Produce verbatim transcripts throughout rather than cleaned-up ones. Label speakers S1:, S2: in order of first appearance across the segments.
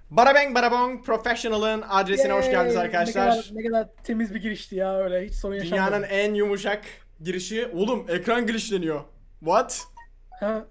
S1: Bada bang bada bong Professional'ın adresine hoş geldiniz
S2: Yay!
S1: arkadaşlar.
S2: Ne kadar, ne kadar temiz bir girişti ya, öyle hiç sorun yaşamadım.
S1: Dünyanın en yumuşak girişi. Oğlum ekran glitchleniyor. What?
S2: Ha.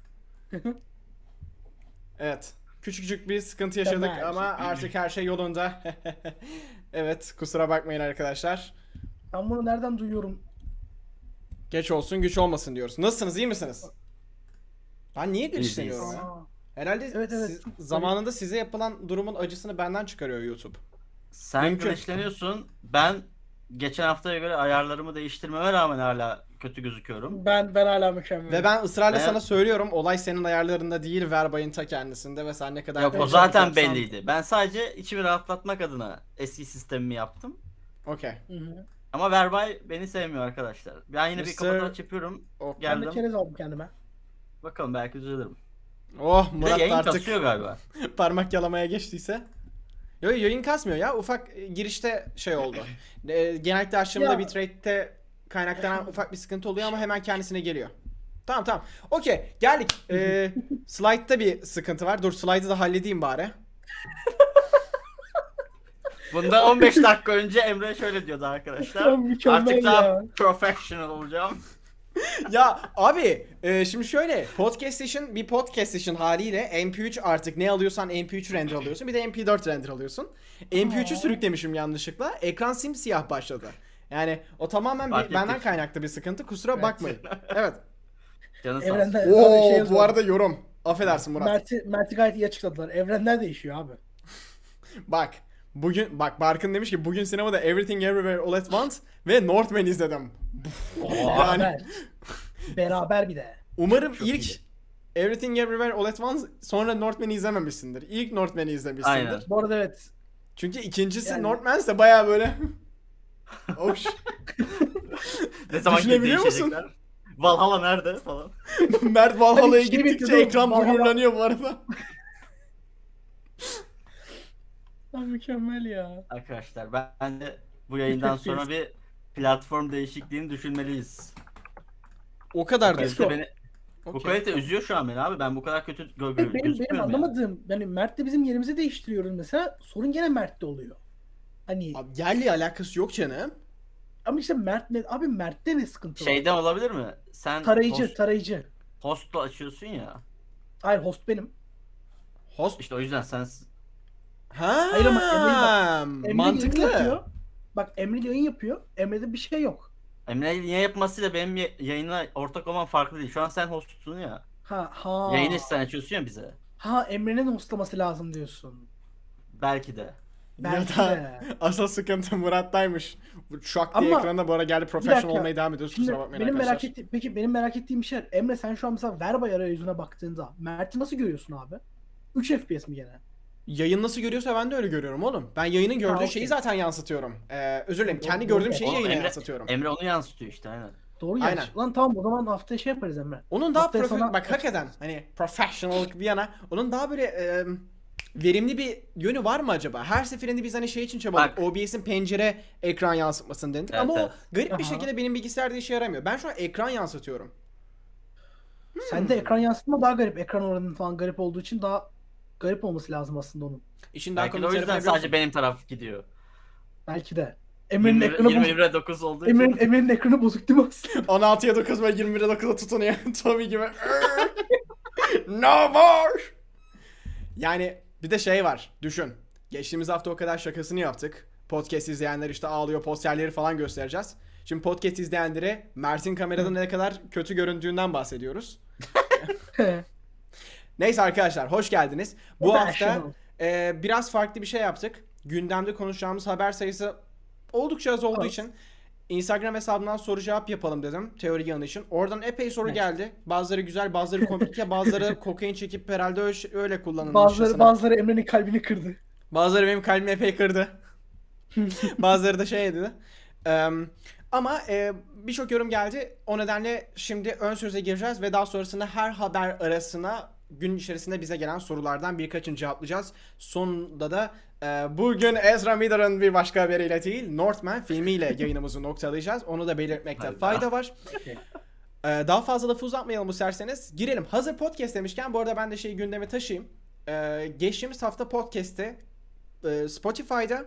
S1: Evet. Küçücük bir sıkıntı yaşadık
S2: Tamam.
S1: ama artık her şey yolunda. Evet, kusura bakmayın arkadaşlar.
S2: Ben bunu nereden duyuyorum?
S1: Geç olsun güç olmasın diyoruz. Nasılsınız, iyi misiniz? Ben niye glitchleniyorum ya?
S2: Aa,
S1: Herhalde
S2: Evet, evet.
S1: siz- zamanında size yapılan durumun acısını benden çıkarıyor YouTube.
S3: Sen
S1: Mümkün.
S3: güneşleniyorsun. Ben geçen haftaya göre ayarlarımı değiştirmeme rağmen hala kötü gözüküyorum.
S2: ben ben hala mükemmel.
S1: Ve ben ısrarla
S3: Ben-
S1: sana söylüyorum, olay senin ayarlarında değil, Verbay'ın ta kendisinde ve sen ne kadar...
S3: Yok o
S1: kötü
S3: zaten
S1: yapsan-
S3: belliydi. Ben sadece içimi rahatlatmak adına eski sistemimi yaptım.
S1: Okey.
S2: Hı hı.
S3: Ama Verbay beni sevmiyor arkadaşlar. Ben yine bir
S1: mister
S3: kapataç yapıyorum.
S1: Okay.
S2: Ben de
S3: Geldim.
S2: çerez aldım kendime.
S3: Bakalım belki düzelirim.
S1: Oh,
S3: Bir de
S1: Murat da
S3: yayın
S1: artık
S3: kasıyor galiba.
S1: parmak yalamaya geçtiyse. Yok, yayın kasmıyor ya. Ufak e, girişte şey oldu. E, genellikle açtığımda
S2: Ya.
S1: bitrate'te kaynaklanan ufak bir sıkıntı oluyor ama hemen kendisine geliyor. Tamam tamam. Okey, geldik. E, slide'da bir sıkıntı var. Dur, slide'ı da halledeyim bari.
S3: Bunda on beş dakika önce Emre şöyle diyordu arkadaşlar.
S2: Mükemmel
S3: Artık daha
S2: ya.
S3: professional olacağım.
S1: Ya abi, e, şimdi şöyle, podcast session bir podcast session haliyle M P üç, artık ne alıyorsan M P üç render alıyorsun, bir de M P dört render alıyorsun. M P üçü
S2: Aa.
S1: sürüklemişim yanlışlıkla, ekran simsiyah başladı. Yani o tamamen
S3: Fark
S1: bir, benden
S3: ettik.
S1: kaynaklı bir sıkıntı, kusura
S3: Evet.
S1: bakmayın. Evet.
S3: Canı sağ olsun.
S2: Evrende abi
S1: Oo,
S2: şey
S1: bu
S2: yazıyor.
S1: arada yorum. Affedersin Murat.
S2: Mert'i, Mert'i gayet iyi açıkladılar. Evrenler değişiyor abi.
S1: Bak. Bugün bak, Barkın demiş ki bugün sinemada Everything Everywhere All at Once ve Northman izledim. Yani
S2: Beraber. Beraber bir de.
S1: umarım
S3: Çok
S1: ilk
S3: iyiydi.
S1: Everything Everywhere All at Once sonra Northman'i izlememişsindir. İlk Northman'i izlemişsindir.
S3: Aynen.
S2: Bu arada evet.
S1: Çünkü ikincisi
S2: Yani-
S1: Northman'se baya böyle hoş.
S3: Ne zaman
S1: Düşünebiliyor musun?
S3: değişecekler? Valhalla nerede falan.
S1: Mert Valhalla'ya
S2: Hani şey
S1: gittikçe
S2: bekliyordum,
S1: ekran
S2: Valhalla-
S1: blurlanıyor bu arada.
S2: Lan mükemmel ya.
S3: Arkadaşlar ben ben de bu yayından sonra bir platform değişikliğini düşünmeliyiz.
S1: O kadar da.
S2: Let's
S3: Kalite
S2: go.
S3: beni, bu
S1: Okey.
S3: kalite üzüyor şu an beni abi. Ben bu kadar kötü gö- gö-
S2: Benim, benim
S3: gözükmüyorum yani.
S2: anlamadığım, yani Mert'le bizim yerimizi değiştiriyoruz mesela, sorun gene Mert'te oluyor. Hani
S1: Abi, yerli alakası yok canım.
S2: ama işte Mert ne abi, Mert'te ne sıkıntı var?
S3: Şeyden olabilir mi? Sen
S2: Tarayıcı,
S3: host,
S2: tarayıcı.
S3: host'u açıyorsun ya.
S2: Hayır, host benim.
S1: Host.
S3: İşte o yüzden sen
S1: Ha,
S2: Hayır ama Emre'yi bak- Emre yayın
S1: mantıklı.
S2: yapıyor. Bak Emre yayın yapıyor. Emre'de bir şey yok.
S3: Emre niye yapmasıyla benim ya- yayına ortak olmam farklı değil. Şu an sen hostsun ya.
S2: Ha ha.
S3: Yayını sen açıyorsun ya bize.
S2: Ha, Emre'nin hostlaması lazım diyorsun.
S3: Belki de.
S2: Belki
S1: Ya da
S2: de.
S1: asıl sıkıntı Murat'taymış. Bu şak diye
S2: Ama-
S1: ekranda bu ara geldi,
S2: Bir
S1: professional
S2: dakika.
S1: olmaya devam ediyoruz.
S2: Şimdi
S1: Kusura bakmayın
S2: benim
S1: arkadaşlar.
S2: merak ettiğim, peki benim merak ettiğim bir şey, Emre sen şu an mesela Verbay arayüzüne baktığında Mert'i nasıl görüyorsun abi? üç F P S mi gene?
S1: Yayın nasıl görüyorsa ben de öyle görüyorum oğlum. Ben yayının gördüğü
S2: okey.
S1: şeyi zaten yansıtıyorum. Ee, özür dilerim.
S2: Doğru,
S1: Kendi
S2: doğru.
S1: gördüğüm şeyi
S3: Oğlum,
S1: yayına
S3: Emre-
S1: yansıtıyorum.
S3: Emre onu yansıtıyor işte aynen.
S2: Doğru
S1: Aynen.
S2: gerçi. Lan tamam, o zaman haftaya şey yaparız Emre.
S1: Onun daha
S2: Haftaya
S1: profe-
S2: sana-
S1: bak hakikaten hani professionallık bir yana, onun daha böyle e, verimli bir yönü var mı acaba? Her seferinde biz hani şey için çabaladık.
S3: Bak.
S1: O B S'in pencere ekran yansıtmasını denedik
S3: Evet,
S1: ama
S3: evet.
S1: o garip bir
S2: Aha.
S1: şekilde benim bilgisayarda işe yaramıyor. Ben şu an ekran yansıtıyorum.
S2: Sende ekran yansıtma daha garip. Ekran oranının falan garip olduğu için daha garip olması lazım aslında onun.
S1: İşin daha
S3: Belki de
S1: komik
S3: o
S1: tarafı
S3: yüzden
S1: ne biliyor
S3: sadece
S1: musun?
S3: benim taraf gidiyor.
S2: Belki de. Emre'nin
S3: yirmi,
S2: ekranı
S3: yirmi,
S2: bozuk.
S3: yirmi dokuz olduğu
S2: Emre'nin,
S3: için.
S2: Emre'nin ekranı bozuk değil mi aslında?
S1: on altıya dokuz ve yirmi bire dokuza tutunuyor. Tommy gibi. No more. Yani bir de şey var. Düşün. Geçtiğimiz hafta o kadar şakasını yaptık. Podcast izleyenler işte ağlıyor, posterleri falan göstereceğiz. Şimdi podcast izleyenlere Mert'in kamerada ne kadar kötü göründüğünden bahsediyoruz. Neyse arkadaşlar, hoş geldiniz. Bu hafta
S2: Professional.
S1: e, biraz farklı bir şey yaptık. Gündemde konuşacağımız haber sayısı oldukça az olduğu
S2: Az.
S1: için Instagram hesabından soru cevap yapalım dedim teori yanı için. Oradan epey soru
S2: Evet.
S1: geldi. Bazıları güzel, bazıları komplike, bazıları kokain çekip herhalde öyle, öyle kullanılmış.
S2: Bazıları, bazıları Emre'nin kalbini kırdı.
S1: Bazıları benim kalbimi epey kırdı. Bazıları da şey dedi. Eee, ama e, birçok yorum geldi. O nedenle şimdi ön söze gireceğiz ve daha sonrasında her haber arasına gün içerisinde bize gelen sorulardan birkaçını cevaplayacağız. Sonunda da e, bugün Ezra Miller'ın bir başka haberiyle değil, Northman filmiyle yayınımızı noktalayacağız. Onu da belirtmekte
S3: Hayda.
S1: fayda var. Ee, daha fazla lafı uzatmayalım isterseniz. Girelim. Hazır podcast demişken bu arada ben de şey gündemi taşıyayım. Ee, geçtiğimiz hafta podcast'te e, Spotify'da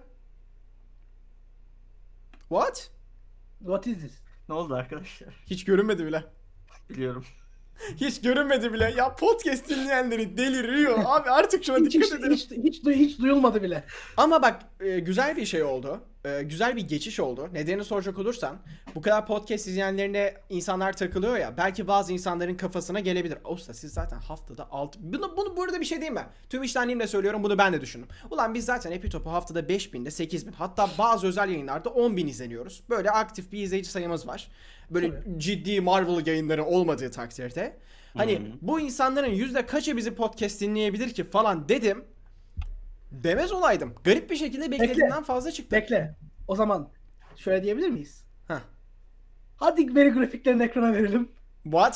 S1: What?
S2: What is this?
S3: Ne oldu arkadaşlar?
S1: Hiç görünmedi bile.
S3: Biliyorum.
S1: Hiç görünmedi bile. Ya podcast dinleyenleri deliriyor. Abi artık şuna
S2: Hiç,
S1: dikkat
S2: hiç,
S1: edelim.
S2: hiç, hiç, duy- hiç duyulmadı bile.
S1: Ama bak e, güzel bir şey oldu. E, güzel bir geçiş oldu. Nedenini soracak olursan bu kadar podcast izleyenlerine insanlar takılıyor ya. Belki bazı insanların kafasına gelebilir. Usta siz zaten haftada altı... Bunu, bunu burada bir şey diyeyim ben. Tüm içtenliğimle söylüyorum, bunu ben de düşündüm. Ulan biz zaten Epitop'u haftada beş binde sekiz bin, hatta bazı özel yayınlarda on bin izleniyoruz. Böyle aktif bir izleyici sayımız var. Böyle
S2: Tabii.
S1: ciddi Marvel yayınları olmadığı takdirde. Hani
S3: Hı hı.
S1: bu insanların yüzde kaçı bizi podcast dinleyebilir ki falan dedim. Demez olaydım. Garip bir şekilde beklediğimden fazla çıktı.
S2: Bekle. O zaman şöyle diyebilir miyiz?
S1: Heh.
S2: Hadi veri grafiklerini ekrana verelim.
S1: What?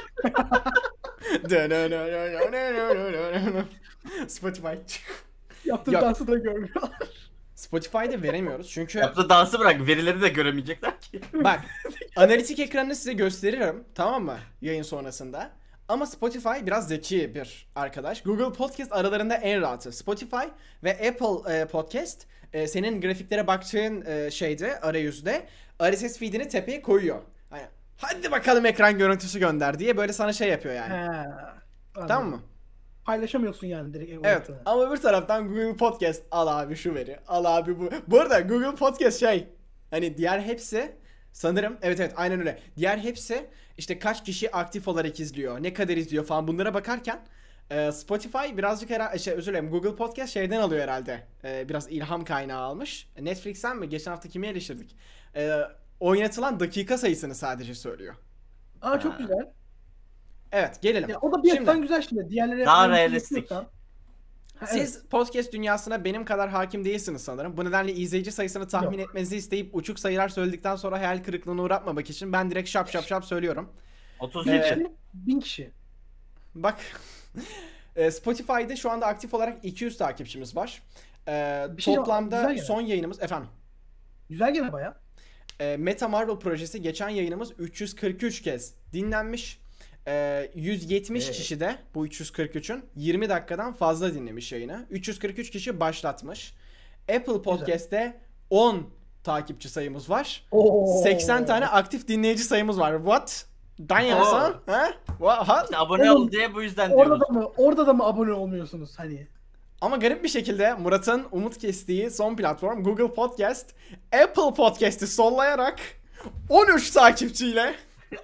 S1: Spotify.
S2: Yaptığım
S1: Yok.
S2: dansı da görmüyor.
S1: Spotify'da veremiyoruz çünkü
S3: Yaptığı dansı bırak, verileri de göremeyecekler ki.
S1: bak analitik ekranını size gösteririm, tamam mı, yayın sonrasında. Ama Spotify biraz zeki bir arkadaş. Google Podcast aralarında en rahatı. Spotify ve Apple e, Podcast e, senin grafiklere baktığın e, şeyde, arayüzde R S S feed'ini tepeye koyuyor. Yani, hadi bakalım ekran görüntüsü gönder diye böyle sana şey yapıyor yani.
S2: He,
S1: Tamam mı?
S2: Paylaşamıyorsun yani direkt.
S1: Evet.
S2: ortada.
S1: Ama öbür taraftan Google Podcast, al abi şu veri, al abi bu. Bu arada Google Podcast şey, hani diğer hepsi sanırım, evet evet aynen öyle. Diğer hepsi işte kaç kişi aktif olarak izliyor, ne kadar izliyor falan, bunlara bakarken e, Spotify birazcık herhalde şey, özür dilerim, Google Podcast şeyden alıyor herhalde. E, biraz ilham kaynağı almış. Netflix'ten mi? Geçen hafta kimi eleştirdik? E, oynatılan dakika sayısını sadece söylüyor.
S2: Aa çok
S3: Ha.
S2: güzel.
S1: Evet, gelelim.
S2: Ya, o da bir
S1: Şimdi-
S2: yandan güzel şimdi. Diğerleri
S3: Daha
S2: yapmayı
S3: realistik.
S2: yapıyorsan- Ha,
S1: Siz
S2: evet.
S1: podcast dünyasına benim kadar hakim değilsiniz sanırım. Bu nedenle izleyici sayısını tahmin
S2: Yok.
S1: etmenizi isteyip uçuk sayılar söyledikten sonra hayal kırıklığına uğratmamak için ben direkt şap şap şap söylüyorum.
S3: otuz
S2: Bin
S1: Evet.
S3: iki.
S2: kişi, bin kişi.
S1: Bak e, Spotify'da şu anda aktif olarak iki yüz takipçimiz var. E,
S2: Bir şey-
S1: toplamda
S2: güzel gene.
S1: son yayınımız efendim.
S2: Güzel gene baya.
S1: e, Meta Marvel projesi geçen yayınımız üç yüz kırk üç kez dinlenmiş. E, yüz yetmiş
S3: Evet.
S1: kişi de bu üç yüz kırk üçün yirmi dakikadan fazla dinlemiş yayını. üç yüz kırk üç kişi başlatmış. Apple Podcast'te on takipçi sayımız var.
S2: Oo.
S1: seksen tane aktif dinleyici sayımız var. What? Dayansan? Ha? What?
S3: İşte abone
S2: Oğlum,
S3: ol diye bu yüzden
S2: Orada
S3: diyoruz.
S2: da mı? Orada da mı abone olmuyorsunuz hani?
S1: Ama garip bir şekilde Murat'ın umut kestiği son platform Google Podcast, Apple Podcast'i sollayarak on üç takipçiyle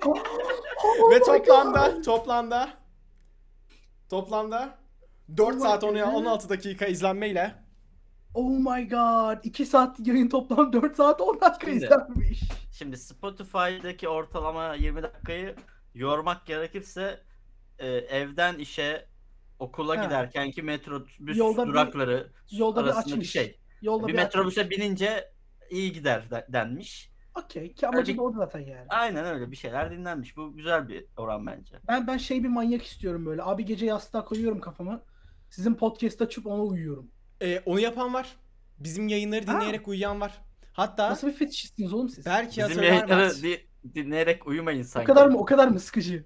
S2: Oh
S1: ve
S2: my
S1: toplamda
S2: God.
S1: toplamda toplamda dört
S2: Oh my
S1: saat
S2: God.
S1: on altı dakika izlenmeyle
S2: Oh my god. iki saat yayın toplam dört saat on dakika
S3: Şimdi-
S2: izlenmiş.
S3: Şimdi Spotify'daki ortalama yirmi dakikayı yormak gerekirse e, evden işe, okula
S2: Ha.
S3: giderkenki metrobüs
S2: Yolda bir-
S3: durakları
S2: Yolda bir
S3: arasındaki
S2: açmış.
S3: şey.
S2: Yolda
S3: bir
S2: bir
S3: metrobüse
S2: açmış.
S3: binince iyi gider de- denmiş.
S2: Okey. Ki amacı
S3: Öyle-
S2: da orada zaten yani.
S3: Aynen öyle bir şeyler dinlenmiş. Bu güzel bir oran bence.
S2: Ben ben şey bir manyak istiyorum böyle. Abi gece yastığa koyuyorum kafamı. Sizin podcast açıp ona uyuyorum.
S1: e, onu yapan var. Bizim yayınları
S2: Ha.
S1: dinleyerek uyuyan var. Hatta
S2: Nasıl bir fetişistsiniz oğlum siz?
S1: belki
S3: Bizim
S1: hatırlar
S3: yayınları
S1: Mert.
S3: di- dinleyerek uyumayın
S2: O
S3: sanki.
S2: kadar mı o kadar mı sıkıcı?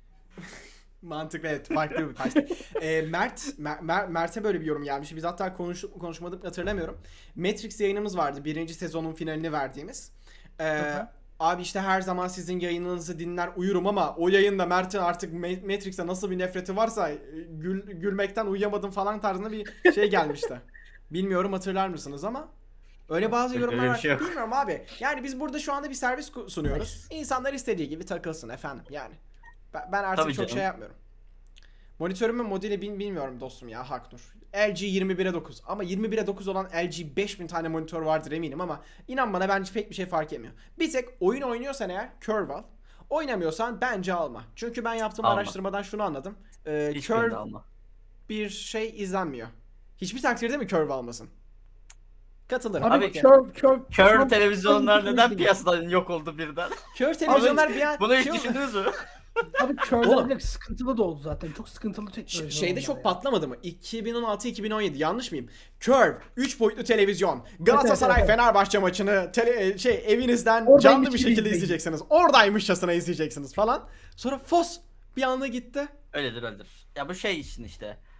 S1: Mantıklı, evet, farklı bir tarzda. Ee, Mert, Mer- Mer- Mert'e böyle bir yorum gelmiş. Biz hatta konuşup mu konuşmadık mı hatırlamıyorum. Matrix yayınımız vardı. Birinci sezonun finalini verdiğimiz. Ee,
S2: hı.
S1: abi işte her zaman sizin yayınınızı dinler uyurum ama o yayında Mert'in artık Ma- Matrix'e nasıl bir nefreti varsa e, gül, gülmekten uyuyamadım falan tarzında bir şey gelmişti. Bilmiyorum hatırlar mısınız ama öyle bazı
S3: Öyle
S1: yorumlar
S3: bir
S1: var.
S3: şey yok.
S1: Bilmiyorum abi. Yani biz burada şu anda bir servis ku- sunuyoruz. İnsanlar istediği gibi takılsın efendim yani. Ben, ben artık
S3: Tabii
S1: çok
S3: canım.
S1: şey yapmıyorum. Monitörümün modeli bin bilmiyorum dostum ya, Haknur. L G yirmi bire dokuz ama yirmi bire dokuz olan L G beş bin tane monitör vardır eminim ama inan bana bence pek bir şey fark etmiyor. Bir tek oyun oynuyorsan eğer Curve al. Oynamıyorsan bence alma. Çünkü ben yaptığım
S3: Alma.
S1: araştırmadan şunu anladım. Ee,
S3: Hiçbirini
S1: Curve
S3: alma.
S1: bir şey izlenmiyor. Hiçbir takdirde mi Curve almasın? Katılırım.
S2: Abi,
S3: Abi,
S2: kör kör
S3: Kör televizyonlar
S2: kör-
S3: neden piyasadan yok oldu birden?
S1: Kör televizyonlar bir an...
S3: Bunu hiç
S1: şey oldu.
S3: düşündünüz mü?
S2: Abi körler
S1: Oğlum.
S2: bile sıkıntılı da oldu zaten. Çok sıkıntılı
S1: Ş-
S2: teknoloji.
S1: şeyde
S2: onlar
S1: çok
S2: ya.
S1: patlamadı mı? iki bin on altı iki bin on yedi yanlış mıyım? Curve üç boyutlu televizyon. Galatasaray
S2: evet, evet.
S1: Fenerbahçe maçını tele, şey evinizden
S2: Oradaymış
S1: canlı bir
S2: gibi
S1: şekilde
S2: izleyin.
S1: izleyeceksiniz. Oradaymışçasına izleyeceksiniz falan. Sonra fos bir anda gitti.
S3: Öyledir öyledir. Ya bu şey için işte.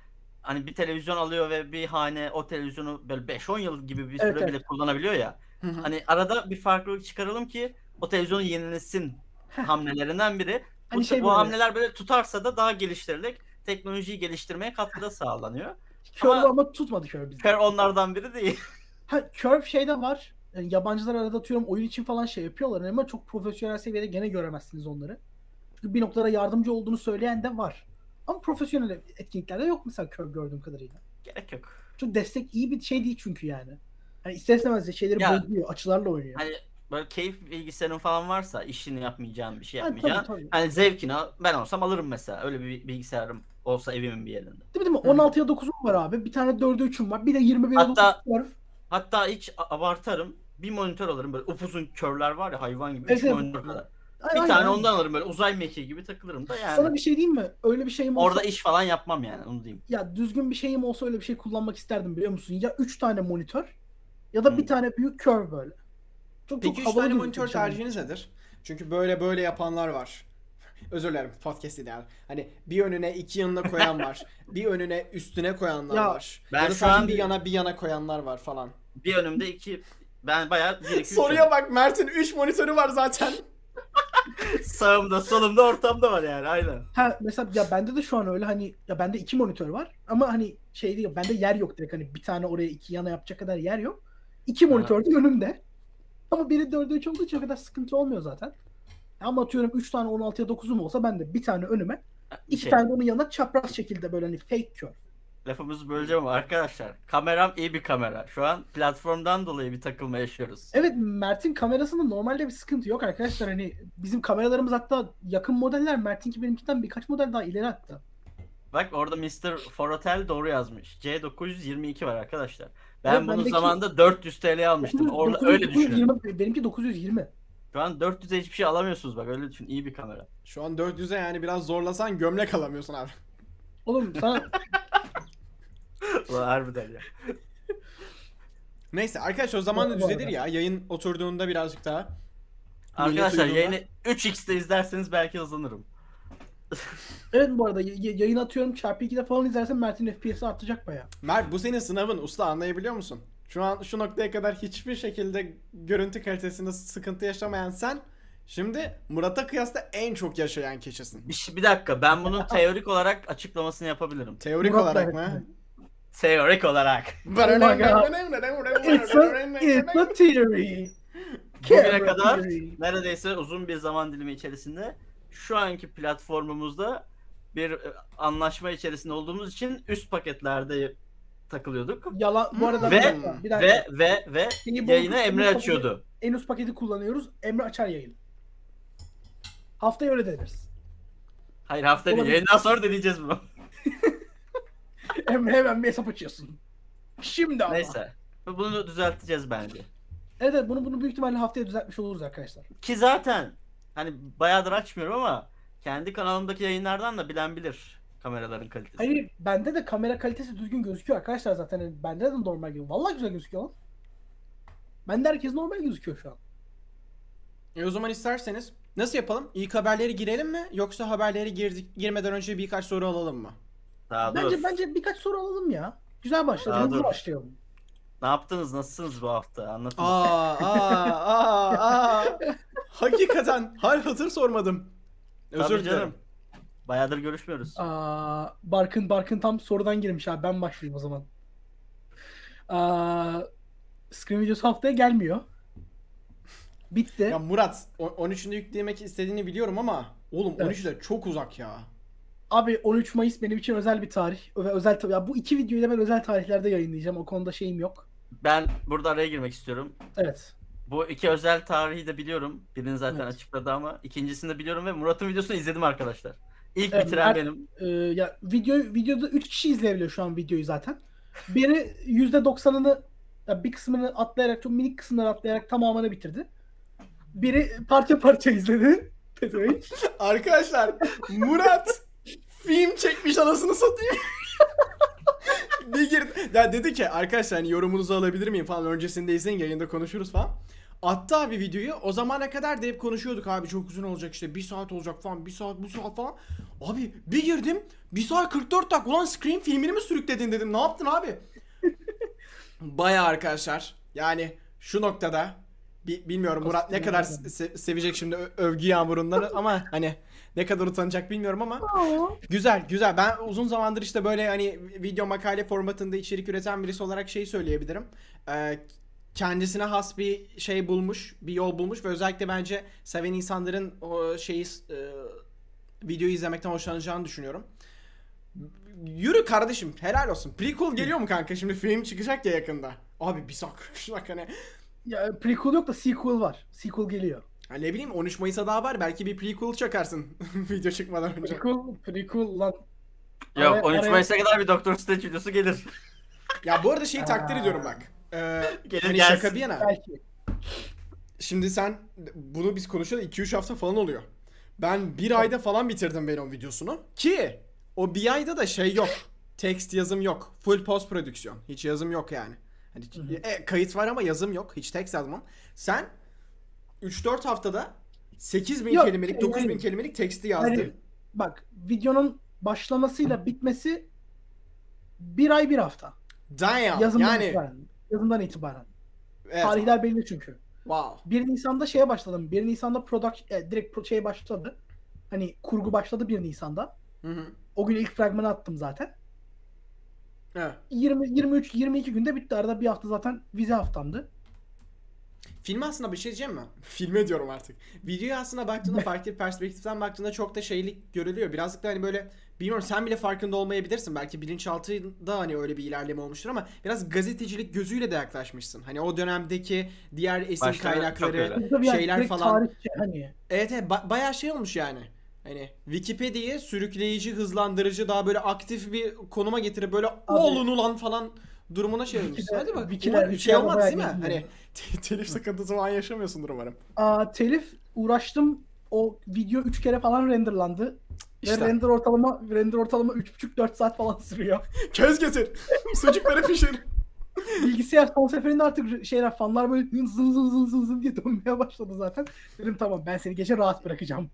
S3: hani bir televizyon alıyor ve bir hane o televizyonu böyle beş on yıl gibi bir süre
S2: Evet,
S3: bile
S2: evet.
S3: kullanabiliyor ya.
S1: Hı hı.
S3: Hani arada bir farklılık çıkaralım ki o televizyonu yenilesin
S2: Heh.
S3: hamlelerinden biri.
S2: Hani
S3: Bu,
S2: şey
S3: bu
S2: böyle.
S3: hamleler böyle tutarsa da daha geliştirilerek teknolojiyi geliştirmeye katkıda sağlanıyor.
S2: Curve
S3: Ama
S2: ama tutmadı Curve bizde.
S3: Curve onlardan biri değil.
S2: Ha, Curve şeyde var. Yani yabancılar arada atıyorum oyun için falan şey yapıyorlar ama çok profesyonel seviyede gene göremezsiniz onları. Çünkü bir noktalara yardımcı olduğunu söyleyen de var. Ama profesyonel etkinliklerde yok mesela Curve gördüğüm kadarıyla.
S3: Gerek yok.
S2: Çok destek iyi bir şey değil çünkü yani. Hani ister istemez de şeyleri
S3: Ya,
S2: bozuyor, açılarla oynuyor.
S3: Hani böyle keyif bilgisayarın falan varsa işini yapmayacağın bir şey
S2: Ha, tabii,
S3: yapmayacağın.
S2: tabii.
S3: Hani zevkini al- ben olsam alırım mesela. Öyle bir bilgisayarım olsa evimin bir yerinde.
S2: Değil mi, değil mi?
S1: Hı hı.
S2: on altıya dokuzum var abi. Bir tane dörde üçüm var. Bir de yirmi bire dokuz
S3: Hatta
S2: Curve.
S3: hatta hiç a- abartarım. Bir monitör alırım böyle upuzun körler var ya hayvan gibi.
S2: Evet,
S3: Üç
S2: evet.
S3: monitör kadar.
S2: Ay-
S3: Bir
S2: aynen,
S3: tane
S2: aynen.
S3: ondan alırım böyle uzay mekiği gibi takılırım da yani.
S2: Sana bir şey diyeyim mi? Öyle bir şeyim olsa
S3: Orada iş falan yapmam yani onu diyeyim.
S2: ya düzgün bir şeyim olsa öyle bir şey kullanmak isterdim biliyor musun? Ya üç tane monitör ya da
S3: Hmm.
S2: bir tane büyük Curve böyle. Çok
S1: Peki
S2: çok
S1: üç
S2: havalı
S1: tane
S2: gözüküyor
S1: monitör
S2: dışarıdan.
S1: tercihiniz nedir? Çünkü böyle böyle yapanlar var. Özür dilerim podcast değil yani. Hani bir önüne iki yanına koyan var. Bir önüne üstüne koyanlar
S2: Ya,
S1: var.
S3: ben
S1: ya da
S3: şu
S1: sadece
S3: an-
S1: bir yana bir yana koyanlar var falan.
S3: Bir önümde iki ben bayağı bir iki üç
S1: Soruya bak, Mert'in üç monitörü var zaten.
S3: sağımda solumda ortamda var yani aynen.
S2: Ha mesela ya bende de şu an öyle hani ya bende iki monitör var ama hani şey değil bende yer yok direkt hani bir tane oraya iki yana yapacak kadar yer yok. İki
S3: Aha.
S2: monitör de önümde. Ama biri dörde üç olduğu için o kadar sıkıntı olmuyor zaten. Ama atıyorum üç tane on altıya dokuzum olsa ben de bir tane önüme iki
S3: Şey,
S2: tane de onun yanına çapraz şekilde böyle hani fake Curve.
S3: lafımızı böleceğim ama arkadaşlar. Kameram iyi bir kamera. Şu an platformdan dolayı bir takılma yaşıyoruz.
S2: Evet Mert'in kamerasında normalde bir sıkıntı yok arkadaşlar. Hani bizim kameralarımız hatta yakın modeller. Mert'inki benimkinden birkaç model daha ileri hatta.
S3: Bak orada mister Forotel doğru yazmış. C dokuz yüz yirmi iki var arkadaşlar. Ben
S2: Evet,
S3: bunu
S2: bendeki-
S3: zamanında dört yüz T L'ye almıştım. Orada
S2: dokuz yüz,
S3: öyle
S2: dokuz yüz
S3: düşünün.
S2: yirmi, benimki dokuz yüz yirmi.
S3: Şu an dört yüze hiçbir şey alamıyorsunuz bak öyle düşün. İyi bir kamera.
S1: Şu an dört yüze yani biraz zorlasan gömlek alamıyorsun abi.
S2: Oğlum sana
S3: Ulan harbiden ya.
S1: Neyse arkadaşlar o zaman da
S2: Bu
S1: düzelir
S2: arada.
S1: ya. Yayın oturduğunda birazcık daha. Millet
S3: Arkadaşlar
S1: uyuduğunda-
S3: yayını üç x'te izlerseniz belki hızlanırım.
S2: evet bu arada y- y- yayın atıyorum çarpı ikide falan izlersen Mert'in F P S'i artacak baya.
S1: Mert bu senin sınavın usta, anlayabiliyor musun? Şu an şu noktaya kadar hiçbir şekilde görüntü kalitesinde sıkıntı yaşamayan sen şimdi Murat'a kıyasla en çok yaşayan kişisin.
S3: Bir, şey- bir dakika ben bunun teorik olarak açıklamasını yapabilirim.
S1: Teorik
S2: Murat
S1: olarak
S2: da-
S1: mı?
S3: Teorik olarak.
S2: It's a, it's a theory.
S3: Bugüne
S2: Camera
S3: kadar
S2: theory.
S3: neredeyse uzun bir zaman dilimi içerisinde şu anki platformumuzda bir e, anlaşma içerisinde olduğumuz için üst paketlerde takılıyorduk.
S2: Yalan bu arada
S1: Ve-
S2: bir dakika, bir dakika.
S3: Ve ve ve
S2: Şeyi
S3: yayını
S2: bozduk,
S3: Emre
S2: en üst
S3: açıyordu.
S2: En üst paketi kullanıyoruz. Emre açar yayını. Haftaya öyle deniriz.
S3: Hayır hafta değil.
S2: Olabilir.
S3: Yayından sonra deneyeceğiz bunu.
S2: Emre hemen bir hesap açıyorsun. Şimdi ama.
S3: Neyse. Bunu düzelteceğiz bence.
S2: Evet, evet bunu bunu büyük ihtimalle haftaya düzeltmiş oluruz arkadaşlar.
S3: Ki zaten hani bayağıdır açmıyorum ama kendi kanalımdaki yayınlardan da bilen bilir kameraların kalitesi.
S2: Hayır bende de kamera kalitesi düzgün gözüküyor arkadaşlar zaten. Yani bende de normal gözüküyor. Vallahi güzel gözüküyor lan. Bende herkes normal gözüküyor şu an.
S1: E o zaman isterseniz nasıl yapalım? İlk haberleri girelim mi? Yoksa haberleri girdik, girmeden önce birkaç soru alalım mı?
S3: Daha
S2: Bence
S3: dur.
S2: bence birkaç soru alalım ya. Güzel başladı.
S3: Aa,
S2: Hızlı
S3: dur.
S2: başlayalım.
S3: Ne yaptınız? Nasılsınız bu hafta? Anlatın.
S1: Aa, aa, aa, aa. Hakikaten hal hatır sormadım.
S3: Tabii
S1: Özür
S3: canım.
S1: dilerim.
S3: Bayağıdır görüşmüyoruz.
S2: Aa, Barkın Barkın tam sorudan girmiş abi. Ben başlayayım o zaman. Aa, Screen videosu haftaya gelmiyor. Bitti.
S1: Ya Murat, o- on üçünde yüklemek istediğini biliyorum ama oğlum
S2: Evet.
S1: on üçü de çok uzak ya.
S2: Abi on üç Mayıs benim için özel bir tarih. Ve özel tabii. Ya bu iki videoyu da ben özel tarihlerde yayınlayacağım. O konuda şeyim yok.
S3: Ben burada araya girmek istiyorum.
S2: Evet.
S3: Bu iki özel tarihi de biliyorum. Birini zaten
S2: Evet.
S3: açıkladı ama ikincisini de biliyorum ve Murat'ın videosunu izledim arkadaşlar. İlk
S2: Evet,
S3: bitiren
S2: ben-
S3: benim.
S2: Ee, ya video videoda üç kişi izleyebiliyor şu an videoyu zaten. Biri yüzde doksanını ya bir kısmını atlayarak çok minik kısımları atlayarak tamamını bitirdi. Biri parça parça izledi. Pezevenk.
S1: Arkadaşlar Murat film çekmiş anasını satayım. Bir girdi. Ya dedi ki arkadaşlar hani yorumunuzu alabilir miyim falan, öncesinde izleyin yayında konuşuruz falan. Attı abi videoyu. O zamana kadar da hep konuşuyorduk abi, çok uzun olacak işte, bir saat olacak falan, bir saat bu saat falan. Abi bir girdim, bir saat kırk dört dakika, ulan Scream filmini mi sürükledin dedim, ne yaptın abi? Baya arkadaşlar yani şu noktada bi- bilmiyorum Murat ne kadar se- sevecek şimdi ö- övgü yağmurundan ama hani ne kadar utanacak bilmiyorum ama güzel güzel. Ben uzun zamandır işte böyle hani video makale formatında içerik üreten birisi olarak şey söyleyebilirim. Ee, kendisine has bir şey bulmuş, bir yol bulmuş ve özellikle bence seven insanların o şeyi e, videoyu izlemekten hoşlanacağını düşünüyorum. Yürü kardeşim, helal olsun. Prequel geliyor mu kanka? Şimdi film çıkacak ya yakında. Abi bir sak şu dakika ne?
S2: Ya prequel yok da sequel var. Sequel geliyor.
S1: Ha ne bileyim, on üç Mayıs'a daha var. Belki bir prequel çakarsın video çıkmadan önce.
S2: Prequel, prequel lan.
S3: Yok
S2: Araya-
S3: on üç
S2: araya-
S3: Mayıs'a kadar bir Doctor Strange videosu gelir.
S1: Ya bu arada şeyi takdir
S2: Aa.
S1: ediyorum bak. Ee,
S3: Gelir
S1: hani
S3: gelsin.
S1: şaka bir yana.
S2: Belki.
S1: Şimdi sen bunu biz konuşuyoruz, iki üç hafta falan oluyor. Ben bir ayda falan bitirdim Venom videosunu. Ki o bir ayda da şey yok. Text yazım yok. Full post prodüksiyon. Hiç yazım yok yani. Hani
S2: Hı hı.
S1: e, kayıt var ama yazım yok. Hiç text yazmam. Sen üç dört haftada sekiz bin
S2: Yok,
S1: kelimelik, dokuz bin
S2: yani-
S1: kelimelik teksti yazdın.
S2: Hani bak, videonun başlamasıyla bitmesi bir ay bir hafta.
S1: Damn.
S2: Yazımdan
S1: Yani
S2: itibaren. Yazımdan itibaren.
S1: evet.
S2: Tarihler belli çünkü.
S1: Wow.
S2: bir Nisan'da şeye başladım. bir Nisan'da product, e, direkt pro- şeye başladı. Hani kurgu başladı bir Nisan'da.
S1: Hı hı.
S2: O gün ilk fragmanı attım zaten.
S1: Evet.
S2: yirmi, yirmi üç, yirmi iki günde bitti. Arada bir hafta zaten vize haftamdı.
S1: Filme aslında bir şey diyeceğim mi? Filme diyorum artık. Videoya aslında baktığında, farklı bir perspektiften baktığında çok da şeylik görülüyor. Birazcık da hani böyle, bilmiyorum, sen bile farkında olmayabilirsin. Belki bilinçaltında hani öyle bir ilerleme olmuştur ama biraz gazetecilik gözüyle de yaklaşmışsın. Hani o dönemdeki diğer esin
S3: Başları çok
S1: kaynakları,
S3: öyle.
S2: Tabii yani
S1: şeyler
S2: direkt
S1: falan.
S2: tarihçi hani.
S1: Evet evet, ba- bayağı şey olmuş yani. Hani Wikipedia'yı sürükleyici, hızlandırıcı, daha böyle aktif bir konuma getirip böyle olun ulan falan durumuna şey olmuşsun.
S2: Wiki'de-
S1: Hadi bak.
S2: Wiki'ler-
S1: Umarım şey
S2: Wiki'ler
S1: olmaz
S2: bayağı
S1: değil mi?
S2: geziniyor.
S1: Hani te- telif sıkıntısı falan yaşamıyorsundur umarım.
S2: Aa, telif uğraştım. O video üç kere falan renderlandı.
S1: İşte.
S2: Ve render ortalama render ortalama üç buçuk dört saat falan sürüyor.
S1: Köz getir. Sucukları pişir.
S2: Bilgisayar son seferinde artık şeyler, fanlar böyle zın zın zın zın zın zın diye dönmeye başladı zaten. Dedim tamam, ben seni gece rahat bırakacağım.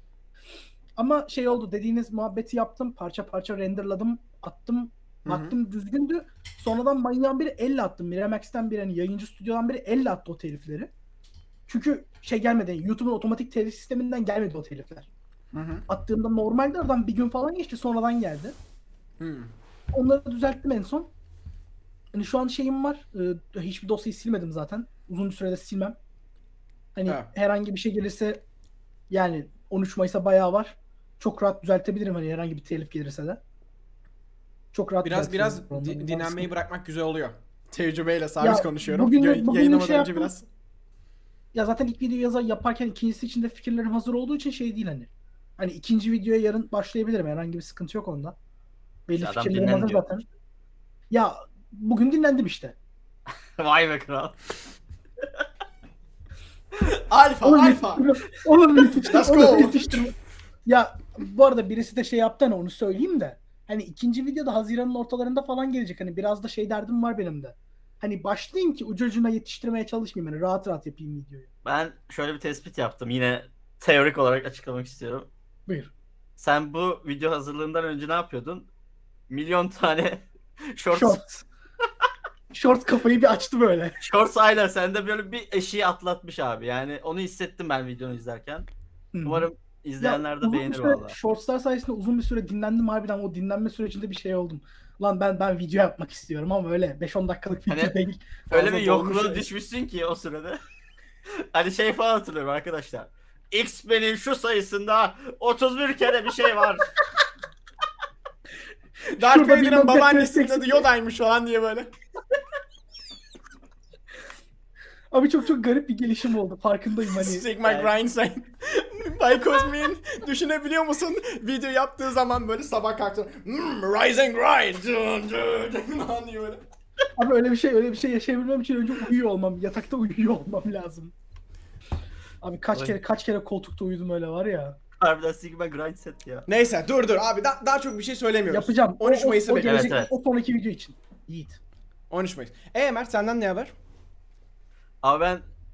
S2: Ama şey oldu, dediğiniz muhabbeti yaptım. Parça parça renderladım, attım.
S1: Hı hı.
S2: Baktım düzgündü. Sonradan manyağın biri elle attım. Miramax'ten biri, hani yayıncı stüdyodan biri elle attı o telifleri. Çünkü şey gelmedi. YouTube'un otomatik telif sisteminden gelmedi o telifler.
S1: Hı hı.
S2: Attığımda normalde aradan bir gün falan geçti, sonradan geldi.
S1: Hı.
S2: Onları düzelttim en son. Hani şu an şeyim var. e, hiçbir dosyayı silmedim zaten. Uzun bir sürede silmem. Hani
S1: Evet.
S2: herhangi bir şey gelirse, yani on üç Mayıs'a bayağı var. Çok rahat düzeltebilirim hani herhangi bir telif gelirse de. Çok rahat
S1: Biraz biraz
S2: düzeltirim ondan.
S1: di-
S2: Ondan
S1: dinlenmeyi
S2: sıkıntı-
S1: bırakmak güzel oluyor. Tecrübeyle sabit
S2: Ya,
S1: konuşuyorum.
S2: bugün de-
S1: Yay-
S2: bugün de
S1: yayınlamadan
S2: şey
S1: önce
S2: yaptım.
S1: biraz.
S2: Ya zaten ilk videoyu yazar yaparken ikincisi için de fikirlerim hazır olduğu için şey değil hani. Hani ikinci videoya yarın başlayabilirim. Herhangi bir sıkıntı yok onda. Belli
S3: İşte adam
S2: fikirlerim
S3: dinlen
S2: hazır
S3: diyor.
S2: zaten. Ya bugün dinlendim işte.
S3: Vay be kral.
S1: Alfa
S2: Oğlum
S1: alfa.
S2: yetiştirme. Oğlum yetiştirme.
S1: Let's
S2: Oğlum
S1: go.
S2: yetiştirme. Ya bu arada birisi de şey yaptı, hani onu söyleyeyim de. Hani ikinci video da Haziran'ın ortalarında falan gelecek. Hani biraz da şey derdim var benim de. Hani başlayayım ki ucu ucuna yetiştirmeye çalışmayayım. Hani rahat rahat yapayım videoyu.
S3: Ben şöyle bir tespit yaptım. Yine teorik olarak açıklamak istiyorum.
S2: Buyur.
S3: Sen bu video hazırlığından önce ne yapıyordun? Milyon tane shorts.
S2: Shorts. Shorts kafayı bir açtı böyle.
S3: Shorts aynen sende böyle bir eşiği atlatmış abi. Yani onu hissettim ben videonu izlerken.
S2: Hı.
S3: Umarım
S2: Ya,
S3: izleyenler de
S2: uzun bir
S3: beğenir
S2: süre
S3: valla.
S2: Shortslar sayesinde uzun bir süre dinlendim harbiden. O dinlenme sürecinde bir şey oldum. Lan ben ben video yapmak istiyorum ama öyle beş on dakikalık video
S3: Hani-
S2: değil.
S3: Öyle
S1: Fazla
S3: bir
S1: dolmuş
S3: yokluğa
S1: ya.
S3: düşmüşsün ki o sırada. Hani şey falan hatırlıyorum arkadaşlar. X-Men'in şu sayısında otuz bir kere bir şey var.
S1: Darth
S2: Şurada
S1: Vader'ın
S2: bilmem
S1: babaannesinin
S2: kaç-
S1: adı Yoda'ymış falan diye böyle.
S2: Abi çok çok garip bir gelişim oldu. Farkındayım hani.
S1: Sigma
S3: Evet.
S1: Grindsign. Bay Cosmin düşünebiliyor musun? Video yaptığı zaman böyle sabah kalktı. Hmm, rise and grind. Dun, dun, dun falan diye böyle.
S2: Abi öyle bir şey öyle bir şey yaşayabilmem için önce uyuyor olmam, yatakta uyuyor olmam lazım. Abi kaç
S3: Oy.
S2: kere kaç kere koltukta uyudum öyle var ya.
S3: Harbiden Sigma Grind set ya.
S1: Neyse dur dur abi da- daha çok bir şey söylemiyoruz.
S2: Yapacağım.
S1: on üç
S2: O- o-
S1: Mayıs'ı
S2: o
S1: bekliyoruz.
S2: gelecek,
S3: Evet, evet.
S2: o sonraki video için. Yiğit.
S1: on üç Mayıs. E Mert senden ne haber?
S3: Abi ben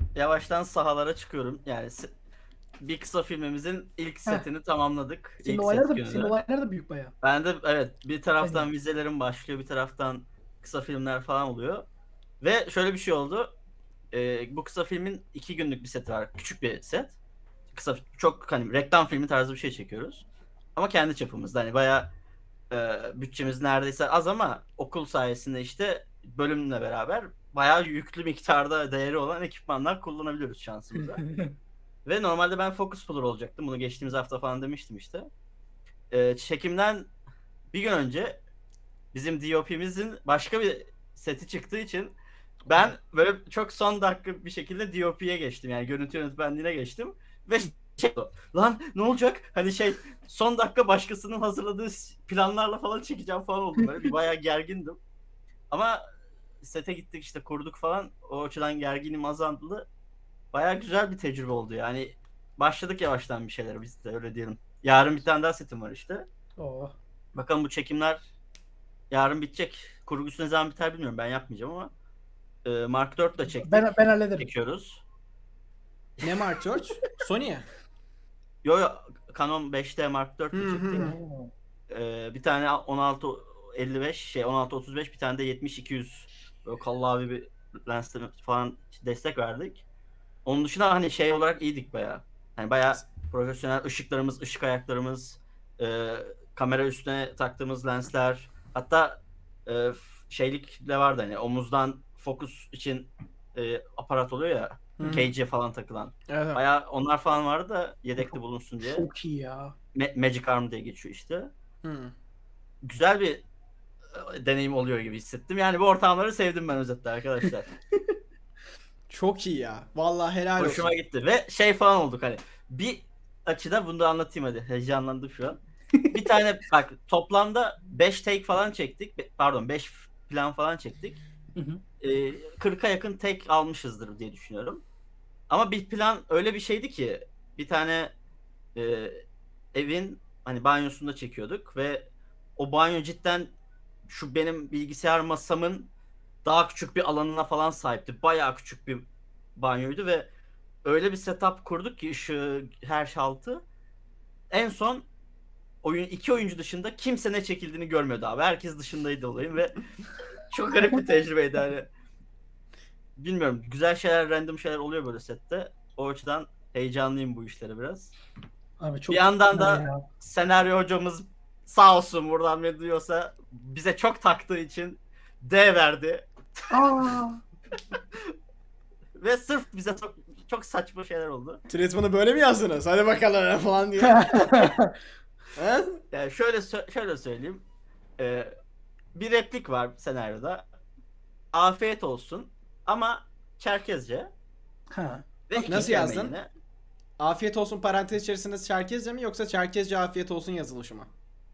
S3: yavaştan sahalara çıkıyorum. Yani se- bir kısa filmimizin ilk setini tamamladık.
S2: Senin
S3: İlk
S2: olaylar
S3: set
S2: da,
S3: günü.
S2: senin olaylar da büyük bayağı.
S3: Ben de evet bir taraftan
S2: Aynen.
S3: vizelerim başlıyor, bir taraftan kısa filmler falan oluyor. Ve şöyle bir şey oldu. Ee, bu kısa filmin iki günlük bir seti var. Küçük bir set. Kısa çok hani reklam filmi tarzı bir şey çekiyoruz. Ama kendi çapımızda hani bayağı e, bütçemiz neredeyse az ama okul sayesinde işte bölümle beraber bayağı yüklü miktarda değeri olan ekipmanlar kullanabiliyoruz şansımıza. Ve normalde ben Focus Puller olacaktım. Bunu geçtiğimiz hafta falan demiştim işte. Ee, çekimden bir gün önce bizim D O P'mizin başka bir seti çıktığı için ben böyle çok son dakika bir şekilde D O P'ye geçtim. Yani görüntü yönetmenliğine geçtim. Ve şey oldu, lan ne olacak? Hani şey son dakika başkasının hazırladığı planlarla falan çekeceğim falan oldu. Böyle bir bayağı gergindim. Ama sete gittik işte kurduk falan. O açıdan gerginim azaldı. Bayağı güzel bir tecrübe oldu yani. Başladık yavaştan bir şeyler biz de öyle diyelim. Yarın bir tane daha setim var işte.
S2: Oo.
S3: Bakalım bu çekimler yarın bitecek. Kurgusu ne zaman biter bilmiyorum. Ben yapmayacağım ama e, Mark dört ile çektik.
S2: Ben ben hallederim.
S3: Çekiyoruz.
S1: Ne Mark George? Sony'ye.
S3: Yo yo Canon beş D Mark dört ile
S1: Hı hı.
S3: çektik.
S2: Oo.
S3: E, bir tane on altı elli beş şey on altı otuz beş bir tane de yetmiş iki yüz böyle kallavi bir lensle falan destek verdik. Onun dışında hani şey olarak iyiydik bayağı. Hani bayağı profesyonel ışıklarımız, ışık ayaklarımız, e, kamera üstüne taktığımız lensler, hatta e, şeylik de vardı hani omuzdan fokus için e, aparat oluyor ya,
S1: Hı hı.
S3: cage'e falan takılan.
S1: Evet.
S3: Bayağı onlar falan vardı da yedekte bulunsun diye.
S2: Çok iyi ya.
S3: Ma- Magic Arm diye geçiyor işte.
S1: Hı.
S3: Güzel bir e, deneyim oluyor gibi hissettim. Yani bu ortamları sevdim ben özetle arkadaşlar.
S1: Çok iyi ya. Vallahi helal
S3: Hoşuma
S1: olsun.
S3: gitti ve şey falan olduk hani bir açıda bunu da anlatayım hadi heyecanlandım şu an. Bir tane bak toplamda beş take falan çektik. Be- Pardon beş plan falan çektik.
S2: Hı hı.
S3: Ee, kırka yakın take almışızdır diye düşünüyorum. Ama bir plan öyle bir şeydi ki bir tane e, evin hani banyosunda çekiyorduk ve o banyo cidden şu benim bilgisayar masamın daha küçük bir alanına falan sahipti. Bayağı küçük bir banyoydu ve öyle bir setup kurduk ki ışığı her şaltı. En son oyun iki oyuncu dışında kimse ne çekildiğini görmüyordu abi. Herkes dışındaydı olayın ve çok garip bir tecrübeydi hani. Bilmiyorum. Güzel şeyler, random şeyler oluyor böyle sette. O açıdan heyecanlıyım bu işlere biraz.
S2: Abi çok
S3: Bir yandan
S2: güzel
S3: da
S2: ya.
S3: senaryo hocamız sağ olsun buradan beni duyuyorsa bize çok taktığı için D verdi.
S2: Aa.
S3: Ve sırf bize çok, çok saçma şeyler oldu.
S1: Treatment'ı böyle mi yazdınız? Hadi bakalım falan diye. He?
S3: Yani şöyle sö- şöyle söyleyeyim. Ee, bir replik var senaryoda. Afiyet olsun ama Çerkezce
S2: Ha.
S3: ve iki
S1: Nasıl
S3: kelime
S1: yazdın?
S3: yine.
S1: Afiyet olsun parantez içerisinde Çerkezce mi yoksa Çerkezce afiyet olsun yazılışı mı?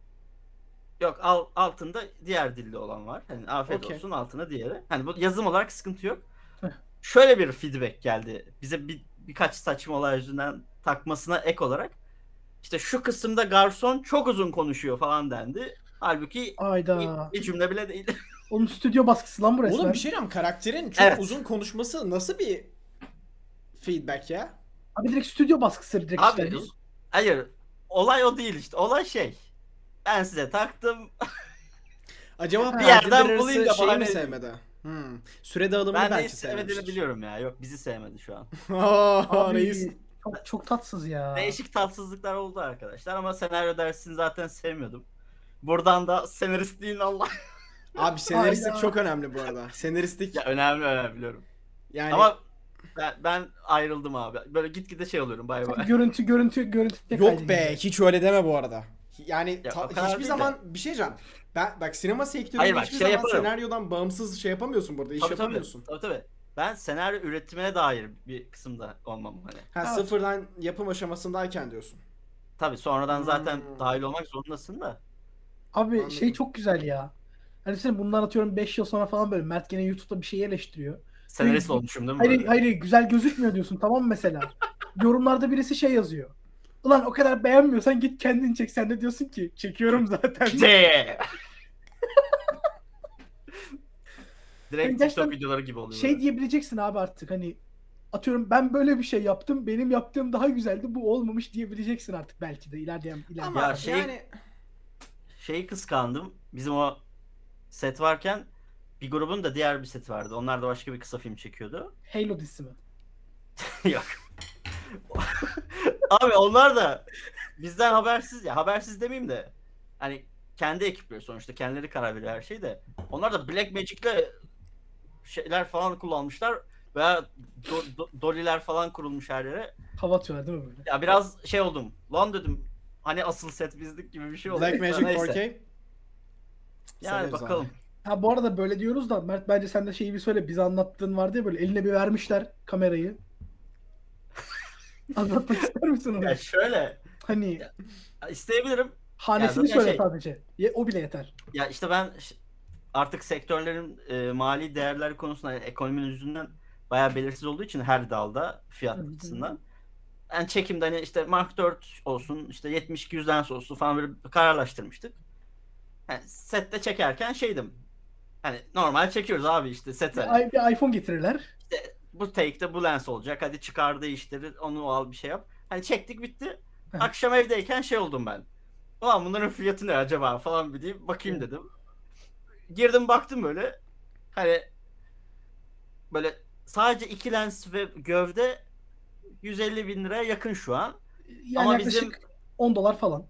S3: Yok al, altında diğer dilli olan var. Hani afiyet
S1: Okey.
S3: olsun altında diğeri. Hani bu yazım olarak sıkıntı yok.
S2: Heh.
S3: Şöyle bir feedback geldi. Bize bir, birkaç saçma olay yüzünden takmasına ek olarak. İşte şu kısımda garson çok uzun konuşuyor falan dendi. Halbuki
S2: Ayda.
S3: bir, bir cümle bile değil.
S2: Onun stüdyo baskısı lan bu resmen.
S1: Oğlum bir şey diyeyim, karakterin çok
S3: Evet.
S1: uzun konuşması nasıl bir feedback ya?
S2: Abi direkt stüdyo baskısı direkt
S3: Abi
S2: işte.
S3: hayır. Olay o değil işte. Olay şey. Ben size taktım.
S1: Acaba
S3: Bir yerden
S1: perdeler
S3: bulayım
S1: arası
S3: da
S1: şeyi mi
S3: bahane
S1: sevmedi? Hmm. Süre dağılımını
S3: Ben neyi
S1: belki
S3: sevmediğini
S1: sevmemiştir.
S3: biliyorum ya. Yok bizi sevmedi şu an.
S1: Aa,
S2: Abi
S1: reis.
S2: çok, çok tatsız ya.
S3: Değişik tatsızlıklar oldu arkadaşlar ama senaryo dersini zaten sevmiyordum. Buradan da senaristliğin Allah.
S1: Abi senaristlik
S2: Hayda.
S1: çok önemli bu arada. Senaristlik
S3: Ya önemli önemli biliyorum.
S1: yani
S3: Ama ben, ben ayrıldım abi. Böyle gitgide şey oluyorum bay bay.
S2: Görüntü görüntü görüntü
S1: yok be, hiç öyle deme bu arada. Yani
S3: Ya,
S1: ta-
S3: o kadar
S1: hiçbir
S3: değil
S1: zaman bir şey diyeceğim. Ben bak sinema sektöründe
S3: Hayır, bak,
S1: hiçbir
S3: şey
S1: zaman
S3: yaparım.
S1: senaryodan bağımsız şey yapamıyorsun burada. İş
S3: Tabii tabii.
S1: yapamıyorsun.
S3: Tabii tabii. Ben senaryo üretimine dair bir kısımda olmam hani.
S1: Ha,
S2: Evet.
S1: sıfırdan yapım aşamasındayken diyorsun.
S3: Tabii sonradan zaten
S1: Hmm.
S3: dahil olmak zorundasın da.
S2: Abi
S1: Anladım.
S2: şey çok güzel ya. Hani sen bundan atıyorum beş yıl sonra falan böyle Mert gene YouTube'da bir şey eleştiriyor.
S3: Senarist
S2: Hayır,
S3: olmuşum değil mi?
S2: Hayır
S3: böyle?
S2: hayır güzel gözükmüyor diyorsun tamam mı mesela. Yorumlarda birisi şey yazıyor. Ulan o kadar beğenmiyorsan git kendin çek. Sen de diyorsun ki çekiyorum zaten.
S3: De. Direkt
S2: Yani gerçekten
S3: TikTok videoları gibi oluyor.
S2: Şey
S3: böyle.
S2: diyebileceksin abi artık hani atıyorum ben böyle bir şey yaptım. Benim yaptığım daha güzeldi. Bu olmamış diyebileceksin artık belki de ilerleyen ilerleyen.
S1: Ama
S3: Ya şey-
S1: yani
S3: Şeyi kıskandım. Bizim o set varken bir grubun da diğer bir seti vardı. Onlar da başka bir kısa film çekiyordu.
S2: Halo dizisi mi?
S3: Yok. Abi onlar da bizden habersiz ya habersiz demeyeyim de hani kendi ekipleri sonuçta kendileri karar veriyor her şey de. Onlar da Black Magic'le şeyler falan kullanmışlar veya do- do- doliler falan kurulmuş her yere.
S2: Hava atıyorlar değil mi böyle?
S3: Ya biraz şey oldum. Lan dedim hani asıl set bizlik gibi bir şey oldu.
S1: Black Magic
S3: Neyse.
S1: four K.
S3: Yani
S1: Severiz
S3: bakalım.
S2: Ha bu arada böyle diyoruz da Mert bence sen de şeyi bir söyle. Bize anlattığın vardı ya böyle eline bir vermişler kamerayı. Anlatmak ister misin onu?
S3: Ya şöyle
S2: Hani
S3: Ya, isteyebilirim.
S2: hanesini
S3: zaten
S2: söyle
S3: şey-
S2: sadece. Ye- O bile yeter.
S3: Ya işte ben ş- artık sektörlerin e, mali değerleri konusunda yani ekonominin yüzünden bayağı belirsiz olduğu için her dalda fiyat
S2: Hı hı.
S3: açısından. Yani çekimde hani işte Mark dört olsun işte yetmiş iki yüz lens olsun falan böyle kararlaştırmıştık. Yani sette çekerken şeydim. Hani normal çekiyoruz abi işte set
S2: Bir,
S3: hani.
S2: i- bir iPhone getirirler.
S3: İşte bu take'de bu lens olacak. Hadi çıkar değiştir onu al bir şey yap. Hani çektik bitti.
S2: Hı.
S3: Akşam evdeyken şey oldum ben. Ulan bunların fiyatı ne acaba falan bir deyip bakayım
S2: Hı.
S3: dedim. Girdim baktım böyle. Hani böyle sadece iki lens ve gövde yüz elli bin liraya yakın şu an.
S2: Yani
S3: Ama
S2: yaklaşık
S3: bizim
S2: on dolar falan.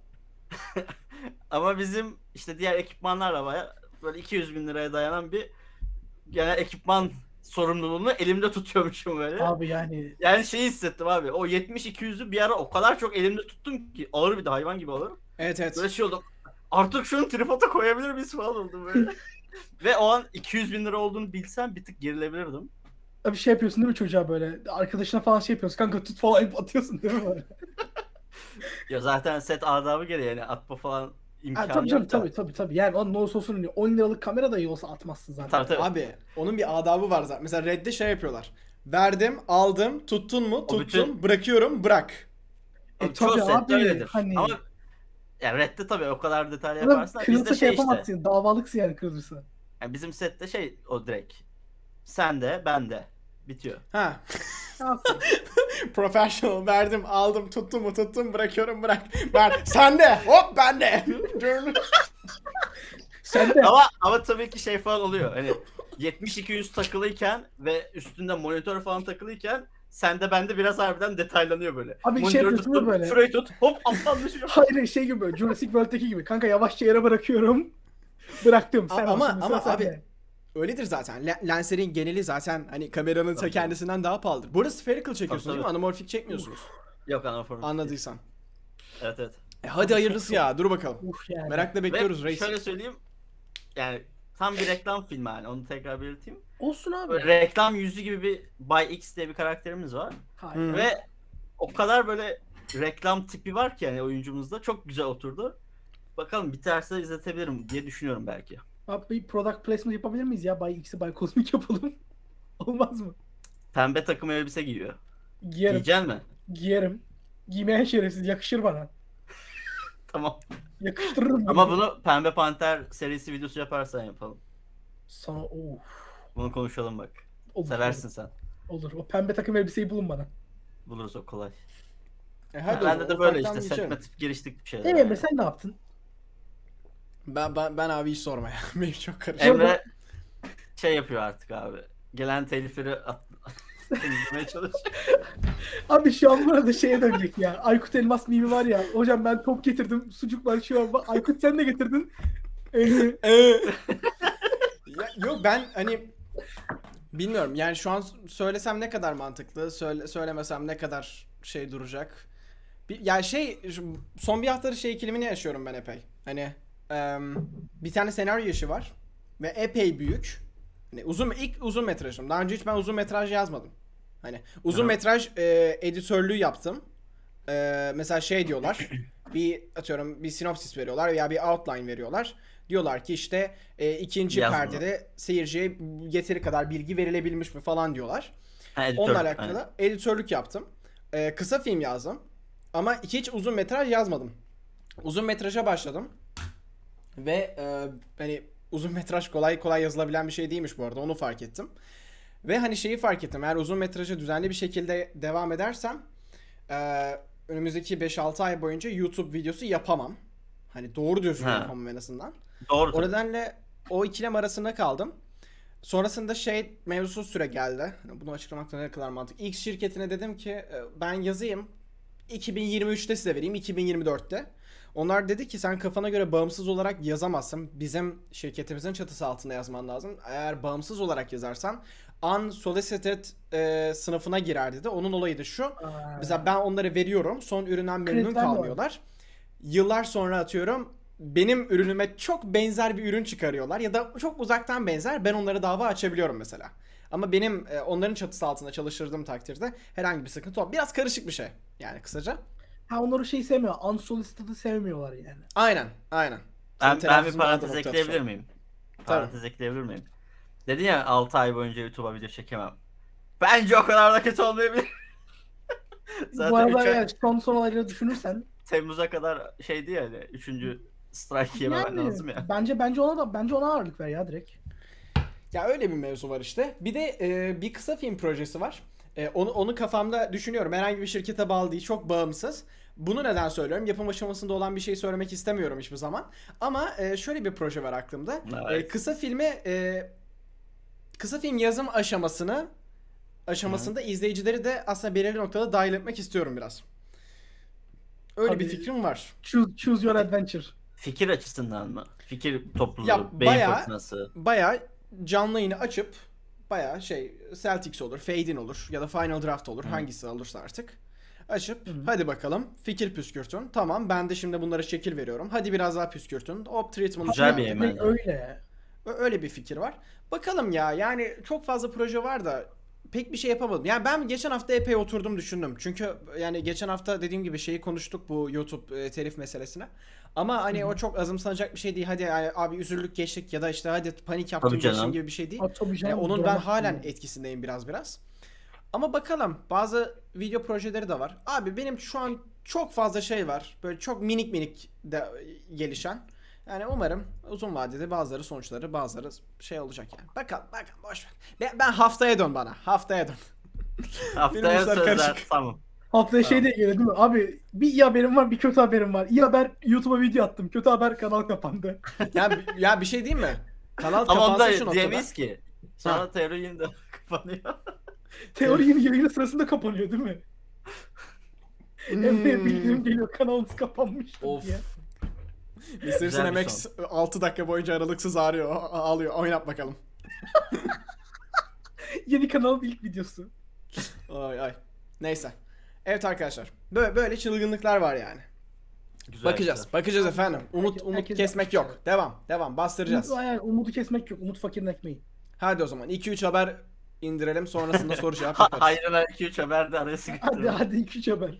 S3: ama bizim işte diğer ekipmanlarla baya böyle iki yüz bin liraya dayanan bir genel ekipman sorumluluğunu elimde tutuyormuşum böyle.
S2: Abi yani
S3: Yani şeyi hissettim abi. O yetmiş iki yüzü bir ara o kadar çok elimde tuttum ki ağır bir de hayvan gibi ağır.
S1: Evet evet.
S3: Böyle şey oldum. Artık şunu tripoda koyabilir miyiz falan oldum böyle. Ve o an iki yüz bin lira olduğunu bilsem bir tık gerilebilirdim.
S2: bir şey yapıyorsun değil mi çocuğa böyle? Arkadaşına falan şey yapıyorsun. Kanka tut falan yapıp atıyorsun değil mi böyle?
S3: Ya zaten set adabı gereği yani atma falan
S2: Ha,
S3: imkanı
S2: tabii canım
S3: yok da.
S2: tabii tabii tabii. Yani onun ne olursa olsun on liralık kamera dahi olsa atmazsın zaten.
S3: Tabii tabii.
S1: Abi onun bir adabı var zaten. Mesela Red'de şey yapıyorlar. Verdim, aldım, tuttun mu? Tuttum,
S3: bütün-
S1: bırakıyorum, bırak.
S2: E
S3: Çoğu
S2: tabii
S3: sette
S2: abi
S3: öyledir.
S2: hani.
S3: Ama yani Red'de tabii o kadar detaylı
S2: Ama
S3: yaparsın. Bizde
S2: kırılsa şey
S3: şey işte.
S2: yapamazsın. Davalıksın yani kırılırsa.
S3: Yani bizim sette şey o direkt. Sen de ben de. Bitiyor.
S1: Ha.
S2: Ne yapayım?
S1: Professional verdim, aldım, tuttum mu? Tuttum, bırakıyorum, bırak. Ben sen de, hop ben de.
S2: Sen de
S3: Ama ama tabii ki şey falan oluyor. Hani yetmiş iki yüz takılıyken ve üstünde monitör falan takılıyken sen de bende biraz harbiden detaylanıyor böyle.
S2: Abi şey
S3: Monitörü
S2: yapıyorsun
S3: tuttum,
S2: ya böyle.
S3: şurayı tut, hop alttan düşüyor.
S2: hayır şey gibi böyle Jurassic World'deki gibi. Kanka yavaşça yere bırakıyorum. Bıraktım. Sen
S1: A- ama-
S2: ama,
S1: ama
S2: sıra
S1: abi-
S2: sende.
S1: Öyledir zaten. Le- lenslerin geneli zaten hani kameranın ta
S3: Tabii.
S1: kendisinden daha pahalıdır. Burada spherical çekiyorsunuz
S3: Tabii,
S1: değil mi? Anamorfik çekmiyorsunuz.
S3: Yok anaform.
S1: Anladıysan.
S3: Evet evet.
S1: E hadi hayırlısı ya. Dur bakalım.
S2: Uf yani.
S1: Merakla bekliyoruz
S3: Ve
S1: reis.
S3: şöyle söyleyeyim. Yani tam bir reklam filmi yani onu tekrar belirteyim.
S2: Olsun abi.
S3: Böyle reklam yüzü gibi bir Bay X diye bir karakterimiz var.
S2: Hayır.
S1: Hı.
S3: Ve o kadar böyle reklam tipi var ki yani oyuncumuzda çok güzel oturdu. Bakalım biterse izletebilirim diye düşünüyorum belki.
S2: Abi bir product placement yapabilir miyiz ya? Bay X'i Bay Cosmic yapalım. Olmaz mı?
S3: Pembe takım elbise giyiyor.
S2: Giyerim.
S3: Giyeceksin mi?
S2: Giyerim. Giymeyen şerefsiz. Yakışır bana.
S3: Tamam.
S2: Yakıştırırım.
S3: Ama bunu Pembe Panter serisi videosu yaparsan yapalım.
S2: Sana of.
S3: Bunu konuşalım bak.
S2: Olur,
S3: Seversin sen.
S2: Olur. O pembe takım elbiseyi bulun bana.
S3: Buluruz o kolay.
S1: E hadi
S3: Bende
S1: o-
S3: de böyle
S1: ufaktan
S3: işte
S1: geçelim.
S3: setme giriştik bir şeyler.
S2: Ee
S3: yani.
S2: Emre sen ne yaptın?
S1: Ben, ben, ben abi hiç sorma ya. Benim çok karışık.
S3: Emre şey yapıyor artık abi. Gelen telifleri at... temizlemeye çalışıyor.
S2: Abi şu an burada şeye dönecek ya. Aykut Elmas mimi var ya. Hocam ben top getirdim. Sucuklar şu an. Bak, Aykut sen de getirdin. Ee,
S1: Ee, ya, yok ben hani bilmiyorum yani şu an söylesem ne kadar mantıklı, söyle, söylemesem ne kadar şey duracak. Bir, yani şey şu- son bir haftadır şey ikilimini yaşıyorum ben epey. Hani em, bir tane senaryo işi var ve epey büyük. Hani uzun ilk uzun metrajım. Daha önce hiç ben uzun metraj yazmadım. Hani uzun
S3: Aha.
S1: metraj e, editörlüğü yaptım. E, mesela şey diyorlar. Bir atıyorum bir sinopsis veriyorlar veya bir outline veriyorlar. Diyorlar ki işte e, ikinci
S3: Yazma.
S1: perdede seyirciye yeteri kadar bilgi verilebilmiş mi falan diyorlar.
S3: Ha, editör.
S1: Onunla alakalı
S3: Aynen.
S1: editörlük yaptım. E, kısa film yazdım. Ama hiç uzun metraj yazmadım. Uzun metraja başladım. Ve e, hani uzun metraj kolay kolay yazılabilen bir şey değilmiş bu arada. Onu fark ettim. Ve hani şeyi fark ettim. Eğer uzun metraja düzenli bir şekilde devam edersem eee, önümüzdeki beş altı ay boyunca YouTube videosu yapamam. Hani doğru düzgün
S3: Ha.
S1: yapamam en azından.
S3: Doğru.
S1: O
S3: tabii.
S1: nedenle o ikilem arasında kaldım. Sonrasında şey mevzusu süre geldi. Hani bunu açıklamakta ne kadar mantıklı. X şirketine dedim ki e, ben yazayım. iki bin yirmi üçte size vereyim. iki bin yirmi dörtte. Onlar dedi ki sen kafana göre bağımsız olarak yazamazsın. Bizim şirketimizin çatısı altında yazman lazım. Eğer bağımsız olarak yazarsan unsolicited e, sınıfına girer dedi. Onun olayı da şu.
S2: Aa,
S1: Mesela ben onları veriyorum. Son üründen memnun
S2: Kredi vermiyor.
S1: kalmıyorlar. Yıllar sonra atıyorum benim ürünüme çok benzer bir ürün çıkarıyorlar ya da çok uzaktan benzer, ben onlara dava açabiliyorum mesela. Ama benim e, onların çatısı altında çalıştırdığım takdirde herhangi bir sıkıntı olmuyor. Biraz karışık bir şey yani kısaca.
S2: Ha onları şey sevmiyor. Unsolicited'ı sevmiyorlar yani.
S1: Aynen, aynen.
S3: Ben,
S1: Senin
S3: ben bir
S1: telaffuzun daha da
S3: parantez
S1: nokta
S3: ekleyebilir
S1: atışı.
S3: miyim? Parantez ekleyebilir miyim? Dedin ya altı ay boyunca YouTube'a video çekemem. Bence o kadar da kötü olmayabilir.
S2: Bu
S3: Zaten
S2: arada
S3: üç ay-
S2: evet, son son olayları düşünürsen
S3: Temmuz'a kadar şeydi ya hani üçüncü strike yememen
S2: yani
S3: lazım ya.
S2: bence bence ona da bence ona ağırlık ver ya direkt.
S1: Ya öyle bir mevzu var işte. Bir de e, bir kısa film projesi var. E, onu, onu kafamda düşünüyorum. Herhangi bir şirkete bağlı değil. Çok bağımsız. Bunu neden söylüyorum? Yapım aşamasında olan bir şey söylemek istemiyorum hiçbir zaman. Ama e, şöyle bir proje var aklımda.
S3: Evet.
S1: E, kısa filme e, kısa film yazım aşamasını aşamasında izleyicileri de aslında belirli noktada dahil etmek istiyorum biraz. Öyle
S2: Tabii.
S1: bir fikrim var.
S2: Choose, choose your adventure.
S3: Fikir açısından mı? Fikir topluluğu,
S1: Ya
S3: beyin
S1: bayağı-
S3: fırtınası.
S1: Bayağı canlı yayını açıp bayağı şey Celtics olur, Fade In olur ya da Final Draft olur,
S3: Hı.
S1: hangisi olursa artık. Açıp
S2: Hı.
S1: hadi bakalım fikir püskürtün. Tamam, ben de şimdi bunlara şekil veriyorum. Hadi biraz daha püskürtün. Hop treatment.
S3: Güzel
S1: yapın.
S3: bir eğmen.
S2: Direkt öyle.
S1: Ö- Öyle bir fikir var. Bakalım ya, yani çok fazla proje var da pek bir şey yapamadım. Yani ben geçen hafta epey oturdum düşündüm. Çünkü yani geçen hafta dediğim gibi şeyi konuştuk, bu YouTube e, telif meselesine. Ama hani
S2: Hı hı.
S1: o çok azımsanacak bir şey değil. Hadi yani abi üzüldük geçtik ya da işte hadi panik yaptım
S3: Tabii
S1: geçtim
S3: canım.
S1: gibi bir şey değil.
S2: Ha, tabii
S1: Yani
S2: canım,
S1: onun ben
S2: dramatik
S1: halen
S2: yani.
S1: etkisindeyim biraz biraz. Ama bakalım, bazı video projeleri de var. Abi benim şu an çok fazla şey var. Böyle çok minik minik de gelişen. Yani umarım uzun vadede bazıları sonuçları, bazıları şey olacak yani. Bakalım bakalım boş ver. Ben, ben haftaya dön bana. Haftaya dön.
S3: Haftaya
S1: işler
S3: sözler
S1: karışık.
S3: tamam.
S2: Haftaya
S3: Tamam.
S2: şey de geliyor değil mi? Abi bir iyi haberim var, bir kötü haberim var. İyi haber, YouTube'a video attım. Kötü haber, kanal kapandı.
S1: Ya, ya bir şey diyeyim mi? Kanal
S3: Ama
S1: kapansın
S3: onu
S1: şu
S3: da
S1: noktada.
S3: diyemeyiz ki. Sonra
S1: Ha.
S3: teori yine de kapanıyor.
S2: Teori yeni yayını sırasında kapanıyor değil mi? Emre'ye bildirim geliyor, kanalınız kapanmıştır
S1: Hmm. Of.
S2: diye.
S1: mister
S3: Güzel bir
S1: Cinemax altı dakika boyunca aralıksız ağrıyor, ağlıyor. Oynat bakalım.
S2: Yeni kanalın ilk videosu.
S1: Ay ay. Neyse. Evet arkadaşlar. Böyle böyle çılgınlıklar var yani.
S3: Güzel,
S1: Bakacağız.
S3: güzel.
S1: Bakacağız efendim. Umut
S2: Herkes-
S1: umut
S2: herkes
S1: kesmek
S2: yapmış
S1: yok. Devam. Devam. Bastıracağız.
S2: Umut, yani umudu kesmek yok. Umut fakirin ekmeği.
S1: Hadi o zaman iki üç haber indirelim, sonrasında soru cevap
S3: Ha,
S1: yaparız.
S3: Hayrına iki üç haber de araya
S2: Hadi
S3: sıkıştıralım.
S2: hadi iki üç haber.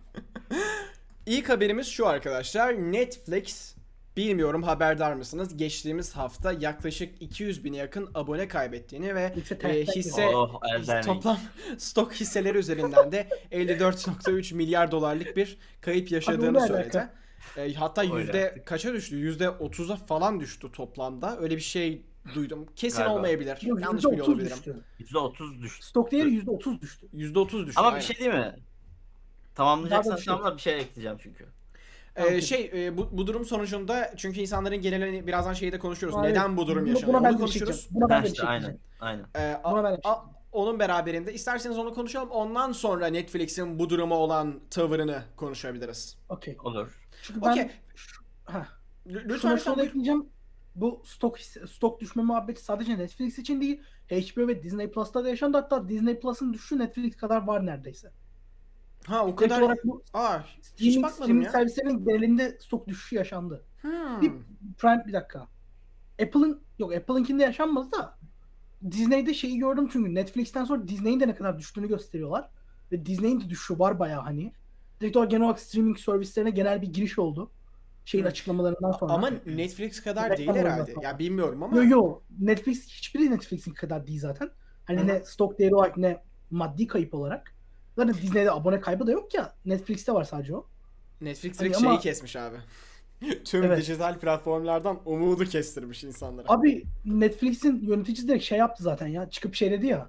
S1: İlk haberimiz şu arkadaşlar. Netflix, bilmiyorum haberdar mısınız? Geçtiğimiz hafta yaklaşık iki yüz bine yakın abone kaybettiğini ve
S2: Netflix'e
S1: e,
S2: terk
S1: hisse
S3: Oh, elden iyi.
S1: toplam stok hisseleri üzerinden de elli dört nokta üç milyar dolarlık bir kayıp
S2: Abi
S1: yaşadığını
S2: o ne
S1: söyledi.
S2: alaka?
S1: E, hatta
S3: Öyle
S1: yüzde
S3: artık.
S1: kaça düştü? Yüzde otuza falan düştü toplamda. Öyle bir şey duydum. Kesin
S3: Galiba.
S1: olmayabilir.
S2: Yok,
S1: Yanlış
S2: yüzde
S1: biliyor
S2: otuz
S1: olabilirim.
S2: düştü.
S3: yüzde otuz düştü.
S2: Stok değeri yüzde otuz düştü.
S1: yüzde otuz düştü.
S3: Ama
S1: aynen.
S3: bir şey değil mi?
S2: Daha da
S3: Tamamlayacaksan
S2: bir şey.
S3: tamamla, bir şey ekleyeceğim çünkü.
S1: Ee,
S2: Tamam,
S1: şey e, bu, bu durum sonucunda, çünkü insanların genelini birazdan şeyi de konuşuyoruz.
S2: Aynen.
S1: Neden bu durum
S2: Buna-
S1: yaşanıyor?
S2: Buna ben
S1: Onu
S2: de bir şey
S1: konuşuruz.
S2: diyeceğim. Buna ben
S3: Ha
S2: de bir
S3: işte
S2: şey
S3: aynen.
S2: diyeceğim.
S3: Aynen.
S1: Ee, a-
S2: Buna ben de bir şey
S1: a- onun beraberinde isterseniz onu konuşalım. Ondan sonra Netflix'in bu duruma olan tavırını konuşabiliriz.
S2: Okey.
S3: Olur.
S2: Çünkü ben
S1: Okey.
S2: ha,
S1: L-
S2: şuna
S1: lütfen
S2: şunu
S1: lütfen.
S2: da
S1: buyur.
S2: ekleyeceğim. Bu stok hisse- stok düşme muhabbeti sadece Netflix için değil, H B O ve Disney Plus'ta da yaşandı. Hatta Disney Plus'ın düşüşü Netflix kadar var neredeyse.
S1: Ha o
S2: Direkt
S1: kadar.
S2: olarak bu
S1: Aa, hiç
S2: streaming,
S1: bakmadım
S2: streaming
S1: ya.
S2: servislerinin genelinde stok düşüşü yaşandı.
S1: Hmm.
S2: Bir Prime bir dakika. Apple'ın yok Apple'ınkinde yaşanmadı da Disney'de şeyi gördüm, çünkü Netflix'ten sonra Disney'in de ne kadar düştüğünü gösteriyorlar. Ve Disney'in de düşüşü var bayağı hani. Direkt olarak genel olarak streaming servislerine genel bir giriş oldu. Şeyin
S1: Hı.
S2: açıklamalarından sonra.
S1: Ama Netflix kadar
S2: Reklam
S1: değil
S2: oyunu
S1: herhalde.
S2: falan.
S1: Ya bilmiyorum ama.
S2: Yo yo, Netflix hiçbiri Netflix'in kadar değil zaten. Hani
S1: Hı hı.
S2: ne stok değeri olarak ne maddi kayıp olarak. Zaten Disney'de abone kaybı da yok ya. Netflix'te var sadece o.
S1: Netflix
S2: Hani
S1: direkt
S2: ama-
S1: şeyi kesmiş abi. Tüm
S2: Evet.
S1: dijital platformlardan umudu kestirmiş insanlara.
S2: Abi Netflix'in yöneticisi direkt şey yaptı zaten ya. Çıkıp şey dedi ya.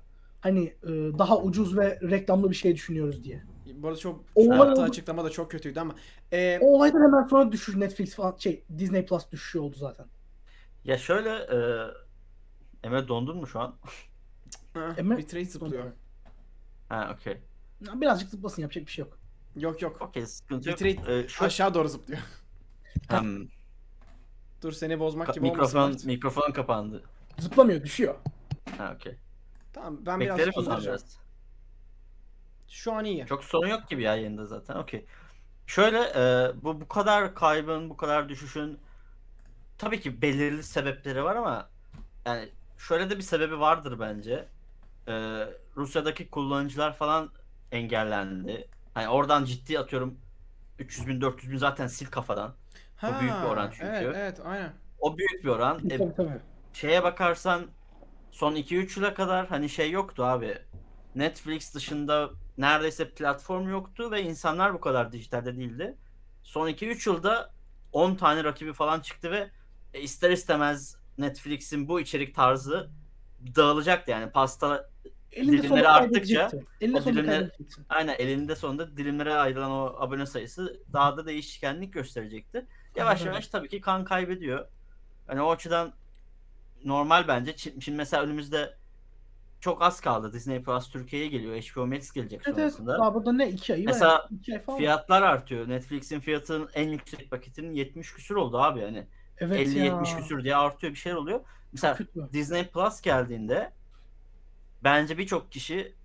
S2: hani e, daha ucuz ve reklamlı bir şey düşünüyoruz diye.
S1: Bu arada çok
S2: O olay
S1: yaptığı
S2: oldu.
S1: açıklama da çok kötüydü ama e,
S2: O olaydan hemen sonra düşüş Netflix falan şey Disney Plus düşüşü oldu zaten.
S3: Ya şöyle e, Emre dondun mu şu an?
S1: ah,
S2: Emre-
S1: bitrate zıplıyor.
S3: Ha okey.
S2: Birazcık zıplasın, yapacak bir şey yok.
S1: Yok yok.
S3: Okey sıkıntı yok.
S1: Bitrate
S3: E, şu
S1: aşağı doğru zıplıyor.
S3: Hem,
S1: Dur seni bozmak
S3: ka-
S1: gibi olmasın.
S3: mikrofon
S1: Mert.
S3: mikrofon kapandı.
S2: Zıplamıyor, düşüyor.
S3: Ha okey.
S1: Tamam ben biraz
S3: Beklerim o zaman
S1: indireceğim.
S3: biraz.
S1: Şu an iyi.
S3: Çok sorun yok gibi ya yayında zaten. Okey. Şöyle e, bu bu kadar kaybın, bu kadar düşüşün tabii ki belirli sebepleri var ama yani şöyle de bir sebebi vardır bence. E, Rusya'daki kullanıcılar falan engellendi. Hani oradan ciddi atıyorum üç yüz bin dört yüz bin zaten sil kafadan. Bu büyük bir oran
S1: Ha,
S3: çünkü.
S1: evet evet aynen.
S3: O büyük bir oran. E,
S2: Tabii tabii.
S3: şeye bakarsan son iki üç yıla kadar hani şey yoktu abi. Netflix dışında neredeyse platform yoktu ve insanlar bu kadar dijitalde değildi. Son iki üç yılda on tane rakibi falan çıktı ve e, ister istemez Netflix'in bu içerik tarzı dağılacaktı. Yani pasta
S2: Elinde
S3: dilimleri
S2: sonunda
S3: arttıkça
S2: kaybedecekti. Elinde
S3: o
S2: sonunda
S3: dilimler-
S2: kaybedecekti.
S3: aynen elinde sonunda dilimlere ayrılan o abone sayısı daha da değişkenlik gösterecekti. Yavaş
S2: Aynen
S3: yavaş tabii ki kan kaybediyor. Hani o açıdan normal bence. Çin- Şimdi mesela önümüzde çok az kaldı. Disney Plus Türkiye'ye geliyor. H B O Max gelecek
S2: Evet evet.
S3: sonrasında.
S2: Daha burada ne? iki ayı var.
S3: Mesela
S2: yani. İki ay falan var.
S3: Fiyatlar artıyor. Netflix'in fiyatının en yüksek paketinin yetmiş küsür oldu abi yani.
S2: Evet
S3: elli
S2: ya.
S3: yetmiş küsür diye artıyor bir şeyler oluyor. Mesela
S2: Çok kötü.
S3: Disney Plus geldiğinde bence birçok kişi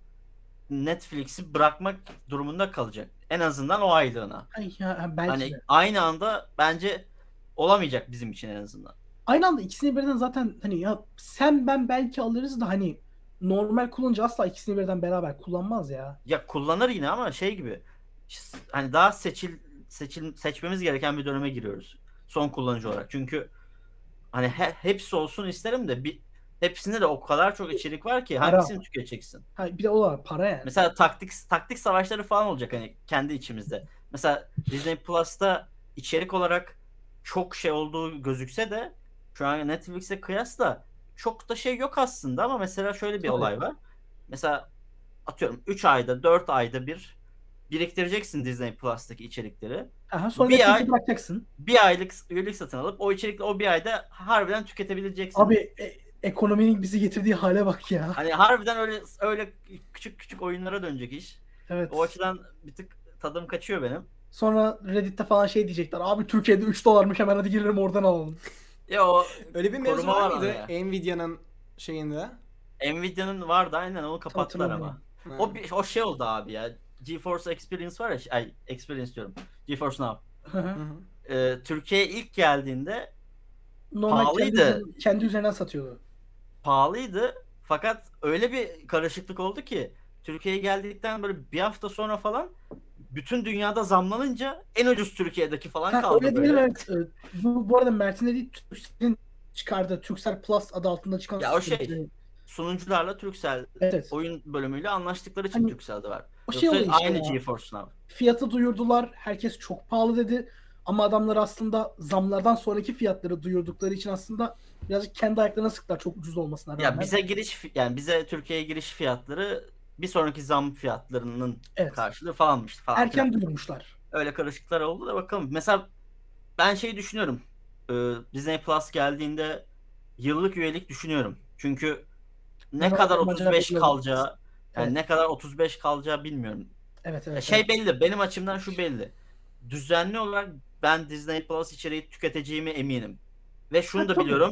S3: Netflix'i bırakmak durumunda kalacak. En azından o aylığına.
S2: Ay ya, belki
S3: Hani
S2: de.
S3: aynı anda bence olamayacak bizim için en azından.
S2: Aynı anda ikisini birden zaten hani ya sen ben belki alırız da hani normal kullanıcı asla ikisini birden beraber kullanmaz ya.
S3: Ya kullanır yine ama şey gibi hani daha seçil seçil seçmemiz gereken bir döneme giriyoruz. Son kullanıcı olarak. Çünkü hani he- hepsi olsun isterim de bir hepsinde de o kadar çok içerik var ki
S2: Para.
S3: hangisini tüketeceksin?
S2: Ha, bir de o var, para yani.
S3: Mesela taktik taktik savaşları falan olacak hani kendi içimizde. Mesela Disney Plus'ta içerik olarak çok şey olduğu gözükse de şu an Netflix'e kıyasla çok da şey yok aslında ama mesela şöyle bir
S2: Tabii.
S3: olay var. Mesela atıyorum üç ayda dört ayda bir biriktireceksin Disney Plus'taki içerikleri.
S2: Aha, sonra
S3: Bir
S2: Netflix'i
S3: ay
S2: bırakacaksın.
S3: bir aylık üyelik satın alıp o içerikle o bir ayda harbiden tüketebileceksin.
S2: Abi e- ekonominin bizi getirdiği hale bak ya.
S3: Hani harbiden öyle öyle küçük küçük oyunlara dönecek iş.
S2: Evet.
S3: O açıdan bir tık tadım kaçıyor benim.
S2: Sonra Reddit'te falan şey diyecekler. Abi Türkiye'de üç dolarmış, hemen hadi girelim oradan alalım.
S3: Ya o
S1: Öyle bir mevzu
S3: koruma
S1: var
S3: var
S1: mıydı
S3: ona
S1: Nvidia'nın şeyinde?
S3: Nvidia'nın vardı aynen onu kapattılar ama.
S2: Hatırlamıyorum.
S1: Ha.
S3: O bir, o şey oldu abi ya. GeForce Experience var ya, ay Experience diyorum. GeForce Now.
S2: Hı hı.
S1: Hı hı.
S3: Ee, Türkiye'ye ilk geldiğinde
S2: Normal kendi,
S3: Pahalıydı.
S2: üzerinden- kendi üzerinden satıyordu.
S3: pahalıydı. Fakat öyle bir karışıklık oldu ki Türkiye'ye geldikten böyle bir hafta sonra falan bütün dünyada zamlanınca en ucuz Türkiye'deki falan
S2: Ha,
S3: kaldı
S2: öyle
S3: böyle.
S2: değil, evet. Ee, Bu, bu arada Mert'in dediği Turkcell'in çıkardığı Turkcell Plus adı altında çıkan
S3: Ya o
S2: sistem.
S3: şey, sunucularla Turkcell
S2: Evet.
S3: oyun bölümüyle anlaştıkları için
S2: Hani
S3: Turkcell'de var.
S2: o
S3: Yoksa
S2: şey oluyor işte
S3: aynı
S2: ya.
S3: GeForce Now.
S2: Fiyatı duyurdular. Herkes çok pahalı dedi. Ama adamlar aslında zamlardan sonraki fiyatları duyurdukları için aslında birazcık kendi ayaklarına sıktılar çok ucuz olmasına rağmen.
S3: Ya bize giriş fi- yani bize Türkiye'ye giriş fiyatları bir sonraki zam fiyatlarının
S2: Evet.
S3: karşılığı falanmış falan
S2: Erken
S3: filan.
S2: duyurmuşlar.
S3: Öyle karışıklıklar oldu da bakalım. Mesela ben şeyi düşünüyorum. Ee, Disney Plus geldiğinde yıllık üyelik düşünüyorum. Çünkü ne
S2: Ne
S3: kadar
S2: zaman
S3: otuz beş
S2: acaba
S3: kalacağı yani
S2: Evet.
S3: ne kadar otuz beş kalacağı bilmiyorum.
S2: Evet
S3: Ya
S2: evet.
S3: şey
S2: evet.
S3: belli. Benim açımdan şu belli. Düzenli olarak ben Disney Plus içeriği tüketeceğime eminim. Ve şunu
S2: Ha,
S3: da
S2: tabii.
S3: biliyorum.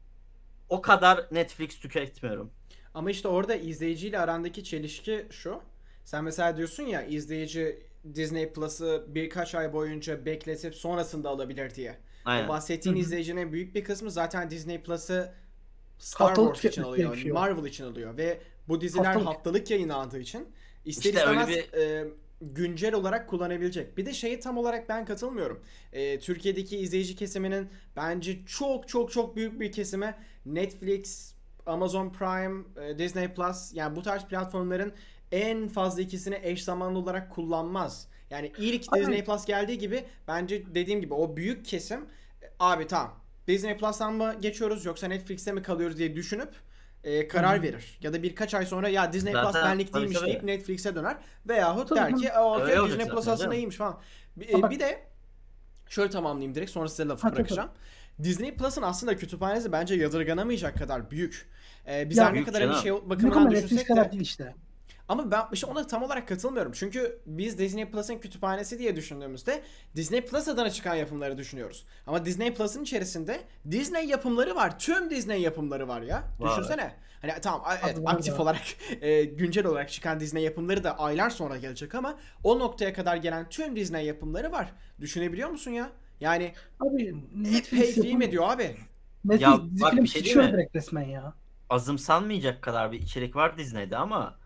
S3: O kadar Netflix tüketmiyorum.
S1: Ama işte orada izleyiciyle arandaki çelişki şu. Sen mesela diyorsun ya izleyici Disney Plus'ı birkaç ay boyunca bekletip sonrasında alabilir diye.
S3: Aynen.
S1: O bahsettiğin
S2: Hı hı.
S1: izleyicinin büyük bir kısmı zaten Disney Plus'ı Star
S2: Haftalık
S1: Wars için
S2: tüketmesi
S1: alıyor,
S2: gerekiyor.
S1: Marvel için alıyor ve bu diziler haftalık,
S2: Haftalık.
S1: yayınlandığı için ister
S3: İşte öyle
S1: istemez e, güncel olarak kullanabilecek. Bir de şeyi tam olarak ben katılmıyorum. E, Türkiye'deki izleyici kesiminin bence çok çok çok büyük bir kesimi Netflix, Amazon Prime, e, Disney Plus yani bu tarz platformların en fazla ikisini eş zamanlı olarak kullanmaz. Yani ilk
S2: Aynen.
S1: Disney Plus geldiği gibi bence dediğim gibi o büyük kesim e, abi tamam Disney Plus'tan mı geçiyoruz yoksa Netflix'te mi kalıyoruz diye düşünüp e, karar
S2: Hı hı.
S1: verir. Ya da birkaç ay sonra ya Disney Plus
S3: Zaten
S1: benlik
S3: tabii
S1: değilmiş
S3: tabii.
S1: deyip Netflix'e döner. Veyahut
S2: Tabii
S1: der
S2: tabii.
S1: ki "Aa, okey,
S3: Öyle olacak
S1: Disney Plus
S3: zaten
S1: aslında
S3: canım.
S1: iyiymiş" falan. Bir,
S2: Ha
S1: e,
S2: bak,
S1: bir de şöyle tamamlayayım direkt, sonra size lafı
S2: ha tabii tabii.
S1: bırakacağım. Disney Plus'ın aslında kütüphanesi bence yadırganamayacak kadar büyük. Ee, biz
S2: Ya
S1: her ne
S3: Büyük
S1: kadar hani
S3: canım.
S1: şey
S2: büyük
S1: bakımından
S2: ama Netflix
S1: düşünsek
S2: kadar
S1: de,
S2: değil işte.
S1: ama ben işte ona tam olarak katılmıyorum. Çünkü biz Disney Plus'ın kütüphanesi diye düşündüğümüzde Disney Plus adına çıkan yapımları düşünüyoruz. Ama Disney Plus'ın içerisinde Disney yapımları var. Tüm Disney yapımları var ya.
S3: Var.
S1: Düşünsene. Hani tamam a- evet,
S2: Abi var
S1: aktif
S2: da.
S1: olarak e, güncel olarak çıkan Disney yapımları da aylar sonra gelecek ama o noktaya kadar gelen tüm Disney yapımları var. Düşünebiliyor musun ya? Yani
S2: Abi
S1: epey
S2: Netflix
S1: film
S2: yapım,
S1: ediyor abi.
S2: Netflix
S3: Ya
S2: dizi
S3: bak,
S2: film
S3: bir şey diyeyim
S2: sıçıyor
S3: mi?
S2: direkt resmen ya.
S3: Azımsanmayacak kadar bir içerik var Disney'de ama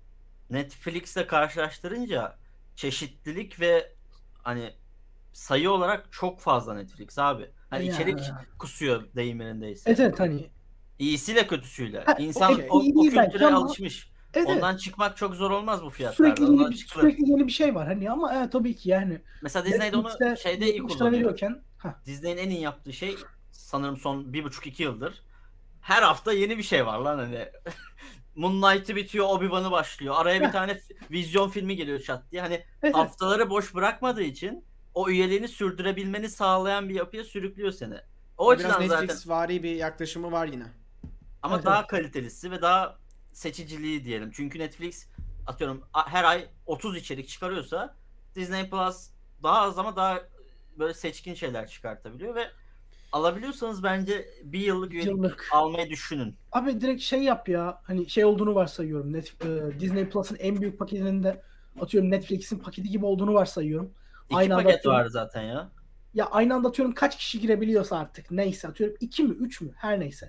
S3: Netflix'le karşılaştırınca çeşitlilik ve hani sayı olarak çok fazla Netflix abi. Hani içerik
S2: Ya.
S3: kusuyor deyim yerindeyse.
S2: Evet evet hani.
S3: İyisiyle kötüsüyle.
S2: Ha,
S3: İnsan
S2: okey,
S3: o,
S1: Okey.
S2: iyi,
S3: o
S2: iyi belki
S3: kültüre
S2: ama
S3: alışmış.
S2: evet evet.
S3: Ondan çıkmak çok zor olmaz bu
S2: Sürekli
S3: fiyatlarda.
S2: yeni
S3: Ondan
S2: bir
S3: çıkılır.
S2: sürekli yeni bir şey var hani ama evet tabii ki yani
S3: Mesela Disney'de onu
S2: Netflix'te
S3: şeyde iyi
S2: yetmiş lira
S3: kullanıyor.
S2: veriyorken ha
S3: Disney'in en iyi yaptığı şey sanırım son bir buçuk iki yıldır. Her hafta yeni bir şey var lan hani. Moon Knight'ı bitiyor, Obi-Wan'ı başlıyor. Araya bir
S2: heh,
S3: tane f- vizyon filmi geliyor çat diye. Hani
S2: evet evet.
S3: haftaları boş bırakmadığı için o üyeliğini sürdürebilmeni sağlayan bir yapıya sürüklüyor seni. O
S1: O biraz
S3: açıdan zaten,
S1: Netflix vari bir yaklaşımı var yine.
S3: ama
S2: Evet
S3: daha
S2: evet.
S3: kalitelisi ve daha seçiciliği diyelim. Çünkü Netflix atıyorum a- her ay otuz içerik çıkarıyorsa Disney Plus daha az ama daha böyle seçkin şeyler çıkartabiliyor ve alabiliyorsanız bence bir yıllık üyelik
S2: Yıllık.
S3: almayı düşünün.
S2: Abi direkt şey yap ya hani şey olduğunu varsayıyorum. Net, e, Disney Plus'ın en büyük paketinin de atıyorum Netflix'in paketi gibi olduğunu varsayıyorum.
S3: İki
S2: Aynı anda
S3: paket
S2: atıyorum
S3: var zaten ya.
S2: ya aynı anda atıyorum kaç kişi girebiliyorsa artık neyse atıyorum iki mi üç mü her neyse.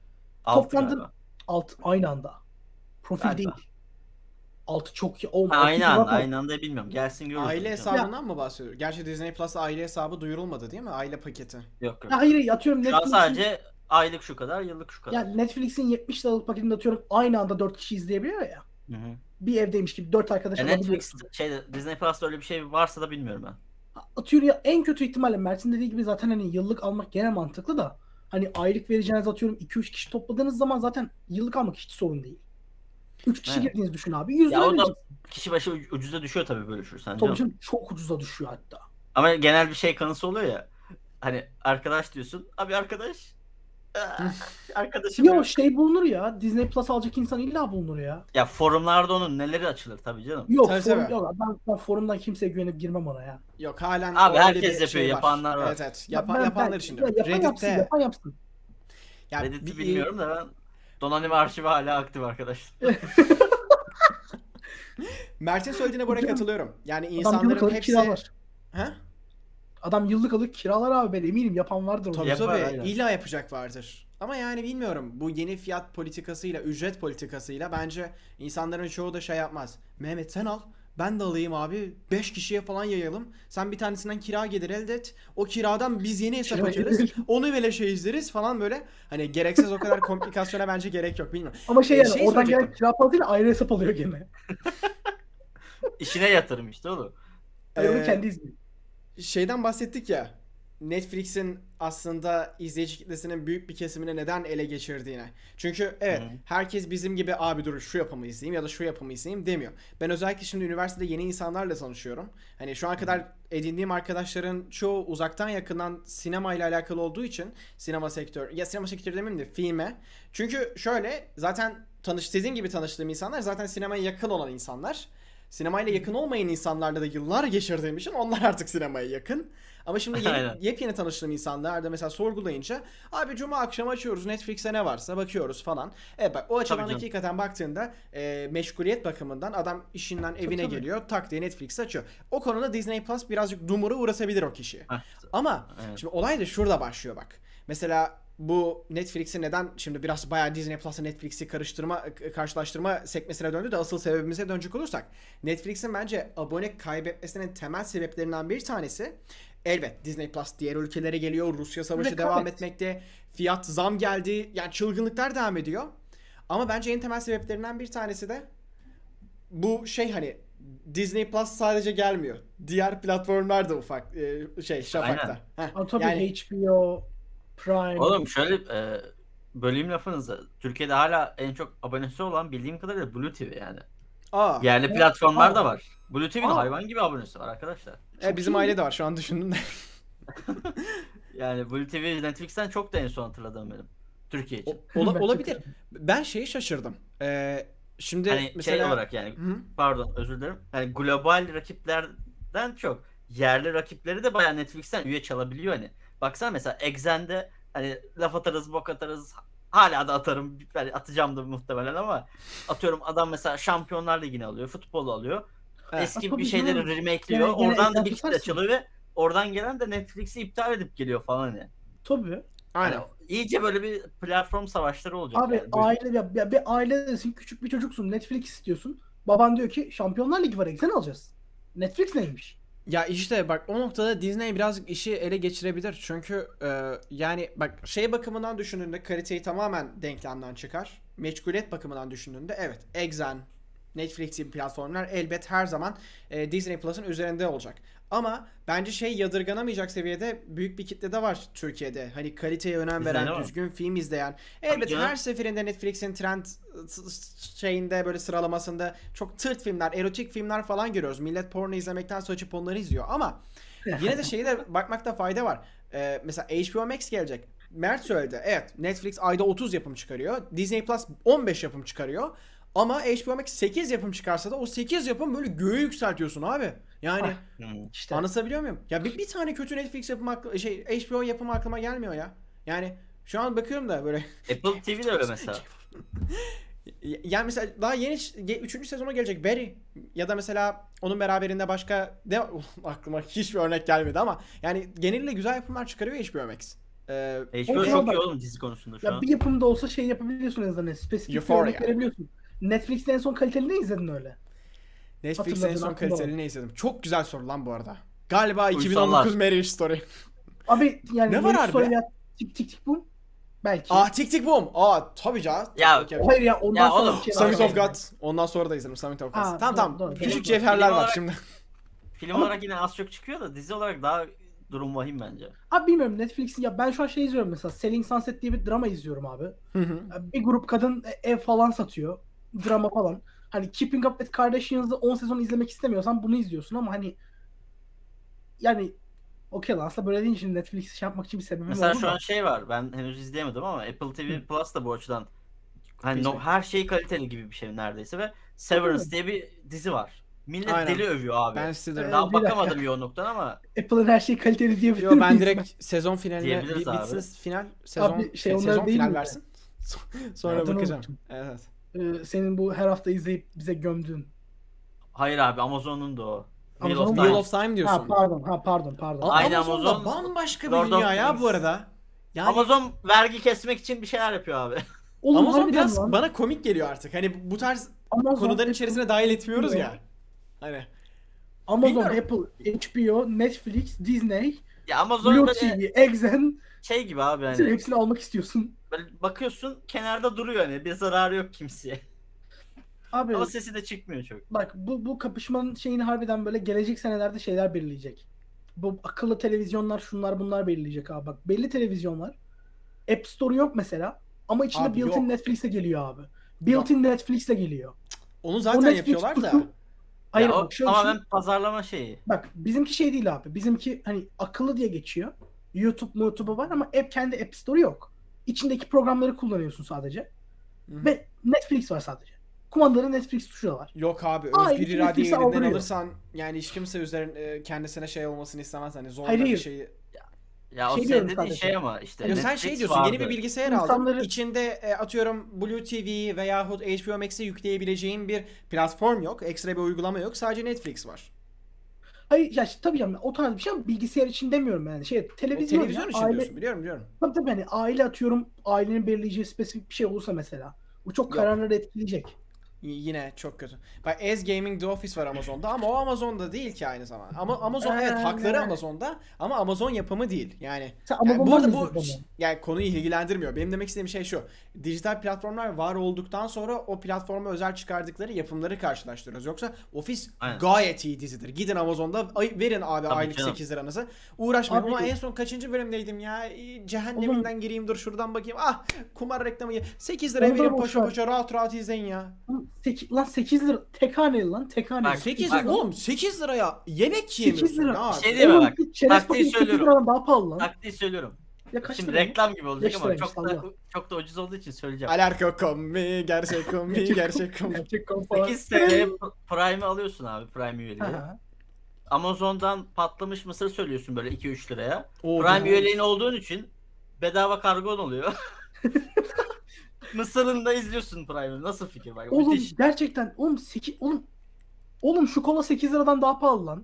S3: Altı
S2: Toplamda
S3: galiba.
S2: alt aynı anda. Profil
S3: Galiba.
S2: değil. Altı çok iyi. Oğlum
S3: Ha,
S2: altı
S3: aynı anda,
S2: zaten.
S3: aynı anda bilmiyorum. Gelsin görürüz
S1: Aile
S3: onu canım.
S2: Ya,
S1: hesabından mı bahsediyor? Gerçi Disney Plus'ta aile hesabı duyurulmadı değil mi? Aile paketi.
S3: Yok yok.
S2: ya hayır atıyorum
S3: Şu an
S2: Netflix'in
S3: sadece aylık şu kadar, yıllık şu
S2: ya
S3: kadar.
S2: Netflix'in yetmiş liralık paketinde atıyorum aynı anda dört kişi izleyebiliyor ya.
S3: Hı hı.
S2: Bir evdeymiş gibi dört arkadaş
S3: E Netflix
S2: alabiliyorsun.
S3: şeyde, Disney Plus'ta öyle bir şey varsa da bilmiyorum ben.
S2: Atıyorum ya en kötü ihtimalle Mert'in dediği gibi zaten hani yıllık almak gene mantıklı da hani aylık vereceğiniz atıyorum iki üç kişi topladığınız zaman zaten yıllık almak hiç sorun değil. üç kişi
S3: Evet.
S2: girdiğinizi düşün abi. yüz
S3: Ya
S2: lira
S3: o da
S2: vereceksin.
S3: kişi başı uc- ucuza düşüyor tabii böyle düşürsen
S2: Tabii
S3: canım.
S2: canım çok ucuza düşüyor hatta.
S3: Ama genel bir şey kanısı oluyor ya. Hani arkadaş diyorsun. Abi arkadaş. Aa, arkadaşım
S2: Yo
S3: yok.
S2: şey bulunur ya. Disney Plus alacak insan illa bulunur ya.
S3: Ya forumlarda onun neleri açılır tabii canım.
S2: Yok
S1: Tabii,
S2: forum
S1: tabii.
S2: yok. Ben, ben forumdan kimseye güvenip girmem ona ya.
S1: Yok, halen
S3: Abi
S1: o öyle
S3: herkes
S1: bir
S3: yapıyor,
S1: şey var.
S3: yapanlar var.
S1: Evet evet.
S2: Ya
S1: Yapa-
S2: ben,
S1: yapanlar
S2: ben,
S1: için
S2: ya
S1: diyorum.
S2: yapan yapsın,
S1: Reddit'te
S2: yapan yapsın.
S1: ya
S3: Reddit'i
S1: bir-
S3: bilmiyorum da ben donanım arşivi hala aktif arkadaşlar.
S1: Mert'in söylediğine buraya
S2: Hocam,
S1: katılıyorum. Yani
S2: Adam yıllık
S1: insanların
S2: alır
S1: hepsi
S2: kiralar.
S1: ha?
S2: Adam yıllık alır kiralar abi ben eminim yapan vardır.
S1: Tabii
S2: onu.
S3: Yapar,
S1: tabii.
S3: aynen.
S1: İlla yapacak vardır. Ama yani bilmiyorum. Bu yeni fiyat politikasıyla, ücret politikasıyla bence insanların çoğu da şey yapmaz. Mehmet sen al. Ben de alayım abi. beş kişiye falan yayalım. Sen bir tanesinden kira gelir elde et. O kiradan biz yeni hesap
S2: Kira
S1: açarız.
S2: gelir.
S1: Onu böyle şey izleriz falan böyle. Hani gereksiz o kadar komplikasyona bence gerek yok. Bilmiyorum.
S2: Ama şey
S1: Ee,
S2: yani
S1: şeyi
S2: oradan gelen
S1: soracaktım.
S2: kira parasıyla ayrı hesap alıyor gene.
S3: İşine yatırım işte oğlum.
S2: Hayır onu
S1: Ee,
S2: kendi izliyor.
S1: Şeyden bahsettik ya. Netflix'in aslında izleyici kitlesinin büyük bir kesimini neden ele geçirdiğine. Çünkü evet,
S3: Hı.
S1: herkes bizim gibi abi dur şu yapımı izleyeyim ya da şu yapımı izleyeyim demiyor. Ben özellikle şimdi üniversitede yeni insanlarla tanışıyorum. Hani şu ana kadar edindiğim arkadaşların çoğu uzaktan yakından sinema ile alakalı olduğu için sinema sektör ya sinema sektörü demeyeyim de filme. Çünkü şöyle zaten tanış dediğim gibi tanıştığım insanlar zaten sinemaya yakın olan insanlar. Sinemayla yakın olmayan insanlarla da yıllar geçirdiğim için onlar artık sinemaya yakın. Ama şimdi yeni,
S3: Aynen.
S1: yepyeni tanıştığım insanlar da mesela sorgulayınca abi cuma akşam açıyoruz Netflix'e ne varsa bakıyoruz falan. Evet bak o açıdan
S3: canım.
S1: hakikaten baktığında e, meşguliyet bakımından adam işinden evine
S2: tabii.
S1: geliyor tak diye Netflix açıyor. O konuda Disney Plus birazcık dumura uğratabilir o kişiyi.
S3: Heh,
S1: Ama
S3: evet.
S1: şimdi olay da şurada başlıyor bak. Mesela bu Netflix'i neden şimdi biraz bayağı Disney Plus'la Netflix'i karıştırma karşılaştırma sekmesine döndü de asıl sebebimize dönecek olursak Netflix'in bence abone kaybetmesinin temel sebeplerinden bir tanesi elbet Disney Plus diğer ülkelere geliyor. Rusya savaşı
S2: Rekabet.
S1: devam etmekte. Fiyat zam geldi. Yani çılgınlıklar devam ediyor. Ama bence en temel sebeplerinden bir tanesi de bu şey hani Disney Plus sadece gelmiyor. Diğer platformlar da ufak e, şey şafakta. Heh,
S2: Ama tabii
S1: yani
S2: H B O, Prime.
S3: Oğlum şöyle e, böleyim lafınızı. Türkiye'de hala en çok abonesi olan bildiğim kadarıyla Blue T V yani.
S1: Aa,
S3: Yerli
S2: Ne?
S3: platformlar
S2: Aa.
S3: da var. Blue T V'nin
S2: Aa.
S3: hayvan gibi abonesi var arkadaşlar.
S1: e,
S2: çok
S1: bizim
S2: iyi.
S1: aile de var şu an düşündüm de.
S3: Yani Blue T V Netflix'ten çok da en son hatırladığım benim. Türkiye için.
S1: O- ola-
S2: Ben
S1: olabilir.
S2: çok-
S1: Ben şeyi şaşırdım. Ee, şimdi
S3: Hani
S1: mesela
S3: şey olarak yani
S1: Hı?
S3: pardon özür dilerim. Yani global rakiplerden çok yerli rakipleri de bayağı Netflix'ten üye çalabiliyor hani. Baksana mesela Exxen'de hani laf atarız, bok atarız. Hala da atarım. Yani atacağım da muhtemelen ama atıyorum adam mesela Şampiyonlar Ligi'ni alıyor, futbolu alıyor.
S1: Evet.
S3: Eski
S2: Tabii
S3: bir şeyleri
S2: canım.
S3: remake'liyor.
S2: Gene- gene
S3: Oradan da bir
S2: Exxen
S3: kitle
S2: tutarsın.
S3: çalıyor ve oradan gelen de Netflix'i iptal edip geliyor falan hani.
S2: Tabii.
S1: Aynen.
S3: Yani iyice böyle bir platform savaşları olacak
S2: Abi
S3: yani. Bu-
S2: aile ya, ya bir ailedesin, küçük bir çocuksun, Netflix istiyorsun. Baban diyor ki Şampiyonlar Ligi var, Exxen alacağız. Netflix neymiş?
S1: Ya işte bak o noktada Disney birazcık işi ele geçirebilir. Çünkü e, yani bak şey bakımından düşündüğünde kaliteyi tamamen denklemden çıkar. Meşguliyet bakımından düşündüğünde evet Exxen, Netflix gibi platformlar elbet her zaman e, Disney Plus'ın üzerinde olacak. Ama bence şey yadırganamayacak seviyede büyük bir kitle de var Türkiye'de. Hani kaliteye önem
S3: Disney'de
S1: veren,
S3: var.
S1: düzgün film izleyen. Elbette
S3: canım.
S1: her seferinde Netflix'in trend şeyinde böyle sıralamasında çok tırt filmler, erotik filmler falan görüyoruz. Millet porno izlemekten açıp onları izliyor. Ama yine de şeye de bakmakta fayda var. Ee, mesela H B O Max gelecek. Mert söyledi. Evet, Netflix ayda otuz yapım çıkarıyor. Disney Plus on beş yapım çıkarıyor. Ama H B O Max sekiz yapım çıkarsa da o sekiz yapım böyle göğe yükseltiyorsun abi. Yani
S3: Hmm.
S2: İşte
S1: anlatabiliyor muyum? Ya bir, bir tane kötü Netflix yapımı aklı- şey H B O yapımı aklıma gelmiyor ya. Yani şu an bakıyorum da böyle
S3: Apple T V de öyle mesela.
S1: yani mesela daha yeni üçüncü sezona gelecek Barry ya da mesela onun beraberinde başka de aklıma hiçbir örnek gelmedi ama yani geneliyle güzel yapımlar çıkarıyor H B O Max. Ee,
S3: H B O
S2: O
S3: çok
S2: zaman
S3: iyi
S2: bak-
S3: oğlum dizi konusunda şu
S2: ya
S3: an.
S2: bir yapımda olsa şey yapabiliyorsun en azından. Spesifik bir
S1: Euphoria.
S2: örnek verebiliyorsun. Netflix'te en son kaliteli ne izledin öyle?
S1: Netflix'in en
S2: Hatırladın,
S1: son
S2: aklında
S1: kaliteli ne izledim? Çok güzel soru lan bu arada. Galiba
S3: Uysallar.
S1: iki bin on dokuz Marriage Story.
S2: Abi yani
S1: Ne var
S2: Marriage
S1: harbi?
S2: Story ya Tik Tik Tik Boom belki.
S1: Aa Tik Tik Boom. Aa tabii canım.
S3: Ya,
S1: Tabii ki.
S2: Hayır ya ondan
S3: Ya
S2: sonra
S3: oğlum,
S2: bir şey
S1: Summit
S2: var.
S1: of God. Ondan sonra da izledim Summit of God.
S2: Ha,
S1: Tamam
S2: doğru,
S1: tamam.
S2: doğru.
S1: Küçük
S2: Doğru.
S1: cevherler
S3: Film
S1: var
S3: olarak-
S1: şimdi.
S3: Film
S2: Ama-
S3: olarak yine az çok çıkıyor da dizi olarak daha durum vahim bence.
S2: Abi bilmiyorum Netflix'in ya ben şu an şey izliyorum mesela Selling Sunset diye bir drama izliyorum abi.
S1: Hı hı.
S2: Bir grup kadın ev falan satıyor. Drama falan. Hani Keeping Up with Kardashians'ı on sezon izlemek istemiyorsan bunu izliyorsun ama hani yani okey lan aslında böyle değil şimdi Netflix'i şey yapmak için bir sebebim
S3: Mesela
S2: oldu
S3: şu
S2: da.
S3: an şey var. Ben henüz izleyemedim ama Apple T V Plus da bu açıdan hani no,
S1: Hiçbir-
S3: her şey kaliteli gibi bir şey neredeyse ve Severance
S2: mi?
S3: diye bir dizi var. Millet
S1: Aynen.
S3: deli övüyor abi.
S1: Ben Stiller'ım.
S2: Ee,
S3: Daha
S2: bir dakika.
S3: bakamadım yoğunluktan ama
S2: Apple'ın her şeyi kaliteli diyebilir
S1: Yo ben
S2: miyiz?
S1: direkt sezon finaline
S3: Diyebiliriz
S1: bir,
S3: abi.
S1: bitsin final sezon
S2: Abi, şey onlar
S1: sezon
S2: değil
S1: final
S2: miydi?
S1: versin. Sonra
S2: Adını
S1: bakacağım.
S2: unuttum.
S1: Evet.
S2: Ee, senin bu her hafta izleyip bize gömdüğün.
S3: hayır abi Amazon'un da o. Wheel
S2: Amazon'un
S3: of
S2: da-
S1: Wheel
S3: Time.
S1: of Time
S2: Ha
S1: diyorsun.
S2: pardon ha pardon pardon.
S1: A-
S3: Aynı
S1: Amazon'da
S3: Amazon,
S1: bambaşka bir
S3: Lord of
S1: dünya ya
S3: Rings.
S1: bu arada. Yani
S3: Amazon vergi kesmek için bir şeyler yapıyor abi.
S2: Oğlum
S1: Amazon
S2: harbiden
S1: biraz
S2: lan.
S1: bana komik geliyor artık. Hani bu tarz
S2: Amazon,
S1: konuların
S2: Apple,
S1: içerisine dahil etmiyoruz
S2: H B O,
S1: ya. Hani
S2: Amazon,
S1: Bilmiyorum.
S2: Apple, H B O, Netflix, Disney,
S3: Ya Amazon
S2: Blue
S3: böyle
S2: T V, Exxen
S3: şey gibi abi
S2: hepsini,
S3: hani.
S2: hepsini almak istiyorsun.
S3: Böyle bakıyorsun kenarda duruyor hani bir zararı yok kimseye.
S2: Abi
S3: Ama sesi de çıkmıyor çok.
S2: bak bu bu kapışmanın şeyini harbiden böyle gelecek senelerde şeyler belirleyecek. Bu akıllı televizyonlar şunlar bunlar belirleyecek abi. Bak belli televizyonlar App Store yok mesela ama içinde
S1: Abi
S2: built-in
S1: yok.
S2: Netflix'e geliyor abi. Built-in Netflix'e geliyor.
S1: onu zaten
S2: Netflix
S1: yapıyorlar da.
S2: tuşu- Hayır
S3: ya o
S2: bak şöyle düşün.
S3: tamamen pazarlama şeyi.
S2: Bak bizimki şey değil abi. Bizimki hani akıllı diye geçiyor. YouTube, YouTube'u var ama app kendi App Store yok. İçindeki programları kullanıyorsun sadece.
S1: Hı hı.
S2: Ve Netflix var sadece. Kumandada Netflix tuşu da var.
S1: Yok abi
S2: Aa,
S1: özgür
S2: Netflix'e
S1: iradeyi elinden
S2: aldırıyor.
S1: alırsan yani hiç kimse üzerine kendisine şey olmasını istemez hani zorla
S2: Hayır,
S1: bir
S2: hayır.
S1: şeyi.
S3: Ya o
S2: Şey
S3: senin
S2: diyorum
S3: dediğin
S2: sadece.
S3: şey ama işte
S1: Ya sen
S3: Netflix
S1: şey diyorsun
S3: vardı.
S1: yeni bir bilgisayar aldın.
S2: İnsanları-
S1: İçinde e, atıyorum Blue T V veyahut H B O Max'e yükleyebileceğin bir platform yok. Ekstra bir uygulama yok. Sadece Netflix var.
S2: Hayır ya işte tabii yani o tarz bir şey ama bilgisayar için demiyorum yani. Şey
S1: O
S2: televizyon,
S1: televizyon
S2: ya,
S1: için
S2: aile,
S1: diyorsun biliyorum biliyorum.
S2: tabii tabii hani aile atıyorum ailenin belirleyeceği spesifik bir şey olursa mesela. Bu çok
S1: Yok.
S2: kararları etkileyecek.
S1: Y- yine çok kötü. Bak As Gaming The Office var Amazon'da ama o Amazon'da değil ki aynı zamanda. Ama Amazon evet hakları
S2: Ee.
S1: Amazon'da ama Amazon yapımı değil. Yani
S2: Sen
S1: yani
S2: Amazon'dan
S1: bu arada
S2: mı
S1: bu
S2: izledin
S1: ş-
S2: onu?
S1: yani konuyu ilgilendirmiyor. Benim demek istediğim şey şu. Dijital platformlar var olduktan sonra o platforma özel çıkardıkları yapımları karşılaştırıyoruz. Yoksa Office
S3: Aynen.
S1: gayet iyi dizidir. Gidin Amazon'da ay- verin abi
S3: Tabii
S1: aylık
S3: canım.
S1: sekiz liranızı. Uğraşmayın
S2: Abi-
S1: ama en son kaçıncı bölümdeydim ya? Ee, Cehenneminden gireyim dur şuradan bakayım. Ah kumar reklamı. gel- sekiz liraya
S2: Onu da
S1: verin
S2: boş
S1: paşa
S2: ver.
S1: paşa rahat rahat izleyin ya.
S2: Lan sekiz, lan sekiz lira tek haneli lan tek haneli.
S3: Bak,
S1: sekiz
S3: bak.
S1: lira oğlum sekiz liraya yemek yiyemiyorsun.
S2: lira.
S1: Ne abi?
S3: Şey diyeyim mi
S2: Oğlum,
S3: bak?
S2: çerez
S3: Taktiği
S2: paketi sekiz
S3: söylüyorum.
S2: liradan daha pahalı lan.
S3: Taktiği söylüyorum.
S2: Ya kaç
S3: Şimdi
S2: lira?
S3: reklam gibi olacak
S2: Beş
S3: ama
S2: liraymış,
S3: çok da
S2: salla.
S3: çok da ucuz olduğu için söyleyeceğim.
S1: Alarko kombi, gerçek kombi, gerçek kombi.
S2: Gerçek kom falan.
S3: sekiz T L'ye Prime'i alıyorsun abi, Prime üyeliği.
S2: Aha.
S3: Amazon'dan patlamış mısır söylüyorsun böyle iki üç liraya.
S1: Oo,
S3: Prime
S1: güzel.
S3: üyeliğin olduğun için bedava kargon oluyor. Mısır'ını da izliyorsun Prime'ı. Nasıl fikir bak?
S2: Oğlum
S3: Müthiş.
S2: gerçekten oğlum sekiz oğlum oğlum şu kola sekiz liradan daha pahalı lan.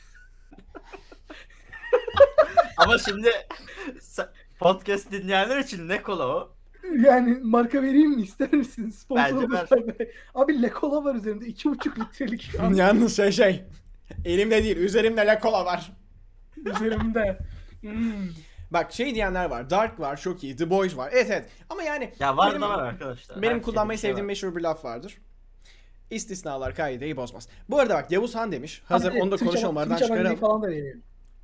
S3: Ama şimdi sen- podcast dinleyenler için ne kola o?
S2: Yani marka vereyim mi ister misin? Sponsor
S3: Bence
S2: olursa. Abi Le Cola var üzerinde iki buçuk litrelik şu an
S1: Yalnız şey şey. Elimde değil, üzerimde la kola var.
S2: üzerimde. Hmm.
S1: Bak şey diyenler var. Dark var, çok iyi. The Boys var. Evet evet. Ama yani
S3: Ya var
S1: benim,
S3: da var arkadaşlar.
S1: benim
S3: Her
S1: kullanmayı
S3: şeyde bir şey
S1: sevdiğim
S3: var.
S1: meşhur bir laf vardır. İstisnalar kaideyi bozmaz. Bu arada bak Yavuz Han demiş. Hazır
S2: Abi,
S1: onu da
S2: Twitch-
S1: konuşalım aradan
S2: Twitch aboneliği
S1: çıkaralım.
S2: falan da veriyor.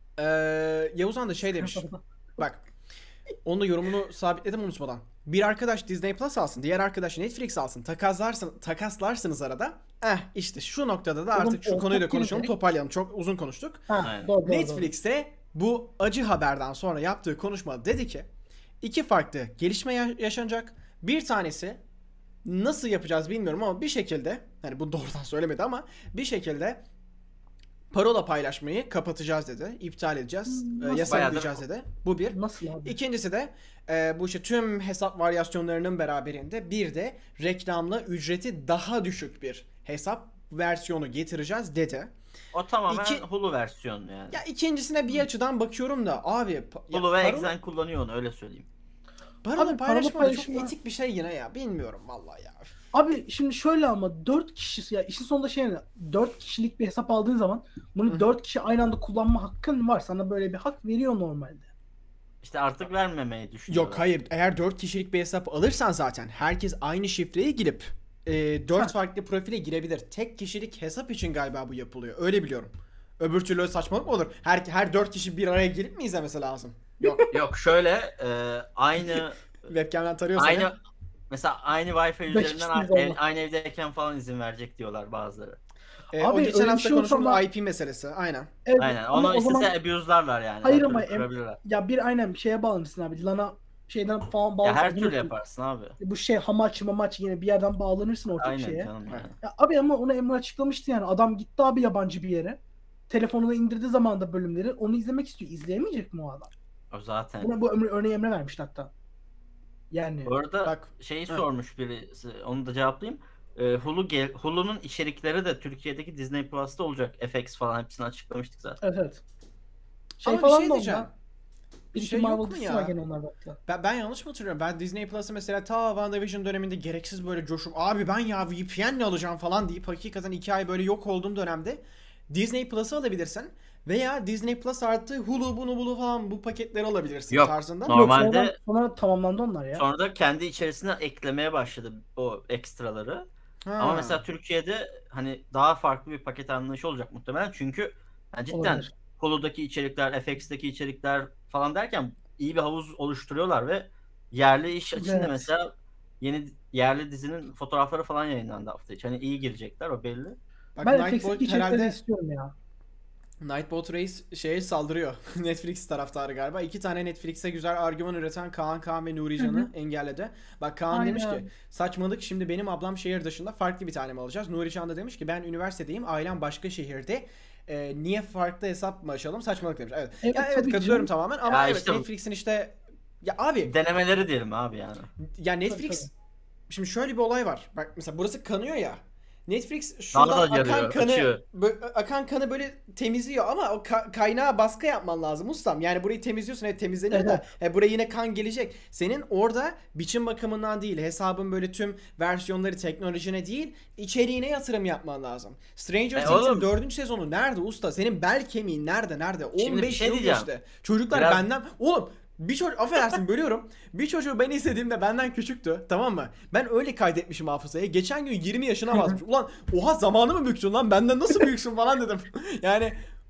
S1: Ee, Yavuz Han da şey demiş. Bak. Onun da yorumunu sabitledim unutmadan. Bir arkadaş Disney Plus alsın, diğer arkadaş Netflix alsın. Takaslarsın, takaslarsınız arada. Eh işte şu noktada da
S2: Oğlum,
S1: artık şu
S2: ortak
S1: konuyu da konuşalım,
S2: gelir.
S1: toparlayalım. Çok uzun konuştuk.
S2: Ha,
S3: Aynen.
S2: doğru, doğru, doğru.
S1: Netflix'te bu acı haberden sonra yaptığı konuşmada dedi ki iki farklı gelişme ya- yaşanacak. Bir tanesi nasıl yapacağız bilmiyorum ama bir şekilde hani bu doğrudan söylemedi ama bir şekilde parola paylaşmayı kapatacağız dedi. İptal edeceğiz.
S2: Hmm,
S1: e,
S2: nasıl?
S1: yasaklayacağız dedi. Bu bir.
S2: Nasıl abi?
S1: İkincisi de e, bu işte tüm hesap varyasyonlarının beraberinde bir de reklamla ücreti daha düşük bir hesap versiyonu getireceğiz dedi.
S3: O tamamen
S1: İki-
S3: Hulu versiyonu yani.
S1: Ya ikincisine bir açıdan bakıyorum da abi pa- ya
S3: Hulu ve
S1: parola-
S3: Exxen kullanıyor onu öyle söyleyeyim.
S1: parola
S2: Abi,
S1: paylaşma
S2: parola
S1: da çok
S2: paylaşma-
S1: etik bir şey yine ya. Bilmiyorum vallahi ya.
S2: Abi şimdi şöyle ama dört kişi ya işin sonunda şey ne? dört kişilik bir hesap aldığın zaman bunu
S1: Hı.
S2: dört kişi aynı anda kullanma hakkın var. Sana böyle bir hak veriyor normalde.
S3: İşte artık vermemeyi düşünüyorlar.
S1: Yok hayır, eğer dört kişilik bir hesap alırsan zaten herkes aynı şifreye girip e, dört
S2: Ha.
S1: farklı profile girebilir. Tek kişilik hesap için galiba bu yapılıyor. Öyle biliyorum. Öbür türlü saçmalık mı olur? Her her dört kişi bir araya girip mi izlemesi lazım? Yok.
S3: Yok şöyle e, aynı
S1: Webcam'den tarıyorsa
S3: aynı
S1: ya.
S3: mesela aynı Wi-Fi
S2: Beş
S3: üzerinden
S2: kişisiniz
S3: a- ev-
S2: valla.
S3: aynı evdeyken falan izin verecek diyorlar bazıları.
S1: E, o
S2: Abi,
S1: geçen
S2: öyle bir
S1: hafta
S2: şey olsa
S1: konuştuğumuz
S2: ama-
S1: I P meselesi. Aynen.
S2: Evet,
S3: Aynen.
S2: ama
S3: Onu
S2: o zaman
S3: istese abuse'larlar yani.
S2: Hayır
S3: Her
S2: ama
S3: türlü
S2: em-
S3: kurabilirler.
S2: ya bir aynen bir şeye bağlanırsın abi. Lana şeyden falan
S3: Ya
S2: bağlanırsın.
S3: her
S2: Bunu
S3: türlü
S2: tut-
S3: yaparsın abi.
S2: Bu şey hamaç mamaç yine bir yerden bağlanırsın ortak
S3: Aynen
S2: şeye.
S3: canım yani.
S2: Ya abi ama onu Emre açıklamıştı yani. Adam gitti abi yabancı bir yere. Telefonuna indirdiği zaman da bölümleri onu izlemek istiyor. İzleyemeyecek mi o adam?
S3: O zaten.
S2: Buna bu ömrü, örneği Emre vermişti hatta. Yani.
S3: Bu arada
S1: Bak.
S3: şeyi
S1: Heh.
S3: sormuş birisi. Onu da cevaplayayım. Ee, Hulu gel Hulu'nun içerikleri de Türkiye'deki Disney Plus'ta olacak. F X falan hepsini açıklamıştık zaten.
S2: Evet evet. Şey
S1: Ama bir
S2: falan
S1: şey
S2: da
S1: diyeceğim.
S2: onda. Bir
S1: Bir
S2: iki
S1: şey yok
S2: Marvel
S1: mu
S2: dizisi
S1: ya?
S2: var gene onlarda hatta.
S1: Ben, ben yanlış mı hatırlıyorum? Ben Disney Plus'ı mesela ta WandaVision döneminde gereksiz böyle coşup abi ben ya V P N'le alacağım falan deyip hakikaten iki ay böyle yok olduğum dönemde Disney Plus'ı alabilirsin veya Disney Plus artı Hulu bunu bunu falan bu paketleri alabilirsin
S3: Yok,
S1: tarzında.
S3: normal- Normalde-
S2: Yok, sonra, sonra tamamlandı onlar ya.
S3: Sonra da kendi içerisine eklemeye başladı o ekstraları.
S1: Ha.
S3: Ama mesela Türkiye'de hani daha farklı bir paket anlayışı olacak muhtemelen. Çünkü yani cidden
S2: Olabilir.
S3: Hulu'daki içerikler, F X'teki içerikler falan derken iyi bir havuz oluşturuyorlar ve yerli iş içinde
S2: Evet.
S3: mesela yeni yerli dizinin fotoğrafları falan yayınlandı hafta içi. Hani iyi girecekler o belli.
S1: Bak
S2: Ben
S1: Nightbot
S2: F X'teki içerikleri
S1: herhalde
S2: istiyorum ya.
S1: Nightbot Reis şeye saldırıyor. Netflix taraftarı galiba. İki tane Netflix'e güzel argüman üreten Kaan Kaan ve Nuri Can'ı engelledi. Bak Kaan demiş
S2: Aynen.
S1: ki saçmalık şimdi benim ablam şehir dışında farklı bir tane mi alacağız? Nuri Can da demiş ki ben üniversitedeyim ailem başka şehirde. Ee, niye farklı hesap mı açalım? Saçmalık demiş. Evet.
S2: Evet,
S1: ya evet
S2: tabii
S1: katılıyorum
S2: canım.
S1: tamamen ama
S3: Ya
S1: evet
S3: işte bu-
S1: Netflix'in işte ya abi
S3: Denemeleri diyelim abi yani.
S1: ya Netflix
S2: Tabii,
S1: şimdi şöyle bir olay var. Bak mesela burası kanıyor ya. Netflix
S3: Daha
S1: şuradan
S3: da
S1: akan
S3: yarıyor,
S1: kanı
S3: açıyor.
S1: bö- akan kanı böyle temizliyor ama o ka- kaynağa baskı yapman lazım ustam. Yani burayı temizliyorsun, evet temizleniyor da e, buraya yine kan gelecek. Senin orada biçim bakımından değil, hesabın böyle tüm versiyonları teknolojine değil, içeriğine yatırım yapman lazım. Stranger
S3: E
S1: Things'in
S3: oğlum.
S1: dördüncü sezonu nerede usta? Senin bel kemiğin nerede nerede?
S3: Şimdi bir
S1: on beş
S3: şey
S1: yıl
S3: diyeceğim.
S1: geçti. Çocuklar
S3: Biraz-
S1: benden oğlum bir çocuk, affedersin bölüyorum. Bir çocuğu ben izlediğimde benden küçüktü, tamam mı? Ben öyle kaydetmişim hafızaya. Geçen gün yirmi yaşına basmış. Ulan oha zamanı mı büyüksün lan? Benden nasıl büyüksün falan dedim. Yani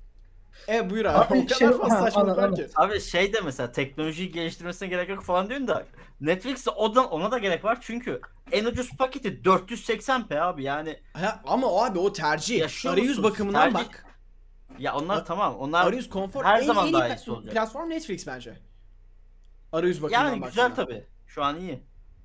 S1: e buyur abi.
S2: Abi
S1: O kadar
S2: şey-
S1: fazla
S2: ha,
S1: saçmalık
S2: anladım,
S1: var ki.
S3: Abi şey de mesela teknolojiyi geliştirmesine gerek yok falan diyorsun da Netflix'te o da, ona da gerek var çünkü en ucuz paketi dört yüz seksen p abi yani
S1: Ha, ama abi o tercih.
S3: Yaşıyor
S1: Arayüz
S3: musunuz?
S1: bakımından
S3: Tercih-
S1: bak.
S3: ya onlar
S1: A-
S3: tamam onlar
S1: Arayüz konfor
S3: her
S1: en,
S3: zaman
S1: en
S3: daha
S1: iyi
S3: iyisi olacak.
S1: platform Netflix bence. Arayüz bakımından
S3: Yani
S1: baktığında.
S3: güzel tabii. Şu an iyi.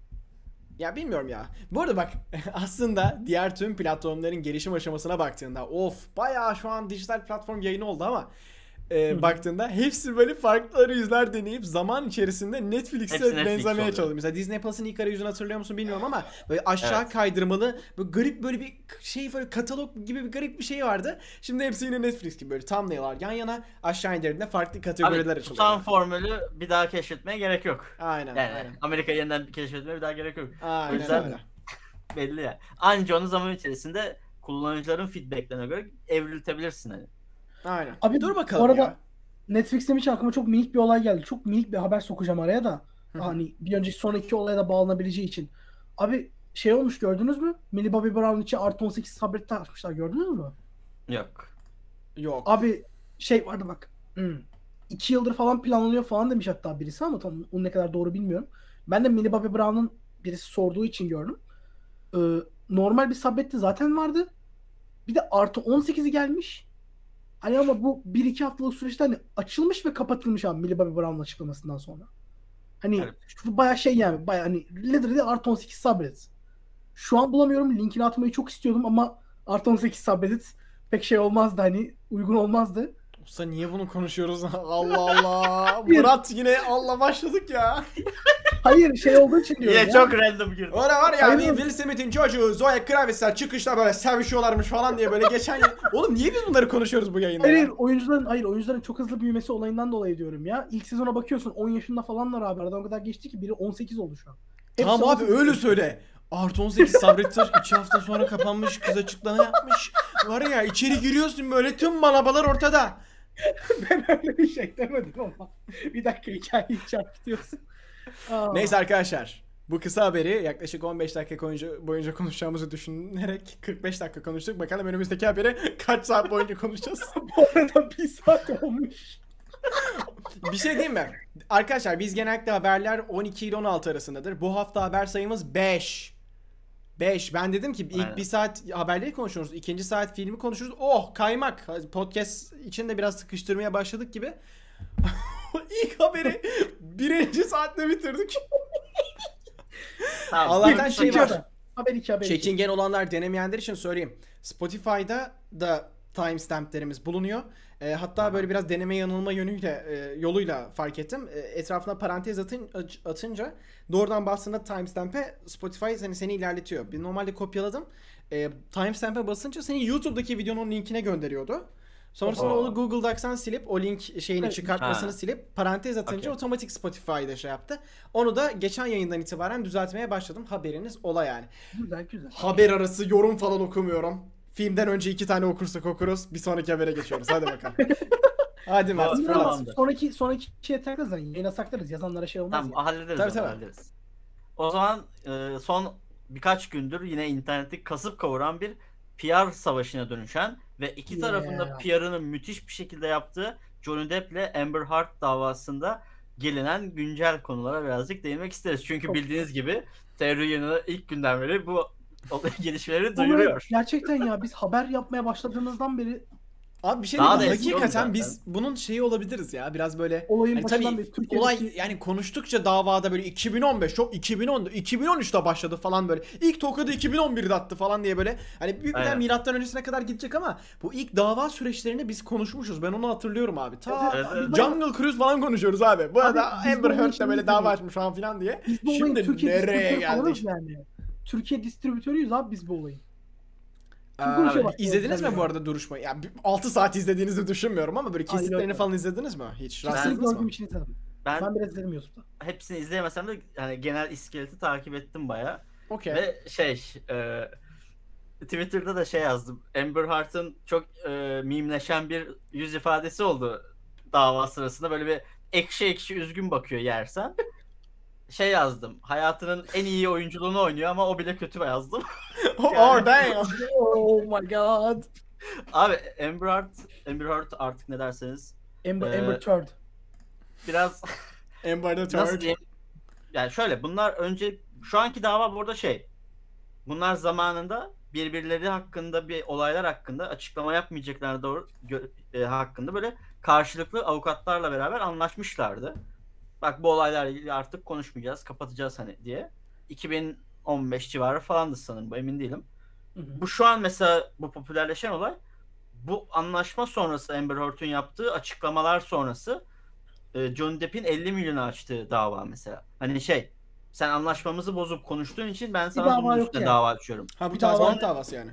S1: Ya bilmiyorum ya. Bu arada bak aslında diğer tüm platformların gelişim aşamasına baktığında of bayağı şu an dijital platform yayını oldu ama e, baktığında hepsi böyle farklı arayüzler deneyip zaman içerisinde Netflix'e
S3: Hepsi Netflix
S1: benzemeye
S3: oluyor.
S1: çalışıyor. Mesela Disney Plus'ın ilk arayüzünü hatırlıyor musun bilmiyorum ama böyle aşağı
S3: Evet.
S1: kaydırmalı böyle garip böyle bir şey böyle katalog gibi bir garip bir şey vardı. Şimdi hepsi yine Netflix gibi böyle thumbnail'lar yan yana aşağı indirdiğinde farklı kategoriler
S3: Abi
S1: açılıyor.
S3: tutan formülü bir daha keşfetmeye gerek yok.
S1: Aynen
S3: Yani
S1: aynen.
S3: Amerika yeniden keşfetmeye bir daha gerek yok. O
S1: Aynen
S3: yüzden
S1: öyle.
S3: belli ya. Anca onu zaman içerisinde kullanıcıların feedbacklerine göre evriltebilirsin hani.
S1: Aynen.
S2: Abi
S1: Dur
S2: bu
S1: bakalım
S2: arada
S1: ya.
S2: Netflix demişken aklıma çok minik bir olay geldi. Çok minik bir haber sokacağım araya da.
S1: Hı hı.
S2: Hani bir önceki sonraki olaya da bağlanabileceği için. Abi şey olmuş gördünüz mü? Millie Bobby Brown için artı on sekiz sabret açmışlar gördünüz mü?
S3: Yok.
S1: Yok.
S2: Abi şey vardı bak. Hmm. iki yıldır falan planlanıyor falan demiş hatta birisi ama tam o ne kadar doğru bilmiyorum. Ben de Millie Bobby Brown'un birisi sorduğu için gördüm. Ee, normal bir sabretti zaten vardı. Bir de artı on sekizi gelmiş. Hani ama bu bir iki haftalık süreçte hani açılmış ve kapatılmış abi Millie Bobby Brown'un açıklamasından sonra. Hani
S3: Evet.
S2: şu bayağı şey yani bayağı hani literally artı on sekiz sabret. Şu an bulamıyorum. Linkini atmayı çok istiyordum ama artı on sekiz sabredit pek şey olmazdı hani uygun olmazdı.
S1: Usta niye bunu konuşuyoruz? Allah Allah. Murat yine Allah başladık ya.
S2: Hayır şey olduğu için diyorum
S3: Yine
S2: ya.
S3: çok random girdi.
S1: Orada var ya
S2: Hayır,
S1: bir
S2: oğlum.
S1: Will Smith'in çocuğu Zoe Kravitz'ler çıkışta böyle sevişiyorlarmış falan diye böyle geçen yıl. Oğlum niye biz bunları konuşuyoruz bu yayında
S2: Hayır,
S1: ya?
S2: hayır oyuncuların hayır oyuncuların çok hızlı büyümesi olayından dolayı diyorum ya. İlk sezona bakıyorsun on yaşında falanlar abi. Aradan o kadar geçti ki biri on sekiz oldu şu an. Hepsi
S1: Tamam abi
S2: on sekiz.
S1: öyle söyle. Artı on sekiz sabrettir iki hafta sonra kapanmış kız açıklama yapmış. Var ya içeri giriyorsun böyle tüm manabalar ortada.
S2: Ben öyle bir şey demedim ama. Bir dakika hikayeyi çarpıtıyorsun. Aa.
S1: Neyse arkadaşlar. Bu kısa haberi yaklaşık on beş dakika boyunca, boyunca konuşacağımızı düşünerek kırk beş dakika konuştuk. Bakalım önümüzdeki haberi kaç saat boyunca konuşacağız.
S2: Bu arada bir saat olmuş.
S1: Bir şey diyeyim mi? Arkadaşlar biz genellikle haberler on iki ile on altı arasındadır. Bu hafta haber sayımız beş. beş. Ben dedim ki ilk
S3: Aynen.
S1: bir saat haberleri konuşuyoruz. İkinci saat filmi konuşuyoruz. Oh kaymak. Podcast için de biraz sıkıştırmaya başladık gibi. İlk haberi birinci saatte bitirdik.
S3: Tamam.
S1: Allah'tan
S3: bir-
S1: şey
S2: İki
S1: var.
S2: haber. Haber iki haber iki.
S1: Çekingen olanlar denemeyenler için söyleyeyim. Spotify'da da timestamplerimiz bulunuyor. E, hatta böyle biraz deneme yanılma yönüyle e, yoluyla fark ettim. E, etrafına parantez atın, atınca doğrudan bastığında timestamp'e Spotify seni seni ilerletiyor. Bir normalde kopyaladım. E, timestamp'e basınca seni YouTube'daki videonun linkine gönderiyordu. Sonrasında
S3: Oho.
S1: onu Google Docs'tan silip o link şeyini
S2: Evet.
S1: çıkartmasını
S3: Ha.
S1: silip parantez atınca
S3: Okey.
S1: otomatik Spotify'da şey yaptı. Onu da geçen yayından itibaren düzeltmeye başladım. Haberiniz ola yani.
S2: Güzel güzel.
S1: Haber arası yorum falan okumuyorum. Filmden önce iki tane okursak okuruz. Bir sonraki habere geçiyoruz. Hadi bakalım. Hadi Mert
S3: Tamam,
S1: fırlat.
S3: tamam.
S2: Sonraki sonraki şeye taklarız hani yayına saklarız yazanlara şey olmaz
S3: Tamam
S2: ya.
S3: hallederiz
S1: Tabii,
S3: onu,
S1: tabii.
S3: hallederiz. O zaman e, son birkaç gündür yine interneti kasıp kavuran bir P R savaşına dönüşen ve iki
S2: Yeah.
S3: tarafında P R'ını müthiş bir şekilde yaptığı Johnny Depp ile Amber Heard davasında gelinen güncel konulara birazcık değinmek isteriz. Çünkü
S2: Çok
S3: bildiğiniz gibi teori yayını ilk günden beri bu olay gelişmeleri
S2: Ama
S3: duyuruyor.
S2: gerçekten ya biz haber yapmaya başladığımızdan beri
S1: Abi bir şey
S3: Daha
S1: diyeyim mi?
S3: da eski
S1: Hakikaten
S3: oğlum
S1: biz bunun şeyi olabiliriz ya. Biraz böyle
S2: olayın
S1: hani
S2: başından
S1: tabii
S2: beri Türkiye'deki
S1: olay yani konuştukça davada böyle iki bin on beş çok iki bin on iki bin on üçte başladı falan böyle. İlk tokadı iki bin on birde attı falan diye böyle. Hani büyük bir
S3: Aynen.
S1: milattan öncesine kadar gidecek ama bu ilk dava süreçlerini biz konuşmuşuz. Ben onu hatırlıyorum abi. Ta
S3: Evet, evet.
S1: Jungle Cruise falan konuşuyoruz abi. Bu arada
S2: biz
S1: Amber
S2: bu
S1: Heard de
S2: işin
S1: böyle
S2: biz
S1: dava
S2: de-
S1: açmış falan filan diye.
S2: biz bu olayın
S1: Şimdi
S2: Türkiye
S1: nereye
S2: distribütörü
S1: geldi
S2: falanız
S1: işte?
S2: yani. Türkiye distribütörüyüz abi biz bu olayın. Çünkü bu şey
S1: Ee,
S2: var,
S1: izlediniz mi
S2: güzel
S1: bu
S2: ya.
S1: arada duruşmayı? Ya bir- altı saat izlediğinizi düşünmüyorum ama böyle
S2: Ay,
S1: kesitlerini
S2: yok.
S1: falan izlediniz mi? Hiç
S2: Kesinlikle
S1: rastladınız
S2: gördüğüm
S1: mı?
S2: için izledim.
S3: Ben,
S2: Ben biraz izledim YouTube'da.
S3: hepsini izleyemesem de hani genel iskeleti takip ettim baya.
S1: Okey.
S3: Ve şey e, Twitter'da da şey yazdım. Amber Heard'ın çok e, mimleşen bir yüz ifadesi oldu dava sırasında. Böyle bir ekşi ekşi üzgün bakıyor yersen. Şey yazdım. Hayatının en iyi oyunculuğunu oynuyor ama o bile kötü yazdım.
S1: Oh damn.
S2: Oh my god.
S3: Abi Amber Heard, Amber Heard artık ne derseniz
S2: Amber,
S3: Ee,
S2: Amber Turd.
S3: biraz
S1: Amber the
S3: nasıl
S1: Third.
S3: diyeyim? Yani şöyle bunlar önce şu anki dava burada şey. Bunlar zamanında birbirleri hakkında bir olaylar hakkında açıklama yapmayacaklarına doğru gö- e, hakkında böyle karşılıklı avukatlarla beraber anlaşmışlardı. Bak bu olaylarla ilgili artık konuşmayacağız, kapatacağız hani diye. iki bin on beş civarı falandı sanırım, bu emin değilim.
S2: Hı hı.
S3: Bu şu an mesela bu popülerleşen olay bu anlaşma sonrası Amber Heard'ün yaptığı açıklamalar sonrası e, Johnny Depp'in elli milyonu açtığı dava mesela. Hani şey sen anlaşmamızı bozup konuştuğun için ben sana
S2: dava
S3: bunun
S2: yok
S3: üstüne
S2: yani.
S3: dava açıyorum.
S1: Ha bu
S2: Bir dava-
S1: tazminat davası yani.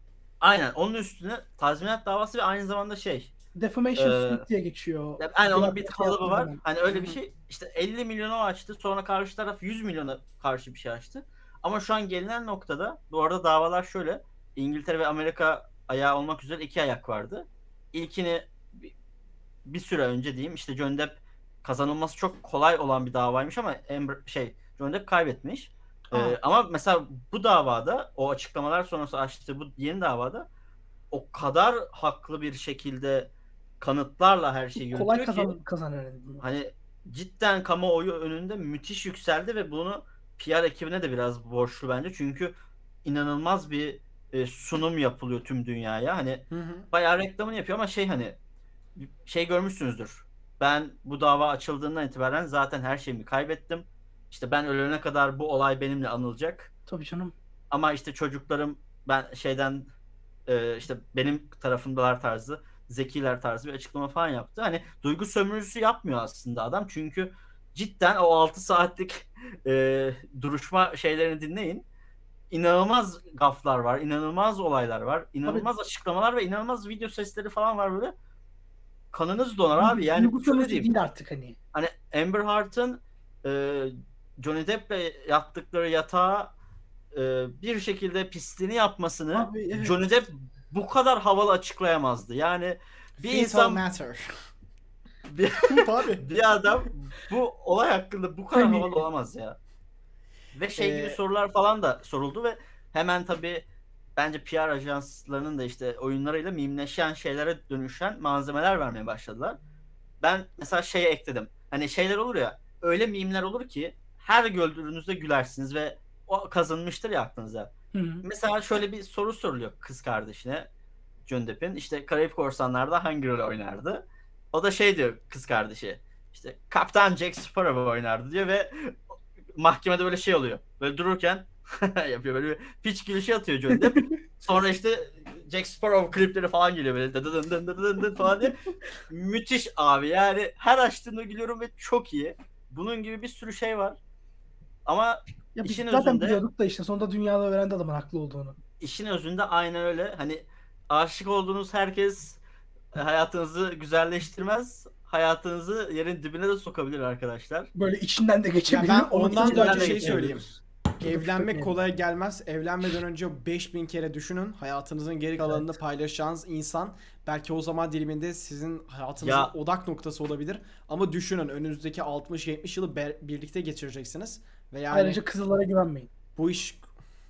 S3: Aynen onun üstüne tazminat davası ve aynı zamanda şey
S2: Defamation
S3: Ee,
S2: suit diye geçiyor.
S3: ya aynen onun
S2: Biraz
S3: bir
S2: şey
S3: kalıbı
S2: yaptığı
S3: var.
S2: zaman.
S3: Hani öyle
S1: Hı
S3: bir
S1: hı.
S3: şey işte elli milyonu açtı sonra karşı taraf yüz milyona karşı bir şey açtı. Ama şu an gelinen noktada bu arada davalar şöyle İngiltere ve Amerika ayağı olmak üzere iki ayak vardı. İlkini bir, bir süre önce diyeyim işte Johnny Depp kazanılması çok kolay olan bir davaymış ama Amber, şey Johnny Depp kaybetmiş. Ee,
S2: Aa.
S3: ama mesela bu davada o açıklamalar sonrası açtığı bu yeni davada o kadar haklı bir şekilde kanıtlarla her şeyi
S2: Kolay
S3: yürütüyor ki
S2: kazan kazanır.
S3: hani cidden kamuoyu önünde müthiş yükseldi ve bunu P R ekibine de biraz borçlu bence. Çünkü inanılmaz bir e, sunum yapılıyor tüm dünyaya. Hani
S1: Hı hı.
S3: bayağı reklamını yapıyor ama şey hani şey görmüşsünüzdür. Ben bu dava açıldığından itibaren zaten her şeyimi kaybettim. İşte ben ölene kadar bu olay benimle anılacak.
S2: Tabii canım.
S3: Ama işte çocuklarım ben şeyden e, işte benim tarafımdalar tarzı, zekiler tarzı bir açıklama falan yaptı. Hani duygu sömürüsü yapmıyor aslında adam. Çünkü cidden o altı saatlik e, duruşma şeylerini dinleyin. İnanılmaz gaflar var, inanılmaz olaylar var, inanılmaz açıklamalar ve inanılmaz video sesleri falan var böyle. Kanınız donar abi. Yani
S2: Duygu
S3: şöyle
S2: sömürüsü
S3: diyeyim.
S2: değil artık hani.
S3: Hani Amber Heard'ın e, Johnny Depp'le yattıkları yatağa e, bir şekilde pisliğini yapmasını
S2: Abi, evet.
S3: Johnny Depp bu kadar havalı açıklayamazdı. Yani bir
S1: Fetal
S3: insan
S1: matter.
S3: bir,
S1: Poop abi.
S3: bir adam bu olay hakkında bu kadar
S2: Hani-
S3: havalı olamaz ya. Ve şey gibi
S1: Ee,
S3: sorular falan da soruldu ve hemen tabii bence P R ajanslarının da işte oyunlarıyla mimleşen şeylere dönüşen malzemeler vermeye başladılar. Ben mesela şeye ekledim. Hani şeyler olur ya öyle mimler olur ki her gördüğünüzde gülersiniz ve o kazınmıştır ya aklınıza.
S2: Hı hı.
S3: Mesela şöyle bir soru soruluyor kız kardeşine Johnny Depp'in. İşte Karayip Korsanlar'da hangi rolü oynardı? O da şey diyor kız kardeşi. İşte Kaptan Jack Sparrow oynardı diyor ve mahkemede böyle şey oluyor. Böyle dururken yapıyor böyle bir piç gülüşü atıyor Johnny Depp. Sonra işte Jack Sparrow klipleri falan geliyor böyle dı dı dın dın dın dın dın falan diye. Müthiş abi yani her açtığımda gülüyorum ve çok iyi. Bunun gibi bir sürü şey var. Ama
S2: Ya biz
S3: İşin
S2: zaten
S3: özünde-
S2: biliyorduk da işte sonunda dünyada öğrendi adamın haklı olduğunu.
S3: işin özünde aynen öyle. Hani aşık olduğunuz herkes hayatınızı güzelleştirmez. Hayatınızı yerin dibine de sokabilir arkadaşlar.
S2: Böyle içinden de
S1: Ya
S2: geçebilir.
S1: ben
S2: onu
S1: ondan da
S2: içinden
S1: önce
S2: de
S1: şey
S2: geçebilir.
S1: söyleyeyim. Evlenmek
S2: Çok
S1: kolay gelmez. Evlenmeden önce beş bin kere düşünün. Hayatınızın geri kalanını paylaşacağınız insan belki o zaman diliminde sizin hayatınızın
S3: Ya-
S1: odak noktası olabilir. Ama düşünün önünüzdeki altmış yetmiş yılı be- birlikte geçireceksiniz. Ve yani
S2: Ayrıca kızıllara güvenmeyin.
S1: bu iş...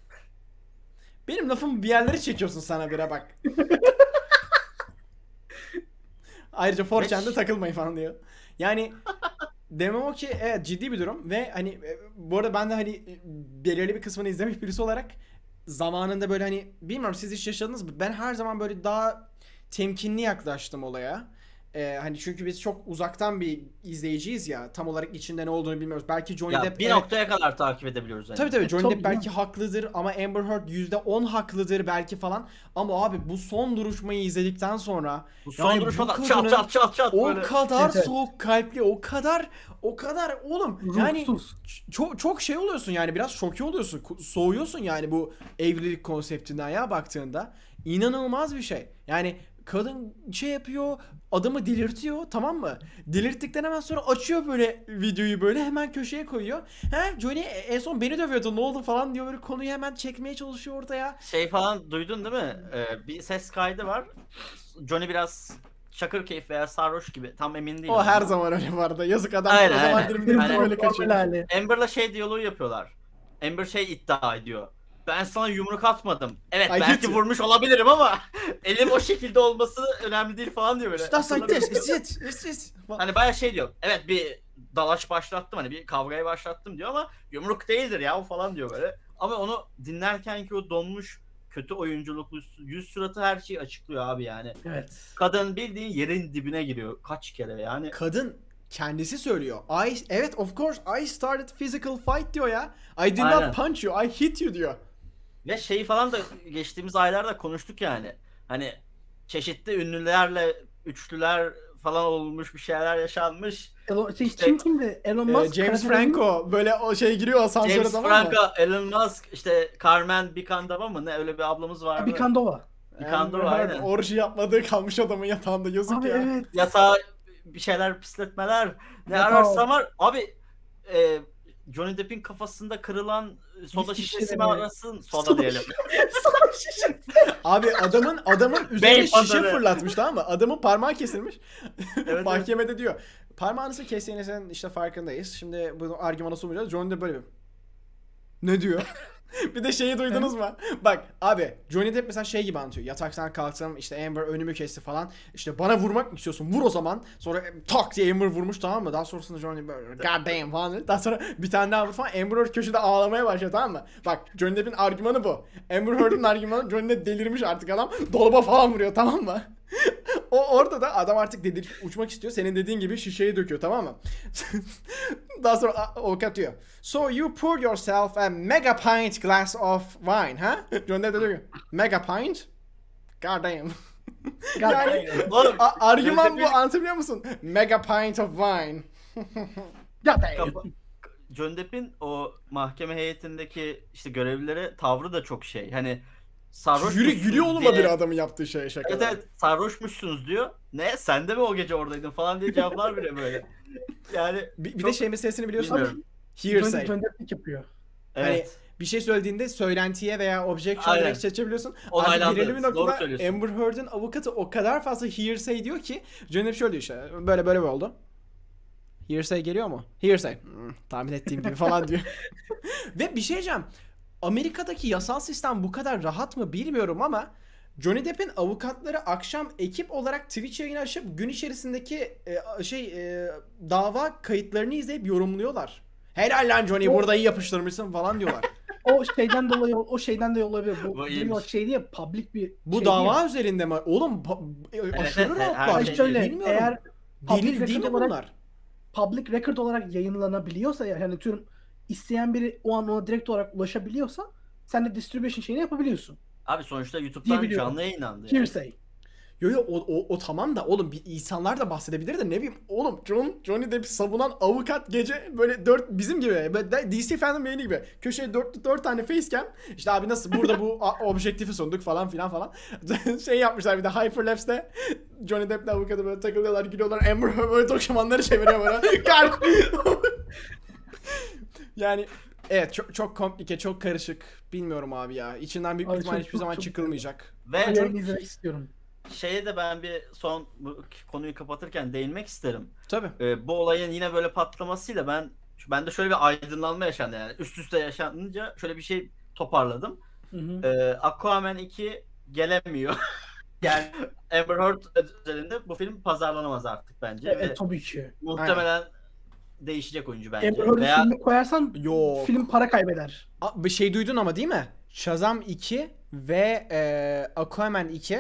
S1: Benim lafımı bir yerlere çekiyorsun sana bire bak. Ayrıca four chan'de
S3: Beş-
S1: takılmayın falan diyor. Yani demem o ki evet ciddi bir durum ve hani e, bu arada ben de hani e, belirli bir kısmını izlemiş birisi olarak zamanında böyle hani bilmiyorum siz hiç yaşadınız mı? Ben her zaman böyle daha temkinli yaklaştım olaya Ee, hani çünkü biz çok uzaktan bir izleyiciyiz ya. Tam olarak içinde ne olduğunu bilmiyoruz. Belki Johnny
S3: Ya
S1: Depp
S3: bir
S1: evet-
S3: noktaya kadar takip edebiliyoruz yani.
S1: Tabii tabii
S2: E,
S1: Johnny
S2: tabii
S1: Depp belki
S2: canım.
S1: haklıdır ama Amber Heard yüzde on haklıdır belki falan. Ama abi bu son duruşmayı izledikten sonra
S3: Bu son
S1: yani bu
S3: duruşmadan
S1: kadının
S3: çat çat çat çat
S1: o
S3: böyle.
S1: kadar
S2: Evet, evet.
S1: soğuk kalpli, o kadar o kadar oğlum yani
S2: Ruhsuz.
S1: ç- çok çok şey oluyorsun yani biraz şoke oluyorsun, ku- soğuyorsun yani bu evlilik konseptinden ya baktığında. İnanılmaz bir şey. Yani kadın şey yapıyor, adamı delirtiyor, tamam mı? Delirttikten hemen sonra açıyor böyle videoyu, böyle hemen köşeye koyuyor. He Johnny en son beni dövüyordu, ne oldu falan diyor, böyle konuyu hemen çekmeye çalışıyor ortaya.
S3: Şey falan duydun değil mi? Ee, bir ses kaydı var. Johnny biraz Çakırkeyif veya sarhoş gibi, tam emin değilim.
S1: O her
S3: ama.
S1: zaman öyle vardı. Yazık adam
S3: Aynen,
S1: o zaman
S3: aynen.
S1: dilimlerinde
S3: Aynen.
S1: böyle kaçıyor.
S2: Helali.
S3: Amber'la şey diyaloğu yapıyorlar. Amber şey iddia ediyor. Ben sana yumruk atmadım. Evet
S1: I hit
S3: belki
S1: you.
S3: vurmuş olabilirim ama elim o şekilde olması önemli değil falan diyor böyle.
S1: Just like this,
S3: Hatırlamıyorum.
S1: it's it, it's it.
S3: Hani bayağı şey diyor. Evet bir dalaş başlattım, hani bir kavgayı başlattım diyor ama yumruk değildir ya falan diyor böyle. Ama onu dinlerken ki o donmuş kötü oyunculuklu yüz suratı her şeyi açıklıyor abi yani.
S2: Evet.
S3: Kadın bildiğin yerin dibine giriyor kaç kere yani.
S1: Kadın kendisi söylüyor. I evet of course I started physical fight diyor ya. I did
S3: Aynen.
S1: not punch you, I hit you diyor.
S3: Ve şeyi falan da geçtiğimiz aylarda konuştuk yani. Hani çeşitli ünlülerle üçlüler falan olmuş, bir şeyler yaşanmış.
S2: Elon, şey,
S3: İşte-
S2: kim kimdi? Elon
S1: Ee,
S2: Musk.
S1: James
S2: karakterin-
S1: Franco böyle o şey giriyor asansöre,
S3: James
S1: tamam mı?
S3: Franco, Elon Musk, işte Carmen Bicandava mı ne, öyle bir ablamız vardı.
S2: Bikandova.
S3: Bicandava,
S1: Amber Heard
S3: aynen.
S1: orji yapmadığı kalmış adamın yatağında, yazık
S2: Abi
S1: ya.
S2: evet.
S3: Yatağa bir şeyler pisletmeler. Ne
S2: Yatağa-
S3: ararsan var. Abi e, Johnny Depp'in kafasında kırılan soda
S2: Viski
S3: şişesi mi
S2: şişesi mi?
S3: arasın? Soda diyelim.
S2: Sana şişe.
S1: Abi adamın adamın üzerine
S3: Bey
S1: şişe
S3: pazarı.
S1: fırlatmış, tamam mı? Adamın parmağı kesilmiş.
S3: Evet,
S1: Mahkemede diyor. Parmağınızı kestiğinizin işte farkındayız. Şimdi bunu argümana sunmayacağız. Johnny de böyle bir... Ne diyor? Bir de şeyi duydunuz mu? Bak abi Johnny Depp mesela şey gibi anlatıyor. Yataktan kalktım, işte Amber önümü kesti falan. İşte bana vurmak mı istiyorsun? Vur o zaman. Sonra tak diye Amber vurmuş, tamam mı? Daha sonrasında Johnny böyle god damn falan dedi. Daha sonra bir tane daha vur falan. Amber Heard köşede ağlamaya başlıyor, tamam mı? Bak Johnny Depp'in argümanı bu. Amber Heard'ın argümanı, Johnny Depp delirmiş artık adam. Dolaba falan vuruyor, tamam mı? O orada da adam artık delirip uçmak istiyor. Senin dediğin gibi şişeyi döküyor, tamam mı? Daha sonra a- avukat diyor. So you pour yourself a mega pint glass of wine, ha? John Depp de diyor ki, mega pint? God damn. Yani
S3: Oğlum,
S1: a- argüman
S3: Johnny
S1: bu, anlatabiliyor musun? Mega pint of wine.
S2: Ya da
S3: Kafa- Johnny Depp'in o mahkeme heyetindeki işte görevlilere tavrı da çok şey. Hani sarhoş
S1: Yürü, gülüyor oğlum
S3: diye...
S1: bir adamın yaptığı şeye, şaka.
S3: Evet evet, sarhoşmuşsunuz diyor. Ne sen de mi o gece oradaydın falan diye cevaplar bile böyle. Yani
S1: Bir, bir
S3: çok-
S1: de şey meselesini biliyorsun.
S3: Bilmiyorum.
S1: Hearsay.
S2: Johnny Depp yapıyor.
S3: Evet.
S1: Bir şey söylediğinde söylentiye veya objection'a
S3: Aynen.
S1: direkt seçebiliyorsun. Artık
S3: Onaylandı.
S1: belirli bir
S3: Doğru
S1: noktada
S3: söylüyorsun.
S1: Amber Heard'ın avukatı o kadar fazla hearsay diyor ki Johnny Depp şöyle diyor işte, böyle böyle böyle oldu. Hearsay geliyor mu? Hearsay. Hmm, tahmin ettiğim gibi falan diyor. Ve bir şey diyeceğim. Amerika'daki yasal sistem bu kadar rahat mı bilmiyorum ama Johnny Depp'in avukatları akşam ekip olarak Twitch yayını açıp gün içerisindeki e, şey e, dava kayıtlarını izleyip yorumluyorlar. Helal lan Johnny,
S2: O-
S1: burada iyi yapıştırmışsın falan diyorlar.
S2: O şeyden dolayı o şeyden de olabilir. Bu,
S3: Bu
S2: bu
S3: iyiymiş.
S2: şey diye public bir
S1: Bu
S2: şey
S1: dava
S2: diye.
S1: üzerinde mi? Oğlum pa- aşırı
S3: evet, her
S1: rahatlar.
S2: Ay
S3: şey
S2: şöyle
S1: Bilmiyorum.
S2: eğer public
S1: Delil değil mi
S2: record olarak-
S1: bunlar?
S2: public record olarak yayınlanabiliyorsa ya yani tüm isteyen biri o an ona direkt olarak ulaşabiliyorsa sen de distribution şeyini yapabiliyorsun.
S3: Abi sonuçta
S2: İyi
S3: YouTube'dan
S2: biliyorum.
S3: canlı yayınlandı. Yani.
S2: Hearsay.
S1: Yo yo o, o, o tamam da oğlum bir insanlar da bahsedebilir de ne bileyim oğlum John, Johnny Depp'i savunan avukat gece böyle dört bizim gibi böyle D C fandom yayını gibi köşeye dört, dört tane facecam işte abi nasıl burada bu a- objektifi sunduk falan filan falan şey yapmışlar bir de Hyperlapse'de Johnny Depp'le avukatı böyle takılıyorlar gülüyorlar Amber Heard böyle dokümanları çeviriyor böyle kalp. Yani evet çok, çok komplike, çok karışık, bilmiyorum abi ya, içinden büyük
S2: Abi
S1: ihtimal
S2: çok-
S1: hiçbir
S2: çok-
S1: zaman
S2: çok-
S1: çıkılmayacak.
S3: Ve
S2: Yayını izlemek istiyorum.
S3: şeye de ben bir son bu konuyu kapatırken değinmek isterim.
S1: Tabii.
S3: Ee, bu olayın yine böyle patlamasıyla ben ben de şöyle bir aydınlanma yaşandı yani. Üst üste yaşanınca şöyle bir şey toparladım.
S2: Hı hı.
S3: Ee, Aquaman iki gelemiyor. Yani Amber Heard üzerinde bu film pazarlanamaz artık bence.
S2: Evet
S3: Ve
S2: tabii ki.
S3: muhtemelen değişecek oyuncu bence.
S2: Amber Heard'ın
S3: Veya
S2: filmini koyarsan
S1: Yok.
S2: film para kaybeder.
S1: A- Bir şey duydun ama değil mi? Shazam iki ve e, Aquaman iki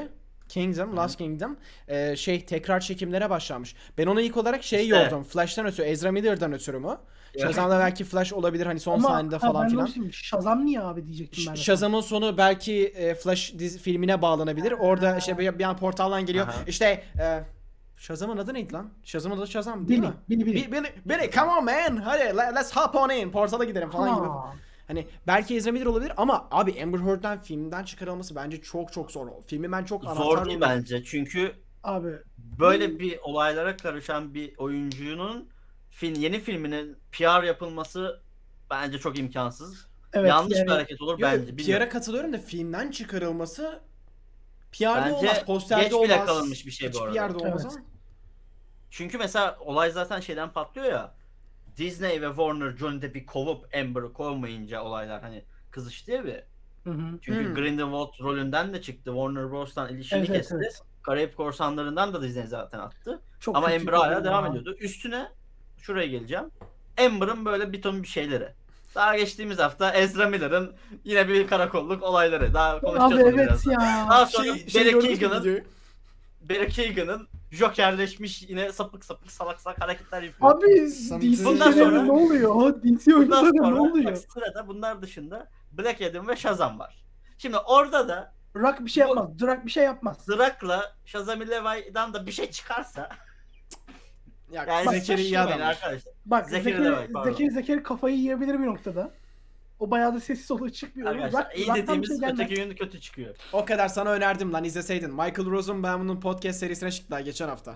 S1: Kingdom, Last Kingdom e, şey tekrar çekimlere başlamış. Ben onu ilk olarak şey
S3: İşte.
S1: yordum. Flash'tan ötürü, Ezra Miller'dan ötürü mü? Shazam'da belki Flash olabilir hani son
S2: Ama
S1: sahnede
S2: ha,
S1: falan
S2: ben de
S1: filan.
S2: düşündüm, Shazam niye abi diyecektim ben de.
S1: Ş- Shazam'ın sonu belki e, Flash dizi filmine bağlanabilir. Orada işte bir, bir an portaldan geliyor.
S3: Aha.
S1: İşte e, Shazam'ın adı neydi lan? Shazam'ın adı Shazam değil
S2: Billy,
S1: mi?
S2: Billy, Billy.
S1: Bi- Billy, Billy, come on man. Hadi let- let's hop on in. Portala gidelim falan gibi.
S2: Ha.
S1: Hani belki Ezra Miller olabilir ama abi Amber Heard'den filmden çıkarılması bence çok çok zor. Filmi ben çok anahtar
S3: Zor değil
S1: buldum.
S3: bence çünkü
S2: Abi
S3: böyle bir olaylara karışan bir oyuncunun film, yeni filminin P R yapılması bence çok imkansız.
S2: evet
S3: Yanlış
S2: yani
S3: bir hareket olur
S1: Yok,
S3: bence.
S1: P R'a
S3: Bilmiyorum.
S1: katılıyorum da filmden çıkarılması P R'de
S3: Bence
S1: olmaz, posterde
S3: geç bile
S1: olmaz.
S3: kalınmış bir şey bu
S1: Hiçbir
S3: arada.
S1: yerde olmaz
S2: Evet.
S1: ama.
S3: Çünkü mesela olay zaten şeyden patlıyor ya. Disney ve Warner Johnny Depp'i kovup Amber'ı kovmayınca olaylar hani kızıştı ya bir.
S2: Hı hı.
S3: Çünkü
S1: Hmm.
S3: Grindelwald rolünden de çıktı. Warner Bros'tan ilişkini
S2: Evet, evet,
S3: kesti.
S2: evet.
S3: Karayip Korsanlarından da Disney zaten attı.
S2: Çok
S3: Ama
S2: kötü
S3: Amber
S2: bir
S3: hala
S2: durum
S3: devam
S2: ya.
S3: ediyordu. Üstüne şuraya geleceğim. Amber'ın böyle bir ton bir şeyleri. Daha geçtiğimiz hafta Ezra Miller'ın yine bir karakolluk olayları. Daha konuşacağız
S2: Abi
S3: onu
S2: evet
S3: birazdan.
S2: ya.
S3: Daha sonra
S1: Şey, şey
S3: Barry
S1: gördünüz mü
S3: Keoghan'ın
S1: videoyu?
S3: Barry Keoghan'ın Jokerleşmiş yine sapık sapık salak salak hareketler yapıyor.
S2: Abi D C
S3: Bundan sonra-
S2: ne oluyor? D C
S3: Bundan
S2: oyuncuları ne
S3: sonra
S2: oluyor?
S3: bak, sırada bunlar dışında Black Adam ve Shazam var. Şimdi orada da
S2: Rock bir şey
S3: Bu-
S2: yapmaz. Drak bir şey yapmaz.
S3: Drak'la Shazam Levi'den da bir şey çıkarsa
S1: Ya
S3: yani
S1: Zekeri iyi
S3: şaşırmayın
S1: adammış.
S3: arkadaşlar.
S2: Bak
S3: Zekeri
S2: Zekeri,
S3: de var, pardon.
S2: Zekeri, Zekeri kafayı yiyebilir bir noktada. O bayağı da sessiz olup çıkmıyor.
S3: Arkadaşlar
S2: Rock,
S3: iyi
S2: Rock'tan bir
S3: dediğimiz
S2: şey gelmez.
S3: öteki gün kötü çıkıyor.
S1: O kadar sana önerdim lan izleseydin. Michael Rosen ben bunun podcast serisine çıktılar geçen hafta.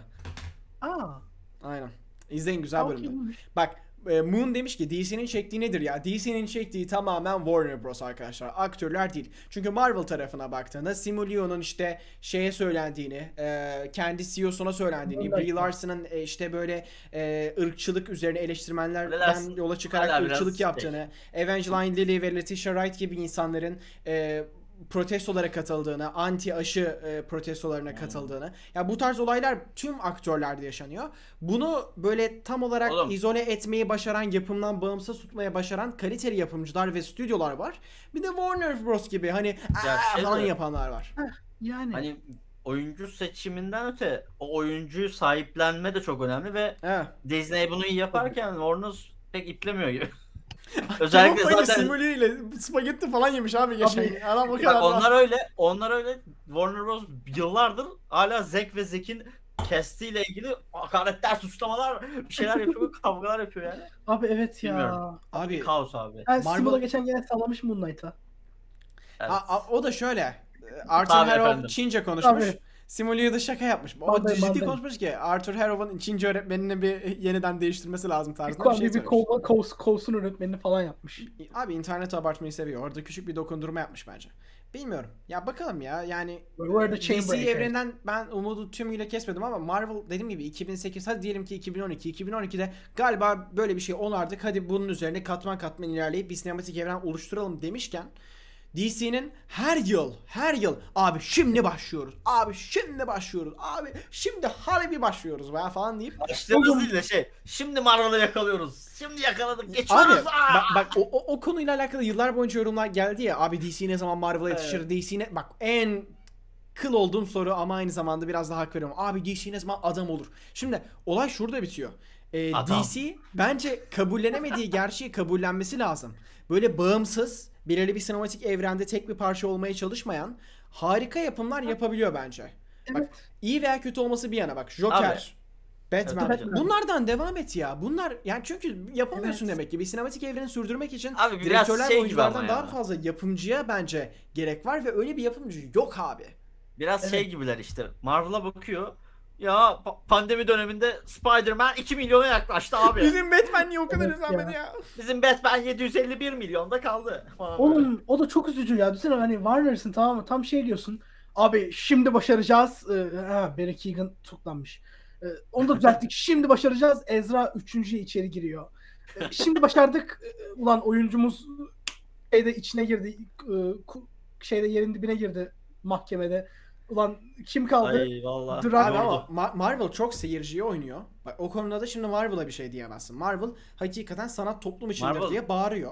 S2: Aa.
S1: Aynen. İzleyin güzel bölümdü.
S2: okeymiş.
S1: Bak e, Moon demiş ki D C'nin çektiği nedir ya? D C'nin çektiği tamamen Warner Bros arkadaşlar. Aktörler değil. Çünkü Marvel tarafına baktığında Simu Liu'nun işte şeye söylendiğini, e, kendi C E O'suna söylendiğini,
S2: Moonlight.
S1: Brie Larson'ın e, işte böyle e, ırkçılık üzerine eleştirmenlerden
S3: Larson
S1: yola çıkarak
S3: hala biraz
S1: ırkçılık
S3: şey.
S1: yaptığını, Evangeline Lilly ve Letitia Wright gibi insanların e, protestolara katıldığını, anti aşı e, protestolarına katıldığını. Ya bu tarz olaylar tüm aktörlerde yaşanıyor. Bunu böyle tam olarak
S3: Oğlum.
S1: izole etmeyi başaran, yapımdan bağımsız tutmaya başaran kaliteli yapımcılar ve stüdyolar var. Bir de Warner Bros gibi hani
S3: Ya
S1: "Aa!"
S3: şey
S1: falan
S3: de-
S1: yapanlar var.
S2: Yani.
S3: Hani oyuncu seçiminden öte o oyuncuyu sahiplenme de çok önemli ve
S1: He.
S3: Disney bunu iyi yaparken Warner pek iplemiyor gibi. Özellikle
S1: Kebap
S3: zaten
S1: Simuli ile spagetti falan yemiş abi geçen.
S2: Abi,
S1: Adam o kadar.
S3: bak, onlar öyle, onlar öyle Warner Bros yıllardır hala Zack ve Zack'in castiyle ilgili hakaretler, suçlamalar, bir şeyler yapıyor, kavgalar yapıyor yani.
S2: Abi evet ya.
S3: Bilmiyorum.
S1: Abi
S3: Kaos abi.
S2: Ben
S1: Marvel-
S2: Simu'da geçen gene sallamış Moon Knight'a.
S3: Evet.
S1: a- a- o da şöyle. e, Arthur
S3: Tabii
S1: Harrow
S3: efendim.
S1: Çince konuşmuş.
S2: Tabii.
S1: Simulia'da şaka yapmış. O
S2: Tabii,
S1: ciddi
S2: tabii.
S1: konuşmuş ki Arthur Harrow'un Çince öğretmenini bir yeniden değiştirmesi lazım
S2: Bir,
S1: tarzında bir şey
S2: bir, bir
S1: söylemiş.
S2: kol, Kovs, Kovs'un öğretmenini falan yapmış.
S1: Abi internet abartmayı seviyor. Orada küçük bir dokundurma yapmış bence. Bilmiyorum. Ya bakalım ya. Yani
S2: Where the
S1: D
S2: chain
S1: C
S2: breaker?
S1: evreninden ben umudu tümüyle kesmedim ama Marvel dediğim gibi iki bin sekiz hadi diyelim ki iki bin on iki. iki bin on ikide galiba böyle bir şey onardık. Hadi bunun üzerine katman katman ilerleyip bir sinematik evren oluşturalım demişken D C'nin her yıl, her yıl abi şimdi başlıyoruz. Abi şimdi başlıyoruz. Abi şimdi Harbi başlıyoruz veya falan deyip
S3: Başlığımız değil de şey, şimdi Marvel'ı yakalıyoruz. Şimdi yakaladık,
S1: Abi
S3: geçiyoruz. Aa!
S1: bak, bak o, o, o konuyla alakalı yıllar boyunca yorumlar geldi ya. Abi D C ne zaman Marvel'a yetişir? D C ne... Bak en kıl olduğum soru ama aynı zamanda biraz daha hak veriyorum. Abi D C ne zaman adam olur? Şimdi olay şurada bitiyor. Ee,
S3: Adam.
S1: D C bence kabullenemediği gerçeği kabullenmesi lazım. Böyle bağımsız, belirli bir sinematik evrende tek bir parça olmaya çalışmayan harika yapımlar yapabiliyor bence. Bak
S2: Evet.
S1: iyi veya kötü olması bir yana bak. Joker, Batman.
S3: Evet,
S2: Batman.
S1: Bunlardan devam et ya. Bunlar yani çünkü yapamıyorsun
S2: Evet.
S1: demek ki. Bir sinematik evreni sürdürmek için
S3: Abi biraz
S1: direktörler
S3: şey
S1: ve
S3: gibi
S1: oyunculardan
S3: ama
S1: daha
S3: ya.
S1: fazla yapımcıya bence gerek var ve öyle bir yapımcı yok abi.
S3: Biraz
S2: Evet.
S3: şey gibiler işte. Marvel'a bakıyor. Ya pa- pandemi döneminde Spider-Man iki milyona yaklaştı abi.
S1: Bizim Batman niye o kadar
S2: Evet
S1: izlenmedi
S2: ya.
S1: ya?
S3: Bizim Batman yedi yüz elli bir milyonda kaldı. Falan böyle.
S2: Oğlum o da çok üzücü ya. Düşünsene hani Warner'sın tamam mı? Tam şey diyorsun. Abi şimdi başaracağız. Ee, ha, Barry Keoghan tutuklanmış. Ee, onu da düzelttik. Şimdi başaracağız. Ezra üçüncüye içeri giriyor. Ee, şimdi başardık. Ee, ulan oyuncumuz şeyde içine girdi. Ee, ku- şeyde yerin dibine girdi mahkemede. Ulan kim kaldı?
S3: Ay vallahi.
S2: Drak-
S1: Abi
S3: Doğru.
S1: ama Ma- Marvel çok seyirciye oynuyor. Bak o konuda da şimdi Marvel'a bir şey diyemezsin. Marvel hakikaten sanat toplum içindir
S3: Marvel-
S1: diye bağırıyor.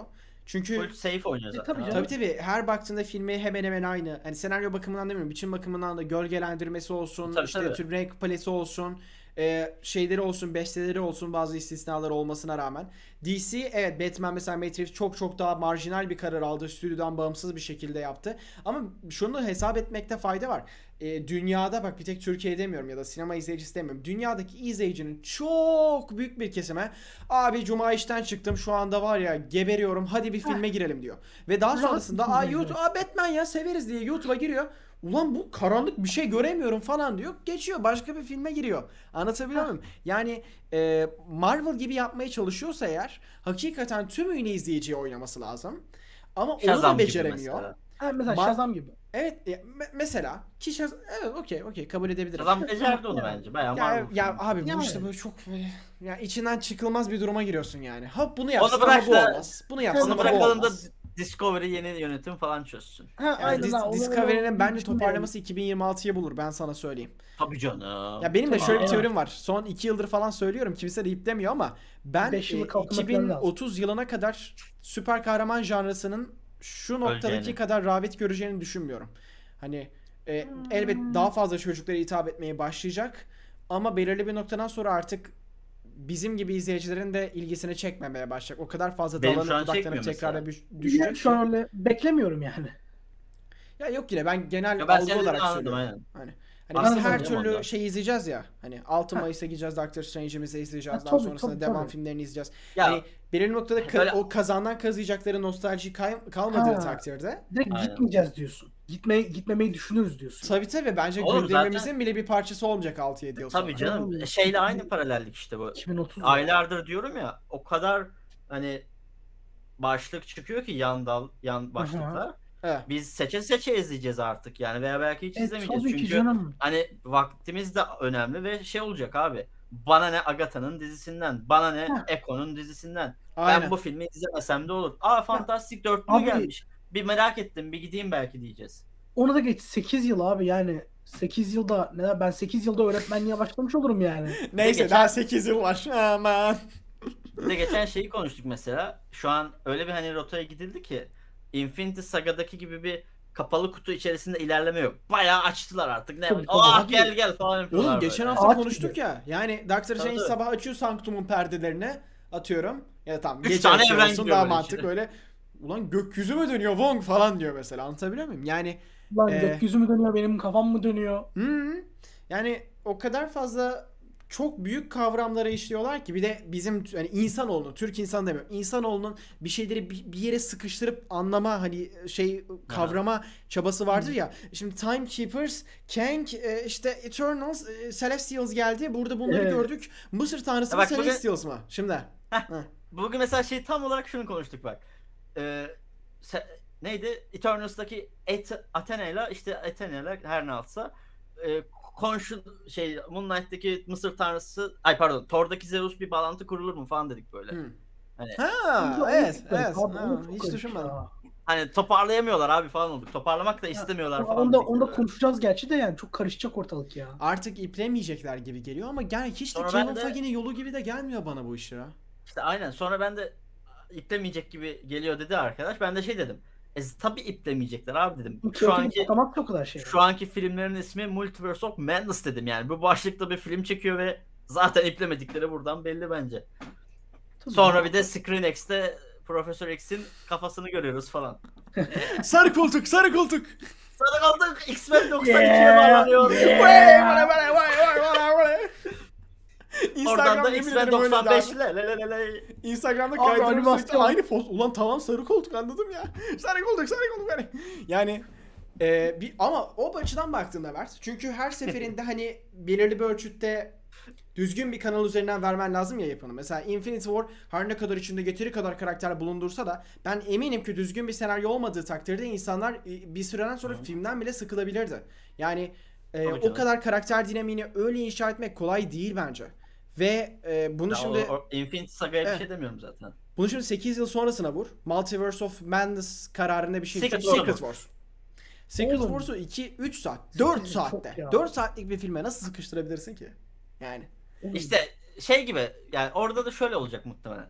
S1: Çünkü
S3: Full safe oynuyor
S2: E,
S3: zaten.
S2: tabii
S3: abi.
S2: canım.
S1: tabii tabii her baktığında filmi hemen hemen aynı. Hani senaryo bakımından demiyorum. Biçim bakımından da gölgelendirmesi olsun,
S3: Tabii,
S1: işte
S3: tabii.
S1: tüm renk paleti olsun, e, şeyleri olsun, besteleri olsun bazı istisnalar olmasına rağmen. D C evet Batman mesela Matt Reeves çok çok daha marjinal bir karar aldı. Stüdyodan bağımsız bir şekilde yaptı. Ama şunu hesap etmekte fayda var. E, dünyada bak bir tek Türkiye demiyorum ya da sinema izleyicisi demiyorum. Dünyadaki izleyicinin çok büyük bir kesime abi cuma işten çıktım şu anda var ya geberiyorum hadi bir filme girelim diyor. Ve daha
S2: Rahat
S1: sonrasında
S2: bir
S1: aa
S2: film
S1: YouTube aa Batman ya severiz diye YouTube'a giriyor. Ulan bu karanlık bir şey göremiyorum falan diyor. Geçiyor başka bir filme giriyor. Anlatabiliyor muyum? Yani e, Marvel gibi yapmaya çalışıyorsa eğer hakikaten tümüyle izleyiciye oynaması lazım. Ama onu
S3: Shazam
S1: da
S3: gibi
S1: beceremiyor.
S3: mesela.
S2: Ha, mesela
S1: Ma-
S2: Shazam gibi.
S1: Evet ya, me- mesela ki Shaz- evet okey okey kabul edebilirim.
S3: Shazam becerdi onu bence. Bayağı
S1: Ya,
S3: Marvel
S1: ya
S3: filmi.
S1: abi bu
S2: Yani.
S1: işte böyle çok böyle ya içinden çıkılmaz bir duruma giriyorsun yani. Ha bunu yapsın
S3: Onu
S1: ama
S3: bırak
S1: bu
S3: da-
S1: olmaz. Bunu yapsın
S3: Onu
S1: ama bu
S3: bırakalım da
S1: olmaz.
S3: Discovery yeni yönetim falan çözsün.
S2: Ha,
S1: Yani
S2: aynen
S1: Dis-
S2: ha, onu-
S1: Discovery'nin
S2: onu
S1: bence
S2: düşünmeyelim.
S1: toparlaması iki bin yirmi altıya bulur ben sana söyleyeyim.
S3: Tabii canım.
S1: Ya benim de
S2: Tabii,
S1: şöyle bir
S2: aynen.
S1: teorim var. Son iki yıldır falan söylüyorum. Kimse de iplemiyor ama ben
S2: Beş
S1: e,
S2: yıllık kalkınma planı lazım.
S1: iki bin otuz yılına kadar süper kahraman janrasının şu noktadaki
S3: Öleceğini.
S1: kadar rağbet göreceğini düşünmüyorum. Hani e,
S2: Hmm.
S1: elbet daha fazla çocuklara hitap etmeye başlayacak ama belirli bir noktadan sonra artık bizim gibi izleyicilerin de ilgisini çekmemeye başlayacak. O kadar fazla
S3: Benim şu
S1: dalanıp
S3: an
S1: budaklanıp
S3: çekmiyor
S1: tekrar da
S3: mesela.
S1: düş- düşecek.
S2: Ya, şu an öyle beklemiyorum yani.
S1: Ya yok yine ben genel
S3: Ya ben
S1: algı
S3: senin
S1: olarak
S3: anladım,
S1: söylüyorum.
S3: aynen.
S1: Hani hani
S2: Anladım
S1: biz her
S2: hocam
S1: türlü
S3: ondan.
S1: şey izleyeceğiz ya. Hani altı
S2: Ha.
S1: Mayıs'a gideceğiz Doctor Strange'imizi izleyeceğiz.
S2: Ha,
S1: Daha
S2: tabii,
S1: sonrasında
S2: tabii,
S1: devam
S2: tabii.
S1: filmlerini izleyeceğiz.
S3: Ya
S1: Hani belirli noktada ka-
S3: böyle-
S1: o kazandan kazıyacakları nostalji kay- kalmadığı
S2: Ha.
S1: takdirde
S2: Direkt
S3: Aynen.
S2: gitmeyeceğiz diyorsun. Gitmeye gitmemeyi düşünürüz diyorsun.
S1: tabii tabii bence
S3: Oğlum
S1: gündemimizin
S3: zaten-
S1: bile bir parçası olmayacak altı yedi yıl sonra.
S3: tabii canım.
S2: Anladım.
S3: Şeyle aynı paralellik işte bu.
S2: iki bin otuz.
S3: Aylardır diyorum ya, o kadar hani başlık çıkıyor ki yan dal, yan başlıklar.
S1: Evet.
S3: Biz seçe seçe izleyeceğiz artık yani, veya belki hiç
S2: E,
S3: izlemeyeceğiz.
S2: tabii ki
S3: Çünkü
S2: canım.
S3: hani vaktimiz de önemli ve şey olacak abi. Bana ne Agatha'nın dizisinden, bana ne
S2: Heh.
S3: Echo'nun dizisinden.
S1: Aynen.
S3: Ben bu filmi izlemesem de olur. Aa Fantastic dörtlü
S2: Abi-
S3: gelmiş. Bir merak ettim, bir gideyim belki diyeceğiz.
S2: Onu da geç sekiz yıl abi yani. sekiz yılda ne ben sekiz yılda öğretmenliğe başlamış olurum yani.
S1: Neyse
S3: geçen-
S1: daha sekiz yıl var. Aman.
S3: Bir de geçen şeyi konuştuk mesela. Şu an öyle bir hani rotaya gidildi ki Infinity Saga'daki gibi bir kapalı kutu içerisinde ilerleme yok. Bayağı açtılar artık. Ne?
S2: Tabii, tabii.
S3: Ah
S1: Abi-
S3: gel gel falan yapıyorlar.
S1: Oğlum geçen
S3: böyle.
S1: hafta
S2: Ağaç
S1: konuştuk
S2: gibi.
S1: ya. Yani Doctor Strange
S3: Tabii.
S1: sabah açıyor Sanctum'un perdelerini atıyorum. Ya tamam
S3: Üç
S1: gece
S3: tane
S1: açıyor
S3: evren
S1: olsun
S3: gidiyor
S1: daha
S3: böyle
S1: mantık
S3: içine.
S1: böyle. Ulan gökyüzü mü dönüyor Wong falan diyor mesela. Anlatabiliyor muyum? Yani
S2: Lan
S1: Ee,
S2: gökyüzü mü dönüyor benim kafam mı dönüyor?
S1: Hmm. Yani o kadar fazla çok büyük kavramları işliyorlar ki bir de bizim yani insanoğlunun, Türk insanı demiyorum. İnsanoğlunun bir şeyleri bir, bir yere sıkıştırıp anlama hani şey kavrama çabası vardır ya. Şimdi Timekeepers, Kang, e, işte Eternals, e, Celestials geldi. Burada bunları
S2: Evet.
S1: gördük. Mısır tanrısı mı
S3: Bak bugün-
S1: Celestials mı? Şimdi.
S3: Bugün mesela şey tam olarak şunu konuştuk bak. Ee, se- neydi? Eternals'taki Et Athena'yla işte Athena'yla her ne alsa e, konşu şey Moon Knight'taki Mısır tanrısı ay pardon Thor'daki Zeus bir bağlantı kurulur mu falan dedik böyle.
S1: Hmm.
S3: Hani,
S1: Ha,
S2: Onu
S1: evet,
S2: çok
S1: evet.
S2: garip abi,
S1: Ha,
S2: onu çok
S1: hiç
S2: garip
S1: düşünmedim.
S2: ya.
S3: hani toparlayamıyorlar abi falan olduk. Toparlamak da istemiyorlar falan.
S2: Onda,
S3: dedik
S2: onda
S3: böyle.
S2: konuşacağız gerçi de yani çok karışacak ortalık ya.
S1: Artık iplemeyecekler gibi geliyor ama yani hiç de
S3: Sonra
S1: Kevin
S3: ben de-
S1: Feige'nin yolu gibi de gelmiyor bana bu iş ya.
S3: İşte aynen. Sonra ben de iplemeyecek gibi geliyor dedi arkadaş. Ben de şey dedim. E tabii iplemeyecekler abi dedim. Şu
S2: Şu
S3: anki
S2: anki o kadar şey.
S3: Şu anki filmlerin ismi Multiverse of Madness dedim yani. Bu başlıkta bir film çekiyor ve zaten iplemedikleri buradan belli bence.
S2: Tabii.
S3: Sonra bir de Screen X'te Profesör X'in kafasını görüyoruz falan.
S1: Sarı koltuk, sarı koltuk.
S3: Sonra kaldık X-Men doksan ikiye
S2: Yeah,
S3: bağlanıyor.
S2: yeah.
S1: Vay, vay, vay, vay, vay, vay, vay.
S3: Oradan da
S1: yemin
S3: X-Men
S1: ederim öyle
S3: doksan beş
S1: abi.
S3: le le le le.
S1: Instagram'da
S2: Abi,
S1: kaydırıp
S2: animasyon.
S1: sürekli aynı post. Ulan tamam sarı koltuk anladım ya. Sarı koltuk, sarı koltuk yani. Yani e, bir, ama o açıdan baktığımda Mert. Çünkü her seferinde hani belirli bir ölçütte düzgün bir kanal üzerinden vermen lazım ya yapını. Mesela Infinity War her ne kadar içinde yeteri kadar karakter bulundursa da ben eminim ki düzgün bir senaryo olmadığı takdirde insanlar e, bir süreden sonra
S3: Hı.
S1: filmden bile sıkılabilirdi. Yani e,
S3: Tabii
S1: o
S3: canım.
S1: kadar karakter dinamiğini öyle inşa etmek kolay değil bence. Ve e, bunu
S3: Ya
S1: şimdi
S3: o, o Infinity Saga'ya
S1: Evet.
S3: bir şey demiyorum zaten.
S1: bunu şimdi sekiz yıl sonrasına vur. Multiverse of Madness kararında bir şey
S3: Secret
S1: Secret,
S3: Wars.
S1: Wars. Secret
S2: Oğlum.
S1: Wars'u iki üç saat, dört
S2: Çok
S1: saatte.
S2: ya.
S1: dört saatlik bir filme nasıl sıkıştırabilirsin ki? Yani.
S3: İşte şey gibi yani orada da şöyle olacak muhtemelen.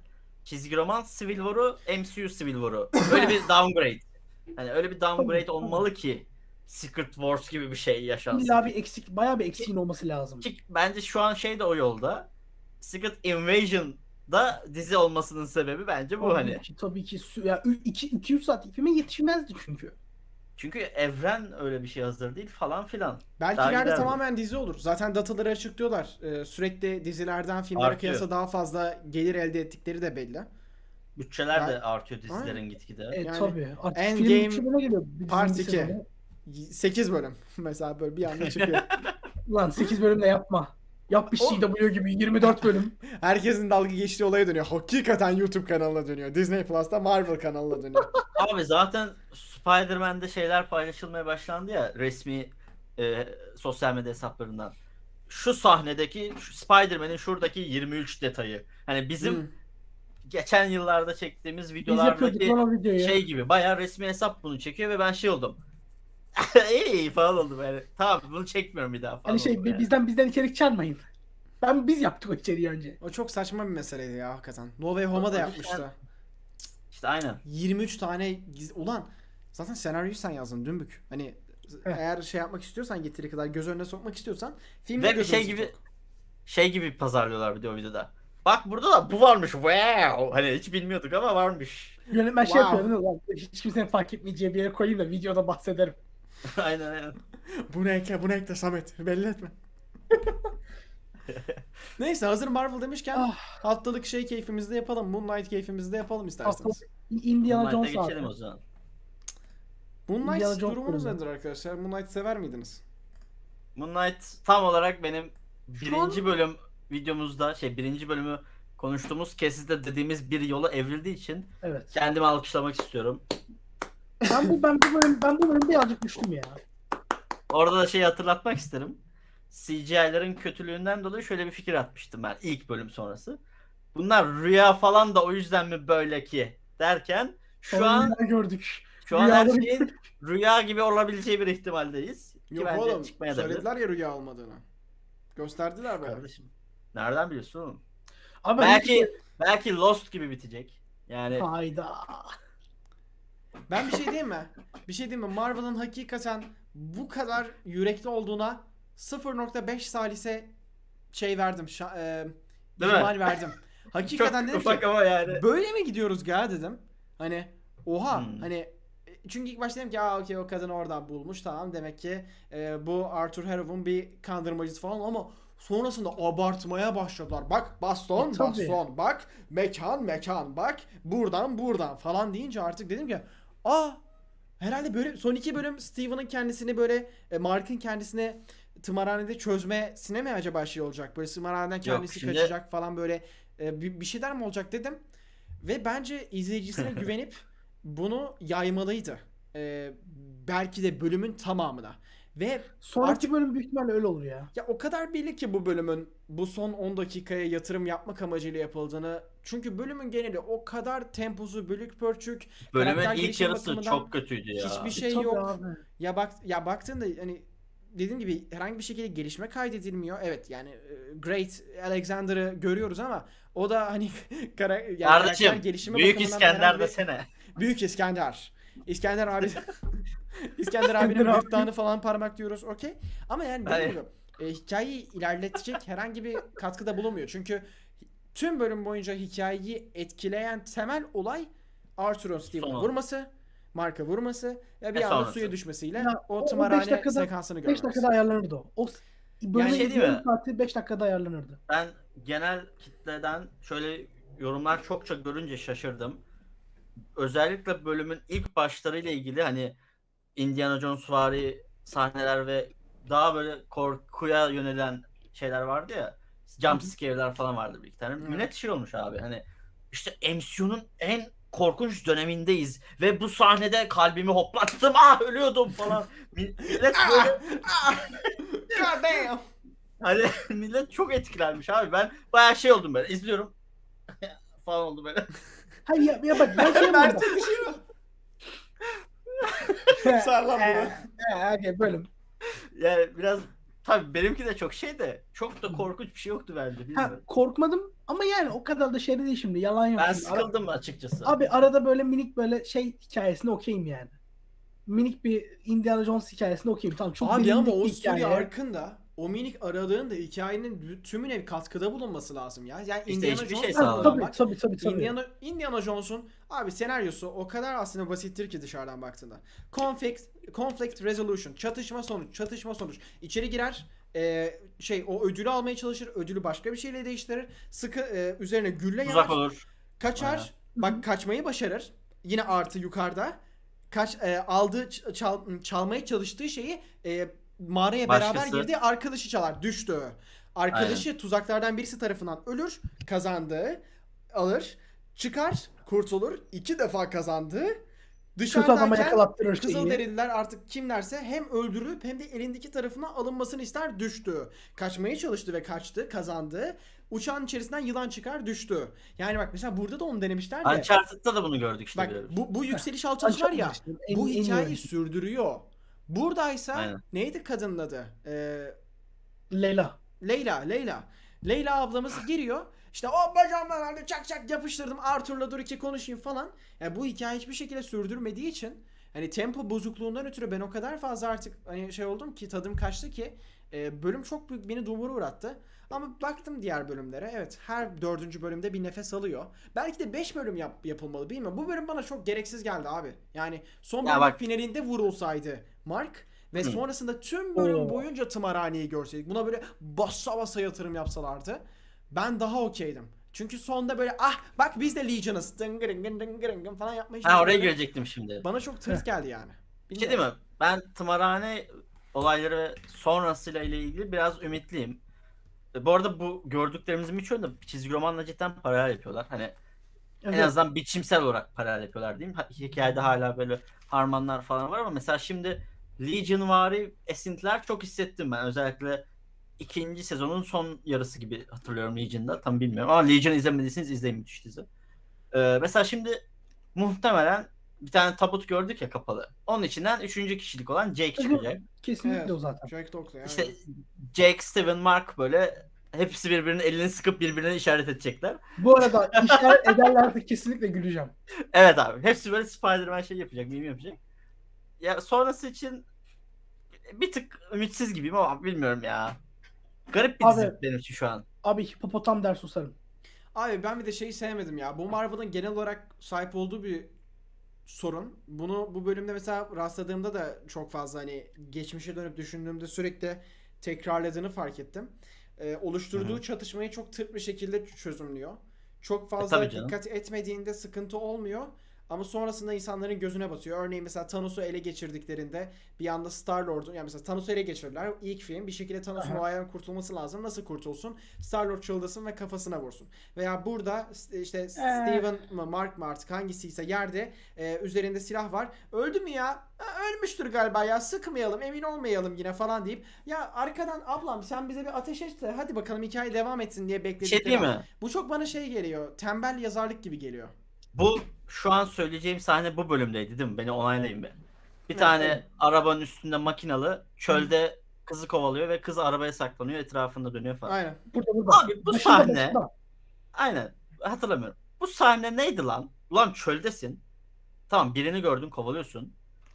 S3: çizgi roman Civil War'u, M C U Civil War'u. Öyle bir downgrade. Hani öyle bir downgrade
S2: Tabii,
S3: olmalı ki Secret Wars gibi bir şey yaşansın.
S2: İlla bir eksik, bayağı bir eksiğin olması lazım.
S3: Ki bence şu an şey de o yolda. Secret Invasion'da dizi olmasının sebebi bence bu
S2: Tabii
S3: hani.
S2: ki, tabii ki. Sü- Ya iki üç saat filme yetişmezdi çünkü.
S3: Çünkü evren öyle bir şey hazır değil falan filan.
S1: Belki
S3: Daha
S1: ileride
S3: gider bu.
S1: tamamen dizi olur. Zaten dataları açıklıyorlar. Ee, sürekli dizilerden filmlere
S3: Artıyor.
S1: kıyasla daha fazla gelir elde ettikleri de belli.
S3: Bütçeler
S1: Ben-
S3: de artıyor dizilerin
S1: Aynen.
S3: gitgide.
S2: E
S1: Yani
S2: tabii. Artık
S1: Endgame
S2: film bütçelerine geliyor. Bir dizinin
S1: Part
S2: bir
S1: iki.
S2: sezonu.
S1: sekiz bölüm. Mesela böyle bir anda çıkıyor.
S2: Lan sekiz bölüm de yapma. Yap bir
S1: O-
S2: C W gibi yirmi dört bölüm.
S1: Herkesin dalga geçtiği olaya dönüyor. Hakikaten YouTube kanalına dönüyor. Disney Plus'ta Marvel kanalına dönüyor.
S3: Abi zaten Spider-Man'de şeyler paylaşılmaya başlandı ya resmi e, sosyal medya hesaplarından. Şu sahnedeki şu Spider-Man'in şuradaki yirmi üç detayı. Hani bizim
S1: Hmm.
S3: geçen yıllarda çektiğimiz
S2: Biz yapıyorduk
S3: videolardaki
S2: lan o videoyu.
S3: şey gibi bayağı resmi hesap bunu çekiyor ve ben şey oldum. İyi falan oldum yani. Tamam bunu çekmiyorum bir daha falan.
S2: Hani şey
S3: oldum yani.
S2: bizden bizden içerik çalmayın. Ben biz yaptık o içeriği önce.
S1: O çok saçma bir meseleydi ya hakikaten. No Way Home'a da
S3: O-
S1: yapmıştı.
S3: İşte aynen.
S1: yirmi üç tane giz... Ulan zaten senaryoyu sen yazdın dümbük. Hani
S2: Evet.
S1: eğer şey yapmak istiyorsan yeteri kadar göz önüne sokmak istiyorsan filmde
S3: Ve bir
S1: göz
S3: şey
S1: önüne
S3: gibi
S1: sok.
S3: şey gibi pazarlıyorlar bir de o videoda. Bak burada da bu varmış. Wow. Hani hiç bilmiyorduk ama varmış.
S2: Yönetmen şey
S1: Wow.
S2: yapıyor değil mi? Lan, hiç kimsenin fark etmeyeceği bir yere koyayım da videoda bahsederim.
S3: aynen aynen.
S1: Bu ne ekle bu ne ekle Samet belli etme. Neyse hazır Marvel demişken
S2: Ah.
S1: haftalık şey keyfimizde yapalım. Moonlight keyfimizde yapalım isterseniz.
S2: Haftalık Indiana
S3: Moonlight'a
S2: Jones
S3: geçelim
S2: abi.
S3: o zaman.
S1: Moonlight
S2: Indiana Jones
S1: durumunuz
S2: bölümü.
S1: nedir arkadaşlar? Moonlight sever miydiniz?
S3: Moonlight tam olarak benim
S1: Şu
S3: birinci
S1: an-
S3: bölüm videomuzda şey birinci bölümü konuştuğumuz kesitte dediğimiz bir yola evrildiği için
S2: Evet.
S3: kendimi alkışlamak istiyorum.
S2: Ben bu ben bu bölüm ben bu bölüm birazcık düştüm ya.
S3: Orada da şeyi hatırlatmak isterim. C G I'ların kötülüğünden dolayı şöyle bir fikir atmıştım ben ilk bölüm sonrası. Bunlar rüya falan da o yüzden mi böyle ki derken şu
S2: Sonra
S3: an
S2: rüya gördük.
S3: şu an her
S2: Rüyaları-
S3: şeyin rüya gibi olabileceği bir ihtimaldeyiz. Ki
S1: Yok
S3: bence
S1: oğlum
S3: çıkmaya da bilir.
S1: söylediler ya rüya olmadığını. Gösterdiler bana.
S3: Kardeşim. Nereden biliyorsun oğlum?
S2: Abi ben
S3: Belki belki Lost gibi bitecek. Yani
S2: hayda.
S1: Ben bir şey diyeyim mi? Bir şey diyeyim mi? Marvel'ın hakikaten bu kadar yürekli olduğuna sıfır nokta beş salise şey verdim. Şa- e,
S3: Değil mi?
S1: ihtimal verdim. Hakikaten
S3: çok
S1: dedim
S3: ufak
S1: ki
S3: ama yani.
S1: böyle mi gidiyoruz ya dedim. Hani oha
S3: Hmm.
S1: hani e, çünkü ilk başta dedim ki aa okey o kadını oradan bulmuş tamam demek ki e, bu Arthur Harrow'un bir kandırmacısı falan ama sonrasında abartmaya başladılar. Bak baston
S2: E, tabii.
S1: baston bak mekan mekan bak buradan buradan falan deyince artık dedim ki aa herhalde böyle son iki bölüm Steven'ın kendisini böyle e, Mark'ın kendisine tımarhanede çözmesine mi acaba şey olacak? Böyle tımarhaneden kendisi
S3: şimdi-
S1: kaçacak falan böyle e, bir, bir şeyler mi olacak dedim. Ve bence izleyicisine güvenip bunu yaymalıydı. E, belki de bölümün tamamına. Ve
S2: Sonraki
S1: Artık-
S2: bölüm büyük ihtimalle öyle olur ya.
S1: ya o kadar belli ki bu bölümün bu son on dakikaya yatırım yapmak amacıyla yapıldığını. Çünkü bölümün geneli o kadar temposu, bölük pörçük,
S3: Bölümün
S1: karakter
S3: ilk
S1: gelişim
S3: yarısı
S1: bakımından
S3: çok kötüydü ya.
S1: hiçbir
S2: E,
S1: şey
S2: tabii
S1: yok.
S2: abi.
S1: Ya bak ya baktığında hani dediğim gibi herhangi bir şekilde gelişme kaydedilmiyor. Evet yani e, Great Alexander'ı görüyoruz ama o da hani kara, yani karakter
S3: Kardeşim
S1: gelişimi
S3: Büyük
S1: bakımından
S3: İskender
S1: herhangi bir-
S3: desene.
S1: Büyük İskender. İskender abi İskender abinin
S2: İskender abi.
S1: gırtlağını falan parmaklıyoruz okey. Ama yani dediğim
S3: Hayır.
S1: gibi e, hikayeyi ilerletecek herhangi bir katkıda bulunmuyor. Çünkü tüm bölüm boyunca hikayeyi etkileyen temel olay Arthur'un Steven'a
S3: Sonu.
S1: vurması, Mark'a vurması ve bir
S3: Ve
S1: anda
S3: sonrası.
S1: suya düşmesiyle
S2: Ya,
S1: o
S2: o- o
S1: tımarhane
S2: beş dakikada-
S1: sekansını
S2: beş
S1: görmemiz.
S2: dakikada ayarlanırdı o. O s- bölümün
S1: Yani
S3: şey
S2: ilk
S3: değil mi?
S2: yarım saati beş dakikada ayarlanırdı.
S3: Ben genel kitleden şöyle yorumlar çokça görünce şaşırdım. Özellikle bölümün ilk başlarıyla ilgili hani Indiana Jones vari sahneler ve daha böyle korkuya yönelen şeyler vardı ya. Jump scare'ler falan vardı bir iki tane.
S1: Evet.
S3: Millet şey olmuş abi hani işte M C U'nun en korkunç dönemindeyiz ve bu sahnede kalbimi hoplattım ah ölüyordum falan. Mi- Millet böyle
S1: God damn.
S3: hani millet çok etkilenmiş abi. Ben bayağı şey oldum böyle izliyorum falan oldu böyle.
S2: Hayır ya, ya bak ben şey
S1: Mert
S2: yapıyorum.
S1: düşüyor. Sağlam bunu.
S2: He, okey, bölüm.
S3: Yani biraz tabii benimki de çok şey de çok da korkunç bir şey yoktu bence.
S2: Ha,
S3: Bilmiyorum.
S2: korkmadım ama yani o kadar da şey değil şimdi, yalan yok.
S3: Ben
S2: şimdi. Ara-
S3: sıkıldım açıkçası.
S2: Abi arada böyle minik böyle şey hikayesini okuyayım yani. Minik bir Indiana Jones hikayesini okuyayım. Tamam, çok
S1: Abi ama
S2: bilindik
S1: o
S2: bir
S1: story
S2: hikaye.
S1: arkında o minik aralığın da hikayenin tümüne bir katkıda bulunması lazım ya. Yani
S3: İşte
S1: Indiana
S3: hiçbir
S1: Jones
S3: şey
S2: Ha,
S3: sağlamıyor.
S1: tarafından
S2: tabii,
S1: bak.
S2: tabii tabii tabii.
S1: Indiana, Indiana Jones'un abi senaryosu o kadar aslında basittir ki dışarıdan baktığında. Conflict, conflict resolution, çatışma sonuç, çatışma sonuç. İçeri girer, e, şey o ödülü almaya çalışır, ödülü başka bir şeyle değiştirir. Sıkı e, üzerine gülle
S3: Uzak
S1: yağar,
S3: olur.
S1: kaçar.
S3: Aynen.
S1: Bak kaçmayı başarır. Yine artı yukarıda. Kaç e, aldığı ç- çal- çalmaya çalıştığı şeyi e, mağaraya beraber
S3: Başkası.
S1: girdiği arkadaşı çalar. Düştü. Arkadaşı tuzaklardan birisi tarafından ölür. Kazandığı alır. Çıkar. Kurtulur. İki defa kazandığı.
S2: Kötü adama
S1: Dışarıdayken
S2: yakalattırır şeyi.
S1: Kızılderililer artık kimlerse hem öldürülüp hem de elindeki tarafına alınmasını ister, düştü. Kaçmaya çalıştı ve kaçtı, kazandı. Uçağın içerisinden yılan çıkar, düştü. Yani bak mesela burada da onu denemişler de.
S3: Uncharted'da da bunu gördük işte.
S1: Bak
S3: biraz.
S1: bu, bu yükseliş alçalış var ya,
S2: Uncharted işte, en-
S1: bu
S2: en iyi
S1: hikayeyi
S2: örnek.
S1: sürdürüyor. Buradaysa
S3: Aynen.
S1: neydi kadının adı? Ee,
S2: Leyla.
S1: Leyla, Leyla. Leyla ablamız giriyor. İşte o bacağımdan herhalde çak çak yapıştırdım. Arthur'la dur iki konuşayım falan. Yani bu hikaye hiçbir şekilde sürdürmediği için hani tempo bozukluğundan ötürü ben o kadar fazla artık hani şey oldum ki tadım kaçtı ki e, bölüm çok büyük beni dumura uğrattı. Ama baktım diğer bölümlere. Evet, her dördüncü bölümde bir nefes alıyor. Belki de beş bölüm yap, yapılmalı bilmiyorum. Bu bölüm bana çok gereksiz geldi abi. Yani son
S3: Ya
S1: bölümün
S3: bak-
S1: finalinde vurulsaydı Mark ve
S3: Hı.
S1: sonrasında tüm bölüm
S2: Oo.
S1: boyunca tımarhaneyi görseydik. Buna böyle bassa bassa yatırım yapsalardı ben daha okeydim. Çünkü sonda böyle ah bak biz de Legion'ız dıngırıngın dıngırıngın falan yapmaya
S3: Ha, oraya
S1: çalışıyorlar.
S3: girecektim şimdi.
S1: Bana çok tırt geldi yani.
S3: Bir şey değil mi? Ben tımarhane olayları ve sonrasıyla ile ilgili biraz ümitliyim. E, Bu arada bu gördüklerimizin birçoğunu da çizgi romanla cidden paralel yapıyorlar. Hani en
S2: Evet.
S3: azından biçimsel olarak paralel yapıyorlar diyeyim. Ha- Hikayede hala böyle harmanlar falan var ama mesela şimdi Legion'vari esintiler çok hissettim ben. Özellikle ikinci sezonun son yarısı gibi hatırlıyorum Legion'da. Tam bilmiyorum ama Legion izlemediyseniz izleyin, müthiş dizi. Ee, mesela şimdi muhtemelen bir tane tabut gördük ya kapalı. Onun içinden üçüncü kişilik olan Jake çıkacak.
S2: Kesinlikle
S1: Evet.
S2: o zaten.
S1: Jack Dog'da yani.
S3: İşte Jake, Steven, Mark böyle hepsi birbirinin elini sıkıp birbirine işaret edecekler.
S2: Bu arada işaret ederlerse kesinlikle güleceğim.
S3: Evet abi. Hepsi böyle Spider-Man şey yapacak, meme yapacak. Ya sonrası için bir tık ümitsiz gibiyim ama bilmiyorum ya. Garip bir
S2: Abi-
S3: dizi benim için şu an.
S2: Abi hipopotam der susarım.
S1: Abi ben bir de şeyi sevmedim ya. Bu Marvel'ın genel olarak sahip olduğu bir sorun. Bunu bu bölümde mesela rastladığımda da çok fazla hani geçmişe dönüp düşündüğümde sürekli tekrarladığını fark ettim. Ee, oluşturduğu
S3: Hı hı.
S1: çatışmayı çok tırt bir şekilde çözümlüyor. Çok
S3: E,
S1: fazla
S3: tabii canım.
S1: dikkat etmediğinde sıkıntı olmuyor. Ama sonrasında insanların gözüne batıyor. Örneğin mesela Thanos'u ele geçirdiklerinde bir anda Star-Lord'un yani mesela Thanos'u ele geçirirler. İlk film bir şekilde Thanos'un
S2: Aha.
S1: o ayağın kurtulması lazım. Nasıl kurtulsun? Star-Lord çıldırsın ve kafasına vursun. Veya burada işte Steven mı Mark mı artık hangisiyse yerde e, üzerinde silah var. Öldü mü ya? Ha, ölmüştür galiba ya, sıkmayalım emin olmayalım yine falan deyip ya arkadan ablam sen bize bir ateş et de hadi bakalım hikaye devam etsin diye
S3: Bir
S1: bekledikleri
S3: şey değil
S1: var.
S3: mi?
S1: Bu çok bana şey geliyor, tembel yazarlık gibi geliyor.
S3: Bu şu an söyleyeceğim sahne bu bölümdeydi değil mi? Beni onaylayın be. Bir
S1: Evet,
S3: tane
S1: evet.
S3: arabanın üstünde makinalı çölde kızı kovalıyor ve kız arabaya saklanıyor, etrafında dönüyor falan.
S1: Aynen.
S2: Burada burada.
S3: Abi bu
S2: Başında,
S3: sahne
S2: başında.
S3: aynen hatırlamıyorum. Bu sahne neydi lan? Ulan çöldesin. Tamam, birini gördün, kovalıyorsun.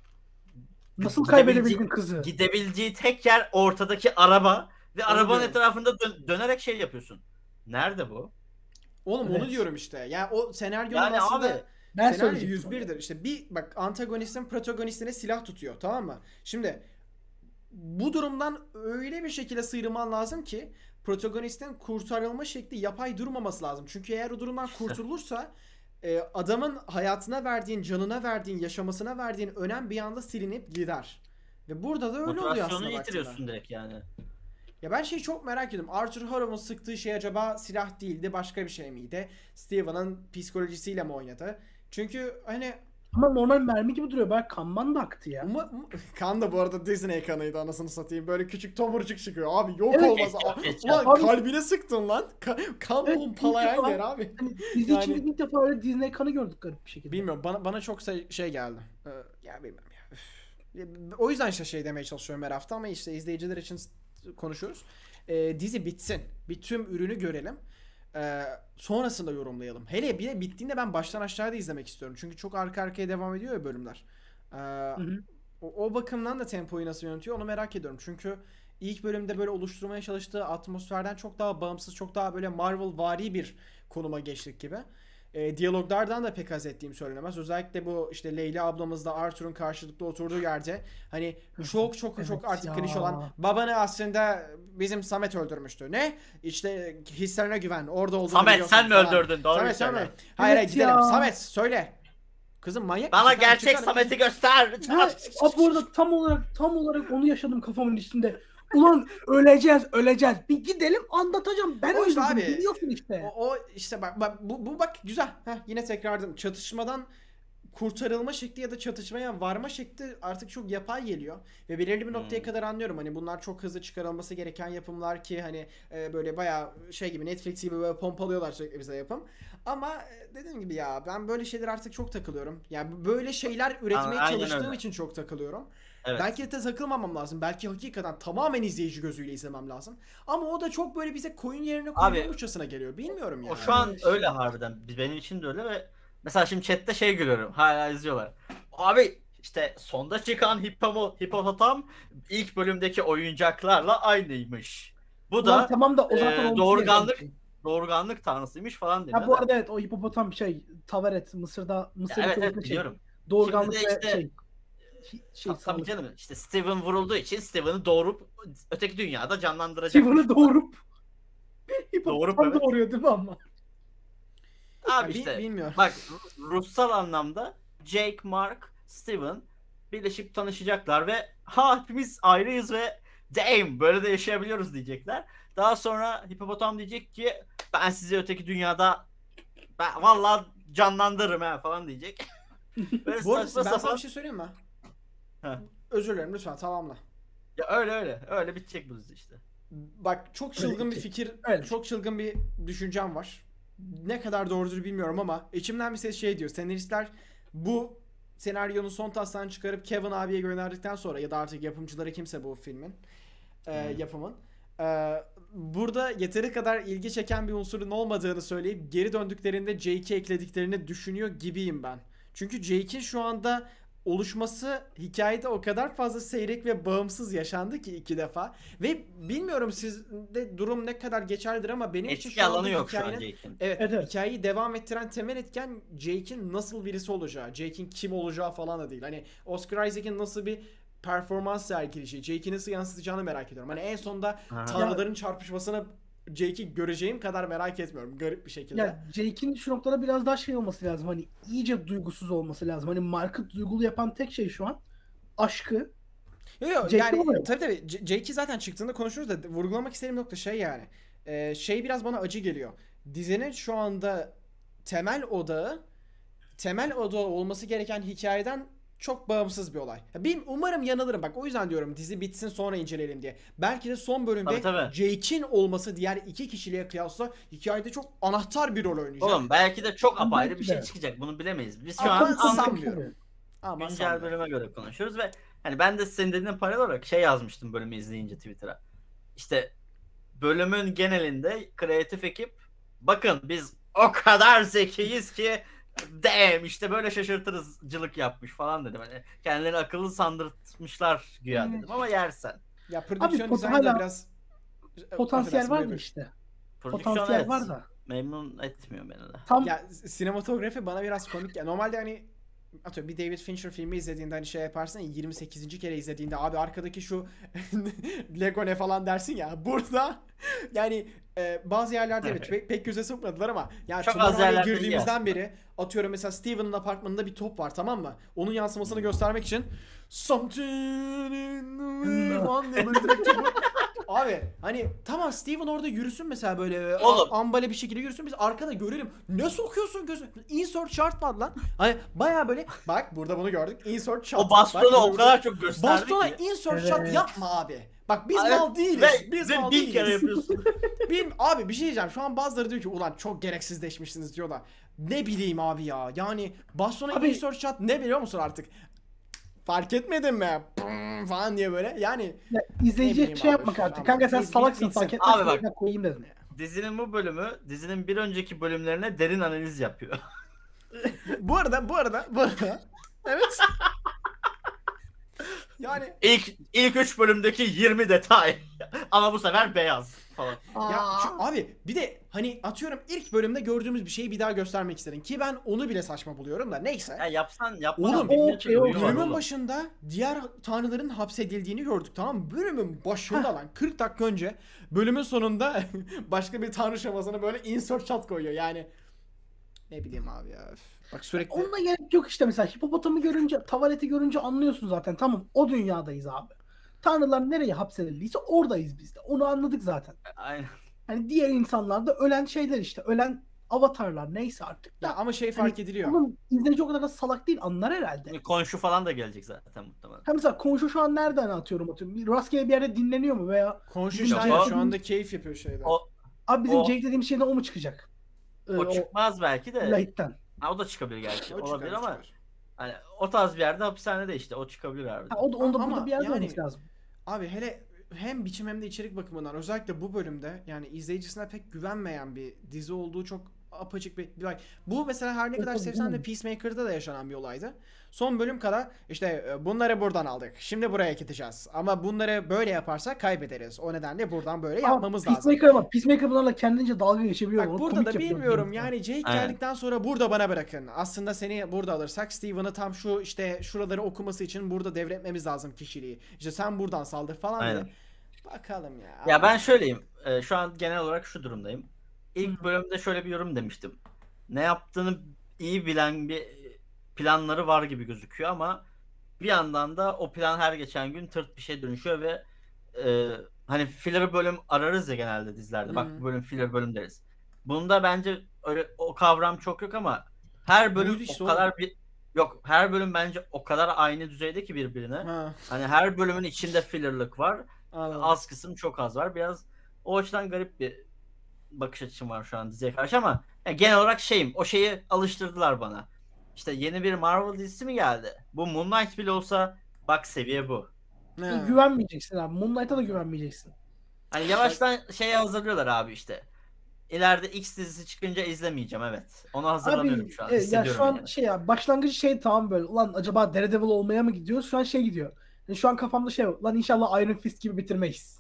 S2: Nasıl
S3: Gidebileceği-
S2: kaybedebildin kızı?
S3: Gidebileceği tek yer ortadaki araba ve
S1: Onu
S3: arabanın
S1: diyorum.
S3: etrafında dö- dönerek şey yapıyorsun. Nerede bu?
S1: Oğlum onu
S2: Evet.
S1: diyorum işte. Yani o senaryonun
S3: Yani
S1: aslında
S3: abi,
S2: Ben
S1: senaryo
S2: söyleyecektim.
S1: yüz birdir. İşte bir bak antagonistin protagonistine silah tutuyor, tamam mı? Şimdi bu durumdan öyle bir şekilde sıyrılman lazım ki protagonistin kurtarılma şekli yapay durmaması lazım. Çünkü eğer o durumdan kurtulursa e, adamın hayatına verdiğin, canına verdiğin, yaşamasına verdiğin önem bir anda silinip gider. Ve burada da öyle oluyor
S3: motivasyonu
S1: aslında baktığında.
S3: yitiriyorsun direkt yani.
S1: Ya ben şeyi çok merak ediyorum. Arthur Harrow'un sıktığı şey acaba silah değildi, başka bir şey miydi? Steven'ın psikolojisiyle mi oynadı? Çünkü hani
S2: Ama normal mermi gibi duruyor. Belki kanman da aktı ya.
S1: Uma, um- kan da bu arada Disney kanıydı anasını satayım. Böyle küçük tomurcuk çıkıyor. Abi yok
S2: Evet,
S1: olmaz.
S3: geçeceğim,
S1: Aa,
S3: geçeceğim.
S1: Ulan
S2: Abi-
S1: kalbine sıktın lan. Ka- kan
S2: Evet,
S1: pompalayan
S2: ilk defa-
S1: yer abi.
S2: Hani dizi
S1: Yani-
S2: içinde ilk defa öyle Disney kanı gördük garip bir şekilde.
S1: Bilmiyorum bana bana çok şey, şey geldi. Ee, ya bilmem ya. Üf. Ya, O yüzden işte şey demeye çalışıyorum her hafta ama işte izleyiciler için konuşuyoruz. Ee, dizi bitsin. Bir tüm ürünü görelim. Ee, sonrasında yorumlayalım. Hele bir de bittiğinde ben baştan aşağıya da izlemek istiyorum. Çünkü çok arka arkaya devam ediyor ya bölümler. Ee,
S2: Hı hı.
S1: o, o bakımdan da tempoyu nasıl yönetiyor onu merak ediyorum. Çünkü ilk bölümde böyle oluşturmaya çalıştığı atmosferden çok daha bağımsız, çok daha böyle Marvel-vari bir konuma geçtik gibi. E, diyaloglardan da pek haz ettiğim söylenemez. Özellikle bu işte Leyla ablamızla Arthur'un karşılıklı oturduğu yerde hani çok çok
S2: Evet
S1: çok artık
S2: ya.
S1: klişe olan babanı aslında bizim Samet öldürmüştü. Ne? İşte hislerine güven. Orada olduğunu
S3: Samet
S1: biliyorsun
S3: sen mi
S1: falan.
S3: öldürdün? Doğru
S1: Samet sen mi?
S3: söyle.
S1: Hayır
S2: Evet
S1: hayır gidelim.
S2: ya.
S1: Samet söyle. Kızım manyak
S3: Bana
S1: mısın? Tamam,
S3: gerçek
S1: çıkar.
S3: Samet'i göster.
S2: Ha, abi bu arada tam olarak tam olarak onu yaşadım kafamın içinde. Ulan öleceğiz öleceğiz. Bir gidelim anlatacağım. Ben
S1: O işte
S2: öldürdüm
S1: abi,
S2: biliyorsun işte.
S1: O, o işte bak, bak bu, bu bak güzel. Heh, yine tekrardan çatışmadan kurtarılma şekli ya da çatışmaya varma şekli artık çok yapay geliyor. Ve belirli bir noktaya
S3: Hmm.
S1: kadar anlıyorum. Hani bunlar çok hızlı çıkarılması gereken yapımlar ki hani e, böyle bayağı şey gibi Netflix gibi böyle pompalıyorlar sürekli bize yapım. Ama e, dediğim gibi ya ben böyle şeyler artık çok takılıyorum. Yani böyle şeyler üretmeye
S3: Aynen
S1: çalıştığım
S3: öyle.
S1: için çok takılıyorum.
S3: Evet.
S1: Belki de takılmamam lazım. Belki hakikaten tamamen izleyici gözüyle izlemem lazım. Ama o da çok böyle bize koyun yerine
S3: Abi,
S1: koyuyormuşçasına geliyor. Bilmiyorum ya.
S3: O şu an
S2: Yani
S3: öyle
S2: şey-
S3: harbiden. Benim için de öyle ve mesela şimdi chatte şey görüyorum. Hala izliyorlar. Abi işte sonda çıkan hipomo, hipopotam ilk bölümdeki oyuncaklarla aynıymış. Bu
S2: Ulan
S3: da
S2: tamam da o zaten
S3: e,
S2: olması
S3: doğurganlık
S2: gereken bir şey.
S3: doğurganlık tanrısıymış falan deniyor.
S2: Ha bu
S3: da.
S2: arada evet o hipopotam şey Tavaret Mısır'da Mısır
S3: Evet, evet,
S2: mitolojisinde şey.
S3: biliyorum.
S2: Doğurganlık
S3: Şimdi de
S2: ve
S3: işte-
S2: şey şey
S3: Ta- tabii
S2: sağlık.
S3: canım işte Steven vurulduğu için Steven'ı doğurup öteki dünyada canlandıracak.
S2: Steven'ı doğurup hipopotam
S3: Doğurup, evet.
S2: doğuruyor değil mi ama?
S1: Ya
S3: Abi
S1: bi-
S3: işte
S1: bilmiyorum.
S3: bak Ru- ruhsal anlamda Jake, Mark, Steven birleşip tanışacaklar ve ha hepimiz ayrıyız ve damn böyle de yaşayabiliyoruz diyecekler. Daha sonra hipopotam diyecek ki ben sizi öteki dünyada ben vallahi canlandırırım ha falan diyecek. Böyle
S1: Bu arada
S3: saçma
S1: ben sana
S3: sapan.
S1: bir şey söyleyeyim mi?
S3: Heh.
S1: Özür dilerim lütfen tamamla.
S3: Ya öyle öyle öyle bitecek bu dizi işte.
S1: Bak çok çılgın bir
S2: iki.
S1: fikir,
S2: Öyle.
S1: çok çılgın bir düşüncem var. Ne kadar doğrudur bilmiyorum ama içimden bir ses şey diyor. Senaristler bu senaryonun son taslağını çıkarıp Kevin abiye gönderdikten sonra ya da artık yapımcıları kimse bu filmin e,
S3: Hmm.
S1: yapımın e, burada yeteri kadar ilgi çeken bir unsurun olmadığını söyleyip geri döndüklerinde Jake'i eklediklerini düşünüyor gibiyim ben. Çünkü Jake'in şu anda oluşması hikayede o kadar fazla seyrek ve bağımsız yaşandı ki iki defa. Ve bilmiyorum sizde durum ne kadar geçerlidir ama benim için
S3: Etki
S1: şu anda
S3: alanı yok şu an
S1: hikayenin
S3: Jake'in.
S1: evet,
S2: Evet, evet.
S1: hikayeyi devam ettiren temel etken Jake'in nasıl birisi olacağı, Jake'in kim olacağı falan da değil. Hani Oscar Isaac'in nasıl bir performans sergileyeceği, Jake'i nasıl yansıtacağını merak ediyorum. Hani en sonda
S3: Aha.
S1: tanrıların çarpışmasını Jake'i göreceğim kadar merak etmiyorum garip bir şekilde.
S2: Ya Jake'in şu noktada biraz daha şey olması lazım. Hani iyice duygusuz olması lazım. Hani Mark'ı duygulu yapan tek şey şu an aşkı.
S1: Yok yok
S2: Jake'de
S1: yani
S2: oluyor.
S1: tabii tabii J- Jake'i zaten çıktığında konuşuruz da vurgulamak istediğim nokta şey yani. Ee, şey biraz bana acı geliyor. Dizinin şu anda temel odağı temel odağı olması gereken hikayeden çok bağımsız bir olay. Ya benim umarım yanılırım bak o yüzden diyorum dizi bitsin sonra inceleyelim diye. Belki de son bölümde
S3: Tabii, tabii.
S1: Jake'in olması diğer iki kişiliğe kıyasla hikayede çok anahtar bir rol oynayacak.
S3: Oğlum belki de çok
S2: Ama
S3: apayrı
S2: belki
S3: bir şey
S2: de.
S3: çıkacak. Bunu bilemeyiz. Biz şu
S1: Ama
S3: an
S1: sanmıyorum.
S3: an-
S1: sanmıyorum. Ama
S3: güncel
S1: sanmıyorum.
S3: bölüme göre konuşuyoruz ve hani ben de senin dediğine paralel olarak şey yazmıştım bölümü izleyince Twitter'a. İşte bölümün genelinde kreatif ekip bakın biz o kadar zekiyiz ki damn işte böyle şaşırtırızcılık yapmış falan dedim. Hani kendilerini akıllı sandırtmışlar güya
S2: Hmm.
S3: dedim ama yersen.
S1: Ya prodüksiyon
S2: pot-
S1: dizaynı da
S2: hala
S1: biraz
S2: Potansiyel
S1: Affedersin,
S2: var
S1: buyur,
S2: mı
S1: buyur.
S2: işte?
S3: Prodüksiyon
S2: Potansiyel
S3: evet,
S2: var da.
S3: memnun etmiyor beni de.
S2: Tam
S1: Ya sinematografi bana biraz komik. Ya normalde hani atıyorum bir David Fincher filmi izlediğinde hani şey yaparsın ya yirmi sekizinci kere izlediğinde abi arkadaki şu Lego ne falan dersin ya. Burada yani e, bazı yerlerde evet pek, pek göze sokmadılar ama yani
S3: Çok az
S1: tımarhaneye
S3: yerlerde iyi
S1: girdiğimizden
S3: aslında.
S1: beri atıyorum mesela Steven'ın apartmanında bir top var tamam mı? Onun yansımasını göstermek için something in the way falan diye böyle direkt topu abi hani tamam Steven orada yürüsün mesela böyle
S3: Oğlum.
S1: a- ambale bir şekilde yürüsün biz arkada görelim. Ne sokuyorsun gözü? Insert shot var lan. Hani baya böyle bak burada bunu gördük. Insert shot.
S3: O bastonu
S1: Bak,
S3: o
S1: burada-
S3: kadar çok gösterdi
S1: Bastona
S3: ki.
S1: insert shot
S2: Evet.
S1: yapma abi. Bak biz
S3: Evet,
S1: mal değiliz.
S3: Ve
S1: Biz
S3: ve
S1: mal
S3: bin kere
S1: değiliz.
S3: yapıyorsun.
S1: Benim, abi bir şey diyeceğim. Şu an bazıları diyor ki ulan çok gereksizleşmişsiniz diyorlar. Ne bileyim abi ya. Yani bastona
S2: Abi-
S1: insert shot ne biliyor musun artık? fark etmedin mi? Pım falan diye böyle. Yani
S2: Ya,
S1: Ne
S2: izleyiciye
S1: bileyim
S2: şey
S1: abi,
S2: yapmak artık.
S1: ama
S2: Kanka sen
S1: biz-
S2: salaksın
S1: bitsin.
S2: fark etmez.
S3: Abi bak.
S2: Ben koyayım dedim.
S3: Dizinin bu bölümü dizinin bir önceki bölümlerine derin analiz yapıyor.
S1: bu arada bu arada bu arada evet. Yani
S3: İlk ilk üç bölümdeki yirmi detay ama bu sefer beyaz falan.
S1: ya şu, abi bir de hani atıyorum ilk bölümde gördüğümüz bir şeyi bir daha göstermek istedin ki ben onu bile saçma buluyorum da neyse.
S3: Ya yapsan yapma.
S1: Oğlum,
S2: okey, okey.
S1: Bölümün başında diğer tanrıların hapsedildiğini gördük, tamam mı? Bölümün başında lan kırk dakika önce bölümün sonunda başka bir tanrı şemasına böyle insert shot koyuyor yani. Ne bileyim abi ya. Üf. Bak sürekli
S2: Onunla gerek yok işte, mesela hipopotamı görünce, tavaleti görünce anlıyorsun zaten. Tamam, o dünyadayız abi. Tanrılar nereye hapsedildiyse oradayız biz de. Onu anladık zaten.
S3: Aynen.
S2: Hani diğer insanlar da ölen şeyler işte. Ölen avatarlar neyse artık.
S1: ya
S2: Da.
S1: ama şey
S2: Hani
S1: fark ediliyor.
S2: Oğlum izleyici o kadar da salak değil, anlar herhalde.
S3: Komşu falan da gelecek zaten muhtemelen.
S2: Ha mesela komşu şu an nereden atıyorum atıyorum. Bir rastgele bir yerde dinleniyor mu veya
S1: Konuşu
S2: bizim
S1: şu,
S3: Jake
S1: an- şu
S2: dediğimiz-
S1: anda keyif yapıyor şeyde.
S3: O
S2: Abi bizim
S3: O-
S2: Jake dediğimiz şeyden o mu çıkacak? Ee,
S3: o
S2: o
S3: çıkmaz belki de.
S2: lahitten.
S3: Ha, o da çıkabilir gerçi.
S1: O çıkar,
S3: Olabilir
S1: o
S3: ama
S1: çıkar.
S3: hani o tarz bir yerde hapishanede işte o çıkabilir abi.
S2: Ha, o da onda
S1: Ama
S2: burada bir yerde
S1: yani-
S2: olması lazım.
S1: Abi hele hem biçim hem de içerik bakımından özellikle bu bölümde yani izleyicisine pek güvenmeyen bir dizi olduğu çok apaçık bir, bir olay. Bu mesela her ne kadar
S2: Tabii,
S1: sevsen de
S2: değil mi?
S1: Peacemaker'da da yaşanan bir olaydı. Son bölüm kadar işte e, bunları buradan aldık. Şimdi buraya gideceğiz. Ama bunları böyle yaparsak kaybederiz. O nedenle buradan böyle
S2: Ama
S1: yapmamız lazım.
S2: Peacemaker ama Peacemaker bunlarla kendince dalga geçebiliyor.
S1: Bak
S2: onu
S1: burada
S2: komik
S1: da
S2: yapıyor
S1: bilmiyorum
S2: diyorum
S1: yani Jake
S3: Aynen.
S1: geldikten sonra burada bana bırakın. Aslında seni burada alırsak Steven'ı tam şu işte şuraları okuması için burada devretmemiz lazım kişiliği. İşte sen buradan saldır falan
S3: Aynen.
S1: diye. Bakalım ya.
S3: Ya ben şöyleyim. e, şu an genel olarak şu durumdayım. İlk bölümde şöyle bir yorum demiştim. Ne yaptığını iyi bilen bir planları var gibi gözüküyor ama bir yandan da o plan her geçen gün tırt bir şey dönüşüyor ve e, hani filler bölüm ararız ya genelde dizilerde. Bak
S1: Hı.
S3: bu bölüm filler bölüm deriz. Bunda bence öyle o kavram çok yok ama her bölüm
S1: Buydu işte
S3: o
S1: oğlum.
S3: kadar bir yok her bölüm bence o kadar aynı düzeyde ki birbirine.
S1: Ha,
S3: Hani her bölümün içinde fillerlık var.
S1: anladım.
S3: Az kısım çok az var. Biraz o açıdan garip bir bakış açım var şu an diziye karşı ama yani genel olarak şeyim. O şeyi alıştırdılar bana. İşte yeni bir Marvel dizisi mi geldi? Bu Moon Knight bile olsa bak seviye bu.
S1: Ha.
S2: Güvenmeyeceksin abi. Moonlight'a da güvenmeyeceksin.
S3: Hani yavaştan şeye hazırlıyorlar abi işte. İleride X dizisi çıkınca izlemeyeceğim evet. Ona hazırlanıyorum
S2: Abi
S3: şu an.
S2: evet, ya
S3: Hissediyorum
S2: şu an
S3: yani.
S2: şey ya başlangıcı şey tamam böyle. Ulan acaba Daredevil olmaya mı gidiyoruz? Şu an şey gidiyor. Yani şu an kafamda şey var. Lan inşallah Iron Fist gibi bitirmeyiz.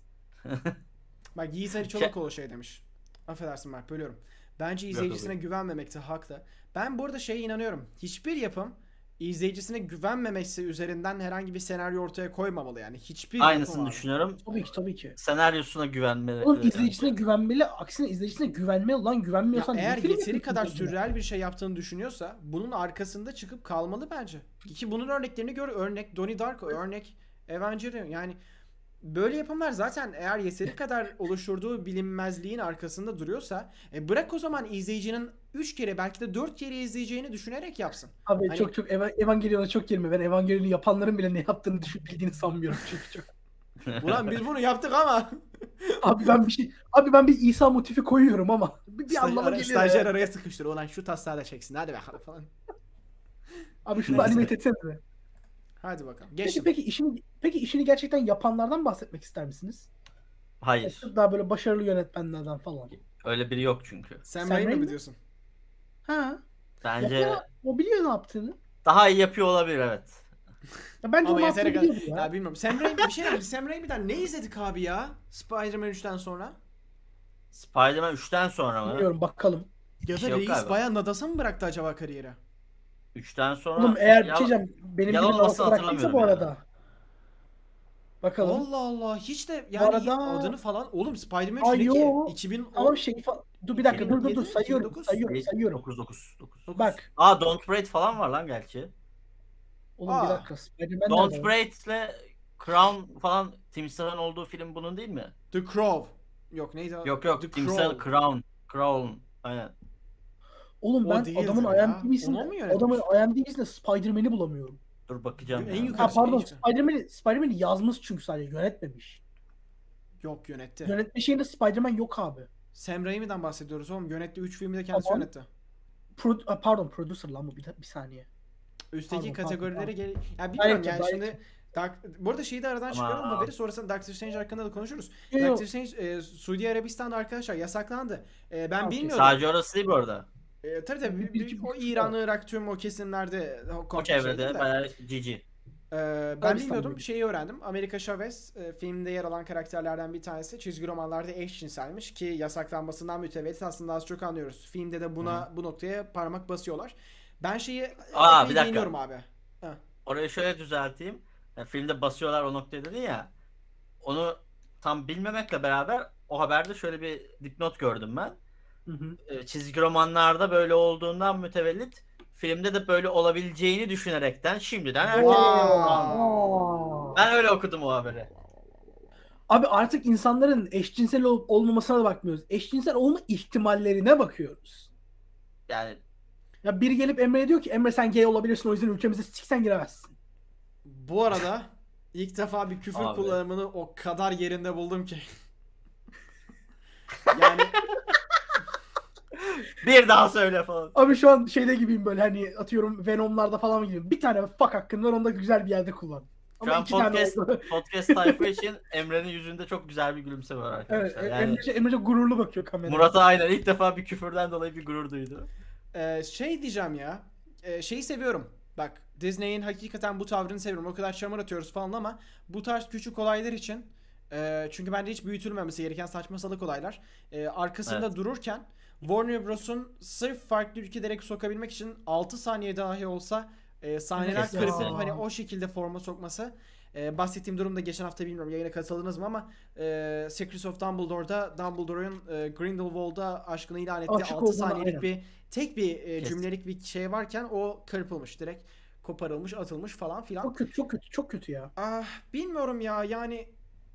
S1: Bak Yiğit Ali Çolakoğlu şey demiş. Affedersin Mert, bölüyorum. Bence izleyicisine güvenmemekte haklı. Ben burada şeye inanıyorum. Hiçbir yapım izleyicisine güvenmemesi üzerinden herhangi bir senaryo ortaya koymamalı yani. Hiçbir
S3: Aynısını
S1: yapım abi.
S3: düşünüyorum.
S2: Tabii ki tabii ki.
S3: Senaryosuna güvenmeleri.
S2: Oğlum izleyicisine güvenmeli. Aksine izleyicisine güvenmeli. Lan
S1: Ya
S2: güvenmiyorsan
S1: eğer
S2: niye film
S1: yeteri
S2: yapıyorsun
S1: kadar
S2: izleyicine?
S1: sürreal bir şey yaptığını düşünüyorsa bunun arkasında çıkıp kalmalı bence. Ki bunun örneklerini gör. Örnek Donnie Darko, örnek Evangelion. Yani böyle yapımlar zaten eğer yeteri kadar oluşturduğu bilinmezliğin arkasında duruyorsa e bırak o zaman izleyicinin üç kere belki de dört kere izleyeceğini düşünerek yapsın.
S2: Abi
S1: Hani-
S2: çok çok Eva- Evangelion'a çok girme. Ben Evangelion'u yapanların bile ne yaptığını düşün bildiğini sanmıyorum çünkü çok.
S1: Ulan biz bunu yaptık ama
S2: Abi ben bir şey abi ben bir İsa motifi koyuyorum ama bir, bir
S1: Staj-
S2: anlama
S1: ara-
S2: geliyor.
S1: stajyer
S2: ya.
S1: araya sıkıştır. Ulan şu taslağı da çeksin hadi bakalım falan.
S2: Abi şunu da
S3: Neyse.
S2: animate etsenize.
S1: Hadi bakalım.
S2: Peki
S1: Geçtim.
S2: peki işini peki işini gerçekten yapanlardan bahsetmek ister misiniz?
S3: Hayır.
S2: Çok daha böyle başarılı yönetmenlerden falan.
S3: Öyle biri yok çünkü.
S1: Sam
S2: Sam
S1: Raimi mi
S2: Raimi?
S1: diyorsun?
S2: Ha.
S3: Bence
S2: Yapıyor, o biliyor ne yaptığını.
S3: daha iyi yapıyor olabilir evet.
S2: Ya bence
S1: Ama
S2: o ne yaptığını
S1: yeteri kadar.
S2: biliyordu
S1: Ya.
S2: ya.
S1: bilmiyorum. Sam Raimi bir şey diyeyim. Sam Raimi'den ne izledik abi ya? Spider-Man üçten sonra.
S3: Spider-Man üçten sonra mı?
S2: Bilmiyorum bakalım.
S1: Ya da
S3: şey yok
S1: Reis
S3: galiba.
S1: bayağı nadasa mı bıraktı acaba kariyeri?
S3: üçten sonra
S2: Oğlum eğer bir
S3: Ya-
S2: şey diyeceğim benim gibi
S3: yalan olmasını
S2: lafı bıraktıysa bu
S3: hatırlamıyorum
S2: arada. Bakalım.
S1: Allah Allah. Hiç de yani
S2: arada-
S1: adını falan. Oğlum Spider-Man
S2: Ay,
S1: üç ne ki?
S2: yo.
S1: iki bin on.
S2: Tamam şey fa- dur bir dakika dur dur dur
S1: iki bin yedi,
S2: sayıyorum
S1: iki bin dokuz.
S2: sayıyorum sayıyorum.
S3: dokuz dokuz dokuz.
S2: Bak
S3: Aa Don't Breathe falan var lan gerçi.
S2: oğlum
S1: Aa.
S2: bir dakika Spider-Man
S3: Don't
S2: nerede?
S3: Breathe'le Crown falan Tim Salla'nın olduğu film bunun değil mi?
S1: The Crow. Yok neydi? o?
S3: Yok yok
S1: The
S3: Tim
S1: Crow.
S3: Salla Crown. Crown. Aynen.
S2: Oğlum
S1: O
S2: ben
S1: değildir
S2: adamın
S1: ya.
S2: IMDb'sinde
S1: Onu mu yönetmiş?
S2: adamın IMDb'sinde Spider-Man'i bulamıyorum.
S3: Dur bakacağım.
S1: En
S3: ya.
S1: yukarı-
S2: Ha pardon
S1: işte.
S2: Spider-Man'i Spider-Man'i yazmış çünkü sadece yönetmemiş.
S1: Yok yönetti.
S2: Yönetme şeyinde Spider-Man yok abi.
S1: Sam Raimi'den bahsediyoruz oğlum. Yönetti üç filmi de kendisi
S2: Tamam.
S1: yönetti.
S2: Pro, a, pardon producer lan bu bir, bir saniye.
S1: Üstteki
S2: Pardon,
S1: kategorilere
S2: pardon,
S1: gel... Ya bilmiyorum
S2: Gayet iyi,
S1: yani
S2: gayet
S1: şimdi... Dark... Bu arada şeyi de aradan çıkaralım
S3: Tamam.
S1: haberi. Sonrasında Doctor Strange hakkında da konuşuruz.
S2: Yo, yo.
S1: Doctor Strange e, Suudi Arabistan'da arkadaşlar yasaklandı. E, ben
S2: Okey.
S1: bilmiyordum.
S3: Sadece orası değil bu arada.
S1: E, tabii tabii.
S2: Bir-
S1: bir-
S2: bir- bir-
S1: o
S2: bir-
S1: İran, Irak tüm o kesimlerde o
S3: O
S1: komple
S3: çevrede
S1: şeydi de.
S3: bayağı cici.
S1: Ee, ben
S2: Arabistan
S1: bilmiyordum.
S2: gibi.
S1: Şeyi öğrendim. Amerika Chavez e, filmde yer alan karakterlerden bir tanesi. Çizgi romanlarda eşcinselmiş ki yasaklanmasından mütevellit aslında az çok anlıyoruz. Filmde de buna bu noktaya parmak basıyorlar. Ben şeyi
S3: Aa,
S1: epey
S3: bir dakika.
S1: beğeniyorum abi. Ha.
S3: Orayı şöyle düzelteyim. Yani filmde basıyorlar o noktaya dedin ya. Onu tam bilmemekle beraber o haberde şöyle bir dipnot gördüm ben.
S2: Hı hı.
S3: Ee, Çizgi romanlarda böyle olduğundan mütevellit filmde de böyle olabileceğini düşünerekten şimdiden erken.
S1: Wow.
S2: Oo.
S3: Ben öyle okudum o haberi.
S2: Abi artık insanların eşcinsel olup olmamasına da bakmıyoruz. Eşcinsel olma ihtimallerine bakıyoruz.
S3: Yani
S2: Ya biri gelip Emre'ye diyor ki Emre sen gay olabilirsin o yüzden ülkemize siksen giremezsin.
S1: Bu arada ilk defa bir küfür
S3: Abi.
S1: kullanımını o kadar yerinde buldum ki. Yani
S3: bir daha söyle falan.
S2: Abi şu an şeyde gibiyim böyle hani atıyorum Venom'larda falan mı gibiyim. Bir tane fuck hakkım var onu da güzel bir yerde kullan.
S3: Şu
S2: Ama
S3: an
S2: iki tane
S3: podcast,
S2: oldu.
S3: podcast tayfa için Emre'nin yüzünde çok güzel bir gülümseme var
S2: Evet,
S3: arkadaşlar. Yani
S2: Emre, Emre çok gururlu bakıyor kameraya.
S3: Murat'a aynen ilk defa bir küfürden dolayı bir gurur duydu.
S1: Ee, şey diyeceğim ya. E, şeyi seviyorum. Bak Disney'in hakikaten bu tavrını seviyorum. O kadar çamur atıyoruz falan ama bu tarz küçük olaylar için e, çünkü bence hiç büyütülmemesi gereken saçma salak olaylar. E, arkasında
S3: Evet.
S1: dururken Warner Bros'un sırf farklı ülkelere sokabilmek için altı saniye dahi olsa e, sahneler
S2: Evet
S1: kırpıp
S2: ya.
S1: hani o şekilde forma sokması. E, bahsettiğim durumda geçen hafta bilmiyorum yayına katıldınız mı ama e, Secrets of Dumbledore'da Dumbledore'un e, Grindelwald'a aşkını ilan ettiği
S2: Aşık
S1: altı
S2: olduğunu,
S1: saniyelik
S2: aynen.
S1: bir tek bir e,
S3: Kes.
S1: cümlelik bir şey varken o kırpılmış direkt koparılmış atılmış falan filan.
S2: Çok kötü çok kötü çok kötü ya.
S1: Ah, bilmiyorum ya yani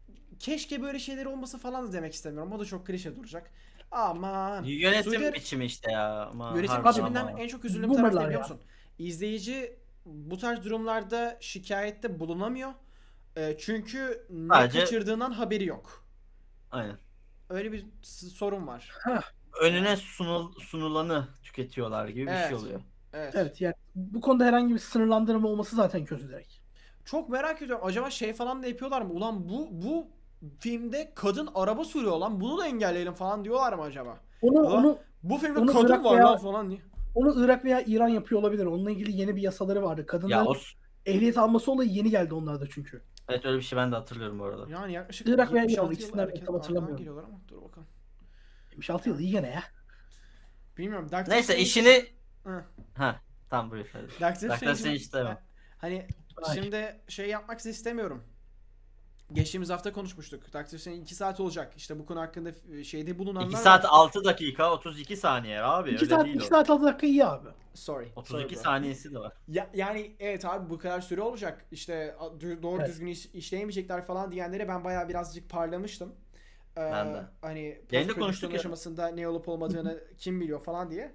S1: keşke böyle şeyler olması falan da demek istemiyorum. O da çok klişe duracak. Aman.
S3: Yönetim
S1: Suudi-
S3: biçimi işte ya. Aman,
S1: Yönetim
S3: harbiden
S1: biçiminden
S3: ama.
S1: en çok üzüldüğüm
S2: Boomerlar
S1: taraf ne biliyor
S2: ya.
S1: musun? İzleyici bu tarz durumlarda şikayette bulunamıyor. E, çünkü ne
S3: Sadece-
S1: kaçırdığından haberi yok.
S3: Aynen.
S1: Öyle bir s- sorun var.
S3: Önüne sunul, sunulanı tüketiyorlar gibi bir
S1: Evet.
S3: şey oluyor.
S1: Evet.
S2: Evet yani bu konuda herhangi bir sınırlandırma olması zaten kötü direkt.
S1: Çok merak ediyorum. Acaba şey falan da yapıyorlar mı? Ulan bu bu filmde kadın araba sürüyor lan. Bunu da engelleyelim falan diyorlar mı acaba?
S2: Onu
S1: Ulan
S2: onu
S1: bu filmde
S2: onu
S1: kadın
S2: bırak
S1: var
S2: veya-
S1: lan falan diye.
S2: onu Irak veya İran yapıyor olabilir. Onunla ilgili yeni bir yasaları vardı.
S3: Ya
S2: Kadınların
S3: o
S2: ehliyet alması olayı yeni geldi onlarda çünkü.
S3: evet öyle bir şey ben de hatırlıyorum bu arada.
S1: Yani yaklaşık
S2: Irak veya
S1: yetmiş
S2: İran,
S1: altı yıl
S2: ikisinden
S1: erken
S2: tam hatırlamıyorum.
S1: arkadan geliyorlar ama dur bakalım.
S2: yetmiş altı yıl iyi gene ya.
S1: Bilmiyorum. Doctor
S3: Neyse
S1: Strange-
S3: işini...
S1: Hı.
S3: Ha tamam buyur hadi.
S1: Doctor
S3: Doctor
S1: Strange'in-
S3: Strange demem.
S1: Hani
S2: Ay.
S1: şimdi şey yapmak istemiyorum. Geçtiğimiz hafta konuşmuştuk. Doctor Strange iki saat olacak. İşte bu konu hakkında e, şeyde bulunanlar
S3: iki
S1: var.
S3: saat altı dakika otuz iki saniye abi
S2: iki
S3: öyle
S2: saat
S3: değil
S2: iki
S3: o.
S2: saat altı dakika iyi abi.
S1: Sorry.
S3: otuz iki
S1: sorry bro.
S3: saniyesi de var.
S1: Ya, yani evet abi bu kadar süre olacak. İşte a- dü- doğru
S2: Evet.
S1: düzgün iş, işleyemeyecekler falan diyenlere ben bayağı birazcık parlamıştım. Ee,
S3: Ben de.
S1: Hani
S3: Yayında
S1: post prodüksiyon
S3: konuştuk ya.
S1: aşamasında ne olup olmadığını kim biliyor falan diye.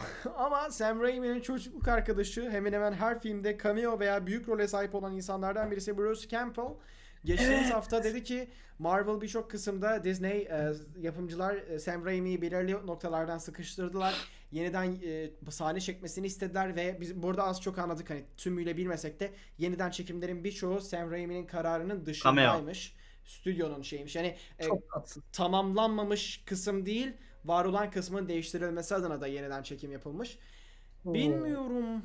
S1: Ama Sam Raimi'nin çocukluk arkadaşı hemen hemen her filmde cameo veya büyük role sahip olan insanlardan birisi Bruce Campbell. Geçtiğimiz
S2: Evet.
S1: hafta dedi ki Marvel birçok kısımda Disney e, yapımcılar e, Sam Raimi'yi belirli noktalardan sıkıştırdılar. Yeniden e, sahne çekmesini istediler ve biz burada az çok anladık hani tümüyle bilmesek de yeniden çekimlerin birçoğu Sam Raimi'nin kararının dışındaymış. Stüdyonun şeymiş. Yani e,
S2: Çok tatsız.
S1: tamamlanmamış kısım değil, var olan kısmın değiştirilmesi adına da yeniden çekim yapılmış. Bilmiyorum.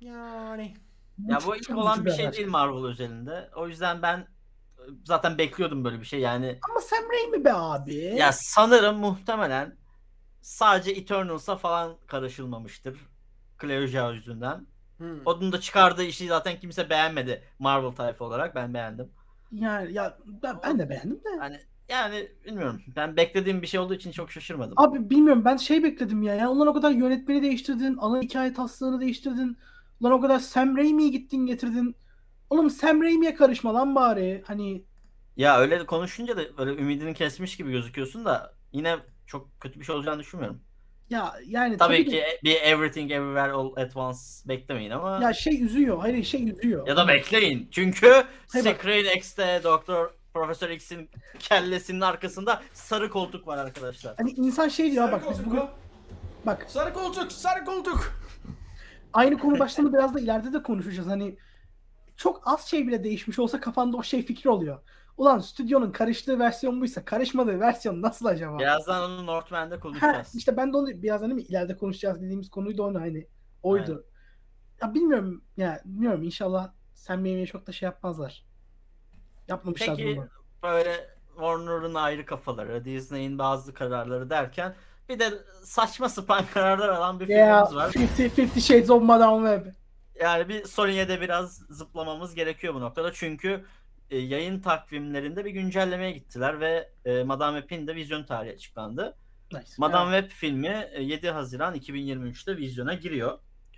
S1: Yani
S3: Ya bu
S2: çok
S3: ilk
S2: üzücü
S3: olan bir şey
S2: haber.
S3: değil Marvel özelinde. O yüzden ben e, zaten bekliyordum böyle bir şey yani.
S2: Ama Sam Raimi be abi.
S3: Ya sanırım muhtemelen sadece Eternals'a falan karışılmamıştır. Chloe Zhao yüzünden.
S1: hmm.
S3: Onun da çıkardığı işi zaten kimse beğenmedi Marvel tayfa olarak. Ben beğendim.
S2: Yani ya ben, ben de beğendim de.
S3: Hani yani bilmiyorum. Ben beklediğim bir şey olduğu için çok şaşırmadım.
S2: Abi bilmiyorum ben şey bekledim ya. Ya ulan o kadar yönetmeni değiştirdin, ana hikaye taslağını değiştirdin. Ulan o kadar Sam Raimi'yi gittin getirdin. Oğlum Sam Raimi'ye karışma lan bari. Hani
S3: Ya öyle konuşunca da böyle ümidini kesmiş gibi gözüküyorsun da yine çok kötü bir şey olacağını düşünmüyorum.
S2: ya yani
S3: Tabii,
S2: tabii,
S3: ki
S2: de-
S3: bir Everything Everywhere All at Once beklemeyin ama
S2: ya şey üzüyor. Hayır şey üzüyor.
S3: ya da bekleyin. Çünkü
S2: Hayır bak.
S3: Screen X'te Doktor Profesör X'in kellesinin arkasında sarı koltuk var arkadaşlar.
S2: Hani insan şey diyor
S1: Sarı
S2: bak biz
S1: koltuk
S2: bugün
S1: mu?
S2: bak
S1: Sarı koltuk, sarı koltuk.
S2: aynı konu başlığını biraz da ileride de konuşacağız. Hani çok az şey bile değişmiş olsa kafanda o şey fikri oluyor. Ulan stüdyonun karıştığı versiyon buysa karışmadığı versiyon nasıl acaba?
S3: Birazdan onu Northman'de
S2: Ha,
S3: konuşacağız.
S2: işte ben de onu birazdan değil mi? İleride konuşacağız dediğimiz konuydu onu hani. Oydu. Ya bilmiyorum ya bilmiyorum inşallah Sam Raimi'ye çok da şey yapmazlar. Yapmamışlar
S3: Peki
S2: bunu.
S3: böyle Warner'ın ayrı kafaları, Disney'in bazı kararları derken bir de saçma sapan kararlar alan bir
S2: Ya
S3: filmimiz var.
S2: Fifty, Fifty Shades of Madame Web.
S3: Yani bir Sony'ye de biraz zıplamamız gerekiyor bu noktada. Çünkü e, yayın takvimlerinde bir güncellemeye gittiler ve e, Madame Web'in de vizyon tarihi açıklandı.
S2: Nice.
S3: Madame Web filmi e, yedi Haziran iki bin yirmi üçte vizyona giriyor.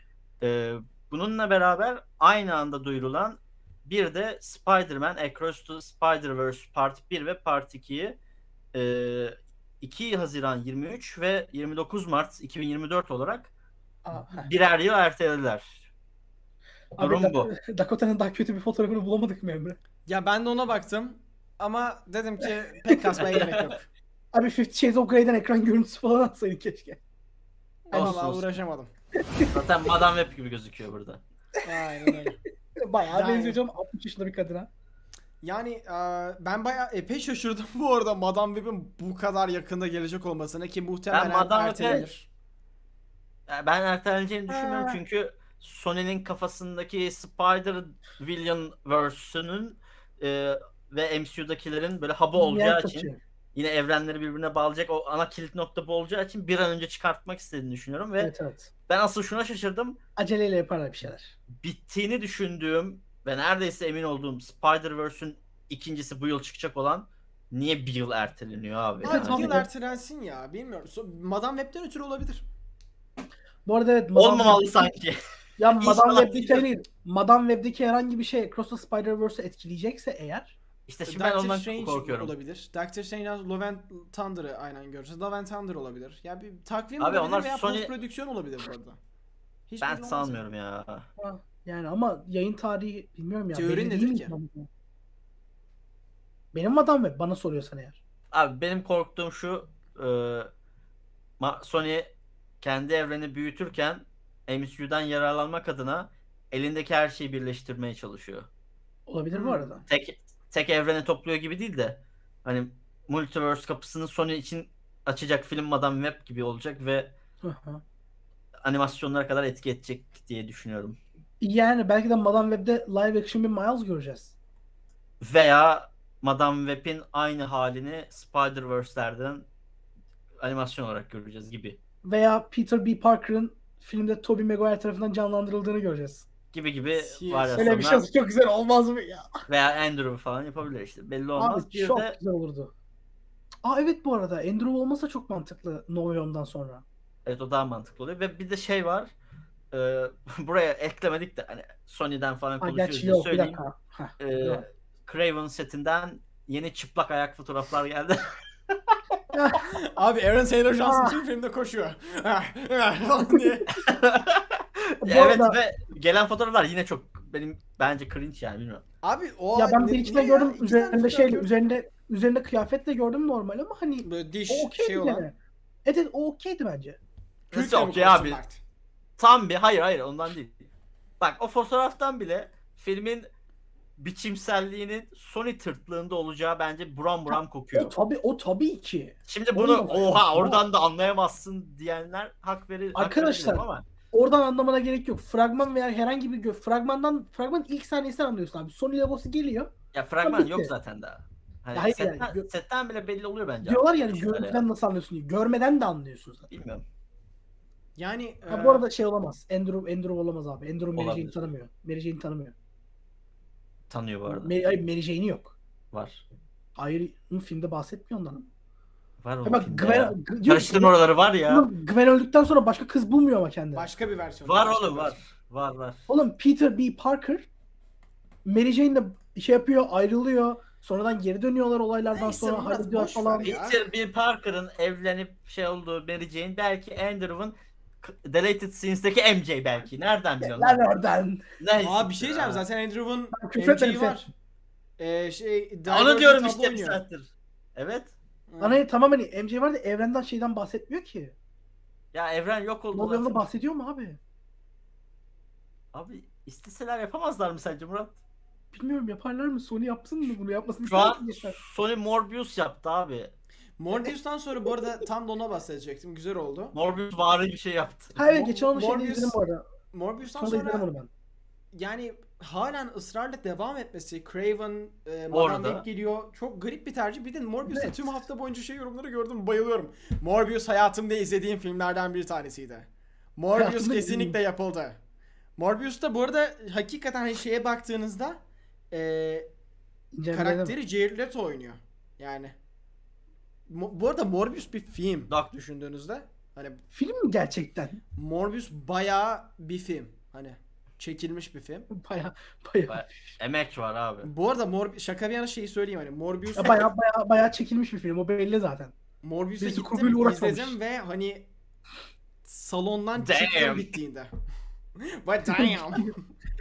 S3: E, bununla beraber aynı anda duyurulan bir de Spider-Man Across the Spider-Verse Part bir ve Part ikiyi e, iki Haziran yirmi üç ve yirmi dokuz Mart iki bin yirmi dört olarak
S2: Aa, heh.
S3: birer yıl ertelediler.
S2: Abi
S3: Durum
S2: Dak-
S3: bu.
S2: Dakota'nın daha kötü bir fotoğrafını bulamadık mı Emre?
S1: Ya ben de ona baktım ama dedim ki pek kasmaya gerek yok.
S2: Abi Fifty Shades of Grey'den ekran görüntüsü falan atsaydın keşke.
S3: Olsun,
S1: Vallahi
S3: olsun.
S1: uğraşamadım.
S3: Zaten Madame Web gibi gözüküyor burada.
S1: Aynen öyle.
S2: Bayağı
S1: Yani-
S2: benziyor canım altmış yaşında bir kadına.
S1: Yani e, ben bayağı epey şaşırdım bu arada Madame Web'in bu kadar yakında gelecek olmasına ki muhtemelen
S3: Ben Madame Web'e-
S1: ertelenir.
S3: Yani ben erteleneceğini düşünmüyorum
S2: Ha.
S3: çünkü Sony'nin kafasındaki Spider Villain verse'ünün e, ve M C U'dakilerin böyle hub'ı olacağı
S2: Yer
S3: için
S2: kaçıyor.
S3: yine evrenleri birbirine bağlayacak o ana kilit nokta bu olacağı için bir an önce çıkartmak istediğini düşünüyorum ve
S2: Evet evet.
S3: ben asıl şuna şaşırdım.
S2: Aceleyle yaparlar bir şeyler.
S3: Bittiğini düşündüğüm ve neredeyse emin olduğum Spider-Verse'ün ikincisi bu yıl çıkacak olan niye bir yıl erteleniyor abi?
S1: Evet
S3: Yani
S1: bir yıl
S2: tabii.
S1: ertelensin ya bilmiyorum. So- Madame Web'den ötürü olabilir.
S2: Bu arada evet Madame
S3: olmamalı
S2: Web'deki-
S3: sanki.
S2: Ya Madame
S3: İnşallah
S2: Web'deki
S3: değil.
S2: değil. Madame Web'deki herhangi bir şey Across the Spider-Verse'ü etkileyecekse eğer
S3: İşte şimdi ben
S1: Doctor
S3: ondan
S1: Strange
S3: korkuyorum.
S1: olabilir. Doctor Strange'den Love and Thunder'ı aynen göreceğiz. Love and Thunder olabilir. Ya bir takvim
S3: Abi
S1: olabilir
S3: onlar
S1: veya
S3: Sony-
S1: post prodüksiyon olabilir bu arada. Hiç
S3: Ben
S1: belli olmaz
S3: sanmıyorum ya.
S2: ha, yani ama yayın tarihi bilmiyorum ya.
S1: Teorin
S2: belli
S1: nedir
S2: değil mi
S1: ki?
S2: tam? Benim Madame Web bana soruyorsan eğer.
S3: Abi benim korktuğum şu e, Ma- Sony kendi evreni büyütürken M C U'dan yararlanmak adına elindeki her şeyi birleştirmeye çalışıyor.
S2: Olabilir
S1: Hmm.
S2: bu arada.
S3: Tek tek evreni topluyor gibi değil de hani Multiverse kapısını Sony için açacak film Madame Web gibi olacak ve
S2: Hı hı.
S3: animasyonlara kadar etki edecek diye düşünüyorum.
S2: Yani belki de Madame Web'de live action bir Miles göreceğiz.
S3: Veya Madame Web'in aynı halini Spider-Verse'lerden animasyon olarak göreceğiz gibi.
S2: Veya Peter B. Parker'ın filmde Tobey Maguire tarafından canlandırıldığını göreceğiz.
S3: Gibi gibi
S1: Yes.
S3: varyasyonlar.
S2: Öyle bir şey olsa çok güzel olmaz mı ya?
S3: Veya Andrew falan yapabilir işte. Belli olmaz.
S2: Abi
S3: bir
S2: çok
S3: de
S2: güzel olurdu. Aa evet bu arada Andrew olmasa çok mantıklı No Way Home'dan sonra.
S3: evet o daha mantıklı oluyor. Ve bir de şey var. E, buraya eklemedik de hani Sony'den falan
S2: Ha
S3: konuşuyoruz
S2: gerçi
S3: diye
S2: yok bir
S3: söyleyeyim.
S2: dakika. Heh,
S3: E,
S2: devam.
S3: Craven setinden yeni çıplak ayak fotoğraflar geldi.
S1: Abi Aaron Taylor Johnson
S2: Ah.
S1: tüm filmde koşuyor. Falan diye.
S2: Bu
S3: evet
S2: arada-
S3: ve gelen fotoğraflar yine çok benim bence cringe yani bilmiyorum.
S1: Abi o
S2: Ya ben
S1: ne-
S2: bir iki tane
S1: ne ya?
S2: gördüm
S1: İki tane
S2: üzerinde
S1: fotoğraf
S2: şeyle
S1: gördüm.
S2: üzerinde üzerinde kıyafetle gördüm normal ama hani
S1: Böyle diş
S2: o okeydi
S1: şey olan.
S2: gene. Evet, evet o okeydi bence.
S3: Nasıl
S1: Kürkle mi
S3: okey
S1: koşsun
S3: abi?
S1: Mert?
S3: Tam bir hayır hayır ondan değil. Bak o fotoğraftan bile filmin biçimselliğinin Sony tırtlığında olacağı bence buram buram
S2: O
S3: kokuyor.
S2: tabi o tabii ki.
S3: Şimdi bunu
S2: Olmaz.
S3: oha oradan da anlayamazsın diyenler hak verir. hak
S2: Arkadaşlar,
S3: verebilirim ama
S2: Oradan anlamana gerek yok. Fragman veya herhangi bir gö fragmandan fragman ilk saniyesinden anlıyorsun abi. Sony logosu geliyor.
S3: ya fragman
S2: Tabii
S3: yok
S2: ki.
S3: zaten daha. Hani
S2: Ya hayır
S3: setten,
S2: yani, gö-
S3: setten bile belli oluyor bence.
S2: Diyorlar
S3: artık
S2: yani
S3: bu şeyler
S2: görüntüden nasıl anlıyorsun diye. Görmeden de anlıyorsun zaten.
S3: Bilmiyorum.
S1: Yani
S2: Ha,
S1: e,
S2: bu arada şey olamaz. Andrew Andrew olamaz abi. Andrew Mary Jane'i
S3: Olabilir.
S2: tanımıyor. Mary Jane'i tanımıyor.
S3: Tanıyor bu arada.
S2: Mary, hayır, Mary Jane'i yok.
S3: Var.
S2: Hayır, bu filmde bahsetmiyor ondan. ama.
S3: Var
S2: Ya
S3: oğlum
S2: bak
S3: filmde ya.
S2: Gwen, diyor ki,
S3: Karıştırma oraları var ya.
S2: oğlum, Gwen öldükten sonra başka kız bulmuyor ama kendine.
S1: başka bir versiyon.
S3: Var
S1: başka
S3: oğlum
S1: bir
S3: var.
S1: versiyon.
S3: Var var.
S2: Oğlum Peter B. Parker Mary Jane'le şey yapıyor, ayrılıyor. Sonradan geri dönüyorlar olaylardan
S1: Neyse,
S2: sonra
S1: Murat,
S2: hallediyor
S1: boş ver
S2: falan.
S1: ya.
S3: Peter B. Parker'ın evlenip şey olduğu Mary Jane belki Andrew'ın k- Deleted Scenes'teki M J belki. Nereden biliyorsun?
S2: Lan
S3: lan?
S2: oradan.
S3: Neyse
S1: Aa bir şey
S3: ya.
S1: diyeceğim zaten Andrew'un
S2: küfür ederim
S1: M C'yi
S2: sen.
S1: var. Ee, şey
S3: Onu
S1: Divergent
S3: diyorum
S1: tablo
S3: işte bir
S1: oynuyor.
S3: saattir. Evet.
S1: Hı.
S2: Lan hayır, tamam hani M J var da evrenden şeyden bahsetmiyor ki.
S3: Ya evren yok oldu
S2: Logan'da
S3: zaten.
S2: bahsediyor mu abi?
S3: Abi isteseler yapamazlar mı sence Murat?
S2: Bilmiyorum, yaparlar mı? Sony yapsın mı bunu? Yapmasını
S3: Şu
S2: ister
S3: an
S2: misin? Yeter.
S3: Sony Morbius yaptı abi.
S1: Morbius'tan sonra bu arada tam da ona bahsedecektim. Güzel oldu.
S3: Morbius vari bir şey yaptı.
S2: Ha evet,
S1: Mor-
S2: geçen onu şeyde
S1: Morbius-
S2: izledim bu arada.
S1: Morbius'tan
S2: Sonra da izledim
S1: sonra
S2: onu ben.
S1: yani halen ısrarla devam etmesi, Craven, e,
S3: Bu
S1: Madame
S3: arada-
S1: Web geliyor. Çok garip bir tercih. Bir de Morbius'ta
S2: Evet.
S1: tüm hafta boyunca şey yorumları gördüm. Bayılıyorum. Morbius hayatımda izlediğim filmlerden bir tanesiydi. Morbius
S2: Hayatımda
S1: kesinlikle
S2: izlediğim.
S1: yapıldı. Morbius'ta bu arada hakikaten hani şeye baktığınızda e,
S2: İncelemedim.
S1: karakteri Jared Leto oynuyor. Yani Mo- bu arada Morbius bir film
S3: Dak-
S1: düşündüğünüzde. Hani
S2: Film mi gerçekten?
S1: Morbius bayağı bir film. Hani çekilmiş bir film.
S2: Baya baya.
S3: Baya- Emek var abi.
S1: Bu arada Mor şaka bir yana şeyi söyleyeyim hani Morbius'a
S2: Ya baya baya baya çekilmiş bir film, o belli zaten.
S1: Morbius'a
S2: birisi
S1: gittim,
S2: kurguyla uğraşmamış.
S1: izledim ve hani salondan
S3: Damn.
S1: çıktım bittiğinde. But damn.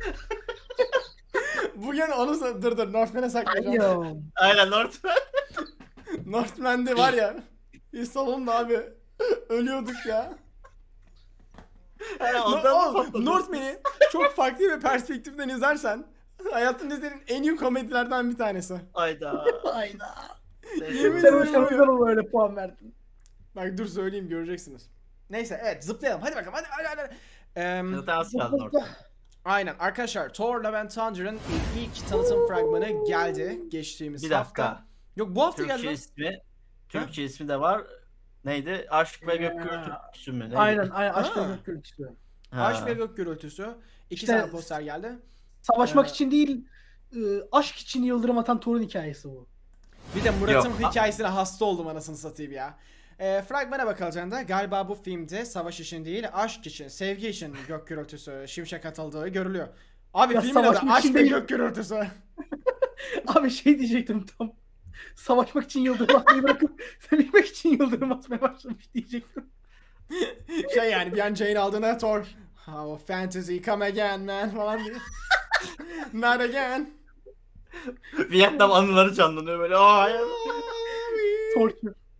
S1: Bugün onu sa- dur dur Northman'e saklayacağım.
S2: Ayyo.
S3: Aynen Lord.
S1: Northman'de var ya bir salonda abi ölüyorduk ya.
S3: Aynen
S1: No,
S3: ondan mı
S1: oğlum,
S3: patladı?
S1: Northman'i çok farklı bir perspektiften izlersen hayatında izlediğin en iyi komedilerden bir tanesi.
S3: Ayda.
S2: Ayda.
S3: Neyse.
S1: Yemin
S2: Sen o
S1: ederim
S2: şarkıdan
S1: ya.
S2: ona öyle puan verdin.
S1: Bak dur söyleyeyim göreceksiniz. Neyse evet zıplayalım hadi bakalım hadi hadi hadi. Em,
S3: Zaten az kaldı Lord.
S1: aynen arkadaşlar Thor Love and Thunder'ın ilk tanıtım fragmanı geldi geçtiğimiz
S3: Bir dakika.
S1: hafta. Yok bu hafta geldi
S3: Türkçe
S1: lan.
S3: ismi. Türkçe ismi de var. Neydi? Aşk ve Gök
S2: Ya.
S3: Gürültüsü mü? Neydi?
S2: Aynen aynen,
S1: Ha.
S2: aşk ve gök gürültüsü.
S3: Ha.
S1: Aşk ve Gök Gürültüsü. İki
S2: İşte-
S1: tane poster geldi.
S2: Savaşmak
S1: Ee,
S2: için değil, ıı, aşk için yıldırım atan Thor'un hikayesi bu.
S1: Bir de Murat'ın
S3: Yok.
S1: hikayesine hasta oldum anasını satayım ya. E, fragmana bakılacağında galiba bu filmde savaş için değil aşk için, sevgi için gök gürültüsü, şimşek atıldığı görülüyor. Abi
S2: Ya
S1: filmin adı
S2: savaşmak
S1: Aşk
S2: için
S1: ve
S2: değil.
S1: Gök Gürültüsü.
S2: Abi şey diyecektim tam. Savaşmak için yıldırım atmayı bırakıp sevmek için yıldırım atmaya başlamış diyecektim.
S1: Şey yani bir an Jane aldığında Thor. How fantasy come again man falan diye. Not again.
S3: Vietnam anıları canlanıyor böyle. Aa, hayır.
S2: Thor.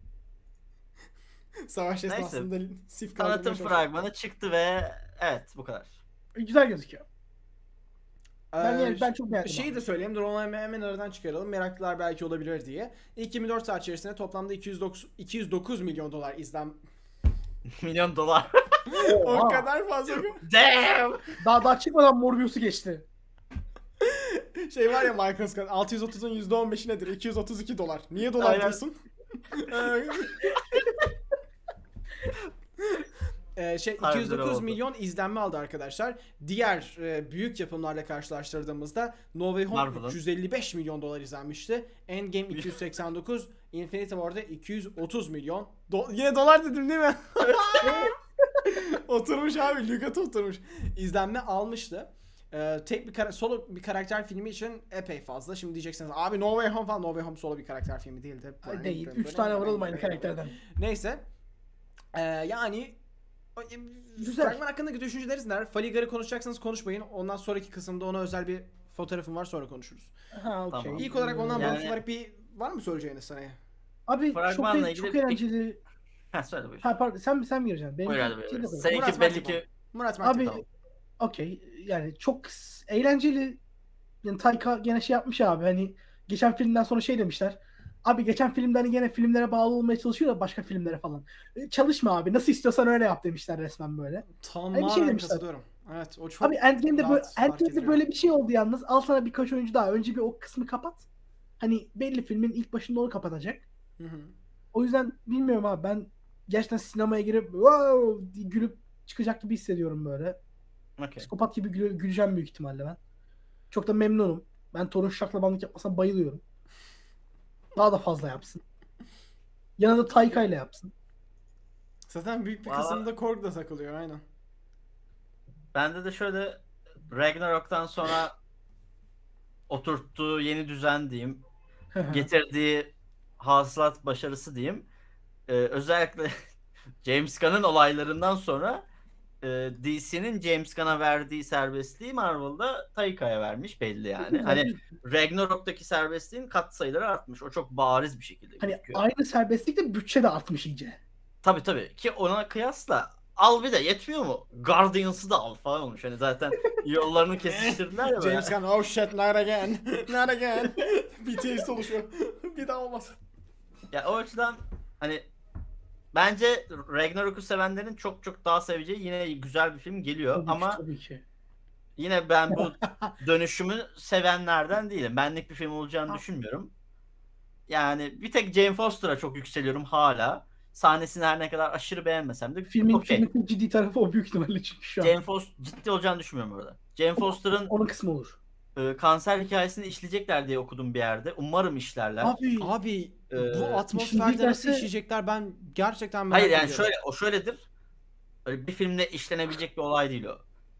S1: Savaş
S3: Neyse.
S1: esnasında sif
S3: Tanıtım
S1: kaldırmaya çalışıyor.
S3: fragmanı çıktı ve evet bu kadar.
S2: Güzel gözüküyor. Ben,
S1: Ee,
S2: yani, ben çok beğendim.
S1: Şeyi
S2: abi.
S1: de söyleyeyim. Dur onu hemen, hemen aradan çıkaralım. Meraklılar belki olabilir diye. İlk yirmi dört saat içerisinde toplamda iki yüz dokuz, iki yüz dokuz milyon dolar izlen.
S3: Milyon dolar.
S1: O
S2: Oha.
S1: kadar fazla.
S3: Damn.
S2: Daha daha çıkmadan Morbius'u geçti.
S1: Şey var ya Michael Scott. altı yüz otuzun yüzde on beşi nedir? iki yüz otuz iki dolar. Niye dolar
S3: Aynen.
S1: diyorsun? Ee, şey
S3: Harbiden
S1: iki yüz dokuz
S3: oldu.
S1: milyon izlenme aldı arkadaşlar. Diğer e, büyük yapımlarla karşılaştırdığımızda No Way Home
S3: Marvel'ın.
S1: üç yüz elli beş milyon dolar izlenmişti. Endgame iki yüz seksen dokuz, Infinity War'da iki yüz otuz milyon. Do- Yine dolar dedim değil mi? Oturmuş abi, lügat oturmuş. İzlenme almıştı. Ee, tek bir kara- solo bir karakter filmi için epey fazla. Şimdi diyeceksiniz abi No Way Home falan. No Way Home solo bir karakter filmi değildi.
S2: Ay, değil. Üç tane vuralım aynı karakterden.
S1: Neyse. Ee, yani o- e,
S2: Güzel.
S1: fragman hakkındaki düşünceleriniz neler? Faligar'ı konuşacaksanız konuşmayın. Ondan sonraki kısımda ona özel bir fotoğrafım var sonra konuşuruz.
S2: Ha okey.
S3: Tamam.
S1: İlk olarak ondan
S3: Yani-
S1: bağımsız olarak bir var mı söyleyeceğiniz sana?
S2: Abi çok,
S3: Fragmanla
S2: e-
S3: ilgili
S2: çok
S3: bir-
S2: eğlenceli.
S3: Ha söyle buyur.
S2: Ha pardon, sen sen mi gireceksin? Benim
S3: Buyur hadi
S2: şey de
S3: buyur.
S2: böyle.
S1: Murat
S3: Seninki belli
S1: Mert'e
S3: ki
S1: Murat Mert'e
S2: Abi
S1: tamam.
S2: okey, yani çok s- eğlenceli. Yani Taika gene şey yapmış abi, hani geçen filmden sonra şey demişler. Abi geçen filmden hani gene filmlere bağlı olmaya çalışıyor da başka filmlere falan. E, çalışma abi, nasıl istiyorsan öyle yap demişler resmen böyle.
S1: Tamamen
S2: bir şey demişler.
S1: katılıyorum. Evet o çok
S2: Abi Endgame'de böyle,
S1: rahat fark
S2: Endgame'de
S1: ediliyor.
S2: böyle bir şey oldu yalnız. Al sana birkaç oyuncu daha. Önce bir o kısmı kapat. Hani belli filmin ilk başında onu kapatacak.
S1: Hı hı.
S2: O yüzden bilmiyorum abi, ben gerçekten sinemaya girip wow diye gülüp çıkacak gibi hissediyorum böyle.
S3: okey.
S2: Psikopat gibi gül- güleceğim büyük ihtimalle ben. Çok da memnunum. Ben Thor'un şaklabanlık yapmasına bayılıyorum. Daha da fazla yapsın. Yanında Taika ile yapsın.
S1: Zaten büyük bir
S3: Valla-
S1: kısmında Korg da takılıyor aynen.
S3: Bende de şöyle Ragnarok'tan sonra oturttuğu yeni düzen diyeyim. Getirdiği hasılat başarısı diyeyim. Ee, özellikle James Gunn'ın olaylarından sonra e, D C'nin James Gunn'a verdiği serbestliği Marvel'da Taika'ya vermiş belli yani. Hani Ragnarok'taki serbestliğin katsayıları artmış. O çok bariz bir şekilde
S2: Hani
S3: gözüküyor.
S2: aynı serbestlikte bütçe de artmış iyice.
S3: Tabii tabii ki ona kıyasla al bir de yetmiyor mu? Guardians'ı da al falan olmuş. Hani zaten yollarını kesiştirdiler ya böyle.
S1: James Gunn oh shit not again. Not again. B T S oluşuyor. Bir daha olmaz.
S3: Ya o açıdan hani bence Ragnarok'u sevenlerin çok çok daha seveceği yine güzel bir film geliyor
S2: Tabii ki,
S3: ama
S2: tabii ki.
S3: yine ben bu dönüşümü sevenlerden değilim. Benlik bir film olacağını
S2: Ha.
S3: düşünmüyorum. Yani bir tek Jane Foster'a çok yükseliyorum hala. Sahnesini her ne kadar aşırı beğenmesem de
S2: Filmin,
S3: okey.
S2: filmin ciddi tarafı o büyük ihtimalle çünkü şu an.
S3: Jane Foster ciddi olacağını düşünmüyorum orada. Jane Foster'ın
S2: Onun kısmı olur.
S3: e, kanser hikayesini işleyecekler diye okudum bir yerde. Umarım işlerler.
S2: Abi,
S1: Abi
S3: Ee,
S1: bu atmosferde nasıl
S2: işleyeceklerse-
S1: işleyecekler ben gerçekten merak
S3: Hayır yani
S1: ediyorum.
S3: şöyle o şöyledir. Öyle bir filmde işlenebilecek bir olay değil o.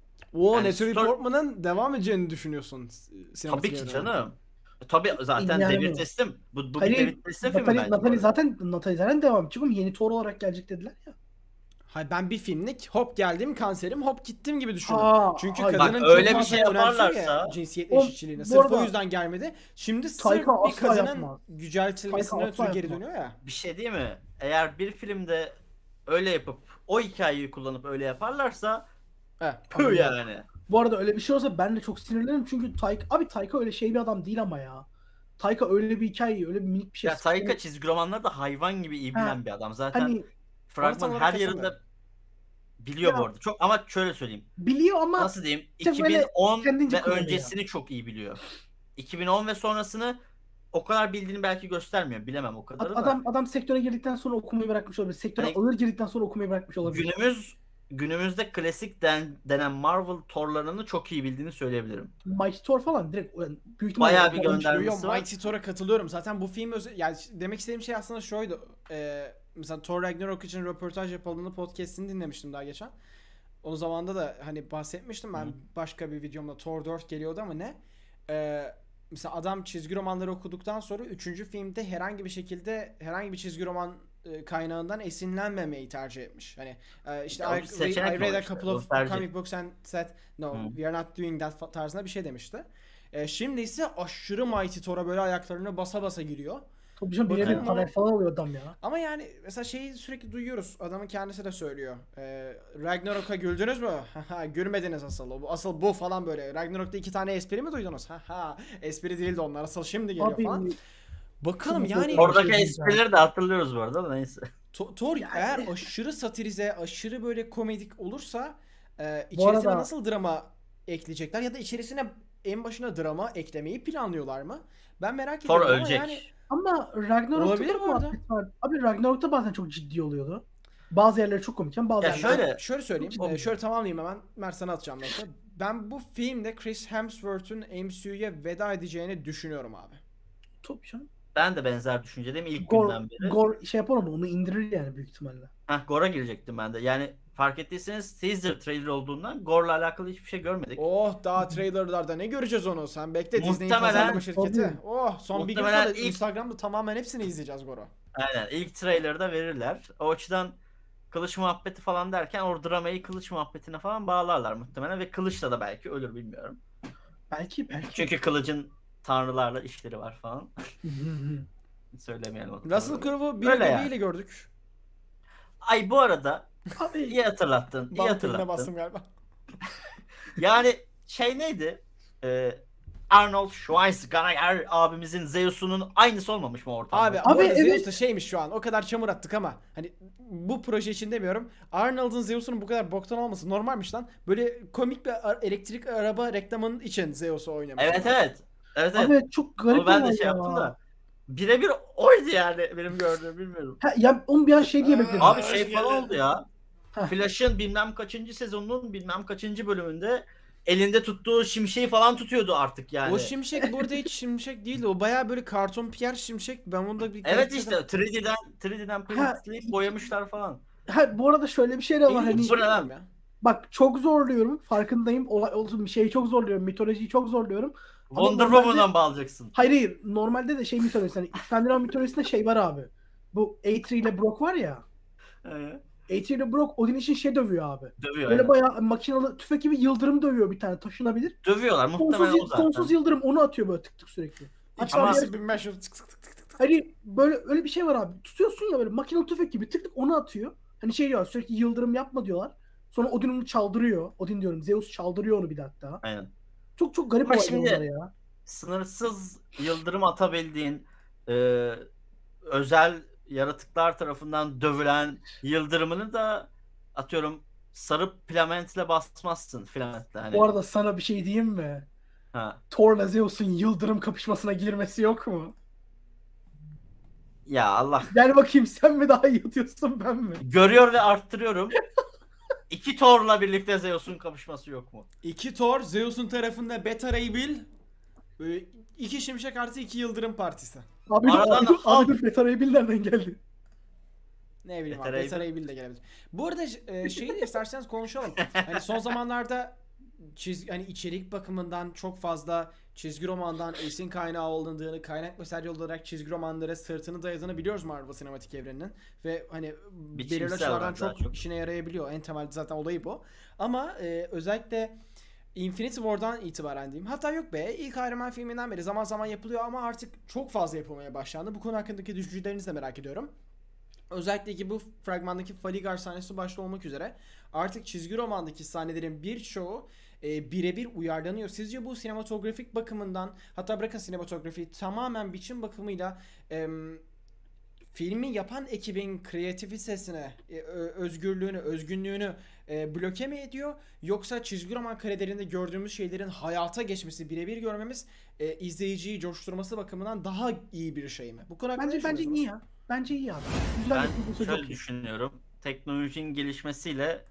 S1: O
S3: yani
S1: Natalie
S3: story-
S1: Portman'ın devam edeceğini düşünüyorsun. sinematik
S3: Tabii ki
S1: evrene.
S3: canım. Tabii zaten
S2: Yani
S3: devir
S2: bu.
S3: teslim. Bu, bu bir
S2: Hayır,
S3: devir teslim filmi
S2: Natalie,
S3: bence.
S2: Natalie
S3: bu arada.
S2: zaten Natalie zaten devam edecek ama yeni Thor olarak gelecek dediler ya.
S1: Hayır ben bir filmlik hop geldim kanserim hop gittim gibi düşündüm.
S2: Aa,
S1: Çünkü
S2: hayır.
S1: kadının
S3: Bak, öyle
S1: çok
S3: bir
S1: fazla
S3: şey
S1: önemsiyor
S3: yaparlarsa-
S1: ya cinsiyet
S2: O-
S1: eşitliğini.
S2: bu
S1: Sırf
S2: arada-
S1: o yüzden gelmedi. Şimdi sırf
S2: Taika
S1: bir
S2: asla
S1: kadının
S2: yapmaz.
S1: yüceltilmesine
S2: Taika asla
S1: ötürü geri
S2: yapmaz.
S1: dönüyor ya.
S3: Bir şey değil mi? Eğer bir filmde öyle yapıp o hikayeyi kullanıp öyle yaparlarsa
S1: Evet.
S3: püh
S2: Abi,
S3: yani.
S2: Bu arada öyle bir şey olsa ben de çok sinirlenirim çünkü Taika, abi Taika öyle şey bir adam değil ama ya. Taika öyle bir hikayeyi, öyle bir minik bir şey.
S3: Ya Taika çizgi romanlarda hayvan gibi iyi bilen
S2: Ha,
S3: bir adam. Zaten
S2: hani
S3: fragman
S1: Ortam
S3: her
S1: olarak
S3: yerinde
S1: katılmıyorum.
S3: biliyor
S2: Ya-
S3: bu arada. Çok ama şöyle söyleyeyim.
S2: biliyor ama
S3: Nasıl diyeyim?
S2: işte böyle
S3: iki bin on
S2: kendince
S3: ve
S2: kullanıyor.
S3: öncesini çok iyi biliyor. iki bin on ve sonrasını o kadar bildiğini belki göstermiyor. Bilemem o kadarı da.
S2: adam adam sektöre girdikten sonra okumayı bırakmış olabilir. Sektöre
S3: Hani-
S2: ağır girdikten sonra okumayı bırakmış olabilir.
S3: Günümüz günümüzde klasik den, denen Marvel Thor'larını çok iyi bildiğini söyleyebilirim.
S2: Mighty Thor falan direkt yani büyük ihtimalle
S3: Bayağı bir
S2: yabancı-
S3: gönderme.
S1: Yo,
S3: Dermisi var.
S1: Mighty Thor'a katılıyorum. Zaten bu film özel... Yani demek istediğim şey aslında şuydu. Ee, mesela Thor Ragnarok için röportaj yapıldığında podcast'ini dinlemiştim daha geçen. O zamanda da hani bahsetmiştim ben
S3: Hı.
S1: başka bir videomda Thor dört geliyordu ama ne? Ee, mesela adam çizgi romanları okuduktan sonra üçüncü filmde herhangi bir şekilde herhangi bir çizgi roman e, kaynağından esinlenmemeyi tercih etmiş. Hani e, işte
S3: Ya o
S1: I,
S3: bir
S1: re-
S3: seçenek
S1: I
S3: mi
S1: read
S3: o
S1: a
S3: işte?
S1: couple
S3: O
S1: of
S3: tercih.
S1: comic books and said no
S3: Hı.
S1: we are not doing that fa- tarzında bir şey demişti. E, şimdi ise aşırı Mighty Thor'a böyle ayaklarını basa basa giriyor.
S2: Tabii canım
S1: Bakın
S2: birebir
S1: ama-
S2: panel falan alıyor adam ya.
S1: Ama yani mesela şeyi sürekli duyuyoruz. Adamın kendisi de söylüyor. Ee, Ragnarok'a güldünüz mü? Haha gülmediniz asıl. O- Asıl bu falan böyle. Ragnarok'ta iki tane espri mi duydunuz? Haha espri değildi onlar. Asıl şimdi geliyor
S2: Abi
S1: falan. Bakalım
S2: çok
S1: yani
S2: zor.
S3: Oradaki
S2: şey değil
S3: esprileri de hatırlıyoruz bu arada da neyse.
S1: To- Thor
S2: Yani-
S1: eğer aşırı satirize, aşırı böyle komedik olursa e,
S2: Bu
S1: içerisine
S2: arada-
S1: nasıl drama ekleyecekler ya da içerisine en başına drama eklemeyi planlıyorlar mı? Ben merak
S3: Thor
S1: ediyorum ama
S3: ölecek.
S1: yani
S2: ama Ragnarok'ta
S1: Olabilir
S2: da
S1: bu arada.
S2: muhabbet var. Abi Ragnarok'ta bazen çok ciddi oluyordu. Bazı yerleri çok komikken bazı
S3: Ya
S2: yerleri...
S3: şöyle-
S1: şöyle söyleyeyim.
S2: Çok ciddi.
S1: e, şöyle tamamlayayım hemen. Mert sana atacağım notu. Ben bu filmde Chris Hemsworth'un M C U'ya veda edeceğini düşünüyorum abi.
S2: Tabii canım.
S3: Ben de benzer düşüncedeyim ilk
S2: Gor,
S3: günden beri.
S2: Gor şey yapar onu, onu indirir yani büyük ihtimalle.
S3: Heh, Gore'a girecektim ben de. Yani fark ettiyseniz teaser trailer olduğundan Gore'la alakalı hiçbir şey görmedik.
S1: Oh daha trailerlarda ne göreceğiz onu? Sen bekle Disney'in
S3: Muhtemelen-
S1: pazarlama şirketi.
S2: Tabii.
S1: Oh son bir gün
S3: Muhtemelen
S1: kala
S3: ilk-
S1: Instagram'da tamamen hepsini izleyeceğiz Goro.
S3: Aynen ilk trailer'da verirler. O açıdan kılıç muhabbeti falan derken o dramayı kılıç muhabbetine falan bağlarlar muhtemelen ve kılıçla da belki ölür bilmiyorum.
S2: Belki belki.
S3: Çünkü kılıcın tanrılarla işleri var falan. Söylemeyelim o kadar.
S1: Russell Crowe'u bir
S3: Öyle
S1: göbeğiyle
S3: yani.
S1: gördük.
S3: Ay bu arada
S2: Abi
S3: iyi hatırlattın. iyi
S1: Bam teline
S3: hatırlattın.
S1: bastım galiba.
S3: Yani şey neydi? Ee, Arnold Schwarzenegger abimizin Zeus'unun aynısı olmamış mı ortamda?
S1: Abi,
S2: Abi,
S1: bu arada
S2: evet.
S1: Zeus da şeymiş şu an. O kadar çamur attık ama hani bu proje için demiyorum. Arnold'un Zeus'unun bu kadar boktan olması normalmiş lan. Böyle komik bir ar- elektrik araba reklamının için Zeus'u oynamış.
S3: Evet evet. Evet evet.
S2: abi çok garip
S3: Onu ben de
S2: olay
S3: şey
S2: ya.
S3: yaptım da. Birebir oydu yani benim gördüğüm bilmiyorum.
S2: Ha, ya onu bir an şey diye bekledim.
S3: Abi
S1: Hoş
S3: şey
S1: geldin.
S3: falan oldu ya.
S2: Heh.
S3: Flash'ın bilmem kaçıncı sezonunun bilmem kaçıncı bölümünde elinde tuttuğu şimşeği falan tutuyordu artık yani.
S1: O şimşek burada hiç şimşek değildi. O baya böyle karton Pierre şimşek. Ben bunda bir
S3: Evet
S1: kaliteden-
S3: işte üç D'den üç D'den printleyip boyamışlar falan.
S2: Ha, bu arada şöyle bir şey de var.
S1: Benim
S2: Hani
S1: hiç
S3: Bu ne lan?
S1: bilmiyorum ya.
S2: bak çok zorluyorum. Farkındayım. Olay olsun bir şeyi çok zorluyorum. Mitolojiyi çok zorluyorum. Ama
S3: Wonder
S2: normalde-
S3: Woman'dan bağlayacaksın.
S2: Hayır hayır. Normalde de şey mitolojisi. Hani İskandinav mitolojisinde şey var abi. Bu Eitri ile Brock var ya.
S3: Ee,
S2: Eitri ile Brock Odin için şey dövüyor abi.
S3: Dövüyor
S2: Böyle
S3: aynen.
S2: bayağı makinalı tüfek gibi yıldırım dövüyor bir tane taşınabilir.
S3: Dövüyorlar muhtemelen
S2: Sonsuz,
S3: o zaten.
S2: sonsuz yıldırım onu atıyor böyle tık tık sürekli. Hatta
S3: Ama-
S2: bir yer-
S1: İki bin beş yüz tık tık tık tık tık tık.
S2: hani böyle öyle bir şey var abi. Tutuyorsun ya böyle makinalı tüfek gibi tık tık onu atıyor. Hani şey diyor sürekli yıldırım yapma diyorlar. Sonra Odin onu çaldırıyor. Odin diyorum Zeus çaldırıyor onu bir de hatta.
S3: Aynen.
S2: Çok çok garip
S3: Ama
S2: olaylar
S3: şimdi-
S2: onlar ya.
S3: Sınırsız yıldırım atabildiğin e, özel yaratıklar tarafından dövülen yıldırımını da atıyorum sarı filamentle basmazsın filamentle hani.
S2: Bu arada sana bir şey diyeyim mi?
S3: Ha.
S2: Thor'la Zeus'un yıldırım kapışmasına girmesi yok mu?
S3: Ya Allah.
S2: Gel bakayım sen mi daha iyi atıyorsun ben mi?
S3: Görüyor ve arttırıyorum. İki Thor'la birlikte Zeus'un kapışması yok mu?
S1: İki Thor, Zeus'un tarafında Beta Ray Bill, e, iki Şimşek artı iki Yıldırım Partisi.
S2: Abi
S3: Aradan
S2: abi,
S3: halk-
S2: abi Beta Ray Bill nereden geldi?
S1: Ne bileyim
S3: Beta
S1: abi,
S3: Ray
S1: Beta
S3: Bill.
S1: Ray Bill de gelebilir. Bu arada e, şeyi de isterseniz konuşalım. Hani son zamanlarda çiz, hani içerik bakımından çok fazla çizgi romandan esin kaynağı alındığını, kaynak mesajı olarak çizgi romanlara sırtını dayadığını biliyoruz Marvel sinematik evreninin. Ve hani belirli
S3: Biçimsel
S1: açılardan
S3: olarak daha
S1: çok,
S3: çok.
S1: işine yarayabiliyor. En temelde zaten olayı bu. Ama e, özellikle Infinity War'dan itibaren diyeyim. Hatta yok be, ilk Iron Man filminden beri zaman zaman yapılıyor ama artık çok fazla yapılmaya başlandı. Bu konu hakkındaki düşüncelerinizi de merak ediyorum. Özellikle ki bu fragmandaki Faligar sahnesi başta olmak üzere artık çizgi romandaki sahnelerin birçoğu e, birebir uyarlanıyor. Sizce bu sinematografik bakımından, hatta bırakın sinematografi, tamamen biçim bakımıyla e, filmi yapan ekibin kreativitesine, e, ö- özgürlüğünü, özgünlüğünü e, bloke mi ediyor? Yoksa çizgi roman karelerinde gördüğümüz şeylerin hayata geçmesi, birebir görmemiz e, izleyiciyi coşturması bakımından daha iyi bir şey mi? Bu konu hakkında
S2: Bence
S1: ne
S2: bence
S1: düşünüyorsunuz?
S2: iyi ya. Bence iyi abi. Güzel
S3: Ben
S2: yapılırsa
S3: şöyle
S2: çok iyi.
S3: düşünüyorum. Teknolojinin gelişmesiyle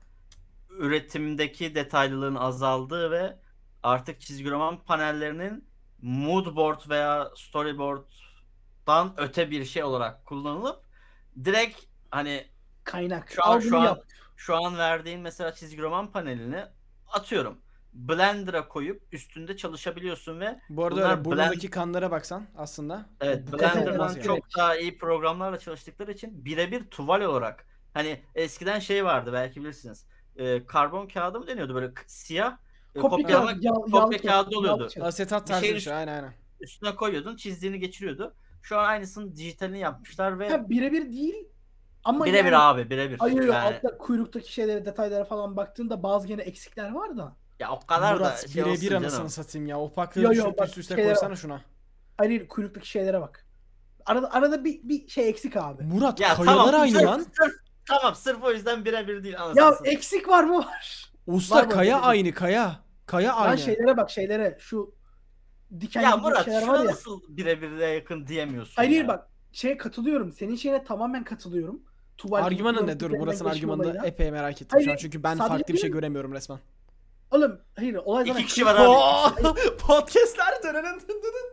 S3: üretimdeki detaylılığın azaldığı ve artık çizgi roman panellerinin mood board veya storyboard'dan öte bir şey olarak kullanılıp direkt hani
S2: Kaynak.
S3: şu an
S2: Al
S3: şu
S2: bunu
S3: an
S2: yap.
S3: şu an verdiğin mesela çizgi roman panelini atıyorum. Blender'a koyup üstünde çalışabiliyorsun ve
S1: Bu arada
S3: bunlar
S1: öyle burnundaki kanlara baksan aslında.
S3: evet,
S1: bu kadar
S3: Blender'dan
S1: olmaz yani.
S3: çok daha iyi programlarla çalıştıkları için birebir tuval olarak hani eskiden şey vardı belki bilirsiniz. Ee, karbon kağıdı mı deniyordu böyle k- siyah e,
S2: Kopya
S3: kopyalama
S2: kağıdı, yal-
S3: kopya
S2: yal-
S3: kağıdı
S2: yal-
S3: oluyordu.
S2: yal-
S1: Asetat
S3: Bir
S1: tarzı
S3: şeyin
S1: bir şey, aynen aynen.
S3: Üstüne koyuyordun, çizdiğini geçiriyordu. Şu an aynısının dijitalini yapmışlar ve
S2: Ha, birebir değil ama
S3: birebir
S2: yani,
S3: abi birebir.
S2: hayır
S3: Yani
S2: altta kuyruktaki şeylere detaylara falan baktığında bazı gene eksikler var da.
S3: ya o kadar
S1: Murat
S3: da şey
S1: birebir
S3: olsun
S1: anasını
S3: canım.
S1: satayım ya. Opaklığı
S2: Yo, yo,
S1: düşürüp
S2: bak,
S1: üst üste
S2: şeylere
S1: koysana
S2: bak.
S1: şuna.
S2: Hayır kuyruktaki şeylere bak. Arada arada bir bir şey eksik abi.
S1: Murat
S3: Ya
S1: kayalar
S3: tamam,
S1: aynı
S3: sırf-
S1: lan.
S3: sırf- tamam sırf o yüzden birebir değil anasını
S2: Ya
S3: satayım.
S2: eksik var mı var?
S1: Usta
S2: Var mı
S1: kaya
S2: öyle?
S1: aynı kaya. Kaya
S2: Lan
S1: aynı.
S2: şeylere bak şeylere şu diken
S3: Ya
S2: gibi
S3: Murat
S2: şeyler var
S3: şuna
S2: ya.
S3: nasıl birebirle yakın diyemiyorsun
S2: Hayır
S3: ya.
S2: bak şeye katılıyorum. Senin şeyine tamamen katılıyorum. Tuval
S1: Argümanın
S2: kullanıp
S1: ne? Dur
S2: üzerinden
S1: burasının
S2: geçme
S1: argümanını
S2: olayına.
S1: epey merak ettim
S2: Hayır,
S1: şu an. Çünkü ben
S2: sadece
S1: farklı bir şey
S2: benim-
S1: göremiyorum resmen.
S2: Oğlum hayır olay zaten
S3: İki kişi var abi.
S1: Oo, podcastler dönenen.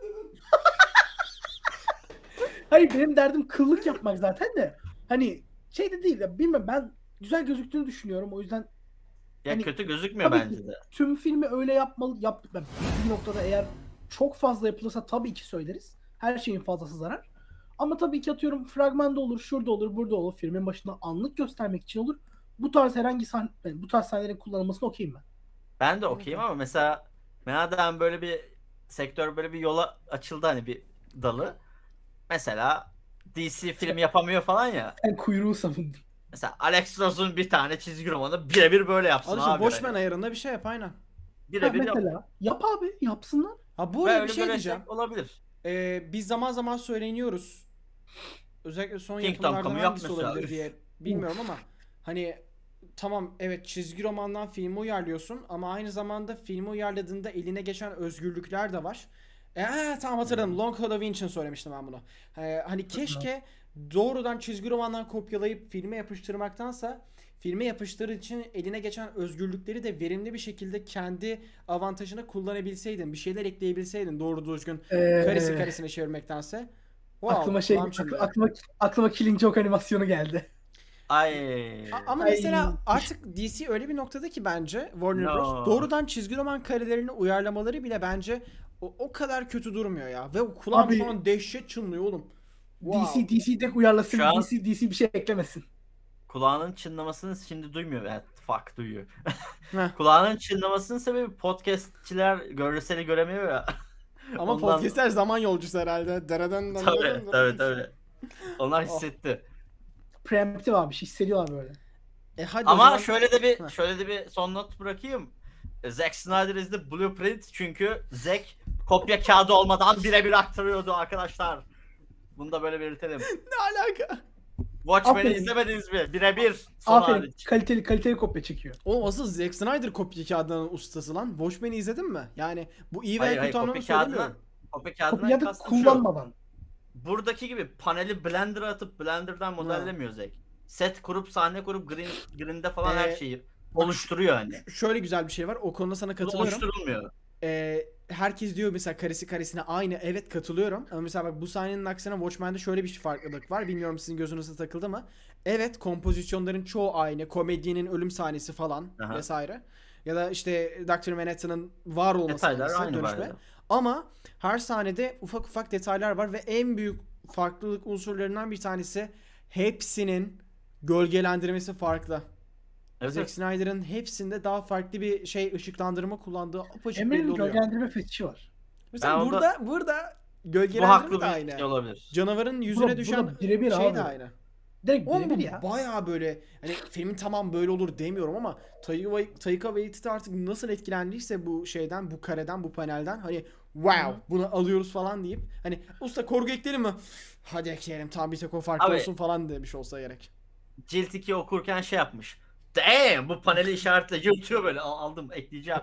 S2: Hayır benim derdim kıllık yapmak zaten de. Hani şey de değil ya bilmem ben güzel gözüktüğünü düşünüyorum. O yüzden
S3: Ya
S2: hani-
S3: kötü gözükmüyor
S2: Tabii
S3: bence
S2: ki.
S3: de.
S2: tüm filmi öyle yapmalı yap ben bir noktada eğer çok fazla yapılırsa tabii ki söyleriz. Her şeyin fazlası zarar. Ama tabii ki atıyorum fragmanda olur, şurada olur, burada olur. Filmin başında anlık göstermek için olur. Bu tarz herhangi sahne, yani bu tarz sahnelerin kullanılmasına okeyim ben.
S3: Ben de okeyim ama mesela madem böyle bir sektör böyle bir yola açıldı hani bir dalı. Mesela D C film yapamıyor falan ya.
S2: Sen kuyruğu savundun.
S3: Mesela Alex Ross'un bir tane çizgi romanı birebir böyle yapsın
S1: Alışın
S3: abi.
S1: Watchmen
S3: yani.
S1: ayarında bir şey yap aynen.
S2: Ha,
S3: Birebir yap.
S2: mesela yap abi yapsınlar.
S1: Ha bu
S3: Ve
S1: arada bir
S3: öyle
S1: şey
S3: böyle
S1: diyeceğim.
S3: olabilir.
S1: Ee, biz zaman zaman söyleniyoruz. Özellikle son
S3: Kingdom
S1: yapımlardan
S3: Come'u
S1: hangisi
S3: yapmışlar.
S1: olabilir
S3: Üf.
S1: diye bilmiyorum ama hani tamam evet çizgi romandan filmi uyarlıyorsun ama aynı zamanda filmi uyarladığında eline geçen özgürlükler de var. Eee tamam hatırladım. Long Halloween için söylemiştim ben bunu. Ee, hani keşke doğrudan çizgi romandan kopyalayıp filme yapıştırmaktansa filme yapıştırır için eline geçen özgürlükleri de verimli bir şekilde kendi avantajına kullanabilseydin. Bir şeyler ekleyebilseydin doğru düzgün.
S2: Ee,
S1: Karesi karesine çevirmektense. Wow,
S2: aklıma şey
S1: kulağım
S2: ak-
S1: çınlıyor.
S2: aklıma aklıma Killing Joke animasyonu geldi.
S3: Ay.
S1: A- Ama
S2: Ay.
S1: mesela artık D C öyle bir noktada ki bence Warner
S3: No.
S1: Bros. Doğrudan çizgi roman karelerini uyarlamaları bile bence o, o kadar kötü durmuyor ya. Ve o kulağım
S2: Abi-
S1: şu an dehşet çınlıyor oğlum.
S2: D
S1: Wow.
S2: C D C tek uyarlasın.
S3: Şu an-
S2: D C D C bir şey eklemesin.
S3: Kulağının çınlamasını şimdi duymuyor. Evet, fuck duyuyor.
S1: Heh.
S3: Kulağının çınlamasının sebebi podcastçiler görseli göremiyor ya.
S1: Ama
S3: Ondan-
S1: podcastler zaman yolcusu herhalde. Daradan
S3: Tabii tabii tabii. Onlar
S1: Oh.
S3: hissetti.
S2: Preemptive abi şey hissediyorlar böyle.
S1: E hadi o
S3: Ama
S1: zaman-
S3: şöyle de bir
S1: Heh.
S3: şöyle de bir son not bırakayım. Zack Snyder is the blueprint, çünkü Zack kopya kağıdı olmadan birebir aktarıyordu arkadaşlar. Bunu da böyle belirtelim.
S1: Ne alaka?
S3: Watchmen'i
S2: Aferin.
S3: izlemediniz mi? Birebir. Son
S2: Aferin.
S3: hariç.
S2: Kaliteli kaliteli kopya çekiyor.
S1: Oğlum asıl Zack Snyder kopya kağıdının ustası lan. Watchmen'i izledin mi? Yani bu iyi
S3: Hayır
S1: veya
S3: hayır,
S1: kötü
S3: kopya
S1: anlamda
S3: kağıdına,
S1: söylemiyorum.
S3: kopya kağıdına
S2: Kopya da
S3: kastım şu.
S2: kullanmadan.
S3: Buradaki gibi paneli Blender'a atıp Blender'dan modellemiyor Zack. Set kurup, sahne kurup, green, green'de falan her
S1: Ee,
S3: şeyi oluşturuyor hani.
S1: Şöyle güzel bir şey var. O konuda sana
S3: Bu
S1: katılıyorum.
S3: oluşturulmuyor.
S1: Ee, herkes diyor mesela karesi karesine aynı. Evet, katılıyorum. Ama mesela bak bu sahnenin aksine Watchmen'de şöyle bir farklılık var. Bilmiyorum sizin gözünüze takıldı mı? Evet, kompozisyonların çoğu aynı. Komedyenin ölüm sahnesi falan
S3: Aha.
S1: vesaire. Ya da işte doktor Manhattan'ın var olma
S3: Detaylar
S1: sahnesi,
S3: aynı
S1: dönüşme.
S3: bayağı.
S1: Ama her sahnede ufak ufak detaylar var ve en büyük farklılık unsurlarından bir tanesi hepsinin gölgelendirmesi farklı.
S3: Evet,
S1: Zack
S3: evet.
S1: Snyder'ın hepsinde daha farklı bir şey ışıklandırma kullandığı apaçık belli
S2: Emre'nin
S1: oluyor.
S2: gölgelendirme fetişi var.
S1: Mesela
S3: Ben onda-
S1: burada burada
S3: Bu
S1: gölgelendirme
S3: haklı
S1: de
S3: bir
S1: aynı.
S3: şey olabilir.
S1: Canavarın yüzüne
S2: Burada-
S1: düşen
S2: burada birebir
S1: şey
S2: abi.
S1: de aynı.
S2: Direkt
S1: Oğlum
S2: birebir
S1: bu
S2: ya.
S1: bayağı böyle hani filmin tamam böyle olur demiyorum ama Taika Wai- Taika Waititi artık nasıl etkilendiyse bu şeyden, bu kareden, bu panelden hani wow
S2: Hı.
S1: bunu alıyoruz falan deyip hani usta korku ekleyelim mi? Hadi ekleyelim, tam bir tek o farklı
S3: Abi-
S1: olsun falan demiş olsa gerek.
S3: Cilt iki okurken şey yapmış. Damn, bu paneli işaretle yırtıyor böyle. Al- aldım, ekleyeceğim.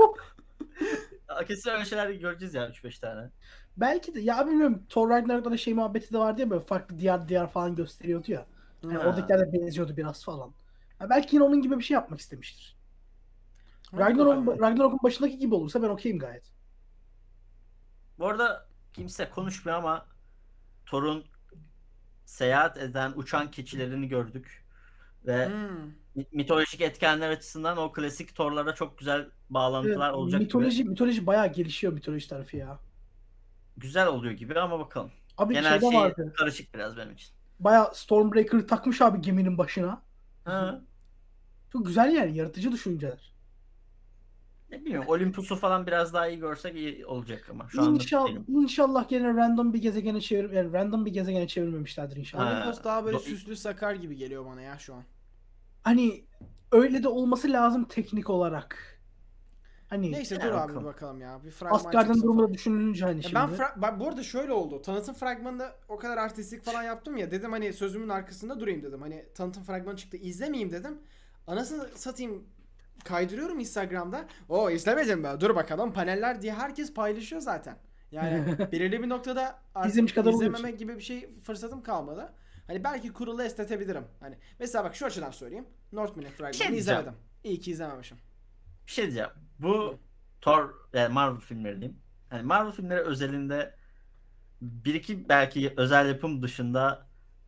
S3: Kesin öyle şeyler göreceğiz ya, üç beş tane.
S2: Belki de ya bilmiyorum, Thor Ragnarok'ta da şey muhabbeti de vardı ya, böyle farklı diyar diyar falan gösteriyordu ya. Yani
S3: Ha.
S2: oradakiler de benziyordu biraz falan. Ha, belki yine onun gibi bir şey yapmak istemiştir.
S1: Hadi
S2: Ragnarok'un
S1: bakalım.
S2: Ragnarok'un başındaki gibi olursa ben okeyim gayet.
S3: Bu arada kimse konuşmuyor ama Thor'un seyahat eden uçan keçilerini gördük. Ve
S1: Hmm.
S3: mi- mitolojik etkenler açısından o klasik Thor'lara çok güzel bağlantılar
S2: Evet,
S3: olacak
S2: mitoloji
S3: gibi.
S2: mitoloji bayağı gelişiyor, mitoloji tarafı ya.
S3: Güzel oluyor gibi ama bakalım.
S2: Abi
S3: Genel
S2: şeyde
S3: şey
S2: vardı.
S3: karışık biraz benim için.
S2: Bayağı Stormbreaker'ı takmış abi geminin başına.
S3: Ha.
S2: Çok güzel yani, yaratıcı düşünceler.
S3: Ne bileyim, Olympus'u falan biraz daha iyi görsek iyi olacak ama şu anda
S2: İnşallah,
S3: değilim.
S2: inşallah gene random bir gezegene çevir, yani random bir gezegene çevirmemişlerdir inşallah.
S3: Ha.
S1: Olympus daha böyle
S3: do-
S1: süslü sakar gibi geliyor bana ya şu an.
S2: Hani öyle de olması lazım teknik olarak. Hani
S1: Neyse
S3: Ya
S1: dur abi
S3: bakalım.
S1: bakalım ya. Bir fragman
S2: Asgard'ın
S1: çıksın
S2: durumu
S1: falan.
S2: da düşünülünce hani
S1: Ya
S2: şimdi.
S1: ben fra- bak bu arada şöyle oldu. Tanıtım fragmanında o kadar artistlik falan yaptım ya. Dedim hani sözümün arkasında durayım dedim. Hani tanıtım fragmanı çıktı, izlemeyeyim dedim. Anasını satayım, kaydırıyorum Instagram'da. O izlemedim be. Dur bakalım paneller diye herkes paylaşıyor zaten. Yani belirli bir noktada artık
S2: İzlemiş kadar
S1: izlememe
S2: oluyorsun.
S1: gibi bir şey fırsatım kalmadı. Hani belki kurulu esnetebilirim. Hani mesela bak şu açıdan söyleyeyim. Northman'in fragmanını
S3: şey diyeceğim.
S1: izlemedim. İyi ki izlememişim.
S3: Bir şey diyeceğim. Bu Thor, yani Marvel filmleri diyeyim. Yani Marvel filmleri özelinde bir iki belki özel yapım dışında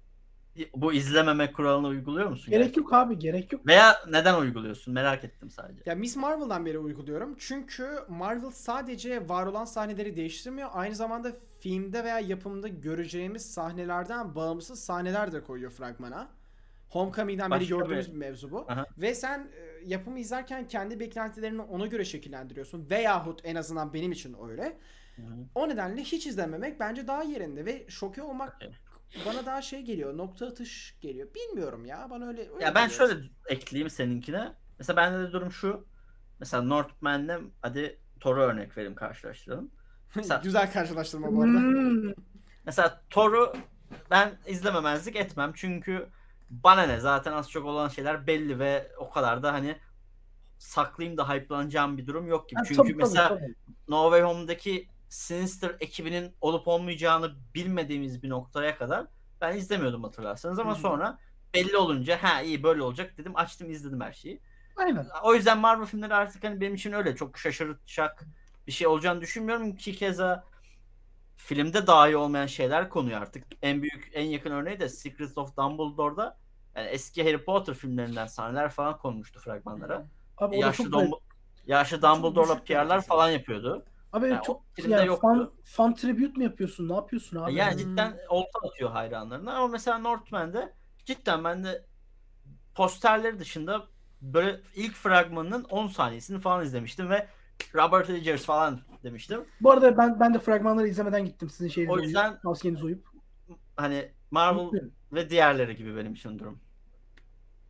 S3: bu izlememe kuralını uyguluyor musun?
S2: Gerek
S3: gerçekten?
S2: yok abi, gerek yok.
S3: Veya neden uyguluyorsun? Merak ettim sadece.
S1: Ya Miss Marvel'dan beri uyguluyorum. Çünkü Marvel sadece var olan sahneleri değiştirmiyor. Aynı zamanda filmde veya yapımda göreceğimiz sahnelerden bağımsız sahneler de koyuyor fragmana. Homecoming'den beri
S3: Başka
S1: gördüğümüz
S3: bir-
S1: bir mevzu bu.
S3: Aha.
S1: Ve sen e, yapımı izlerken kendi beklentilerini ona göre şekillendiriyorsun. Veyahut en azından benim için öyle.
S3: Hı-hı.
S1: O nedenle hiç izlememek bence daha yerinde ve şoke olmak
S3: Okey.
S1: bana daha şey geliyor. Nokta atış geliyor. Bilmiyorum ya. Bana öyle, öyle
S3: Ya ben
S1: geliyor.
S3: şöyle ekleyeyim seninkine. Mesela bende de durum şu. Mesela Northman'le hadi Thor'u örnek vereyim, karşılaştıralım. Mesela,
S1: Güzel karşılaştırma bu arada.
S2: Hmm.
S3: mesela Thor'u ben izlememezlik etmem. Çünkü bana ne, zaten az çok olan şeyler belli ve o kadar da hani saklayayım da hype'lanacağım bir durum yok gibi.
S2: Ha,
S3: Çünkü
S2: tabii, tabii,
S3: mesela
S2: tabii.
S3: No Way Home'daki Sinister ekibinin olup olmayacağını bilmediğimiz bir noktaya kadar ben izlemiyordum, hatırlarsanız, ama
S1: Hı hı.
S3: sonra belli olunca ha iyi böyle olacak dedim, açtım izledim her şeyi.
S2: Aynen.
S3: O yüzden Marvel filmleri artık hani benim için öyle çok şaşırtacak bir şey olacağını düşünmüyorum ki, keza filmde dahi olmayan şeyler konuyor artık. En büyük, en yakın örneği de Secrets of Dumbledore'da, yani eski Harry Potter filmlerinden sahneler falan konmuştu fragmanlara.
S2: Abi o da
S3: Yaşlı
S2: çok güzel.
S3: Dumb- yaşlı
S1: Çok
S3: Dumbledore'la
S1: düşük bir
S3: P R'lar
S1: ateş
S3: falan yapıyordu.
S2: Abi
S3: Yani
S2: çok
S3: o filmde
S2: yani
S3: yoktu.
S2: fan, fan tribute mi yapıyorsun? Ne yapıyorsun abi?
S3: Yani
S1: Hmm.
S3: cidden olta atıyor hayranlarına, ama mesela Northman'de cidden ben de posterleri dışında böyle ilk fragmanının on saniyesini falan izlemiştim ve Robert Eggers falan demiştim.
S2: Bu arada ben ben de fragmanları izlemeden gittim sizin şeyinize
S3: O yüzden
S2: uyup, tavsiyenize uyup.
S3: hani Marvel
S2: Mutluyum.
S3: ve diğerleri gibi benim için durum.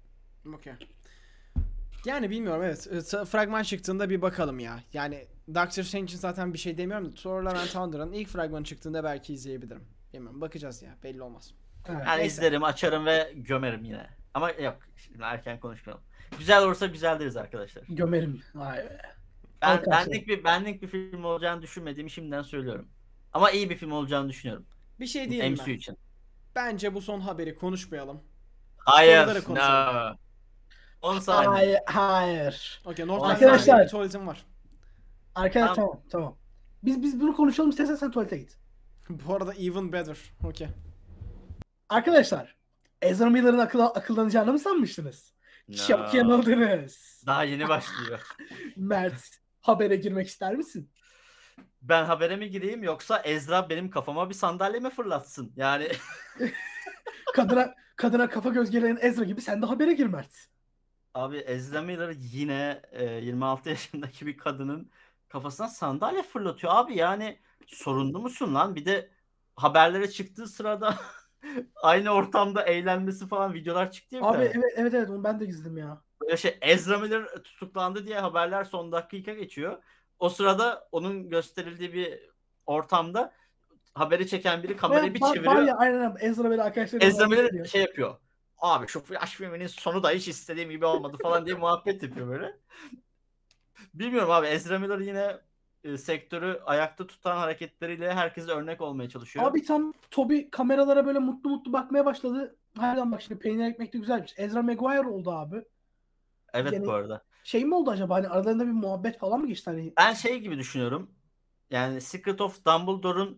S1: Okey. Yani bilmiyorum, evet. Ee, Fragman çıktığında bir bakalım ya. Yani Doctor Strange için zaten bir şey demiyorum da Thor Love and Thunder'ın ilk fragmanı çıktığında belki izleyebilirim. Bilmiyorum, bakacağız ya, belli olmaz.
S2: Evet.
S3: Ben
S1: Neyse.
S3: izlerim, açarım ve gömerim yine. Ama yok, şimdi erken konuşmayalım. Güzel olursa güzel deriz arkadaşlar.
S2: Gömerim. Vay be.
S3: Ben
S2: Arkadaşlar.
S3: benlik bir benlik bir film olacağını düşünmediğimi şimdiden söylüyorum. Ama iyi bir film olacağını düşünüyorum.
S1: Bir şey diyeyim
S3: M C U
S1: ben.
S3: için.
S1: Bence bu son haberi konuşmayalım.
S3: Hayır.
S1: Soruları konuşalım.
S3: No. on saniye.
S2: Hayır. Hayır.
S1: Okey,
S3: Arkadaşlar-
S1: Northland'da bir tuvaletim var.
S2: Arkadaşlar
S3: Tamam.
S2: tamam tamam. Biz biz bunu konuşalım, istersen sen tuvalete git.
S1: Bu arada even better. Okey.
S2: Arkadaşlar, Ezra Miller'ın akıl, akıllanacağını mı sanmıştınız?
S3: No.
S2: Çok yanıldınız.
S3: Daha yeni başlıyor.
S2: Mert, habere girmek ister misin?
S3: Ben habere mi gireyim yoksa Ezra benim kafama bir sandalye mi fırlatsın? Yani
S2: Kadına kadına kafa göz gelen Ezra gibi sen de habere gir Mert.
S3: abi Ezra Miller yine e, yirmi altı yaşındaki bir kadının kafasına sandalye fırlatıyor. Abi yani sorunlu musun lan? Bir de haberlere çıktığı sırada aynı ortamda eğlenmesi falan videolar çıktı ya bir
S2: Abi
S3: tane.
S2: evet evet evet onu ben de izledim ya.
S3: Böyle şey Ezra Miller tutuklandı diye haberler son dakika geçiyor. O sırada onun gösterildiği bir ortamda haberi çeken biri kamerayı bir
S2: Var-
S3: çeviriyor.
S2: Var ya aynen Ezra böyle arkadaşlarıyla
S3: Ezra
S2: muhabbet
S3: Miller
S2: ediyor.
S3: şey yapıyor. Abi şu Flash filminin sonu da hiç istediğim gibi olmadı falan diye muhabbet yapıyor böyle. Bilmiyorum abi, Ezra Miller yine e, sektörü ayakta tutan hareketleriyle herkese örnek olmaya çalışıyor.
S2: Abi tam Toby kameralara böyle mutlu mutlu bakmaya başladı. Harbiden bak şimdi peynir ekmek de güzelmiş. Ezra Maguire oldu abi.
S3: evet
S2: yani-
S3: bu arada.
S2: Şey mi oldu acaba, hani aralarında bir muhabbet falan mı geçti hani?
S3: Ben şey gibi düşünüyorum. Yani Secret of Dumbledore'un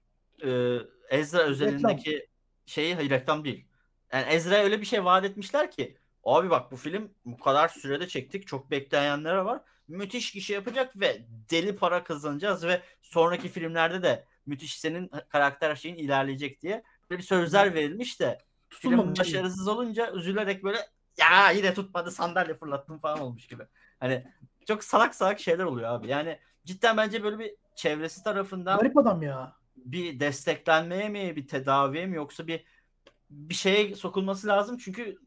S3: e, Ezra özelindeki şeyi, hayır reklam değil. Yani Ezra'ya öyle bir şey vaat etmişler ki abi bak bu film bu kadar sürede çektik, çok bekleyenler var. Müthiş gişe yapacak ve deli para kazanacağız ve sonraki filmlerde de müthiş senin karakter şeyin ilerleyecek diye böyle bir sözler verilmiş de film
S2: Tutulmamış.
S3: başarısız olunca üzülerek böyle ya yine tutmadı sandalye fırlattım falan olmuş gibi. Hani çok salak salak şeyler oluyor abi. Yani cidden bence böyle bir çevresi tarafından
S2: Garip adam ya.
S3: bir desteklenmeye mi, bir tedaviye mi, yoksa bir bir şeye sokulması lazım çünkü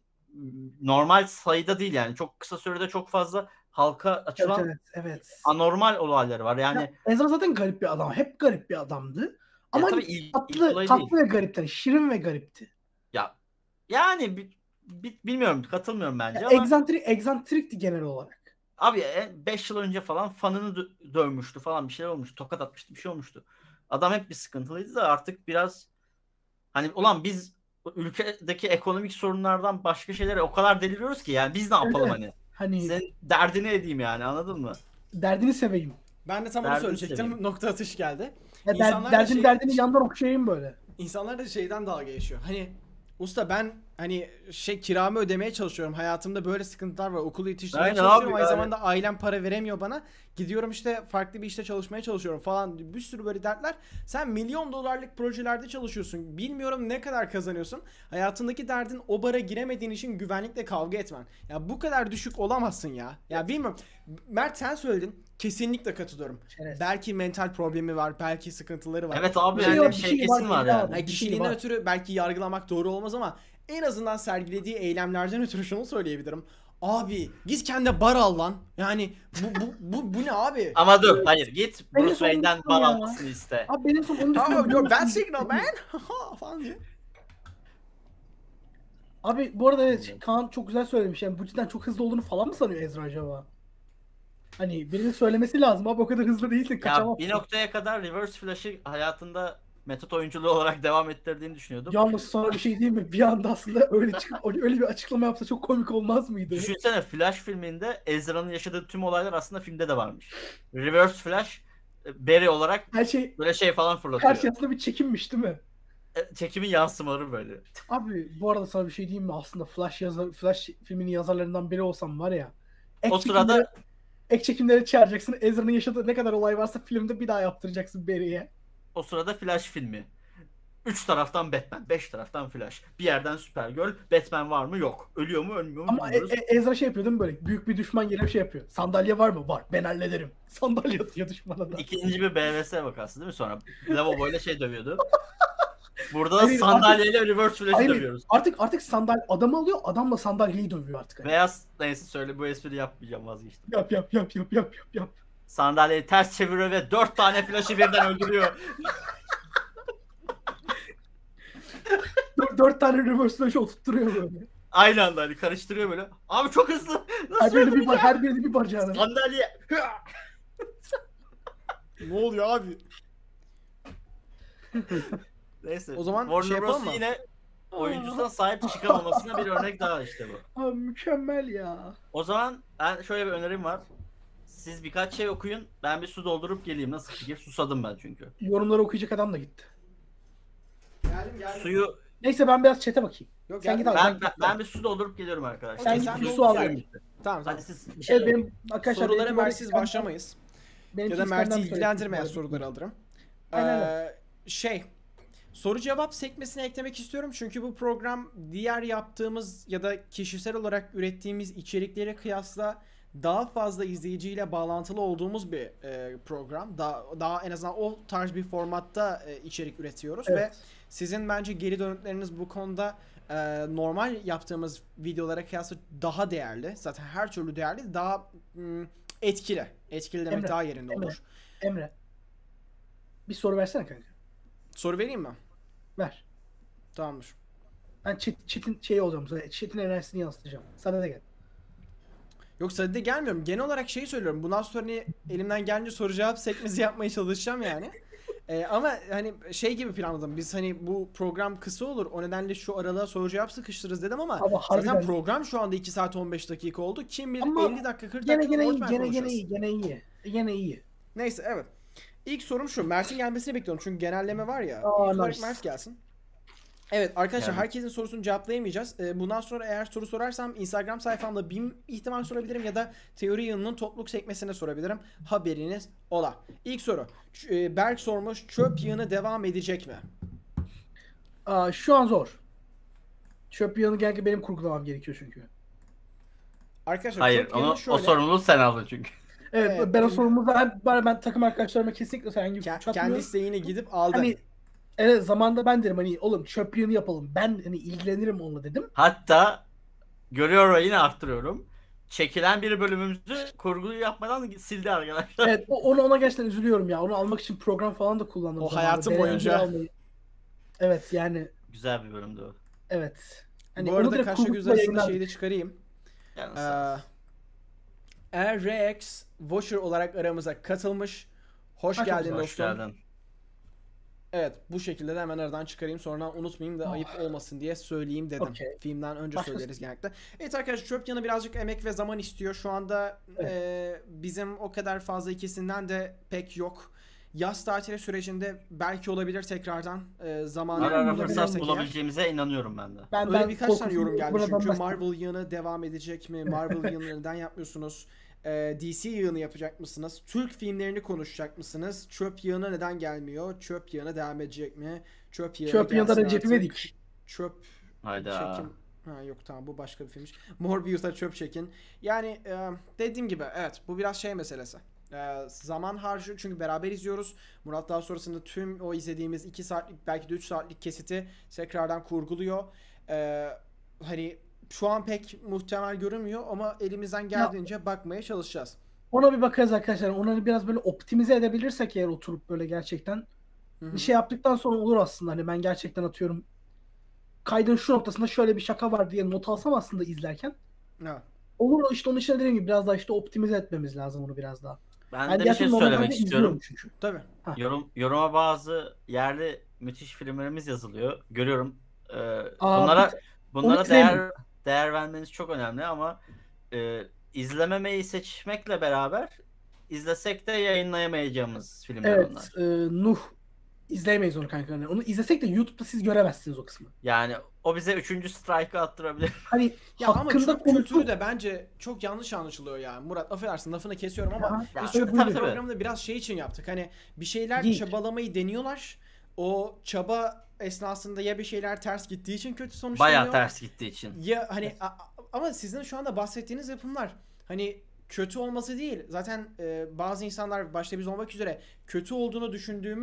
S3: normal sayıda değil yani. Çok kısa sürede çok fazla halka
S2: Evet
S3: açılan
S2: evet evet.
S3: anormal olayları var. Yani
S2: Ya, Ezra zaten garip bir adam. Hep garip bir adamdı.
S3: ama
S2: Ama
S3: tabii
S2: hani
S3: ilk, ilk
S2: tatlı,
S3: olay
S2: tatlı
S3: değil.
S2: ve garipti. Yani şirin ve garipti.
S3: Ya yani bi- bi- bilmiyorum, katılmıyorum bence
S2: Ya,
S3: ama
S2: egzantrik, egzantrikti genel olarak.
S3: abi beş yıl önce falan fanını dö- dövmüştü falan, bir şeyler olmuştu. Tokat atmıştı, bir şey olmuştu. Adam hep bir sıkıntılıydı da artık biraz hani ulan biz ülkedeki ekonomik sorunlardan başka şeylere o kadar deliriyoruz ki yani biz ne yapalım
S2: Evet.
S3: hani?
S2: Hani
S3: Senin derdini edeyim yani, anladın mı?
S2: derdini seveyim.
S1: Ben de tam onu
S3: Derdini
S1: söyleyecektim.
S3: seveyim.
S1: Nokta atış geldi.
S2: Ya der,
S1: İnsanlar da
S2: derdini
S1: şey-
S2: derdini yandan okşayayım böyle.
S1: İnsanlar da şeyden dalga geçiyor. Hani usta ben hani şey kiramı ödemeye çalışıyorum. Hayatımda böyle sıkıntılar var. Okulu yetiştirmeye
S3: Aynen
S1: çalışıyorum.
S3: abi
S1: Aynı
S3: yani.
S1: zamanda ailem para veremiyor bana. Gidiyorum işte farklı bir işte çalışmaya çalışıyorum falan. Bir sürü böyle dertler. Sen milyon dolarlık projelerde çalışıyorsun. Bilmiyorum ne kadar kazanıyorsun. Hayatındaki derdin o bara giremediğin için güvenlikle kavga etmen. Ya bu kadar düşük olamazsın ya. Ya bilmiyorum. Mert sen söyledin. Kesinlikle katılıyorum.
S2: Şeref.
S1: Belki mental problemi var. Belki sıkıntıları var.
S3: Evet abi
S2: Bir
S3: yani
S2: şey var,
S3: şey,
S2: bir şey
S3: kesin
S2: var,
S3: var
S2: bir şey
S3: yani.
S2: var.
S1: Yani
S2: Bir şey
S1: kişiliğinden
S2: var.
S1: ötürü belki yargılamak doğru olmaz ama en azından sergilediği eylemlerden ötürü şunu söyleyebilirim. Abi git kendine bar al lan. Yani bu bu bu, bu ne abi?
S3: Ama dur hayır, git
S2: Benim
S3: Bruce Wayne'den
S2: sorunum
S3: bar
S2: ya.
S3: almasını iste.
S2: Abi benim son onu
S1: Tamam
S2: düşünüyorum.
S1: diyor bad
S2: Benim-
S1: signal man falan diye.
S2: Abi bu arada evet, Kaan çok güzel söylemiş. Yani bu cidden çok hızlı olduğunu falan mı sanıyor Ezra acaba? Hani birinin söylemesi lazım abi, o kadar hızlı değilsin,
S3: Ya
S2: kaçamazsın.
S3: bir noktaya kadar Reverse Flash'ı hayatında metot oyunculuğu olarak devam ettirdiğini düşünüyordum.
S2: Yalnız sana bir şey diyeyim mi? Bir anda aslında öyle çıkıp öyle bir açıklama yapsa çok komik olmaz mıydı?
S3: Düşünsene, Flash filminde Ezra'nın yaşadığı tüm olaylar aslında filmde de varmış. Reverse Flash e, Barry olarak
S2: Her şey
S3: böyle şey falan fırlatıyor.
S2: her şey aslında bir çekimmiş değil mi?
S3: E, Çekimin yansımaları böyle.
S2: Abi bu arada sana bir şey diyeyim mi? Aslında Flash yazar, Flash filminin yazarlarından biri olsam var ya. Ek
S3: O sırada
S2: çekimlere- ek çekimlere çağıracaksın. Ezra'nın yaşadığı ne kadar olay varsa filmde bir daha yaptıracaksın Barry'e.
S3: o sırada Flash filmi. Üç taraftan Batman, beş taraftan Flash. Bir yerden Supergirl, Batman var mı? Yok. Ölüyor mu? Ölmüyor mu?
S2: Ama E-
S3: Bilmiyoruz.
S2: E- Ezra şey yapıyor değil mi böyle? Büyük bir düşman yere bir şey yapıyor. Sandalye var mı? Var. Ben hallederim. Sandalye atıyor düşmana da.
S3: İkinci bir B V S vakası değil mi sonra? Lavaboyla şey dövüyordu. Burada
S2: Hayır,
S3: sandalyeyle reverse flash'ı
S2: Hayır,
S3: dövüyoruz.
S2: artık artık sandalye adamı alıyor, adamla sandalyeyi dövüyor artık. Hani.
S3: Beyaz neyse söyle, bu espri yapmayacağım, vazgeçtim.
S2: Yap yap yap yap yap yap yap.
S3: Sandalyeyi ters çeviriyor ve dört tane flash'ı birden öldürüyor.
S2: Dört, dört tane reverse flash oturtturuyor böyle.
S3: Aynı anda hani karıştırıyor böyle. Abi çok hızlı.
S2: Her
S3: Nasıl
S2: birini bir, bar- her birini bir bacağına.
S3: Sandalye.
S1: Ne oluyor abi?
S3: Neyse.
S1: O zaman
S3: Warner
S1: şey yapalım
S3: Bros.
S1: mı?
S3: Yine oyuncusuna sahip çıkamamasına bir örnek daha işte bu.
S2: Abi mükemmel ya.
S3: O zaman ben şöyle bir önerim var. Siz birkaç şey okuyun. Ben bir su doldurup geleyim. Nasıl fikir? Susadım ben çünkü.
S2: Yorumları okuyacak adam da gitti.
S1: Geldim geldim.
S3: Suyu
S2: Neyse ben biraz chat'e bakayım.
S1: Yok,
S2: Sen
S1: geldim.
S2: git abi.
S3: ben, ben, ben bir su doldurup geliyorum arkadaşlar.
S2: Sen
S1: git bir
S3: Su
S1: su al
S3: suyum
S2: gel.
S3: bitti.
S1: Tamam tamam.
S3: Hadi siz bir şey
S2: Evet benim arkadaşlar
S1: Sorulara
S2: benimki bu arada
S1: Mert'siz
S2: İskender-
S1: başlamayız.
S2: benimki
S1: Ya da
S2: İskender
S1: Mert'i
S2: bir soru
S1: ilgilendirmeyen
S2: yapayım.
S1: soruları alırım.
S2: Aynen
S1: Ee, şey, soru cevap sekmesine eklemek istiyorum çünkü bu program diğer yaptığımız ya da kişisel olarak ürettiğimiz içeriklere kıyasla daha fazla izleyiciyle bağlantılı olduğumuz bir e, program. Daha, daha en azından o tarz bir formatta e, içerik üretiyoruz
S2: Evet.
S1: ve sizin bence geri dönütleriniz bu konuda e, normal yaptığımız videolara kıyasla daha değerli. Zaten her türlü değerli, daha mm, etkili. Etkili demek
S2: Emre,
S1: daha yerinde
S2: Emre.
S1: olur.
S2: Emre. Bir soru versene kanka.
S1: Soru vereyim mi?
S2: Ver.
S1: Tamamdır.
S2: Ben chat, chat'in şeyi olacağım. sana, Chat'in enerjisini yansıtacağım. Sana da gel.
S1: Yok sadede gelmiyorum. Genel olarak şeyi söylüyorum. Bundan sonra hani elimden gelince soru cevap sekmesi yapmaya çalışacağım yani. Ee, ama hani şey gibi planladım. Biz hani bu program kısa olur. O nedenle şu aralığa soru cevap sıkıştırırız dedim ama
S2: Ama
S1: zaten
S2: harbiden-
S1: program şu anda iki saat on beş dakika oldu. Kim bilir
S2: Ama
S1: elli dakika kırk
S2: Gene
S1: dakika
S2: gene iyi,
S1: Watchmen
S2: gene gene
S1: konuşacağız.
S2: iyi, gene iyi. Gene iyi.
S1: Neyse evet. İlk sorum şu. Mert'in gelmesini bekliyorum. Çünkü genelleme var ya.
S2: Aa,
S1: İlk olarak
S2: nice.
S1: Mert gelsin. Evet arkadaşlar
S3: Yani.
S1: herkesin sorusunu cevaplayamayacağız. Ee, bundan sonra eğer soru sorarsam Instagram sayfamda bin ihtimal sorabilirim ya da teori yığınının topluluk sekmesine sorabilirim. Haberiniz ola. İlk soru. Ç- e, Berk sormuş. Çöp yığını devam edecek mi?
S2: Aa, şu an zor. Çöp yığını genellikle benim kurgulamam gerekiyor çünkü.
S1: Arkadaşlar
S3: Hayır,
S1: çöp
S3: onu,
S1: yığını
S3: o
S1: şöyle.
S3: sorumluluğu sen aldın çünkü.
S2: Evet,
S1: Evet.
S2: ben o sorumluluğu ben, ben, ben takım arkadaşlarıma kesinlikle herhangi bir
S1: Ke-
S2: suç
S1: kendi
S2: atmıyorum.
S1: isteğine gidip aldı.
S2: Hani evet zamanda ben derim hani oğlum çöp yığını yapalım. Ben hani ilgilenirim onunla dedim.
S3: Hatta görüyor ve yine arttırıyorum. Çekilen bir bölümümüzü kurguyu yapmadan sildi arkadaşlar.
S2: Evet o- onu ona gerçekten üzülüyorum ya. Onu almak için program falan da kullandım.
S1: O
S2: zamanında.
S1: hayatım
S2: Denemeleri
S1: boyunca.
S2: almayı. Evet yani
S3: Güzel bir bölümdü o.
S2: evet. Hani
S1: Bu
S2: onu
S1: arada
S2: direkt
S1: kaşla göz
S2: kurgusuyla
S1: arasında
S2: yayınlardık.
S1: şeyi de çıkarayım.
S3: Yani
S1: Ee,
S3: sağ olsun.
S1: eğer Rex Watcher olarak aramıza katılmış. Hoş
S2: Ha, çok
S1: geldin
S2: güzel,
S3: Hoş
S1: dostum.
S3: geldin.
S1: Evet bu şekilde de hemen aradan çıkarayım sonra unutmayayım da ayıp olmasın diye söyleyeyim dedim.
S2: Okey.
S1: Filmden önce
S2: Başkası-
S1: söyleriz genellikle. Evet arkadaşlar çöp yanı birazcık emek ve zaman istiyor. Şu anda
S2: Evet.
S1: e, bizim o kadar fazla ikisinden de pek yok. Yaz tatili sürecinde belki olabilir tekrardan e, zamanı
S3: Ara ara
S1: bulabilirsek
S3: fırsat
S1: eğer.
S3: bulabileceğimize inanıyorum ben de.
S2: Ben,
S1: Öyle
S2: ben
S1: birkaç
S2: korku
S1: tane yorum
S2: filmi
S1: geldi
S2: buradan
S1: çünkü
S2: bahsedeyim.
S1: Marvel yığını devam edecek mi? Marvel yığını neden yapmıyorsunuz? Ee, D C yığını yapacak mısınız? Türk filmlerini konuşacak mısınız? Çöp yığını neden gelmiyor? Çöp yığını devam edecek mi? Çöp yığını
S2: Çöp yığında
S1: gelsin
S2: Recep
S1: artık.
S2: İvedik.
S1: Çöp
S3: Hayda.
S1: çekin. Ha yok tamam bu başka bir filmmiş. Morbius'a çöp çekin. Yani e, dediğim gibi evet bu biraz şey meselesi. E, zaman harcı çünkü beraber izliyoruz. Murat daha sonrasında tüm o izlediğimiz iki saatlik belki de üç saatlik kesiti tekrardan kurguluyor. E, hani şu an pek muhtemel görünmüyor ama elimizden geldiğince bakmaya çalışacağız.
S2: Ona bir bakarız arkadaşlar. Onları biraz böyle optimize edebilirsek eğer oturup böyle gerçekten
S1: Hı hı.
S2: bir şey yaptıktan sonra olur aslında. Hani ben gerçekten atıyorum kaydın şu noktasında şöyle bir şaka var diye not alsam aslında izlerken
S1: Evet.
S2: olur işte onun için dediğim gibi biraz daha işte optimize etmemiz lazım onu biraz daha.
S3: Ben
S2: Ben
S3: de bir şey
S2: gerçekten normalde
S3: söylemek
S2: izliyorum
S3: istiyorum.
S2: çünkü.
S1: Tabii.
S3: Yorum, yoruma bazı yerli müthiş filmlerimiz yazılıyor. Görüyorum. Ee,
S2: Aa,
S3: bunlara
S2: bir-
S3: bunlara
S2: onu izleyemiyorum.
S3: değer değer vermeniz çok önemli ama e, izlememeyi seçmekle beraber izlesek de yayınlayamayacağımız filmler onlar.
S2: Evet, e, Nuh izleyemeyiz onu kanka. Hani onu izlesek de YouTube'da siz göremezsiniz o kısmı.
S3: Yani o bize üçüncü strike'ı attırabilir.
S2: Hani
S1: Ya ama
S2: hakkında
S1: çöp kültürü
S2: konuştuk.
S1: de bence çok yanlış anlaşılıyor ya. Murat affedersin lafını kesiyorum ama
S2: Aha,
S3: Ya,
S1: biz
S2: tabii,
S1: çöp
S2: buyurun.
S3: tabii.
S1: programını biraz şey için yaptık. Hani bir şeyler
S2: Geek.
S1: çabalamayı deniyorlar. O çaba esnasında ya bir şeyler ters gittiği için kötü sonuçlanıyor.
S3: Bayağı ters gittiği için.
S1: Ya hani a- a- ama sizin şu anda bahsettiğiniz yapımlar hani kötü olması değil. Zaten e, bazı insanlar başta biz olmak üzere kötü olduğunu düşündüğümüz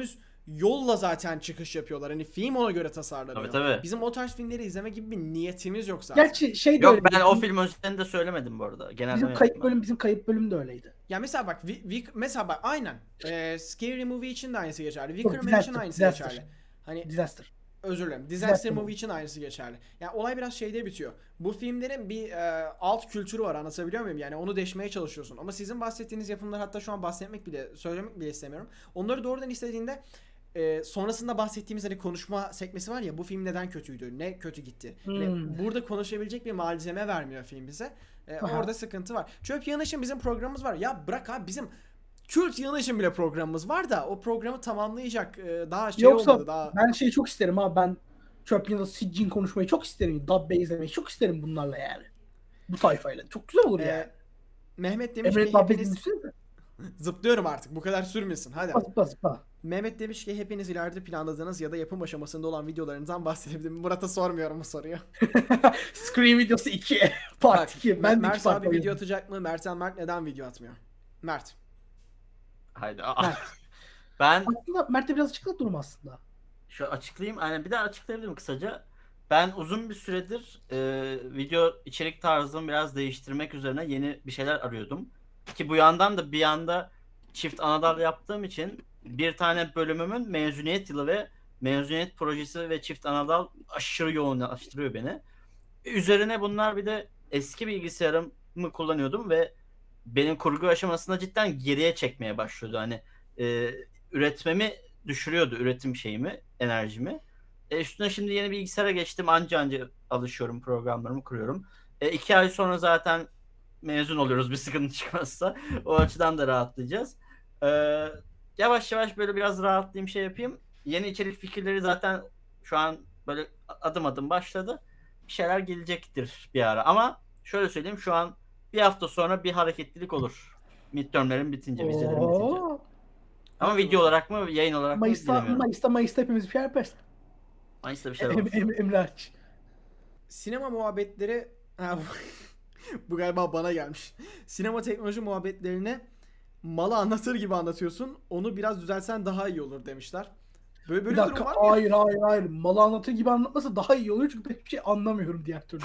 S1: yolla zaten çıkış yapıyorlar. Hani film ona göre tasarlanıyor.
S3: Tabii tabii.
S1: Bizim o tarz filmleri izleme gibi bir niyetimiz yok zaten.
S2: Gerçi şey de
S3: Yok
S2: öyle.
S3: ben o
S2: Bizim-
S3: film özelinde söylemedim bu arada. Genelde
S2: Bizim kayıp bölüm bizim kayıp bölüm de öyleydi.
S1: Ya mesela bak, Vi- Vi- mesela bak aynen. Ee, Scary Movie için de aynısı geçerli.
S2: Yok,
S1: Wickerman için
S2: Disaster,
S1: aynısı
S2: Disaster.
S1: geçerli. Hani
S2: Disaster.
S1: özür dilerim. Disaster,
S2: Disaster
S1: Movie
S2: Movie.
S1: için aynısı geçerli. Yani olay biraz şeyde bitiyor. Bu filmlerin bir e, alt kültürü var, anlatabiliyor muyum? Yani onu deşmeye çalışıyorsun. Ama sizin bahsettiğiniz yapımlar, hatta şu an bahsetmek bile, söylemek bile istemiyorum. Onları doğrudan istediğinde e, sonrasında bahsettiğimiz hani konuşma sekmesi var ya, bu film neden kötüydü, ne kötü gitti. Hani
S2: Hmm.
S1: burada konuşabilecek bir malzeme vermiyor film bize. E,
S2: Aha.
S1: orada sıkıntı var. Çöp Yanış'ın bizim programımız var. Ya bırak abi, bizim Kült Yanış'ın bile programımız var da o programı tamamlayacak e, daha şey
S2: Yoksa
S1: olmadı daha.
S2: ben şeyi çok isterim abi, ben Çöp Yanı Siccin konuşmayı çok isterim. Dabbe izlemeyi çok isterim bunlarla yani. Bu tayfayla. Çok güzel olur
S1: Ee,
S2: yani.
S1: Mehmet demiş
S2: Emre
S1: ki
S2: Dabbe
S1: hepiniz
S2: düşünsene.
S1: zıplıyorum artık, bu kadar sürmesin hadi.
S2: Zıpla zıpla zıpla.
S1: Mehmet demiş ki hepiniz ileride planladığınız ya da yapım aşamasında olan videolarınızdan bahsedebilir miyim? Murat'a sormuyorum bu soruyu.
S2: Scream videosu iki. Part
S1: Bak,
S2: iki. Ben de
S1: Mert
S2: iki part
S1: abi video
S2: oynadım.
S1: atacak mı? Mert Mert neden video atmıyor? Mert.
S3: Haydi.
S2: Mert.
S3: Ben
S2: Aslında Mert'e biraz açıkla durum aslında.
S3: şu açıklayayım. Aynen bir daha açıklayabilirim kısaca. Ben uzun bir süredir e, video içerik tarzımı biraz değiştirmek üzerine yeni bir şeyler arıyordum. Ki bu yandan da bir yanda çift anadal yaptığım için bir tane bölümümün mezuniyet yılı ve mezuniyet projesi ve çift anadal aşırı yoğunlaştırıyor beni. Üzerine bunlar bir de eski bilgisayarımı kullanıyordum ve benim kurgu aşamasında cidden geriye çekmeye başlıyordu. Hani e, üretmemi düşürüyordu, üretim şeyimi, enerjimi. E, üstüne şimdi yeni bilgisayara geçtim. Anca anca alışıyorum, programlarımı kuruyorum. E, iki ay sonra zaten mezun oluyoruz bir sıkıntı çıkmazsa. O açıdan da rahatlayacağız. E, yavaş yavaş böyle biraz rahatlayayım, şey yapayım. Yeni içerik fikirleri zaten şu an böyle adım adım başladı. Bir şeyler gelecektir bir ara. Ama şöyle söyleyeyim, şu an bir hafta sonra bir hareketlilik olur. Midtermlerim bitince, vizelerim bitince.
S2: Oo.
S3: Ama video olarak mı, yayın olarak mı
S2: Mayıs'ta,
S3: bilmiyorum.
S2: Mayıs'ta, Mayıs'ta hepimiz bir şey yaparız.
S3: Mayıs'ta bir şeyler
S2: Em,
S3: olur.
S2: em, Emre aç.
S1: Sinema muhabbetleri ha, bu, bu galiba bana gelmiş. Sinema teknoloji muhabbetlerini malı anlatır gibi anlatıyorsun. Onu biraz düzelsen daha iyi olur demişler. Böyle böyle
S2: Bir
S1: bir
S2: dakika,
S1: durum var mı?
S2: hayır hayır hayır. Malı anlatır gibi anlatmasa daha iyi olur çünkü ben hiçbir şey anlamıyorum diğer türlü.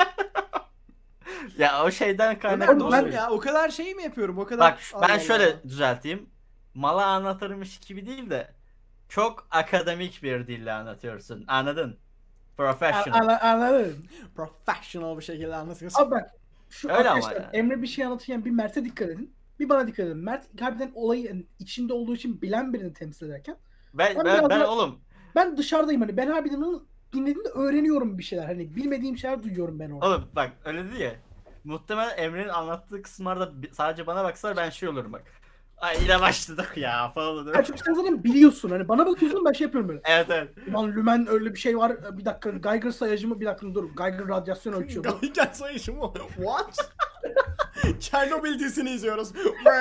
S3: Ya o şeyden
S1: Ömer
S3: kaynaklı.
S2: Oğlum
S1: dostum
S2: ben-
S1: ya, o kadar şey mi yapıyorum? O kadar.
S3: Bak
S1: Allah
S3: ben
S1: Allah.
S3: şöyle düzelteyim. Mala anlatırmış gibi değil de çok akademik bir dille anlatıyorsun. Anladın? Professional.
S2: Ana- Anladın.
S1: Professional bir şekilde anlatıyorsun.
S2: Abi bak. Şu
S3: Öyle ama
S2: arkadaşlar,
S3: yani.
S2: Emre bir şey anlatırken bir Mert'e dikkat edin. Bir bana dikkat edin. Mert harbiden olayı yani içinde olduğu için bilen birini temsil ederken.
S3: Ben
S2: Ben
S3: ben,
S2: biraz
S3: ben
S2: daha-
S3: oğlum
S2: Ben dışarıdayım hani. Ben harbiden onu dinlediğimde öğreniyorum bir şeyler. Hani bilmediğim şeyler duyuyorum ben orada.
S3: oğlum bak öyle değil ya. Muhtemelen Emre'nin anlattığı kısımlarda bi- sadece bana baksalar ben şey olurum bak. Ay yine başladık ya falan olurum.
S2: Yani çünkü sen zaten biliyorsun. Hani bana bakıyorsun, ben şey yapıyorum böyle.
S3: Evet evet.
S2: Lan lümen öyle bir şey var. Bir dakika Geiger sayacı mı? Bir dakika dur. Geiger radyasyon ölçüyor. Bu-
S1: Gayet sayışı mı? What? Çernobil dizisini izliyoruz.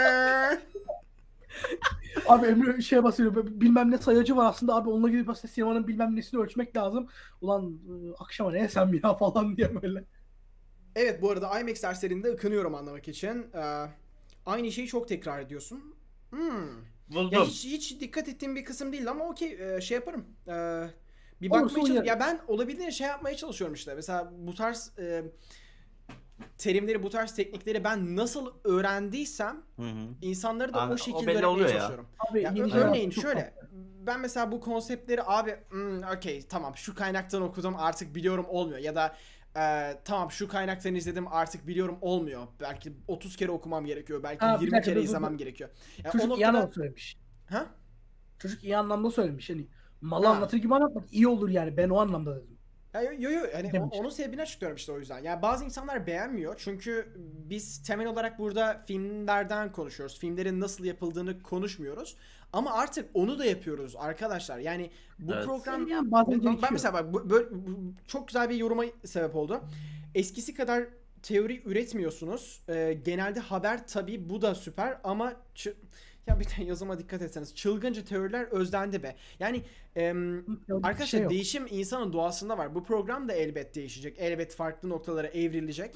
S2: Abi Emre şeye basıyor. böyle Bilmem ne sayacı var aslında abi, onunla gidip aslında sinemanın bilmem nesini ölçmek lazım. Ulan ıı, akşama ne yesem ya falan diye böyle.
S1: Evet, bu arada IMAX derslerinde ıkınıyorum anlamak için. Ee, aynı şeyi çok tekrar ediyorsun. Hmm. Ya
S3: Buldum.
S1: hiç, hiç dikkat ettiğim bir kısım değil ama okey, e, şey yaparım. Ee, bir
S2: Olursa
S1: bakmaya çalış-
S2: uyarım.
S1: Ya ben olabildiğince şey yapmaya çalışıyorum işte. Mesela bu tarz e, terimleri, bu tarz teknikleri ben nasıl öğrendiysem
S3: Hı hı.
S1: insanları da
S3: Aynen,
S1: o
S3: o
S1: şekilde
S3: belli
S1: öğretmeye
S3: oluyor ya.
S1: çalışıyorum.
S2: Abi
S1: Ya,
S2: yeni
S1: ö-
S2: şeyler
S1: örneğin
S2: çok
S1: şöyle,
S2: tatlı.
S1: ben mesela bu konseptleri abi hmm, okey tamam şu kaynaktan okudum artık biliyorum olmuyor, ya da e, tamam şu kaynaktan izledim artık biliyorum olmuyor. Belki otuz kere okumam gerekiyor, belki
S2: Ha, bir
S1: yirmi
S2: dakika,
S1: kere
S2: dur, dur,
S1: izlemem
S2: dur.
S1: gerekiyor. Ya, o
S2: Çocuk iyi
S1: noktada
S2: anlamda söylemiş.
S1: ha?
S2: Çocuk iyi anlamda söylemiş. Hani malı
S1: Ha.
S2: anlatır gibi anlatmak iyi olur yani. Ben o anlamda dedim.
S1: Ya yo yo, yo hani o-
S2: Demiş.
S1: onun sebebini açıklıyorum işte o yüzden. Yani bazı insanlar beğenmiyor çünkü biz temel olarak burada filmlerden konuşuyoruz. Filmlerin nasıl yapıldığını konuşmuyoruz. Ama artık onu da yapıyoruz arkadaşlar. Yani bu
S3: Evet.
S1: program
S2: Yani bazen
S1: ben, ben
S2: gerekiyor.
S1: mesela bak bu, böyle, bu- çok güzel bir yoruma sebep oldu. Eskisi kadar teori üretmiyorsunuz. Ee, genelde haber tabii, bu da süper ama çı- ya bir de yazıma dikkat etseniz çılgınca teoriler özlendi be. Yani em,
S2: Yok, bir
S1: arkadaşlar
S2: şey yok.
S1: değişim insanın doğasında var. Bu program da elbet değişecek. Elbet farklı noktalara evrilecek.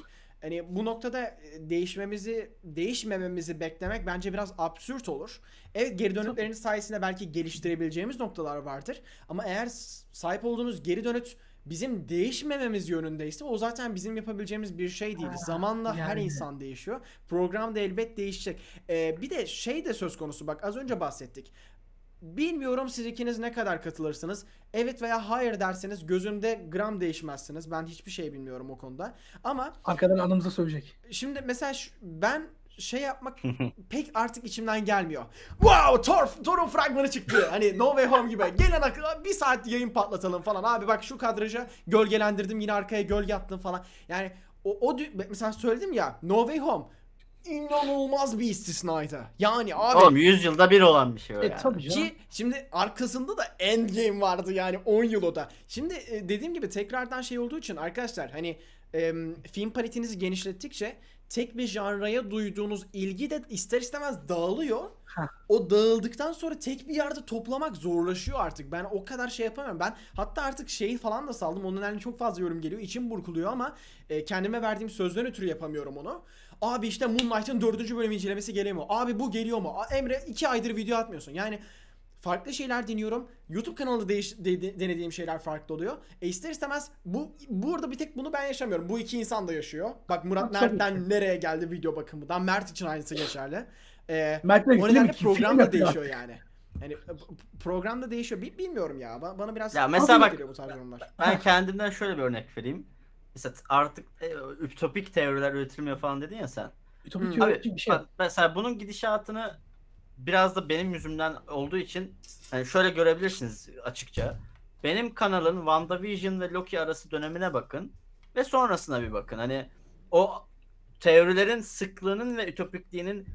S1: Hani bu noktada e, değişmemizi, değişmememizi beklemek bence biraz absürt olur. Evet, geri dönütleriniz sayesinde belki geliştirebileceğimiz noktalar vardır. Ama eğer s- sahip olduğunuz geri dönüt bizim değişmememiz yönündeyse o zaten bizim yapabileceğimiz bir şey değil.
S2: Ha,
S1: Zamanla her
S2: yani.
S1: insan değişiyor. Program da elbet değişecek. Ee, bir de şey de söz konusu, bak az önce bahsettik. Bilmiyorum siz ikiniz ne kadar katılırsınız. Evet veya hayır derseniz gözümde gram değişmezsiniz. Ben hiçbir şey bilmiyorum o konuda. Ama
S2: Arkadan anımıza sövecek.
S1: şimdi mesela ş- ben şey yapmak pek artık içimden gelmiyor. Wow, Thor, Thor'un fragmanı çıktı. Hani No Way Home gibi. Gelen akıla bir saat yayın patlatalım falan. Abi bak şu kadraja gölgelendirdim, yine arkaya gölge attım falan. Yani o, o dü- mesela söyledim ya, No Way Home inanılmaz bir istisnaydı. Yani abi
S3: Oğlum yüz yılda bir olan bir şey o
S2: E
S3: yani.
S2: tabii canım.
S1: ki şimdi arkasında da Endgame vardı yani on yıl o da. Şimdi e, dediğim gibi tekrardan şey olduğu için arkadaşlar, hani e, film paletinizi genişlettikçe tek bir janraya duyduğunuz ilgi de ister istemez dağılıyor.
S2: Hah.
S1: O dağıldıktan sonra tek bir yerde toplamak zorlaşıyor artık. Ben o kadar şey yapamam. Ben hatta artık şeyi falan da saldım. Onun önemli çok fazla yorum geliyor. İçim burkuluyor ama e, kendime verdiğim sözden ötürü yapamıyorum onu. Abi işte Moonlight'ın dördüncü bölüm incelemesi geliyor mu? Abi bu geliyor mu? A- Emre iki aydır video atmıyorsun. Yani farklı şeyler deniyorum. YouTube kanalında değiş, de- de- denediğim şeyler farklı oluyor. E ister istemez bu burada bir tek bunu ben yaşamıyorum. Bu iki insan da yaşıyor. Bak Murat
S2: Ha, tabii
S1: Mert'ten nereye geldi video bakımından. Mert için aynısı geçerli. Ee,
S2: Mert Bey,
S1: o
S2: film
S1: nedenle
S2: iki, film
S1: program da
S2: yapıyor.
S1: değişiyor yani. Yani e, p- program da değişiyor. Bi- Bilmiyorum ya. Ba- Bana biraz
S3: Ya mesela
S1: absürt
S3: bak-
S1: geliyor bu tarz yorumlar.
S3: Ben kendimden şöyle bir örnek vereyim. Mesela artık e, ütopik teoriler üretilmiyor falan dedin ya sen.
S2: Ütopik
S1: Hmm.
S2: teorik
S3: Abi
S2: bir şey.
S3: bak, mesela bunun gidişatını biraz da benim yüzümden olduğu için hani şöyle görebilirsiniz açıkça. Benim kanalın WandaVision ve Loki arası dönemine bakın ve sonrasına bir bakın. Hani o teorilerin sıklığının ve ütopikliğinin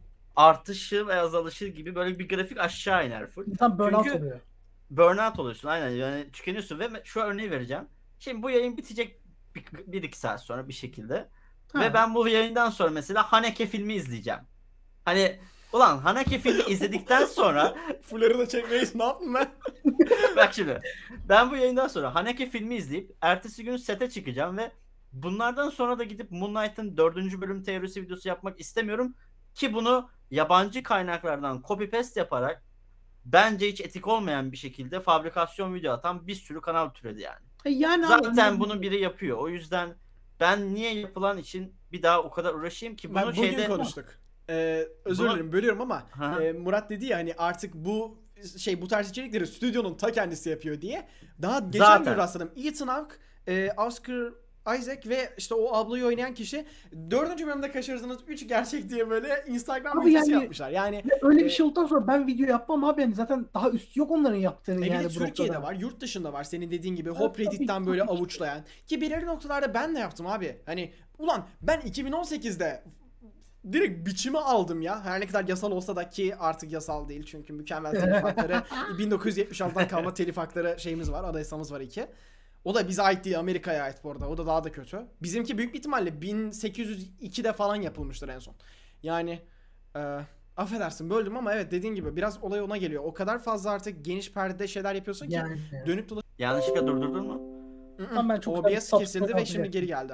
S3: artışı ve azalışı gibi böyle bir grafik aşağı iner full.
S2: İnsan burnout
S3: Çünkü-
S2: oluyor.
S3: Burnout oluyorsun aynen, yani tükeniyorsun ve şu örneği vereceğim. Şimdi bu yayın bitecek bir, bir iki saat sonra bir şekilde.
S2: Ha.
S3: Ve ben bu yayından sonra mesela Haneke filmi izleyeceğim. Hani ulan Haneke filmi izledikten sonra
S1: Fuller'ı da çekmeyiz. Ne yaptım ben?
S3: bak şimdi ben bu yayından sonra Haneke filmi izleyip ertesi gün sete çıkacağım ve bunlardan sonra da gidip Moonlight'ın dördüncü bölüm teorisi videosu yapmak istemiyorum ki bunu yabancı kaynaklardan copy paste yaparak bence hiç etik olmayan bir şekilde fabrikasyon video atan bir sürü kanal türedi yani.
S2: E yani abi,
S3: Zaten
S2: ne-
S3: bunu biri yapıyor. O yüzden ben niye yapılan için bir daha o kadar uğraşayım ki bunu
S1: Ben bugün
S3: şeyde
S1: konuştuk. Ee, özür
S3: Bunu-
S1: dilerim bölüyorum ama
S3: Hı.
S1: e, Murat dedi ya hani artık bu şey bu tarz içerikleri stüdyonun ta kendisi yapıyor diye. Daha geçen
S3: Zaten.
S1: gün rastladım. Ethan Hawke, e, Oscar Isaac ve işte o ablayı oynayan kişi dördüncü bölümde kaçırdığınız üç gerçek diye böyle Instagram
S2: Abi
S1: videosu
S2: yani-
S1: yapmışlar. Yani
S2: Ya öyle
S1: e,
S2: bir şey olduktan sonra ben video yapmam abi, yani zaten daha üstü yok onların yaptığını
S1: E bir
S2: yani
S1: de
S2: bu
S1: Türkiye'de
S2: noktada.
S1: var, yurt dışında var. Senin dediğin gibi
S2: Evet,
S1: Hop
S2: tabii,
S1: Reddit'ten böyle
S2: tabii ki.
S1: avuçlayan. Ki belirli noktalarda ben de yaptım abi. Hani ulan ben iki bin on sekizde direkt biçimi aldım ya. Her ne kadar yasal olsa da, ki artık yasal değil çünkü mükemmel telif hakları. bin dokuz yüz yetmiş altıdan kalma telif hakları şeyimiz var. Anayasamız var iki. O da bize ait değil, Amerika'ya ait bu arada. O da daha da kötü. Bizimki büyük bir ihtimalle bin sekiz yüz ikide falan yapılmıştır en son. Yani e, affedersin böldüm ama evet dediğin gibi biraz olay ona geliyor. O kadar fazla artık geniş perdede şeyler yapıyorsun ki
S2: Yani.
S1: dönüp dolaşıp
S3: yanlışlıkla durdurdun mu?
S2: Tamam, ben çok
S1: O
S2: güzel
S1: B
S2: bir
S1: S
S2: subscribe
S1: kesildi ve şimdi
S2: yapacaktım.
S1: geri geldi.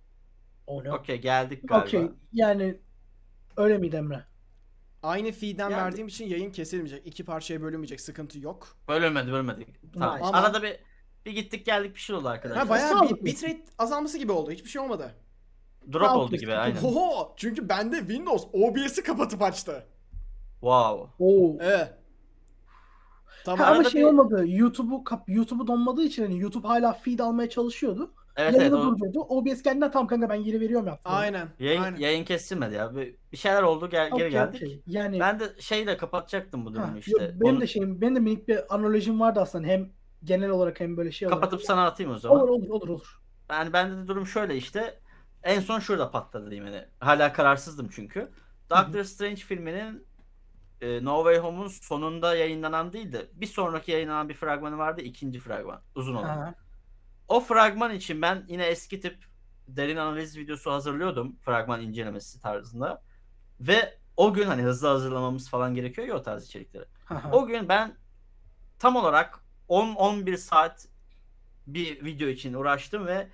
S2: Oh no.
S3: Okey, geldik galiba.
S2: Okey, yani öyle miydi Emre?
S1: Aynı feed'den
S3: Yani-
S1: verdiğim için yayın kesilmeyecek. İki parçaya bölünmeyecek. Sıkıntı yok.
S3: Bölünmedi bölünmedi. Tamam.
S2: Nice.
S1: Ama-
S3: Arada bir bir gittik geldik bir şey oldu arkadaşlar.
S1: Ha bayağı
S2: sağlıklı.
S1: bit- bitrate azalması gibi oldu. Hiçbir şey olmadı.
S3: Drop
S2: Ha,
S3: oldu
S2: okey,
S3: gibi
S2: sıkıntı
S3: aynen.
S2: yok.
S1: Oho! Çünkü bende Windows O B S'i kapatıp açtı.
S3: Wow.
S2: Oo.
S1: Evet.
S2: Ha,
S1: Tamam.
S2: ama
S3: arada
S2: şey
S3: bir-
S2: olmadı. YouTube'u kap YouTube'u donmadığı için hani YouTube hala feed almaya çalışıyordu.
S3: Evet evet
S2: Yayını
S3: o
S2: durduruyordu. O B S kendinden tam kanka ben geri veriyorum yaptı.
S1: Aynen.
S3: yayın,
S1: Aynen.
S3: yayın kesilmedi ya. Bir, bir şeyler oldu gel, geri
S2: Okey,
S3: geldik.
S2: okey. Yani
S3: Ben de şeyle kapatacaktım bu
S2: ha,
S3: durumu
S2: yok,
S3: işte.
S2: benim
S3: Onu
S2: de şeyim, benim de minik bir analojim vardı aslında, hem genel olarak hem böyle şey olarak.
S3: kapatıp sana atayım o zaman.
S2: Olur olur olur olur.
S3: Yani bende de durum şöyle işte. En son şurada patladı diyeyim yani. Hala kararsızdım çünkü. Doctor Strange filminin e, No Way Home'un sonunda yayınlanan değil de bir sonraki yayınlanan bir fragmanı vardı. İkinci fragman. Uzun olan.
S2: Ha.
S3: O fragman için ben yine eski tip derin analiz videosu hazırlıyordum. Fragman incelemesi tarzında. Ve o gün hani hızlı hazırlamamız falan gerekiyor ya o tarz içerikleri.
S2: Ha, ha.
S3: O gün ben tam olarak on on bir saat bir video için uğraştım ve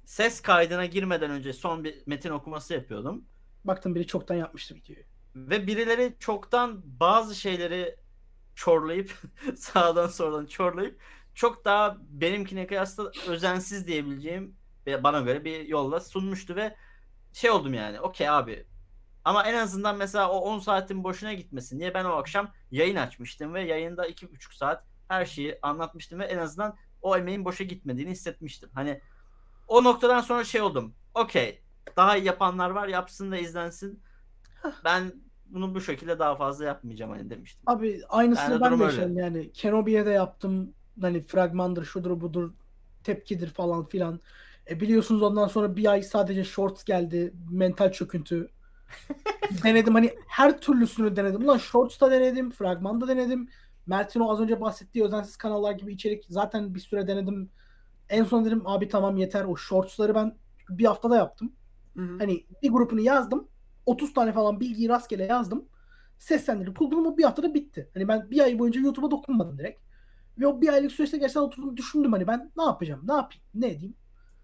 S3: ses kaydına girmeden önce son bir metin okuması yapıyordum.
S2: Baktım biri çoktan yapmıştı videoyu.
S3: Ve birileri çoktan bazı şeyleri çorlayıp sağdan soldan çorlayıp çok daha benimkine kıyasla özensiz diyebileceğim ve bana göre bir yolla sunmuştu ve şey oldum yani okey abi ama en azından mesela o on saatin boşuna gitmesin diye ben o akşam yayın açmıştım ve yayında iki buçuk saat her şeyi anlatmıştım ve en azından o emeğin boşa gitmediğini hissetmiştim. Hani o noktadan sonra şey oldum okey daha iyi yapanlar var yapsın da izlensin ben bunu bu şekilde daha fazla yapmayacağım hani demiştim.
S2: Abi aynısını
S3: Yani
S2: ben
S3: durum
S2: de
S3: öyle.
S2: yaşadım yani. Kenobi'ye de yaptım. Hani fragmandır, şudur budur, tepkidir falan filan. E biliyorsunuz ondan sonra bir ay sadece shorts geldi. Mental çöküntü. Denedim hani her türlüsünü denedim. Ulan shorts da denedim, fragman da denedim. Mert'in o az önce bahsettiği özensiz kanallar gibi içerik zaten bir süre denedim. En son dedim abi tamam yeter. O shortsları ben bir haftada yaptım.
S1: Hı hı.
S2: Hani bir grupunu yazdım. otuz tane falan bilgiyi rastgele yazdım. Seslendirdim. Kurdum o bir haftada bitti. Hani ben bir ay boyunca YouTube'a dokunmadım direkt. Ve o bir aylık süreçte gerçekten oturdum düşündüm hani ben ne yapacağım? Ne yapayım? Ne edeyim?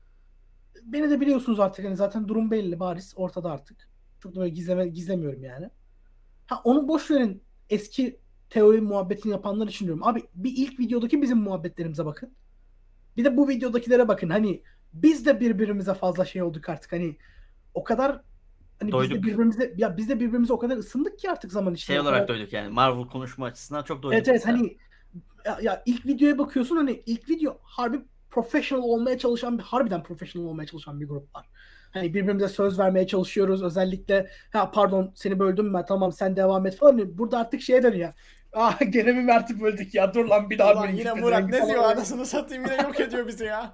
S2: Beni de biliyorsunuz artık hani zaten durum belli bariz ortada artık. Çok da böyle gizleme, gizlemiyorum yani. Ha onu boş verin. Eski teori muhabbetini yapanlar için diyorum. Abi bir ilk videodaki bizim muhabbetlerimize bakın. Bir de bu videodakilere bakın. Hani biz de birbirimize fazla şey olduk artık. Hani o kadar hani biz de
S3: Doyduk.
S2: birbirimize ya biz de birbirimize o kadar ısındık ki artık zaman içinde.
S3: Şey
S2: O
S3: olarak
S2: kadar-
S3: doyduk yani Marvel konuşma açısından çok doyduk.
S2: Evet evet
S3: mesela.
S2: hani ya, ya ilk videoya bakıyorsun hani ilk video harbi professional olmaya çalışan bir harbiden professional olmaya çalışan bir grup var. Hani birbirimize söz vermeye çalışıyoruz özellikle ha pardon seni böldüm ben tamam sen devam et falan. Hani burada artık şeye dönüyor. Ah gene mi Mert'i böldük ya dur lan bir daha
S1: Ulan
S2: böleyim
S1: yine
S2: şu
S1: Murat
S2: pezevengi
S1: ne
S2: falan
S1: diyor
S2: böyle.
S1: anasını satayım yine yok ediyor bizi ya.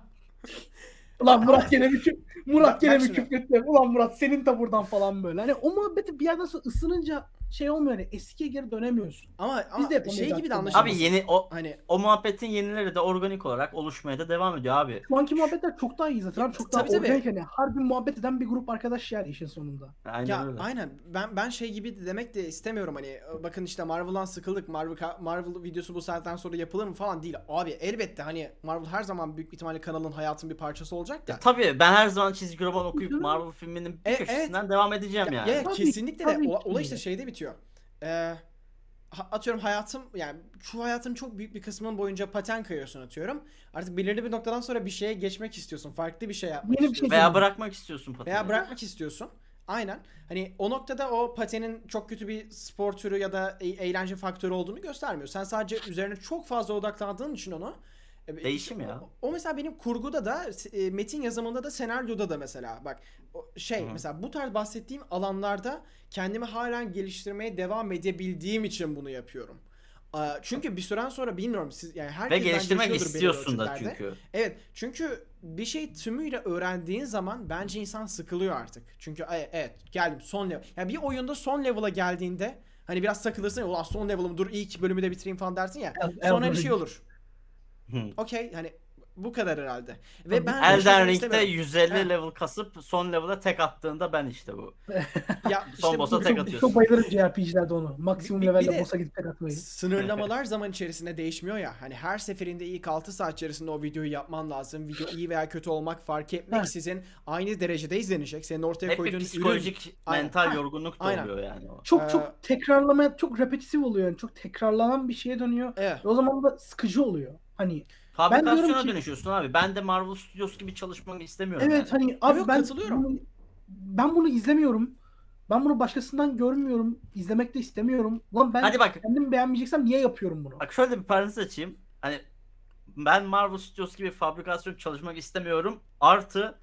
S2: Ulan Murat gene bir küp Murat
S1: Bak-
S2: gene
S1: bak
S2: bir
S1: şimdi.
S2: küfretti. Ulan Murat senin de buradan falan böyle. Hani o muhabbeti bir yerden sonra ısınınca şey olmuyor hani eskiye geri dönemiyorsun.
S1: Ama,
S2: Biz
S1: ama
S2: de yapamayız
S1: şey gibi
S2: artık
S1: de
S2: onu.
S1: anlaşılmasın.
S3: Abi yeni o
S1: Hani
S3: o muhabbetin yenileri de organik olarak oluşmaya da devam ediyor abi.
S2: Şu anki muhabbetler çok daha iyi zaten. Abi. Çok daha
S1: Tabii, tabii.
S2: organik hani. Harbi muhabbet eden bir grup arkadaş yani işin sonunda.
S3: Aynen
S1: ya
S3: öyle.
S1: aynen ben ben şey gibi de demek de istemiyorum hani bakın işte Marvel'dan sıkıldık Marvel Marvel videosu bu saatten sonra yapılır mı falan değil. Abi elbette hani Marvel her zaman büyük bir ihtimalle kanalın hayatın bir parçası olacak da.
S3: Ya, tabii ben her zaman çizgi roman okuyup
S2: Canım.
S3: Marvel filminin bir
S1: E-
S3: köşesinden devam edeceğim
S1: Ya,
S3: yani.
S1: ya
S2: Tabii,
S1: kesinlikle de
S2: tabii
S1: ola-
S2: ki.
S1: olay işte şeyde bitiyor. Ee, ha- atıyorum hayatım yani şu hayatın çok büyük bir kısmının boyunca paten kayıyorsun atıyorum. Artık belirli bir noktadan sonra bir şeye geçmek istiyorsun. Farklı bir şey yapmak
S2: Yeni bir şey
S1: istiyorsun.
S3: Veya
S2: Kesinlikle.
S3: bırakmak istiyorsun pateni.
S1: Veya bırakmak istiyorsun. Aynen. Hani o noktada o patenin çok kötü bir spor türü ya da e- eğlence faktörü olduğunu göstermiyor. Sen sadece üzerine çok fazla odaklandığın için onu e,
S3: Değişim
S1: işte
S3: ya.
S1: O, o mesela benim kurguda da e, metin yazımında da senaryoda da mesela bak o şey
S3: Hı hı.
S1: mesela bu tarz bahsettiğim alanlarda kendimi halen geliştirmeye devam edebildiğim için bunu yapıyorum. Aa, Çünkü bir süren sonra bilmiyorum siz yani herkes
S3: Ve
S1: bence
S3: geliştirmek
S1: yaşıyordur belirli
S3: istiyorsun da
S1: ölçütlerde.
S3: çünkü.
S1: Evet çünkü bir şey tümüyle öğrendiğin zaman bence insan sıkılıyor artık. Çünkü e- evet geldim son level. Yani bir oyunda son level'a geldiğinde hani biraz takılırsın ya ulan son level'ım dur ilk bölümü de bitireyim falan dersin ya.
S2: El-
S1: Sonra hani
S2: Elden
S1: şey
S2: Ring.
S1: olur.
S3: Hı.
S1: Okey hani bu kadar herhalde. Ve
S2: Tabii.
S1: ben öyle şeyler
S3: Elden Ring'de
S1: istemiyorum.
S3: yüz elli
S1: Heh.
S3: level kasıp son level'a tek attığında ben işte bu.
S1: Ya
S3: Son
S1: işte
S3: boss'a
S1: bu-
S3: tek
S2: Çok,
S3: atıyorsun.
S2: çok bayılırım J R P G'lerde onu. Maksimum
S1: Bir- bir
S2: levelle
S1: de-
S2: boss'a gidip tek atmayı.
S1: sınırlamalar zaman içerisinde değişmiyor ya. Hani her seferinde ilk altı saat içerisinde o videoyu yapman lazım. Video iyi veya kötü olmak fark etmeksizin aynı derecede izlenecek. Senin ortaya
S3: Hep bir
S1: koyduğun ürün.
S3: psikolojik,
S1: Aynen.
S3: mental
S2: Ha,
S3: yorgunluk da
S1: aynen.
S3: oluyor yani o.
S2: Çok
S1: Ee,
S2: çok tekrarlama, çok repetitif oluyor yani. Çok tekrarlanan bir şeye dönüyor.
S1: Evet.
S2: Ve o zaman da sıkıcı oluyor. Hani
S3: Fabrikasyona
S2: diyorum ki-
S3: dönüşüyorsun abi. Ben de Marvel Studios gibi çalışmak istemiyorum
S2: evet
S3: yani.
S2: hani abi
S1: yok,
S2: ben
S1: katılıyorum.
S2: bunu, ben bunu izlemiyorum. Ben bunu başkasından görmüyorum. İzlemek de istemiyorum. Lan ben
S3: Hadi bak.
S2: kendim beğenmeyeceksem niye yapıyorum bunu?
S3: Bak şöyle bir parantez açayım. Hani ben Marvel Studios gibi fabrikasyon çalışmak istemiyorum. Artı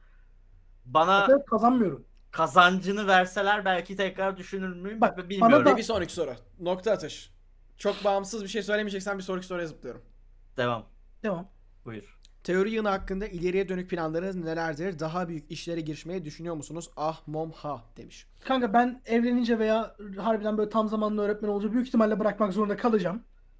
S3: bana
S2: Evet, kazanmıyorum.
S3: kazancını verseler belki tekrar düşünür müyüm?
S2: Bak,
S3: Bak,
S2: bana
S3: bilmiyorum.
S2: da-
S1: Ve bir sonraki soru. Nokta atış. Çok bağımsız bir şey söylemeyeceksen bir sonraki soruya zıplıyorum.
S3: Devam.
S2: Devam.
S3: Buyur.
S1: Teori yığını hakkında ileriye dönük planlarınız nelerdir? Daha büyük işlere girişmeyi düşünüyor musunuz? Ah mom ha demiş.
S2: Kanka ben evlenince veya harbiden böyle tam zamanlı öğretmen olunca büyük ihtimalle bırakmak zorunda kalacağım.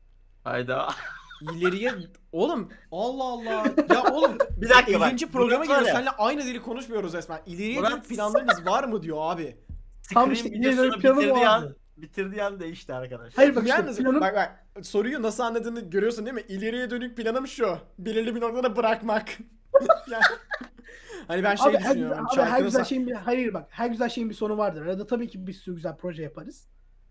S3: Hayda.
S1: İleriye oğlum Allah Allah. Ya oğlum
S3: Bir dakika bak,
S1: ellinci programa
S3: Murat var
S1: geliyoruz.
S3: ya.
S1: Seninle aynı dili konuşmuyoruz resmen. İleriye
S3: Murat-
S1: dönük planlarınız var mı diyor abi.
S2: Tam
S3: Scream
S2: işte
S3: videosunu
S2: ileri planı bu
S3: bitirdiği an,
S2: abi.
S3: bitirdiği an değişti arkadaşlar.
S2: Hayır bak işte
S1: Yalnız
S2: planım
S1: bak bak soruyu nasıl anladığını görüyorsun değil mi? İleriye dönük planım şu. Belirli bir noktada bırakmak. Yani, hani ben şey
S2: Abi, her,
S1: düşünüyorum.
S2: güzel, abi her
S1: Çarkını
S2: güzel
S1: sa-
S2: şeyin bir hayır bak her güzel şeyin bir sonu vardır. Arada tabii ki bir sürü güzel proje yaparız.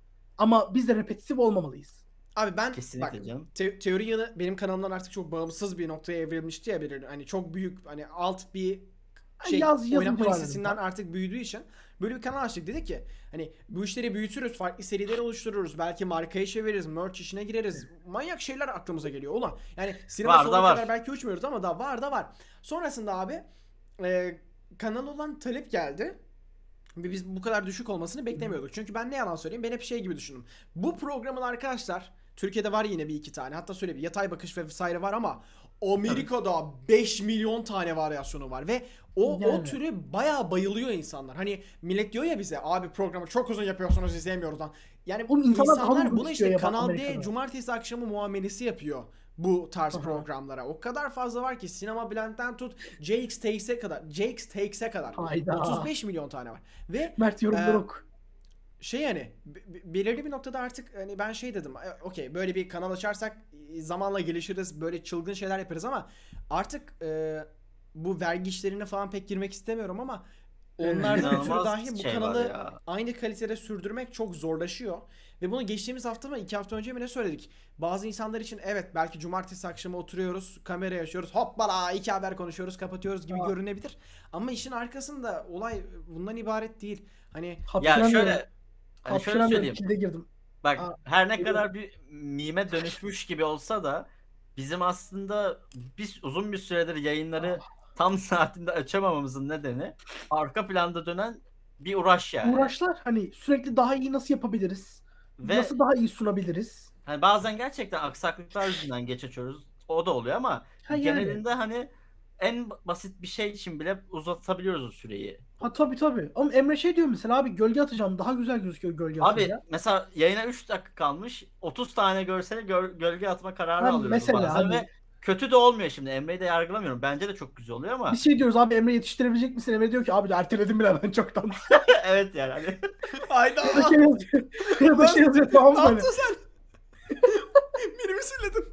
S2: Ama biz de repetitif olmamalıyız.
S1: Abi ben bak
S3: Kesinlikle canım.
S1: te- teori yanı benim kanalımdan artık çok bağımsız bir noktaya evrilmişti ya bir hani çok büyük hani alt bir şey
S2: Yaz- yazım
S1: oynatma
S2: civarlarında.
S1: listesinden artık büyüdüğü için böyle bir kanal açtık, dedik ki hani bu işleri büyütürüz, farklı seriler oluştururuz, belki markayı çeviririz, merch işine gireriz, manyak şeyler aklımıza geliyor ulan yani sinema
S3: Var da
S1: sonuna
S3: var.
S1: kadar belki uçmuyoruz ama da var da var. Sonrasında abi e, kanal olan talep geldi. Ve biz bu kadar düşük olmasını beklemiyorduk. Çünkü ben ne yalan söyleyeyim, ben hep şey gibi düşündüm. Bu programın arkadaşlar Türkiye'de var yine bir iki tane. Hatta şöyle bir yatay bakış ve vesaire var ama Amerika'da beş milyon tane varyasyonu var ve o o
S2: Yani.
S1: türü bayağı bayılıyor insanlar. Hani millet diyor ya bize abi programı çok uzun yapıyorsunuz izleyemiyoruz lan. Yani
S2: Oğlum insanlar
S1: insanlar,
S2: daha uzun
S1: buna
S2: istiyor
S1: işte
S2: ya
S1: Kanal D
S2: Amerika'da.
S1: cumartesi akşamı muamelesi yapıyor bu tarz
S2: Aha.
S1: programlara. O kadar fazla var ki Sinema Blend'den tut J X Takes'e kadar, J X Takes'e kadar
S2: Hayda.
S1: otuz beş milyon tane var. Ve
S2: Mert yorumları
S1: Ee,
S2: oku.
S1: şey yani b- b- belirli bir noktada artık hani ben şey dedim, e, okey böyle bir kanal açarsak e, zamanla gelişiriz, böyle çılgın şeyler yaparız ama artık e, bu vergi işlerine falan pek girmek istemiyorum ama onlardan ötürü
S3: İnanılmaz
S1: dahi bu
S3: şey var
S1: kanalı
S3: ya.
S1: aynı kalitede sürdürmek çok zorlaşıyor. Ve bunu geçtiğimiz hafta mı iki hafta önce mi ne söyledik? Bazı insanlar için evet belki cumartesi akşamı oturuyoruz, kamera açıyoruz, hoppala iki haber konuşuyoruz, kapatıyoruz gibi
S2: Aa.
S1: görünebilir. Ama işin arkasında olay bundan ibaret değil. Hani
S3: Ya
S2: Hapşıramıyorum.
S3: şöyle hani şöyle
S2: Hapşıramıyorum.
S3: söyleyeyim.
S2: Kilde girdim.
S3: Bak
S2: Aa,
S3: her ne
S2: geliyorum.
S3: kadar bir mime dönüşmüş gibi olsa da bizim aslında biz uzun bir süredir yayınları tam saatinde açamamamızın nedeni arka planda dönen bir uğraş yani.
S2: Uğraşlar hani sürekli daha iyi nasıl yapabiliriz?
S3: Ve
S2: Nasıl daha iyi sunabiliriz?
S3: hani bazen gerçekten aksaklıklar yüzünden geç açıyoruz. O da oluyor ama
S2: Ha yani.
S3: genelinde hani en basit bir şey için bile uzatabiliyoruz o süreyi.
S2: Ha tabii tabii. Ama Emre şey diyor mesela abi gölge atacağım. Daha güzel gözüküyor gölge
S3: Abi
S2: atınca.
S3: mesela yayına üç dakika kalmış. otuz tane görsele gö- gölge atma kararı
S2: Ha,
S3: alıyoruz
S2: mesela
S3: bazen
S2: hani-
S3: ve kötü de olmuyor şimdi. Emre'yi de yargılamıyorum. Bence de çok güzel oluyor ama
S2: Bir şey diyoruz abi Emre yetiştirebilecek misin? Emre diyor ki abi erteledim bile ben çoktan.
S3: evet yani hani
S1: hayda.
S2: Ya da şey yazıyor. Ya da şey yazıyor tamam
S1: Ne
S2: böyle.
S1: yaptın sen? Beni mi sürledin?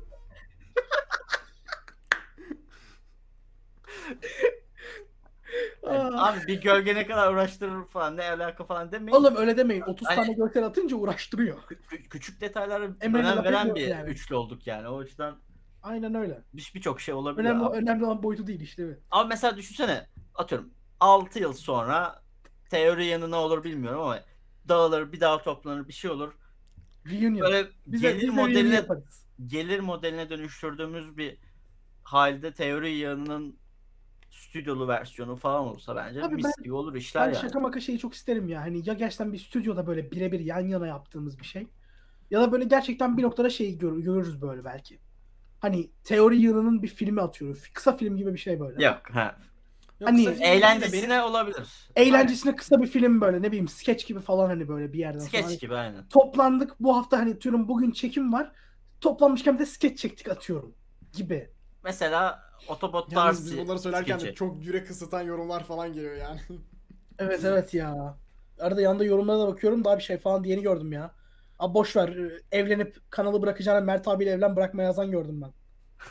S3: Yani
S2: Aa.
S3: abi bir gölge ne kadar uğraştırır falan ne alaka falan demeyin.
S2: Oğlum öyle demeyin. otuz
S3: Hani-
S2: tane görsel atınca uğraştırıyor.
S3: Kü- küçük detaylara
S2: Emre'nin
S3: önem
S2: lafı
S3: veren
S2: yok
S3: bir
S2: yani.
S3: üçlü olduk yani. O yüzden
S2: Aynen öyle.
S3: bir- birçok şey olabiliyor
S2: Önemli
S3: abi.
S2: önemli olan boyutu değil işte. Evet.
S3: Ama mesela düşünsene atıyorum altı yıl sonra teori yanı ne olur bilmiyorum ama dağılır bir daha toplanır bir şey olur.
S2: Reunion.
S3: Böyle
S2: Biz de,
S3: gelir
S2: biz de reunion
S3: modeline
S2: yaparız.
S3: gelir modeline dönüştürdüğümüz bir halde teori yanının stüdyolu versiyonu falan olsa bence
S2: Abi
S3: mis
S2: ben-
S3: gibi olur işler
S2: Ben
S3: yani.
S2: şaka maka şeyi çok isterim ya. Hani ya gerçekten bir stüdyoda böyle birebir yan yana yaptığımız bir şey. Ya da böyle gerçekten bir noktada şeyi gör, görürüz böyle belki. Hani teori yığınının bir filmi atıyoruz. Kısa film gibi bir şey böyle.
S3: Yok ha.
S1: Yok,
S2: Hani
S1: kısa film değil de
S3: Eğlencesine
S1: benim-
S3: olabilir.
S2: Eğlencesine kısa bir film böyle ne bileyim skeç gibi falan hani böyle bir yerden sonra.
S3: Skeç
S2: Hani
S3: gibi aynen.
S2: toplandık bu hafta hani diyorum bugün çekim var. Toplanmışken bir de skeç çektik atıyorum gibi.
S3: Mesela Autobot
S1: Yalnız
S3: Darcy
S1: biz bunları söylerken de
S3: skeci.
S1: çok yürek ısıtan yorumlar falan geliyor yani.
S2: Evet evet ya. Arada yanında yorumlara da bakıyorum daha bir şey falan diyeni gördüm ya. Abi boş ver evlenip kanalı bırakacağına Mert abiyle evlen bırakma yazan gördüm ben.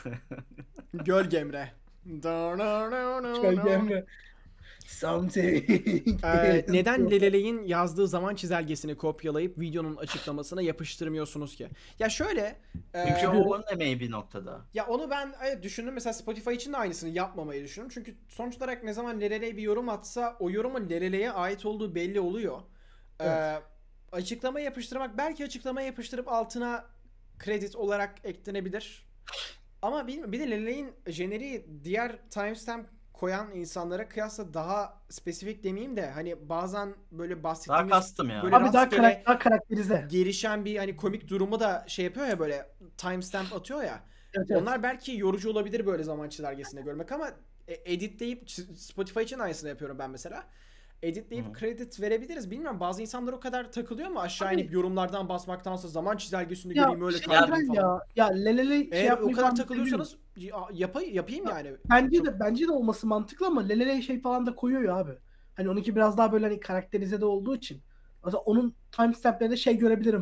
S1: Gölge Emre.
S2: Gölge Emre. Something.
S1: Ee, neden Leleley'in yazdığı zaman çizelgesini kopyalayıp videonun açıklamasına yapıştırmıyorsunuz ki? Ya şöyle, e,
S3: Çünkü o onun emeği bir noktada.
S1: ya onu ben evet, düşündüm mesela Spotify için de aynısını yapmamayı düşündüm. Çünkü sonuç olarak ne zaman Leleley bir yorum atsa o yorumun Leleley'e ait olduğu belli oluyor. Ee,
S2: Evet.
S1: açıklama yapıştırmak belki açıklama yapıştırıp altına kredi olarak eklenebilir. Ama bilmiyorum. Bir de Leleley'in jeneriği diğer timestamp koyan insanlara kıyasla daha spesifik demeyeyim de hani bazen böyle
S3: Daha
S1: bahsettiğimiz
S3: kastım ya.
S1: böyle
S2: Abi daha,
S1: rastgele
S2: karak daha karakterize.
S1: gelişen bir hani komik durumu da şey yapıyor ya, böyle timestamp atıyor ya.
S2: Evet, evet.
S1: Onlar belki yorucu olabilir böyle zaman çizelgesinde görmek ama e, editleyip çi- Spotify için aynısını yapıyorum ben mesela. Editleyip
S3: Hı.
S1: kredi verebiliriz. Bilmiyorum, bazı insanlar o kadar takılıyor mu aşağı
S2: Abi-
S1: inip yorumlardan basmaktansa zaman çizelgesini
S2: Ya
S1: göreyim öyle
S2: şey
S1: kaydedeyim
S2: güzel
S1: falan.
S2: ya. Ya lelele şey
S1: Eğer o
S2: yapmayı
S1: kadar
S2: falan
S1: takılıyorsanız ya- yapay, yapayım yani.
S2: Bence
S1: Çok-
S2: de bence de olması mantıklı ama Lelele şey falan da koyuyor ya abi. Hani onunki biraz daha böyle hani karakterize de olduğu için. Mesela onun timestamp'lerinde şey görebilirim ben.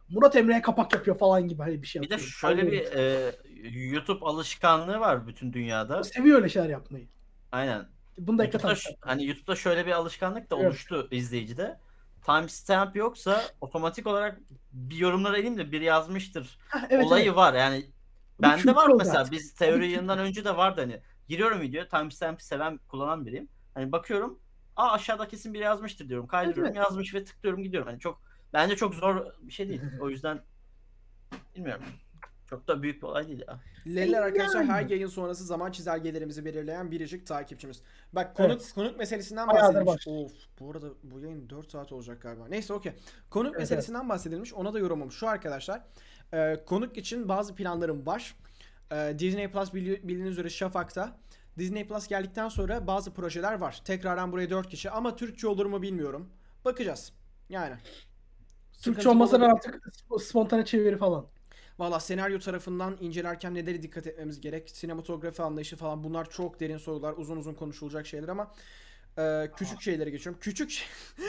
S2: Murat Emre'ye kapak yapıyor falan gibi hani bir şey
S3: Bir de
S2: atıyorum.
S3: şöyle bir
S2: Anlıyorum.
S3: e, YouTube alışkanlığı var bütün dünyada.
S2: Seviyor öyle şeyler yapmayı.
S3: Aynen.
S2: Bunu da ekle
S3: YouTube'da
S2: tabii.
S3: ş- hani YouTube'da şöyle bir alışkanlık da
S2: Evet.
S3: oluştu izleyicide. Timestamp yoksa otomatik olarak bir yorumlara ineyim de biri yazmıştır.
S2: Heh, evet,
S3: Olayı
S2: evet.
S3: var yani.
S2: Bu
S3: Bende var
S2: kültür oldu
S3: mesela,
S2: artık.
S3: biz
S2: Bu
S3: teori
S2: bir
S3: yayından
S2: kültür.
S3: önce de vardı hani. Giriyorum videoya, timestamp'i seven, kullanan biriyim. Hani bakıyorum, aa aşağıda kesin biri yazmıştır diyorum.
S2: Evet,
S3: Kaydırıyorum,
S2: evet.
S3: yazmış ve tıklıyorum, gidiyorum. Hani çok, bence çok zor bir şey değil. O yüzden bilmiyorum. Çok da büyük bir olay değil ya.
S1: Leyler arkadaşlar her
S2: Yani.
S1: yayın sonrası zaman çizelgelerimizi belirleyen biricik takipçimiz. Bak konuk
S2: Evet.
S1: konuk meselesinden
S2: Bayağıdır
S1: bahsedilmiş.
S2: var.
S1: Of, bu arada bu yayın dört saat olacak galiba. Neyse okey. Konuk
S2: Evet,
S1: meselesinden bahsedilmiş. Ona da yorumum şu arkadaşlar. Ee, konuk için bazı planlarım var. Ee, Disney Plus bili- bildiğiniz üzere Şafak'ta. Disney Plus geldikten sonra bazı projeler var. Tekrardan buraya dört kişi ama Türkçe olur mu bilmiyorum. Bakacağız. Yani.
S2: Türkçe
S1: Sıkıntılı
S2: olmasa ben
S1: olabilir.
S2: artık sp- spontane çeviri falan.
S1: Valla senaryo tarafından incelerken nelere dikkat etmemiz gerek? Sinematografi anlayışı falan, bunlar çok derin sorular, uzun uzun konuşulacak şeyler ama e, küçük şeylere geçiyorum. Küçük şey-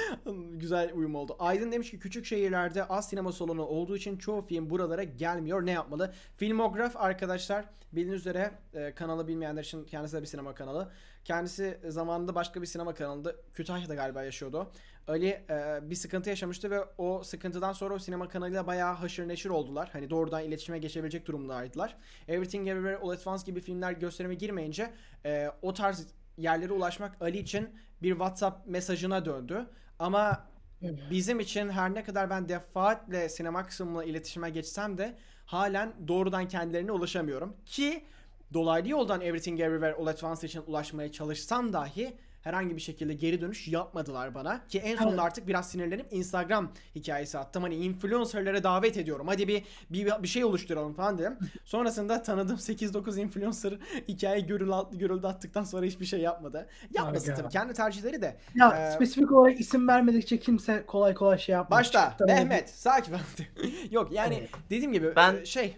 S1: güzel uyum oldu. Aydın demiş ki küçük şehirlerde az sinema salonu olduğu için çoğu film buralara gelmiyor. Ne yapmalı? Filmograf arkadaşlar bildiğiniz üzere, e, kanalı bilmeyenler için, kendisi de bir sinema kanalı. Kendisi zamanında başka bir sinema kanalında, Kütahya'da galiba yaşıyordu o. Ali e, bir sıkıntı yaşamıştı ve o sıkıntıdan sonra o sinema kanalıyla bayağı haşır neşir oldular. Hani doğrudan iletişime geçebilecek durumdaydılar. Everything Everywhere All at Once gibi filmler gösterime girmeyince e, o tarz yerlere ulaşmak Ali için bir WhatsApp mesajına döndü. Ama
S2: Evet.
S1: bizim için her ne kadar ben defaatle Cinemaxim'la iletişime geçsem de halen doğrudan kendilerine ulaşamıyorum. Ki dolaylı yoldan Everything Everywhere All at Once için ulaşmaya çalışsam dahi herhangi bir şekilde geri dönüş yapmadılar bana. Ki en sonunda artık biraz sinirlenip Instagram hikayesi attım. Hani influencerlara davet ediyorum. Hadi bir bir, bir şey oluşturalım falan dedim. Sonrasında tanıdığım sekiz dokuz influencer hikaye görül, görüldü attıktan sonra hiçbir şey yapmadı. Yapmasın
S2: Aga.
S1: tabii. Kendi tercihleri de.
S2: Ya
S1: Ee,
S2: spesifik olarak isim vermedikçe kimse kolay kolay şey yapmaz.
S1: Başta
S2: Çıktı,
S1: Mehmet sakin falan. Yok yani
S2: Evet.
S1: dediğim gibi
S3: Ben-
S1: e, şey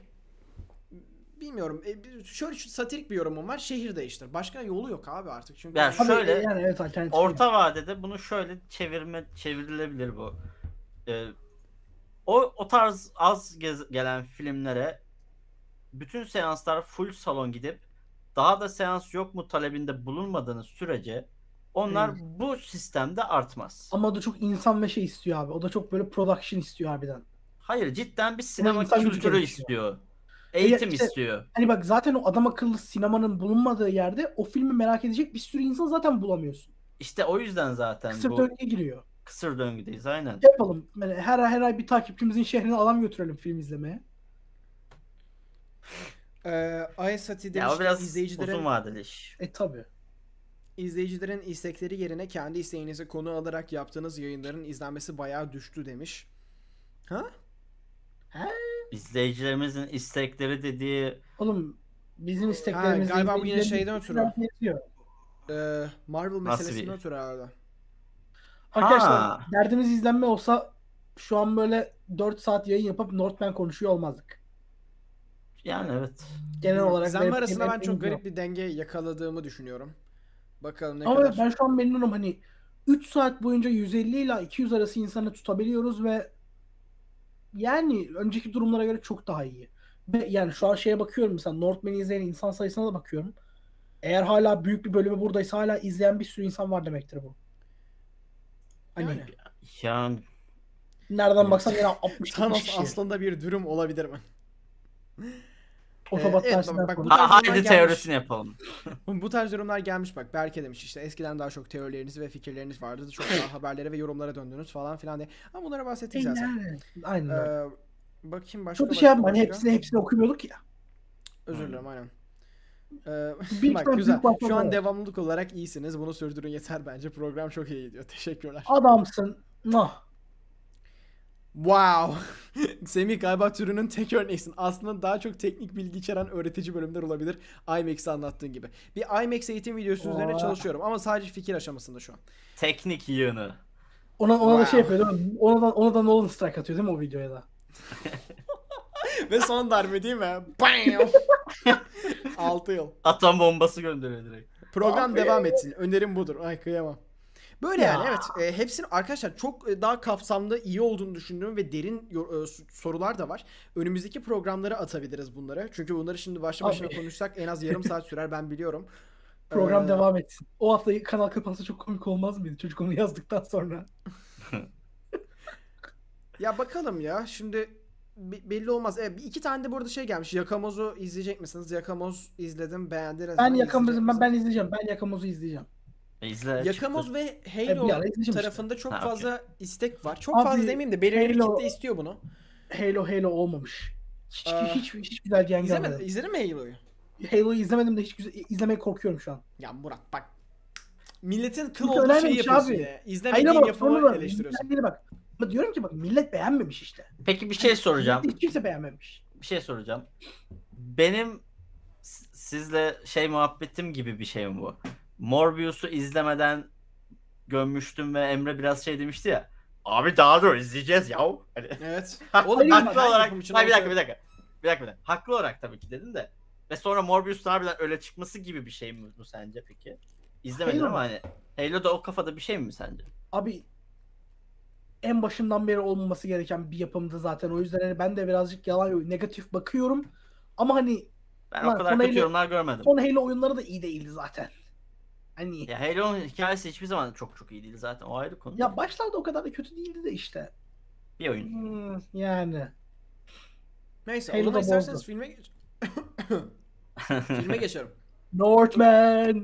S1: bilmiyorum. E, şöyle şu satirik bir yorumum var. Şehir değiştir. Başka yolu yok abi artık. Çünkü
S3: Ya
S2: Tabii,
S3: şöyle,
S2: yani evet, alternatif.
S3: orta vadede bunu şöyle çevirme çevrilebilir bu. Ee, o o tarz az gez- gelen filmlere bütün seanslar full salon gidip daha da seans yok mu talebinde bulunmadığınız sürece onlar
S2: Evet.
S3: bu sistemde artmaz.
S2: Ama o da çok insan ve şey istiyor abi. O da çok böyle production istiyor harbiden.
S3: Hayır, cidden bir sinema
S2: insan gücü
S3: kültürü
S2: gerekiyor.
S3: istiyor.
S2: E,
S3: Eğitim
S2: işte-
S3: istiyor.
S2: Hani bak zaten o adam akıllı sinemanın bulunmadığı yerde o filmi merak edecek bir sürü insan zaten bulamıyorsun.
S3: İşte o yüzden zaten
S2: Kısır
S3: bu
S2: döngüye giriyor.
S3: kısır döngüdeyiz aynen.
S2: Yapalım. Yani her her ay bir takipçimizin şehrine adam götürelim film izlemeye.
S1: Ee, Ayesati
S3: Ya
S1: demiş
S3: o
S1: ki
S3: biraz
S1: izleyicilerin
S3: uzun vadeli iş.
S2: E tabi.
S1: izleyicilerin istekleri yerine kendi isteğinizi konu alarak yaptığınız yayınların izlenmesi bayağı düştü demiş. Ha?
S3: İzleyicilerimizin istekleri dediği
S2: Oğlum bizim isteklerimiz...
S1: Ha, galiba bu yine şeyden ötürü.
S2: Yazıyor.
S1: Ee, Marvel
S3: Nasıl
S1: meselesinden
S3: bir-
S1: ötürü herhalde.
S2: Arkadaşlar
S3: Ha.
S2: derdimiz izlenme olsa şu an böyle dört saat yayın yapıp Northman konuşuyor olmazdık.
S3: yani evet.
S2: Genel olarak.
S1: İzlenme
S2: benim-
S1: arasında
S2: benim-
S1: ben çok
S2: benim-
S1: garip bir denge yakaladığımı düşünüyorum. Bakalım ne
S2: Ama
S1: kadar.
S2: ben şu an memnunum, hani üç saat boyunca yüz elli ile iki yüz arası insanı tutabiliyoruz ve yani önceki durumlara göre çok daha iyi. Ve yani şu an şeye bakıyorum, mesela Northman'i izleyen insan sayısına da bakıyorum. Eğer hala büyük bir bölümü buradaysa hala izleyen bir sürü insan var demektir bu. Hani
S1: Yani.
S3: Yani
S2: nereden baksan yine altmış
S1: Thanos
S2: kişi.
S1: aslında bir dürüm olabilir mi?
S2: Otobat
S1: Ee, evet,
S2: dersinden
S1: bak, bu
S2: konuş-
S1: tarz
S3: ha,
S1: yorumlar
S3: haydi
S1: gelmiş.
S3: teorisini yapalım.
S1: Bu tarz yorumlar gelmiş bak. Berke demiş işte eskiden daha çok teorileriniz ve fikirleriniz vardı. Çok daha haberlere ve yorumlara döndünüz falan filan diye. Ama bunlara bahsettik zaten.
S2: Yani, aynen öyle.
S1: Ee, bakayım başka
S2: Çok bir
S1: başka
S2: şey yapma. Hani
S1: başka.
S2: hepsini hepsini okumuyorduk ya.
S1: Özür dilerim aynen. Ee,
S2: Bir
S1: bak
S2: kitap
S1: güzel.
S2: büyük başlıklar
S1: Şu an
S2: var.
S1: devamlılık olarak iyisiniz. Bunu sürdürün yeter bence. Program çok iyi gidiyor. Teşekkürler.
S2: Adamsın. Nah.
S1: Wow. Semih galiba türünün tek örneğisin. Aslında daha çok teknik bilgi içeren öğretici bölümler olabilir. IMAX'i anlattığın gibi. Bir IMAX eğitim videosu üzerine
S2: Aa.
S1: çalışıyorum ama sadece fikir aşamasında şu an.
S3: Teknik yığını.
S2: Ona ona da şey
S1: Wow.
S2: yapıyor değil mi? Ona da, ona da Nolan strike atıyor değil mi o videoya da?
S1: Ve son darbe değil mi? Bam! altı yıl.
S3: Atom bombası gönderiyor direkt.
S1: Program
S2: Abi.
S1: devam etsin. Önerim budur. Ay kıyamam. Böyle
S2: Ya.
S1: yani evet. E, hepsinin arkadaşlar çok e, daha kapsamlı, iyi olduğunu düşündüğüm ve derin yo- e, s- sorular da var. Önümüzdeki programlara atabiliriz bunları. Çünkü bunları şimdi başlı başına
S2: Abi.
S1: konuşsak en az yarım saat sürer, ben biliyorum.
S2: Program
S1: Ee,
S2: devam etsin. O hafta kanal kapansa çok komik olmaz mıydı? Çocuk onu yazdıktan sonra.
S1: Ya bakalım ya. Şimdi be- belli olmaz. Evet, bir iki tane de burada şey gelmiş. Yakamoz'u izleyecek misiniz? Yakamoz izledim, beğendiniz
S2: Ben
S1: mi? İzleyecek
S2: Yakamoz'u ben, ben
S1: misiniz?
S2: izleyeceğim. Ben Yakamoz'u izleyeceğim.
S3: E, izle
S1: Yakamoz
S3: çıktı.
S1: ve
S2: E, bir
S1: Halo
S2: ara izleyeceğim işte.
S1: tarafında çok
S3: Ha, okey.
S1: fazla istek var. Çok
S2: Abi,
S1: fazla demeyeyim de belirli bir
S2: Halo-
S1: kitle istiyor bunu.
S2: Halo Halo olmamış. Hiç,
S1: Aa,
S2: hiç, hiç güzel diyen
S1: İzlemedin,
S2: görmedim.
S1: izledin mi Halo'yu?
S2: Halo'yu izlemedim de hiç güzel, izlemeye korkuyorum şu an.
S1: Ya Murat bak. Milletin kıl
S2: Çünkü
S1: olduğu şeyi
S2: önemliymiş
S1: yapıyorsun
S2: abi.
S1: ya.
S2: Hayır
S1: İzlemediğin
S2: ama
S1: yapımı
S2: sonra da
S1: eleştiriyorsun.
S2: millet bak. Ama diyorum ki bak millet beğenmemiş işte.
S3: Peki bir şey soracağım.
S2: Hiç kimse beğenmemiş.
S3: Bir şey soracağım. Benim s- sizle şey muhabbetim gibi bir şey mi bu? Morbius'u izlemeden gömmüştüm ve Emre biraz şey demişti ya. Abi daha dur izleyeceğiz ya. Hani,
S1: Evet.
S3: haklı,
S1: Oğlum,
S3: haklı
S1: ben
S3: olarak.
S1: yapım için
S3: Hayır bir dakika
S1: olsa-
S3: bir dakika. Bir dakika bir dakika. Haklı olarak tabii ki dedin de. Ve sonra Morbius'un harbiden öyle çıkması gibi bir şey mi bu sence peki? İzlemedin
S2: Halo
S3: ama
S2: mu?
S3: hani Halo da o kafada bir şey mi sence?
S2: Abi en başından beri olmaması gereken bir yapımdı zaten. O yüzden hani ben de birazcık yalan negatif bakıyorum. Ama hani
S3: Ben
S2: Ulan
S3: o kadar
S2: son
S3: kötü
S2: Halo-
S3: yorumlar görmedim.
S2: son Halo oyunları da iyi değildi zaten. Hani
S3: Ya Halo'nun hikayesi hiçbir zaman çok çok iyi değil zaten. O ayrı konu.
S2: ya başlarda o kadar da kötü değildi de işte.
S3: Bir oyun.
S2: Hmm, yani.
S1: Neyse,
S2: Halo
S1: o zaman
S2: da
S1: isterseniz
S2: bozdu.
S1: filme geç... filme geçelim.
S2: Northman.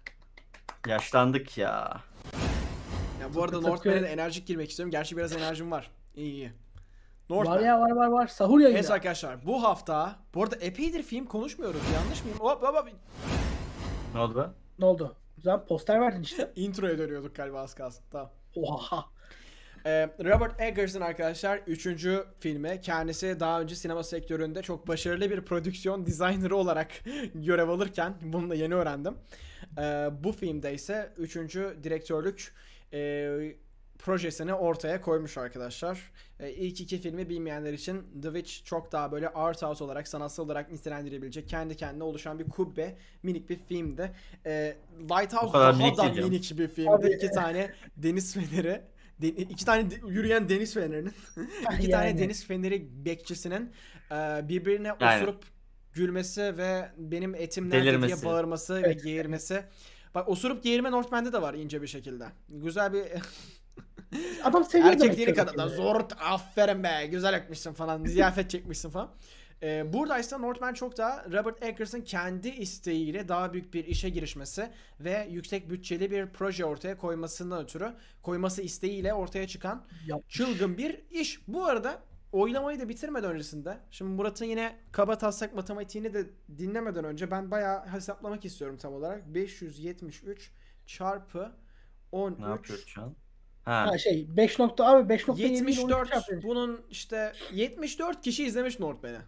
S3: Yaşlandık ya.
S1: Ya bu arada
S2: Tıpkı-
S1: Northman'e de enerjik girmek istiyorum. Gerçi biraz enerjim var. İyi iyi. Northman.
S2: Var ya var var var. Sahur yayını.
S1: Evet arkadaşlar, bu hafta bu arada epeydir film konuşmuyoruz. Yanlış mıyım? Hop hop hop.
S3: Ne oldu be?
S2: Ne oldu? Güzel poster verdin işte.
S1: Introya dönüyorduk galiba, az kalsın. Tamam.
S2: Oha.
S1: Ee, Robert Eggers'ın arkadaşlar üçüncü filmi. Kendisi daha önce sinema sektöründe çok başarılı bir prodüksiyon designer'ı olarak görev alırken bunu da yeni öğrendim. Ee, bu filmde ise üçüncü direktörlük e, projesini ortaya koymuş arkadaşlar. Ee, ilk iki filmi bilmeyenler için The Witch çok daha böyle art house olarak, sanatsal olarak nitelendirilebilecek, kendi kendine oluşan bir kubbe, minik bir filmdi. Ee, Lighthouse
S3: O kadar
S1: daha
S3: minik
S1: da
S3: değil canım.
S1: minik bir filmdi.
S2: Abi-
S1: İki tane deniz feneri. De- iki tane de- yürüyen deniz fenerinin iki
S2: Yani.
S1: tane deniz feneri bekçisinin e, birbirine
S3: Yani.
S1: osurup gülmesi ve benim etim nerede
S3: Delirmesi.
S1: diye bağırması
S2: Evet.
S1: ve geğirmesi. Bak, osurup geğirme Northman'de de var ince bir şekilde. Güzel bir
S2: Adam seviyor demek
S1: erkekliğini
S2: ki
S1: kanıtla.
S2: öyle.
S1: Zort, aferin be, güzel öpmüşsün falan, ziyafet çekmişsin falan. Ee, burada ise Northman çok daha Robert Eggers'ın kendi isteğiyle daha büyük bir işe girişmesi ve yüksek bütçeli bir proje ortaya koymasından ötürü, koyması isteğiyle ortaya çıkan
S2: Yapmış.
S1: çılgın bir iş. Bu arada oylamayı da bitirmeden öncesinde, şimdi Murat'ın yine kaba taslak matematiğini de dinlemeden önce ben bayağı hesaplamak istiyorum tam olarak. beş yüz yetmiş üç çarpı on üç
S3: Ne yapıyoruz şu an? Ha.
S2: Ha şey beş nokta abi beş nokta
S1: yetmiş dört,
S2: yetmiş
S1: bunun işte yetmiş dört kişi izlemiş Northman'i.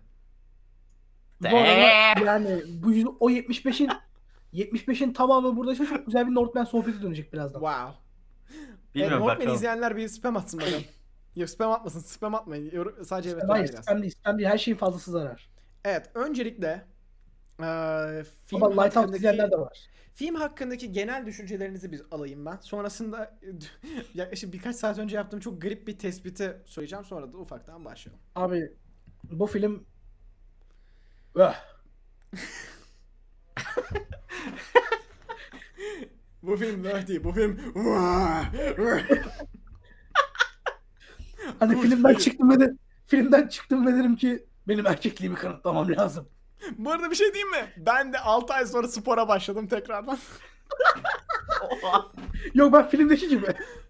S2: Bu arada yani bu yüz- o yetmiş beşin yetmiş beşin tamamı buradaysa çok güzel bir Northman sohbeti dönecek birazdan.
S1: Wow. Evet,
S3: Bilmiyorum
S1: Northman'i
S3: bakalım.
S1: izleyenler bir spam atsın bakalım. Yok, spam atmasın, spam atmayın. Yor- Sadece evet
S2: Hayır,
S1: biraz.
S2: spam değil, spam değil. Her şeyin fazlası zarar.
S1: Evet, öncelikle eee film
S2: Ama Lighthouse
S1: hakkındaki
S2: izleyenler de var.
S1: film hakkındaki genel düşüncelerinizi biz alayım ben. Sonrasında yaklaşık birkaç saat önce yaptığım çok garip bir tespiti söyleyeceğim. Sonra da ufaktan başlayalım.
S2: Abi bu film Öh.
S1: Bu film böyle değil. Bu film
S2: Hani filmden çıktım ve de filmden çıktım ve dedim ki benim erkekliğimi kanıtlamam lazım.
S1: Bu arada bir şey diyeyim mi? Ben de altı ay sonra spora başladım tekrardan.
S3: Oha.
S2: Yok ben filmdeki gibi.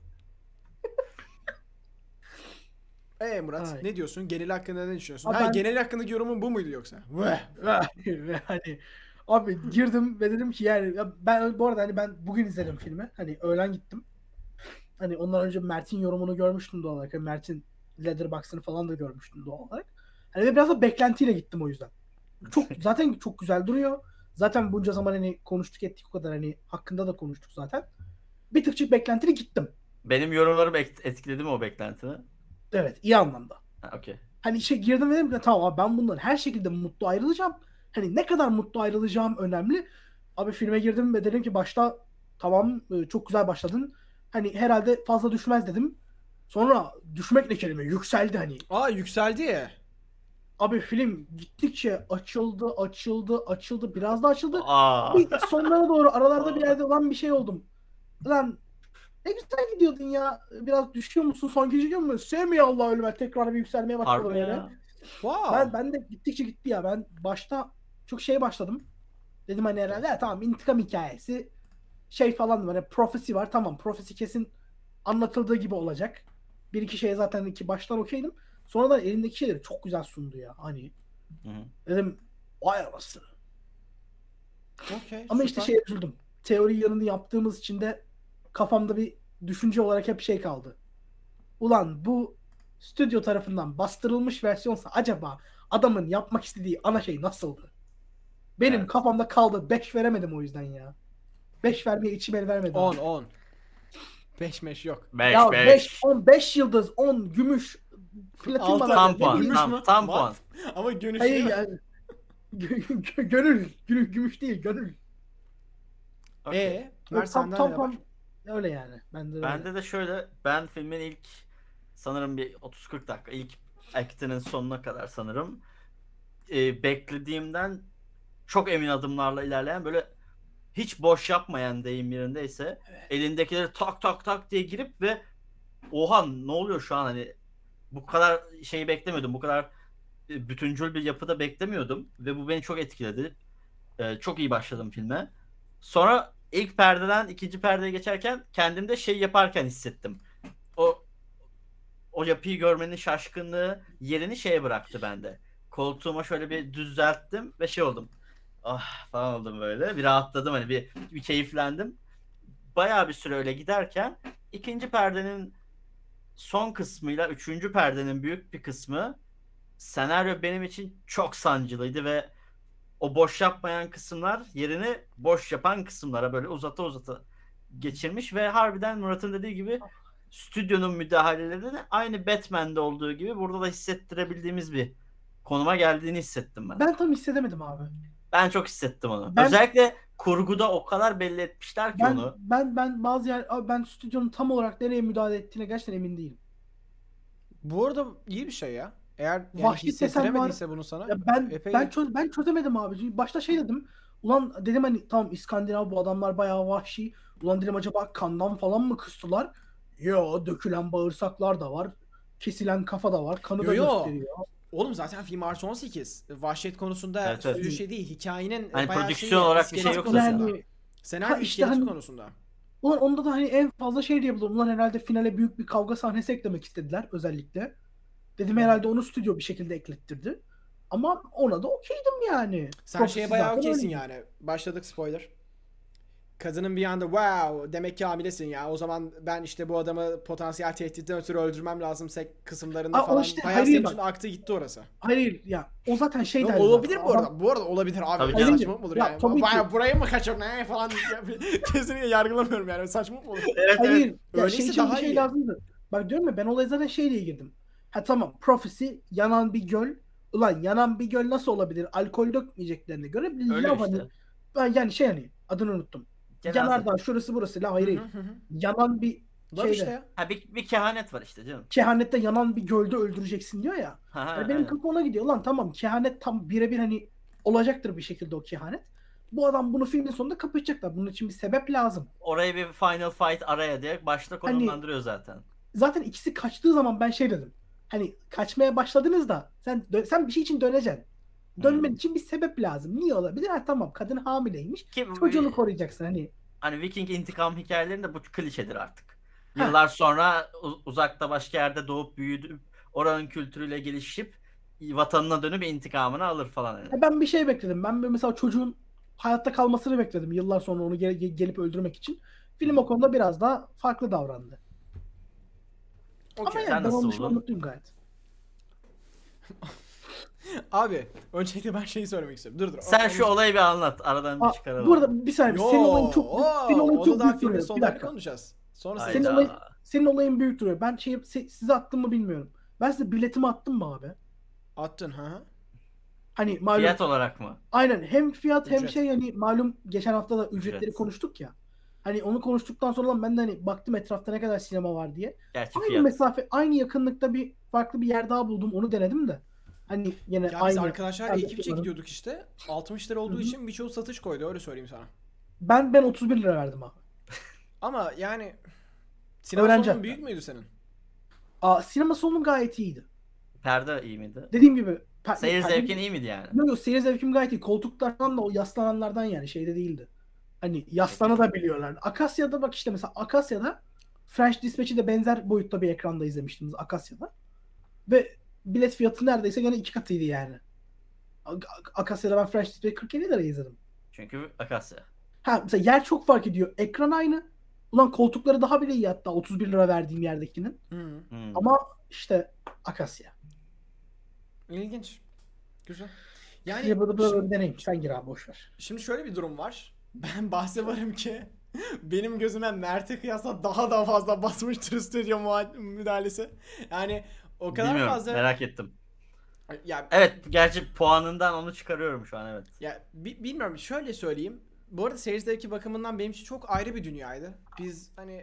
S1: Eee Murat,
S2: Ay.
S1: ne diyorsun? Genel hakkında ne düşünüyorsun?
S2: Abi
S1: Ha,
S2: ben-
S1: genel hakkındaki yorumun bu muydu yoksa? Veh.
S2: Ve hani abi girdim ve dedim ki yani ya ben bu arada hani ben bugün izledim filmi. Hani öğlen gittim. Hani ondan önce Mert'in yorumunu görmüştüm doğal olarak. Yani Mert'in Letterboxd'ını falan da görmüştüm doğal olarak. Hani ve biraz da beklentiyle gittim o yüzden. Çok zaten çok güzel duruyor. Zaten bunca zaman hani konuştuk ettik o kadar hani hakkında da konuştuk zaten. Bir tıkçık beklentili gittim.
S3: Benim yorumlarım et- etkiledi mi o beklentini?
S2: Evet iyi anlamda.
S3: Ha, okey.
S2: Hani işe girdim ve dedim ki tamam abi ben bundan her şekilde mutlu ayrılacağım. Hani ne kadar mutlu ayrılacağım önemli. Abi filme girdim ve dedim ki başta tamam e, çok güzel başladın. Hani herhalde fazla düşmez dedim. Sonra düşmek ne kelime, yükseldi hani.
S1: Aa yükseldi.
S2: Abi film gittikçe açıldı, açıldı, açıldı. Biraz da açıldı.
S3: Aa.
S2: Bir sonlara doğru aralarda bir yerde olan bir şey oldum. Lan ne güzel gidiyordun ya. Biraz düşüyor musun? Son gidiyor mu? Sevmiyor Allah ölüme. Tekrar bir yükselmeye başladı
S3: Harbi
S2: böyle.
S3: ya.
S1: Wow.
S2: Ben, ben de gittikçe gitti ya. Ben başta çok şey başladım. Dedim hani herhalde ya, tamam intikam hikayesi. Şey falan var. Hani Prophecy var. Tamam Prophecy kesin anlatıldığı gibi olacak. Bir iki şeye zaten iki baştan okeydim. Sonradan elindeki şeyleri çok güzel sundu ya. Hani
S3: Hı hı.
S2: dedim vay anasını.
S1: Okey,
S2: Ama işte
S1: süper.
S2: şeye üzüldüm. Teori yanını yaptığımız için de kafamda bir düşünce olarak hep şey kaldı. Ulan bu stüdyo tarafından bastırılmış versiyonsa acaba adamın yapmak istediği ana şey nasıldı? Benim
S3: Evet.
S2: kafamda kaldı. beş veremedim o yüzden ya. beş vermeye içim el vermedi.
S1: on
S2: abi.
S1: on. beş meş yok.
S3: beş
S2: Ya beş,
S3: beş.
S2: on, beş yıldız, on gümüş, platin
S1: Altı.
S2: var.
S3: Tam
S2: Ne
S3: puan.
S2: bileyim.
S1: Gümüş
S3: Tam,
S1: mü?
S3: tam
S1: What?
S3: puan.
S1: Ama gümüş
S2: Hayır
S1: değil mi?
S2: yani. Gö- gö- gönül. Gü- Gümüş değil, gönül.
S3: Okey.
S1: Ee, Mert
S2: Tam,
S1: senden
S2: tam,
S1: ne var?
S2: tam öyle yani. Bende de öyle.
S3: Bende de şöyle, ben filmin ilk sanırım bir otuz kırk dakika, ilk act'inin sonuna kadar sanırım e, beklediğimden çok emin adımlarla ilerleyen, böyle hiç boş yapmayan, deyim yerindeyse, elindekileri tak tak tak diye girip ve oha ne oluyor şu an, hani bu kadar şeyi beklemiyordum, bu kadar e, bütüncül bir yapıda beklemiyordum ve bu beni çok etkiledi. E, çok iyi başladım filme. Sonra ilk perdeden ikinci perdeye geçerken kendimde şey yaparken hissettim. O o yapıyı görmenin şaşkınlığı yerini şeye bıraktı bende. Koltuğuma şöyle bir düzelttim ve şey oldum. Ah falan oldum böyle. Bir rahatladım, hani bir, bir keyiflendim. Bayağı bir süre öyle giderken ikinci perdenin son kısmıyla üçüncü perdenin büyük bir kısmı, senaryo benim için çok sancılıydı ve o boş yapmayan kısımlar yerini boş yapan kısımlara böyle uzata uzata geçirmiş ve harbiden Murat'ın dediği gibi stüdyonun müdahalelerini aynı Batman'de olduğu gibi burada da hissettirebildiğimiz bir konuma geldiğini hissettim ben.
S2: Ben tam hissedemedim abi.
S3: Ben çok hissettim onu.
S2: Ben-
S3: Özellikle kurguda o kadar belli etmişler ki
S2: Ben
S3: onu.
S2: ben ben bazı yer abi ben stüdyonun tam olarak nereye müdahale ettiğine gerçekten emin değilim.
S1: Bu arada iyi bir şey ya. Eğer yani
S2: Vahşi desen
S1: hissettiremediyse bunu sana
S2: Ya ben
S1: epey
S2: ben çöz, ben çözemedim abi. Çünkü başta şey dedim. Ulan dedim hani tamam İskandinav bu adamlar bayağı vahşi. Ulan dedim acaba kandan falan mı kıstılar? Yo, dökülen bağırsaklar da var. Kesilen kafa da var. Kanı
S1: Yo,
S2: da
S1: yo.
S2: gösteriyor.
S1: Oğlum zaten film artı on sekiz. Vahşet konusunda
S3: Evet, evet.
S1: stüdyo şey değil. Hikayenin
S3: Hani
S1: bayağı
S3: prodüksiyon
S1: şeyi,
S3: olarak bir şey
S1: iskeleti
S3: yok
S1: konusunda.
S3: zaten.
S2: Yani
S1: Senaryo
S2: Ha, işte
S1: iskeleti
S2: hani-
S1: konusunda.
S2: ulan onda da hani en fazla şey diyebilirim. Ulan herhalde finale büyük bir kavga sahnesi eklemek istediler özellikle. Dedim herhalde onu stüdyo bir şekilde eklettirdi. Ama ona da okeydim yani.
S1: Sen
S2: Prophecy
S1: şeye bayağı
S2: zaten
S1: okeysin
S2: öyleydi.
S1: yani. Başladık spoiler. Kadının bir anda wow demek ki hamilesin ya. O zaman ben işte bu adamı potansiyel tehditten ötürü öldürmem lazım sek kısımlarında
S2: Aa, o
S1: falan.
S2: işte,
S1: bayağı
S2: hayır
S1: senin
S2: bak.
S1: için aktı gitti orası.
S2: Hayır ya o zaten şey
S1: Yo,
S2: derdi
S1: olabilir
S2: zaten.
S1: bu
S2: Adam-
S1: arada. Bu arada olabilir abi.
S3: Tabii
S1: Öyle
S3: canım.
S1: saçmalık mı olur
S2: Ya,
S1: yani?
S2: tabii ki.
S1: Bayağı burayı mı kaçırdın ne falan. Kesinlikle yargılamıyorum yani. Saçmalık mı olur?
S3: Evet, evet.
S2: Hayır. Ya
S1: Öyleyse
S2: şey için bir
S1: daha
S2: şey
S1: iyi.
S2: lazımdı. Bak diyorum ya ben olaya zaten şeyle girdim. Ha tamam Prophecy yanan bir göl. Ulan yanan bir göl nasıl olabilir? Alkol dökmeyeceklerine göre
S3: Öyle
S2: lav
S3: işte.
S2: hani. Ben yani şey hani adını unuttum.
S3: Cenaze.
S2: Yanardağ şurası burası la hayır
S1: Hı
S2: hayır.
S1: hı hı hı.
S2: Yanan bir
S1: Var
S2: şeyde.
S1: işte ya.
S3: Ha bir, bir kehanet var işte canım.
S2: Kehanette yanan bir gölde öldüreceksin diyor ya.
S3: Ha, ha,
S2: Yani benim
S3: aynen.
S2: kafam ona gidiyor. Lan tamam kehanet tam birebir hani olacaktır bir şekilde o kehanet. Bu adam bunu filmin sonunda kapatacaklar. Bunun için bir sebep lazım.
S3: Oraya bir final fight araya diye başta
S2: Hani-
S3: konumlandırıyor zaten.
S2: Zaten ikisi kaçtığı zaman ben şey dedim. Hani kaçmaya başladınız da sen dö- sen bir şey için döneceksin. Dönmen
S3: Hmm.
S2: için bir sebep lazım. Niye olabilir? Ha tamam kadın hamileymiş.
S3: Ki bu-
S2: Çocuğunu koruyacaksın hani.
S3: hani Viking intikam hikayelerinde bu klişedir artık.
S2: Ha.
S3: Yıllar sonra u- uzakta başka yerde doğup büyüdüp oranın kültürüyle gelişip vatanına dönüp intikamını alır falan. Yani.
S2: Ya ben bir şey bekledim. Ben bir mesela çocuğun hayatta kalmasını bekledim. Yıllar sonra onu gel- gel- gelip öldürmek için. Film o konuda biraz daha farklı davrandı. Ama
S1: Okey.
S2: yani
S3: Sen
S2: ben
S3: nasıl
S2: onun dışında
S3: buldun?
S2: mutluyum gayet.
S1: Abi öncelikle ben şeyi söylemek istiyorum. Dur dur.
S3: Sen
S1: Onu-
S3: şu olayı bir anlat. Aradan bir
S2: Aa,
S3: çıkaralım.
S2: bu arada bir saniye.
S1: Yo,
S2: Senin olayın çok büyük.
S1: oo,
S2: Senin olayın
S1: onu
S2: çok
S1: daha
S2: büyük
S1: filmin
S2: duruyor. Bir
S1: sonlarını
S2: dakika.
S1: konuşacağız. Sonra
S3: Hayda.
S2: Senin
S1: senin
S2: olayın, senin olayın büyük duruyor. Ben şey, se- size attım mı bilmiyorum. Ben size biletimi attım mı abi?
S1: attın ha.
S2: Hani malum
S3: Fiyat olarak mı?
S2: aynen hem fiyat hem
S1: Ücret.
S2: şey hani malum geçen hafta da ücretleri
S3: Ücret.
S2: konuştuk ya. Hani onu konuştuktan sonra lan ben de hani baktım etrafta ne kadar sinema var diye.
S3: Gerçi
S2: Aynı
S3: fiyat.
S2: mesafe, aynı yakınlıkta bir farklı bir yer daha buldum. Onu denedim de. Hani yine
S1: Ya biz
S2: aynı.
S1: arkadaşlarla
S2: aynı
S1: ekipçe
S2: firmanın.
S1: gidiyorduk işte. altmış lira olduğu
S2: Hı hı.
S1: için birçoğu satış koydu, öyle söyleyeyim sana.
S2: Ben ben otuz bir lira verdim abi.
S1: Ama yani sinema
S2: Öğrenci
S1: salonun
S2: hatta.
S1: büyük müydü senin?
S2: Aa, sinema salonum gayet iyiydi.
S3: Perde iyi miydi?
S2: Dediğim gibi per,
S3: Seyir
S2: perde-
S3: zevkin iyi miydi yani?
S2: Yok yok, seyir zevkim gayet iyi. Koltuklardan da o yaslananlardan, yani şeyde değildi. Hani yaslana da biliyorlar. Akasya'da bak işte, mesela Akasya'da French Dispatch'i de benzer boyutta bir ekranda izlemiştiniz Akasya'da. Ve bilet fiyatı neredeyse gene iki katıydı yani. Ak- Ak- Akasya'da ben French Dispatch'i kırk yedi liraya izledim.
S3: Çünkü Akasya.
S2: Ha mesela yer çok fark ediyor. Ekran aynı. Ulan koltukları daha bile iyi hatta otuz bir lira verdiğim yerdekinin.
S1: Hı.
S3: Hmm.
S2: Ama işte Akasya.
S1: İlginç. Güzel.
S2: Yani
S1: Yani
S2: burada böyle
S1: şimdi,
S2: bir deneyim. Sen gir abi, boş ver.
S1: şimdi şöyle bir durum var. Ben bahse varım ki benim gözüme Mert'e kıyasla daha da fazla basmıştır stüdyo muha- müdahalesi. Yani o kadar
S3: Bilmiyorum.
S1: fazla
S3: Merak ettim.
S1: ya
S3: Evet, gerçi puanından onu çıkarıyorum şu an, evet.
S1: ya bi- bilmiyorum, şöyle söyleyeyim. Bu arada seyir zevki bakımından benim için çok ayrı bir dünyaydı. Biz hani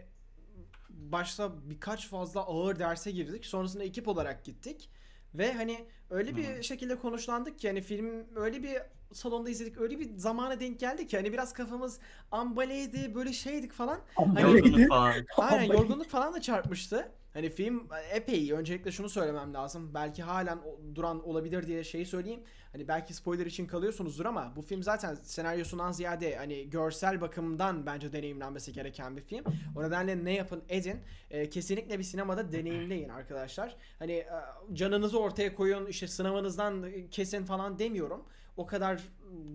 S1: başta birkaç fazla ağır derse girdik. Sonrasında ekip olarak gittik. Ve hani öyle bir
S3: Hı.
S1: şekilde konuşlandık ki hani film öyle bir salonda izledik. Öyle bir zamana denk geldi ki hani biraz kafamız ambaleydi, böyle şeydik falan.
S2: Ama
S1: Hani-
S3: Yorgunluk falan.
S1: Aynen,
S2: Ama-
S1: yorgunluk falan da çarpmıştı. Hani film epey iyi. Öncelikle şunu söylemem lazım. Belki halen o- duran olabilir diye şeyi söyleyeyim. Hani belki spoiler için kalıyorsunuzdur ama bu film zaten senaryosundan ziyade hani görsel bakımdan bence deneyimlenmesi gereken bir film. O nedenle ne yapın edin, e, kesinlikle bir sinemada deneyimleyin arkadaşlar. Hani e, canınızı ortaya koyun, işte sınavınızdan kesin falan demiyorum. O kadar e,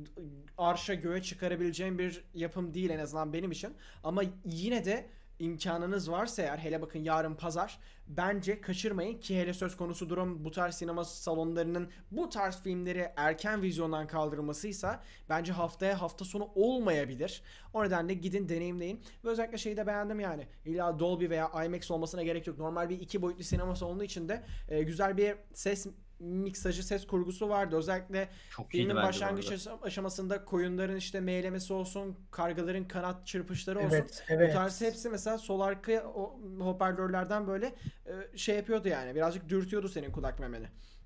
S1: arşa göğe çıkarabileceğim bir yapım değil en azından benim için. Ama yine de imkanınız varsa eğer, hele bakın yarın pazar, bence kaçırmayın ki hele söz konusu durum bu tarz sinema salonlarının bu tarz filmleri erken vizyondan kaldırılmasıysa bence haftaya hafta sonu olmayabilir. O nedenle gidin deneyimleyin ve özellikle şeyi de beğendim yani. İlla Dolby veya IMAX olmasına gerek yok. Normal bir iki boyutlu sinema salonu içinde e, güzel bir ses miksajı, ses kurgusu vardı. Özellikle
S3: Çok iyiydi
S1: filmin
S3: bence bu
S1: başlangıç
S3: arada.
S1: aşam- aşamasında koyunların işte meylemesi olsun, kargaların kanat çırpışları olsun.
S2: Evet,
S1: Bu
S2: evet.
S1: tarz hepsi mesela sol arka o hoparlörlerden böyle e, şey yapıyordu yani. Birazcık dürtüyordu senin kulak memeni.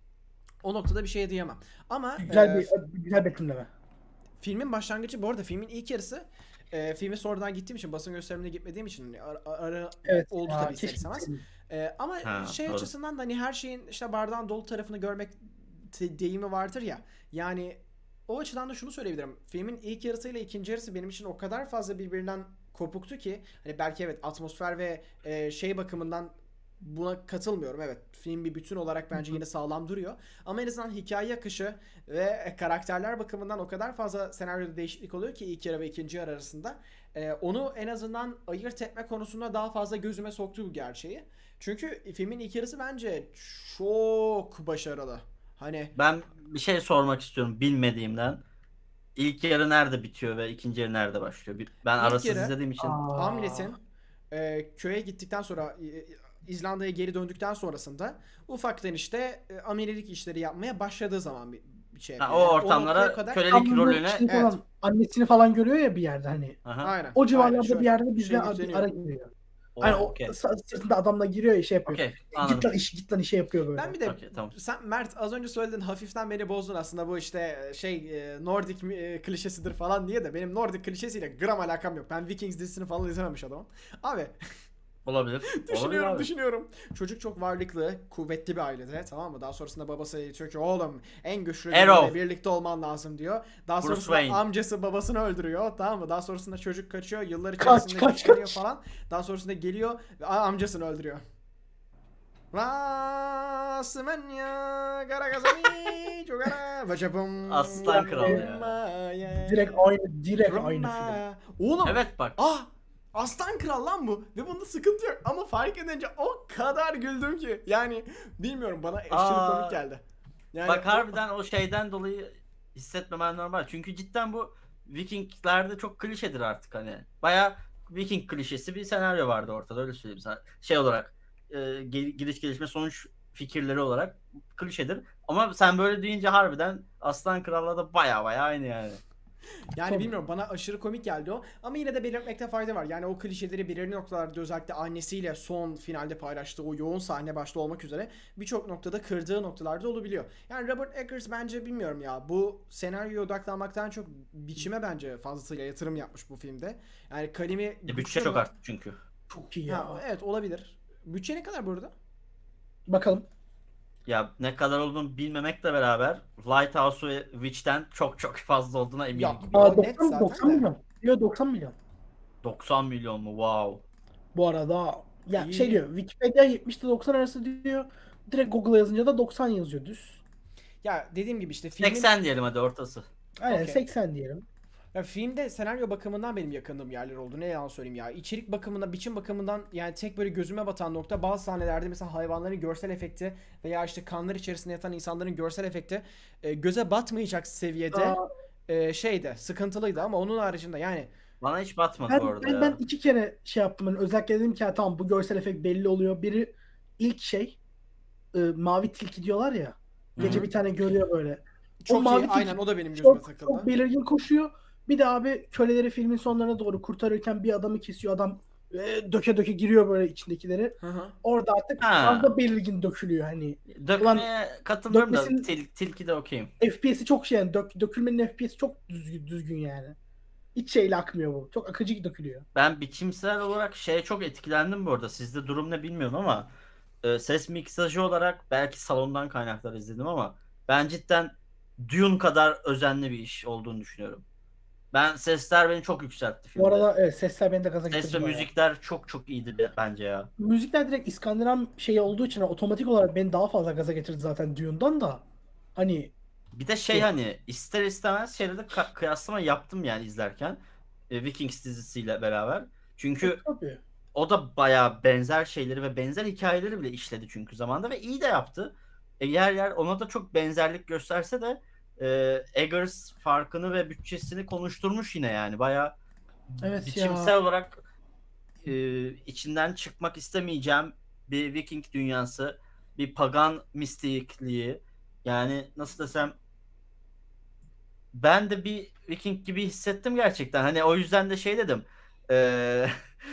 S1: O noktada bir şey diyemem. Ama
S2: Güzel
S1: e,
S2: bir güzel betimleme.
S1: filmin başlangıcı, bu arada filmin ilk yarısı, e, filme sonradan gittiğim için, basın gösterimine gitmediğim için hani ara, ara
S2: Evet.
S1: oldu
S2: ya,
S1: tabii ister
S2: keşke
S1: istemez.
S2: gitseydim.
S1: E, ama
S3: Ha,
S1: şey
S3: doğru.
S1: açısından da hani her şeyin işte bardağın dolu tarafını görmek te- deyimi vardır ya. Yani o açıdan da şunu söyleyebilirim. Filmin ilk yarısıyla ikinci yarısı benim için o kadar fazla birbirinden kopuktu ki hani belki evet atmosfer ve e, şey bakımından buna katılmıyorum. Evet, film bir bütün olarak bence yine sağlam duruyor. Ama en azından hikaye akışı ve karakterler bakımından o kadar fazla senaryoda değişiklik oluyor ki ilk yarı ve ikinci yarı arasında. Ee, onu en azından ayırt etme konusunda daha fazla gözüme soktu bu gerçeği. Çünkü filmin ilk yarısı bence çok başarılı. Hani
S3: Ben bir şey sormak istiyorum bilmediğimden. İlk yarı nerede bitiyor ve ikinci yarı nerede başlıyor? Bir- Ben
S1: İlk
S3: arasız
S1: yarı-
S3: izlediğim için.
S2: Aa.
S1: Hamlet'in e, köye gittikten sonra, e, İzlanda'ya geri döndükten sonrasında ufaktan işte e, amelelik işleri yapmaya başladığı zaman bir, bir şey
S3: Ha,
S1: yapıyor.
S3: o
S1: Yani
S3: ortamlara
S1: noktaya kadar-
S3: kölelik
S2: Tam böyle
S3: rolüne.
S2: şey falan,
S1: Evet.
S2: annesini falan görüyor ya bir yerde hani.
S3: Aha.
S1: Aynen.
S2: O civarlarda
S1: aynen, şöyle
S2: bir yerde bizde
S1: şey
S2: bir
S1: yükleniyor.
S2: ara giriyor.
S3: O,
S2: Hani o
S3: okey.
S2: sa- sırtında adamla giriyor ya, şey yapıyor.
S3: Okey,
S2: Git
S3: anladım.
S2: lan iş, git lan işe yapıyor böyle.
S1: Ben bir de
S3: Okey, tamam.
S1: sen Mert az önce söyledin, hafiften beni bozdun aslında, bu işte şey e, Nordik e, klişesidir falan diye, de benim Nordik klişesiyle gram alakam yok. Ben Vikings dizisini falan izlememiş adamım. Abi
S3: Olabilir. Olabilir
S1: düşünüyorum
S3: abi.
S1: düşünüyorum. Çocuk çok varlıklı, kuvvetli bir ailede, tamam mı? Daha sonrasında babası diyor ki oğlum en güçlü
S3: Arrow.
S1: biriyle birlikte olman lazım diyor. Daha
S3: Bruce
S1: sonrasında
S3: Wayne.
S1: amcası babasını öldürüyor, tamam mı? Daha sonrasında çocuk kaçıyor, yıllar
S2: Kaç,
S1: içerisinde
S2: kaç,
S1: güçleniyor
S2: kaç.
S1: falan. Daha sonrasında geliyor ve a- amcasını öldürüyor. Rasmenya garagazami çogara vacabum.
S3: Aslan Kral ya.
S2: Direkt aynı, direkt aynı film.
S1: Oğlum.
S3: Evet bak.
S1: Ah! Aslan Kral lan bu. Ve bunda sıkıntı yok. Ama fark edince o kadar güldüm ki. Yani bilmiyorum, bana aşırı
S3: Aa.
S1: komik geldi. Yani
S3: Bak
S1: o-
S3: harbiden o şeyden dolayı hissetmemen normal. Çünkü cidden bu Vikinglerde çok klişedir artık hani. Baya Viking klişesi bir senaryo vardı ortada, öyle söyleyeyim sana. Şey olarak e, gel- gidiş gelişme sonuç fikirleri olarak klişedir. Ama sen böyle deyince harbiden Aslan Kral'la da baya baya aynı yani.
S1: Yani
S2: Tabii.
S1: bilmiyorum, bana aşırı komik geldi o. Ama yine de belirtmekte fayda var. Yani o klişeleri belirli noktalarda, özellikle annesiyle son finalde paylaştığı o yoğun sahne başta olmak üzere birçok noktada kırdığı noktalarda olabiliyor. Yani Robert Eggers bence bilmiyorum ya, bu senaryoya odaklanmaktan çok biçime bence fazlasıyla yatırım yapmış bu filmde. Yani kalemi
S3: E, bütçe
S1: güçlü
S3: çok
S1: mü?
S3: arttı çünkü.
S2: Çok iyi ya.
S1: Ha, evet olabilir. Bütçe ne kadar burada?
S2: Bakalım.
S3: Ya ne kadar olduğunu bilmemekle beraber Lighthouse ve Witch'ten çok çok fazla olduğuna eminim.
S1: Yok.
S3: gibi.
S2: Aa,
S1: O net
S2: doksan,
S1: zaten
S2: doksan
S1: de.
S2: milyon. Diyor doksan milyon.
S3: doksan milyon mu? Wow.
S2: Bu arada ya
S1: İyi.
S2: şey diyor, Wikipedia yetmiş ile doksan arası diyor. Direkt Google'a yazınca da doksan yazıyor düz.
S1: Ya dediğim gibi işte filmin...
S3: seksen diyelim hadi ortası.
S2: Aynen
S1: Okey.
S2: seksen diyelim.
S1: Ya filmde senaryo bakımından benim yakındığım yerler oldu. Ne yalan söyleyeyim ya. İçerik bakımından, biçim bakımından yani tek böyle gözüme batan nokta, bazı sahnelerde mesela hayvanların görsel efekti veya işte kanlar içerisinde yatan insanların görsel efekti e, göze batmayacak seviyede
S2: Aa,
S1: e, şeyde sıkıntılıydı, ama onun haricinde yani
S3: Bana hiç batmadı
S2: ben,
S3: bu arada
S2: ben,
S3: ya.
S2: ben iki kere şey yaptım. Yani özellikle dedim ki "Ha, tamam bu görsel efekt belli oluyor." Biri ilk şey e, mavi tilki diyorlar ya. Gece
S3: Hı hı.
S2: bir tane görüyor böyle.
S1: çok
S2: mavi
S1: iyi,
S2: tilki
S1: aynen o da benim gözüme
S2: Çok,
S1: takıldı.
S2: çok belirgin koşuyor. Bir de abi köleleri filmin sonlarına doğru kurtarırken bir adamı kesiyor. Adam e, döke döke giriyor böyle içindekileri.
S1: Hı hı.
S2: Orada artık
S3: Ha.
S2: fazla belirgin dökülüyor hani.
S3: Dökmeye katılmıyorum da
S2: dökmesin-
S3: til, tilki de okeyim.
S2: F P S'i çok şey yani dök, dökülmenin F P S'i çok düzgün, düzgün yani. Hiç şeyle akmıyor bu. Çok akıcı dökülüyor.
S3: Ben biçimsel olarak şeye çok etkilendim bu arada. Sizde durum ne bilmiyorum ama e, ses miksajı olarak belki salondan kaynaklar izledim ama ben cidden Dune kadar özenli bir iş olduğunu düşünüyorum. Ben sesler beni çok yükseltti filmde.
S2: Bu arada evet, sesler beni de gaza
S3: Ses ve
S2: getirdi bayağı.
S3: müzikler çok çok iyiydi be- bence ya.
S2: Müzikler direkt İskandinav şeyi olduğu için otomatik olarak beni daha fazla gaza getirdi zaten Dune'dan da. Hani
S3: Bir de şey hani ister istemez şeyle de ka- kıyaslama yaptım yani izlerken. E, Vikings dizisiyle beraber. Çünkü
S2: tabii.
S3: o da bayağı benzer şeyleri ve benzer hikayeleri bile işledi çünkü zamanda ve iyi de yaptı. E, yer yer ona da çok benzerlik gösterse de e, Eggers farkını ve bütçesini konuşturmuş yine yani. Bayağı
S2: Evet
S3: biçimsel
S2: ya.
S3: olarak e, içinden çıkmak istemeyeceğim bir Viking dünyası, bir pagan mistikliği. Yani nasıl desem ben de bir Viking gibi hissettim gerçekten. Hani o yüzden de şey dedim. Eee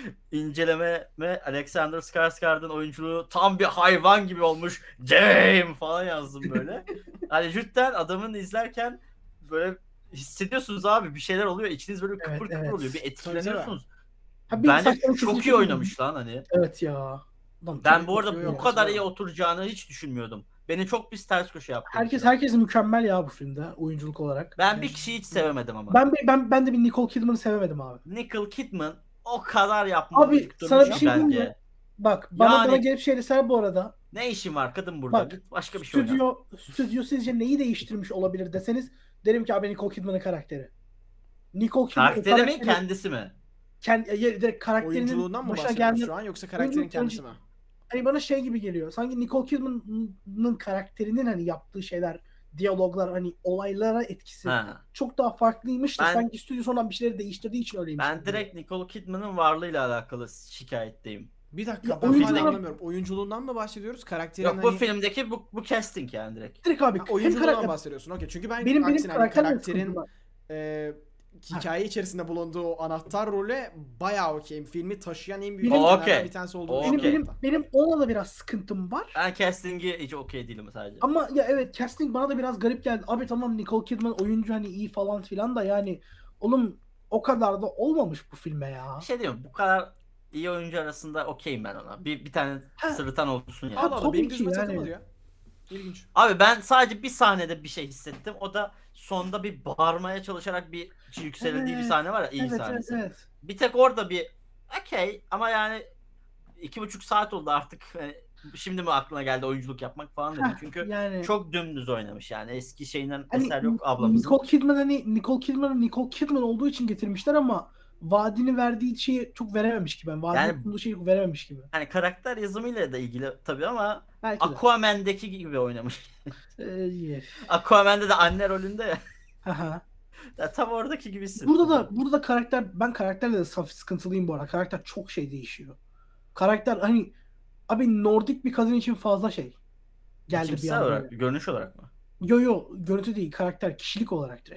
S3: incelememe Alexander Skarsgård'ın oyunculuğu tam bir hayvan gibi olmuş. Damn falan yazdım böyle. Hani cidden adamın izlerken böyle hissediyorsunuz abi, bir şeyler oluyor. İçiniz böyle
S2: Evet,
S3: kıpır kıpır
S2: evet.
S3: oluyor. Bir
S1: Tabii,
S3: etkileniyorsunuz.
S2: Ha, bir
S3: Bence
S2: saçların
S3: çok
S2: kesinlikle
S3: iyi oynamış lan hani.
S2: Evet ya. Lan
S3: Ben
S2: çok-
S3: bu arada
S1: Yo,
S3: bu
S1: yo,
S3: kadar iyi
S1: katılıyorum.
S3: oturacağını hiç düşünmüyordum. Beni çok bir ters köşe yaptı.
S2: herkes herkes mükemmel ya bu filmde oyunculuk olarak.
S3: Ben bir kişiyi hiç sevemedim ama.
S2: Ben ben ben de bir Nicole Kidman'ı sevemedim abi.
S3: Nicole Kidman o kadar yapmadık
S2: Abi sana
S3: durmuş
S2: bir
S3: ki
S2: şey diyeyim
S3: bence.
S2: mi? Bak bana
S3: Yani-
S2: bana gelip şey deseler bu arada.
S3: Ne işin var kadın burada?
S2: Bak,
S3: Git başka bir şey oyna.
S2: Stüdyo stüdyo sizce neyi değiştirmiş olabilir deseniz derim ki abi Nicole Kidman'ın karakteri. Nicole Kidman o
S3: Karakteri mi
S2: karakteri
S3: kendisi mi?
S2: kend, ya, direkt karakterinin
S1: Oyunculuğundan mı
S2: başına
S1: bahsediyoruz
S2: geldi.
S1: şu an, yoksa karakterin
S2: Oyunculuk-
S1: kendisi mi?
S2: Hani bana şey gibi geliyor. Sanki Nicole Kidman'ın karakterinin hani yaptığı şeyler, diyaloglar, hani olaylara etkisi
S3: Ha.
S2: çok daha farklıymış da
S3: Ben-
S2: sanki stüdyo sonradan bir şeyleri değiştirdiği için öyleymiş.
S3: Ben
S2: gibi.
S3: direkt Nicole Kidman'ın varlığıyla alakalı şikayetteyim.
S1: Bir dakika,
S2: Ya
S1: ben
S2: oyuncular-
S1: hala anlamıyorum. Oyunculuğundan mı bahsediyoruz? Karakterin
S3: Yok bu
S1: hani...
S3: filmdeki bu, bu casting yani direkt.
S2: direkt abi
S1: Ha,
S2: hem
S1: oyunculuğundan
S2: karakter
S1: bahsediyorsun. Okey. Çünkü ben
S2: benim benim
S1: aksine hani
S2: karakterimle
S1: karakterin
S2: sıkıntım var.
S1: e, hikaye içerisinde bulunduğu o anahtar role bayağı okeyim. Filmi taşıyan en büyük
S2: Benim-
S1: etkenlerden
S3: Okey.
S1: bir tanesi olduğunu
S3: Okey.
S2: Benim
S1: düşünüyorum
S2: benim
S1: hatta.
S2: benim ona da biraz sıkıntım var.
S3: Ben casting'i hiç okey değilim sadece.
S2: Ama ya evet casting bana da biraz garip geldi. Abi tamam Nicole Kidman oyuncu hani iyi falan filan da yani oğlum o kadar da olmamış bu filme ya.
S3: Bir şey diyeyim bu kadar iyi oyuncu arasında okeyim ben ona. Bir, bir tane
S2: Ha.
S3: sırıtan olsun yani.
S1: Allah Allah,
S2: tabii
S1: benim
S2: ki
S1: gözüme
S2: yani.
S1: takılmadı ya. İlginç.
S3: Abi ben sadece bir sahnede bir şey hissettim. O da sonda bir bağırmaya çalışarak bir yükseldiği bir
S2: Evet,
S3: sahne var ya, iyi
S2: Evet evet
S3: sahnesi.
S2: evet.
S3: Bir tek orada bir okey ama yani iki buçuk saat oldu artık. Yani şimdi mi aklına geldi oyunculuk yapmak falan dedim.
S2: Heh,
S3: Çünkü
S2: yani
S3: çok dümdüz oynamış yani. Eski şeyinden
S2: hani
S3: eser yok ablamızın.
S2: Nicole Kidman hani Nicole Kidman'ı Nicole Kidman olduğu için getirmişler ama vaadini verdiği şeyi çok verememiş gibi. Yani vaadini
S3: Yani-
S2: sunduğu şeyi çok verememiş gibi.
S3: Hani karakter yazımıyla da ilgili tabii ama
S2: Belki de.
S3: Aquaman'deki gibi oynamış.
S2: Ee, iyi.
S3: Aquaman'de de anne rolünde ya.
S2: Haha.
S3: Ya tam oradaki gibisin.
S2: Burada da burada da karakter ben karakterle de saf sıkıntılıyım bu arada. Karakter çok şey değişiyor. Karakter hani abi Nordik bir kadın için fazla şey geldi bir
S3: Biçimsel
S2: anda.
S3: olarak, görünüş olarak mı?
S2: Yo yo görüntü değil karakter kişilik olarak direkt.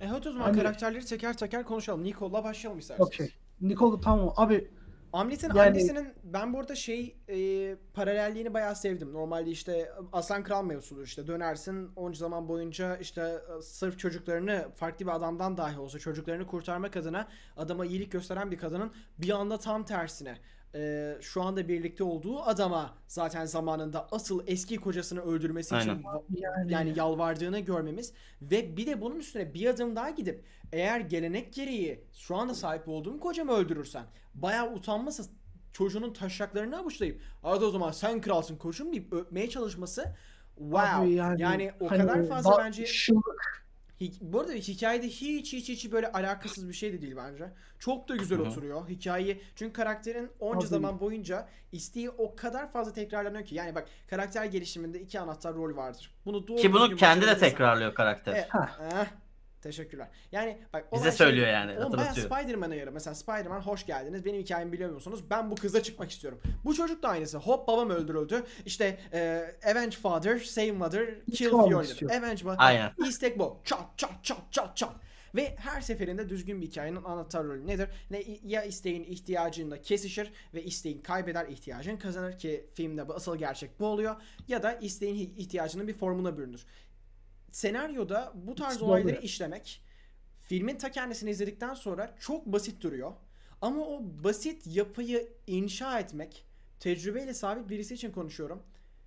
S1: E hadi o zaman
S2: Hani-
S1: karakterleri teker teker konuşalım. Nicole'la başlayalım isterseniz.
S2: Okey. Nicole tamam abi.
S1: Amlet'in
S2: Yani-
S1: annesinin ben burada şey e, paralelliğini bayağı sevdim. Normalde işte Aslan Kral mevzusudur işte dönersin onca zaman boyunca işte sırf çocuklarını farklı bir adamdan dahi olsa çocuklarını kurtarmak adına adama iyilik gösteren bir kadının bir anda tam tersine e, şu anda birlikte olduğu adama zaten zamanında asıl eski kocasını öldürmesi için
S3: Aynen.
S1: va-
S2: Yani,
S1: yani yalvardığını görmemiz ve bir de bunun üstüne bir adım daha gidip eğer gelenek gereği şu anda sahip olduğum kocamı öldürürsen bayağı utanması çocuğunun taşaklarını avuçlayıp hadi o zaman sen kralsın koçum deyip öpmeye çalışması wow.
S2: Abi
S1: Yani,
S2: yani,
S1: o
S2: hani
S1: kadar fazla
S2: ba-
S1: bence
S2: şıllık.
S1: Hi- bu arada hikayede hiç hiç hiç böyle alakasız bir şey de değil bence. Çok da güzel
S3: Hı hı.
S1: oturuyor hikayeyi. Çünkü karakterin onca
S2: Abi.
S1: zaman boyunca isteği o kadar fazla tekrarlanıyor ki. Yani bak karakter gelişiminde iki anahtar rol vardır. Bunu doğru
S3: Ki bunu
S1: düzgün
S3: kendi de
S1: başarabilirsen-
S3: tekrarlıyor karakter.
S1: Evet.
S2: Hah.
S1: eh, teşekkürler. Yani bak
S3: Bize
S1: olay şey-
S3: söylüyor yani,
S1: Oğlum bayağı
S3: hatırlatıyor.
S1: Spider-Man'a yarı. Mesela Spider-Man hoş geldiniz. Benim hikayemi biliyor musunuz? Ben bu kızla çıkmak istiyorum. Bu çocuk da aynısı. Hop babam öldürüldü. İşte e, Avenge Father, Save Mother, Kill
S2: Tamam
S1: Fjord.
S2: istiyor.
S1: Avenge Mother.
S3: Aynen.
S1: İstek bu. Çat çat çat çat çat. Ve her seferinde düzgün bir hikayenin anahtar rolü nedir? Ne ya isteğin ihtiyacınla kesişir ve isteğin kaybeder, ihtiyacın kazanır ki filmde bu asıl gerçek bu oluyor. Ya da isteğin ihtiyacının bir formuna bürünür. Senaryoda bu tarz
S2: İkisi
S1: olayları
S2: oluyor.
S1: işlemek filmin ta kendisini izledikten sonra çok basit duruyor. Ama o basit yapıyı inşa etmek tecrübeyle sabit birisi için konuşuyorum.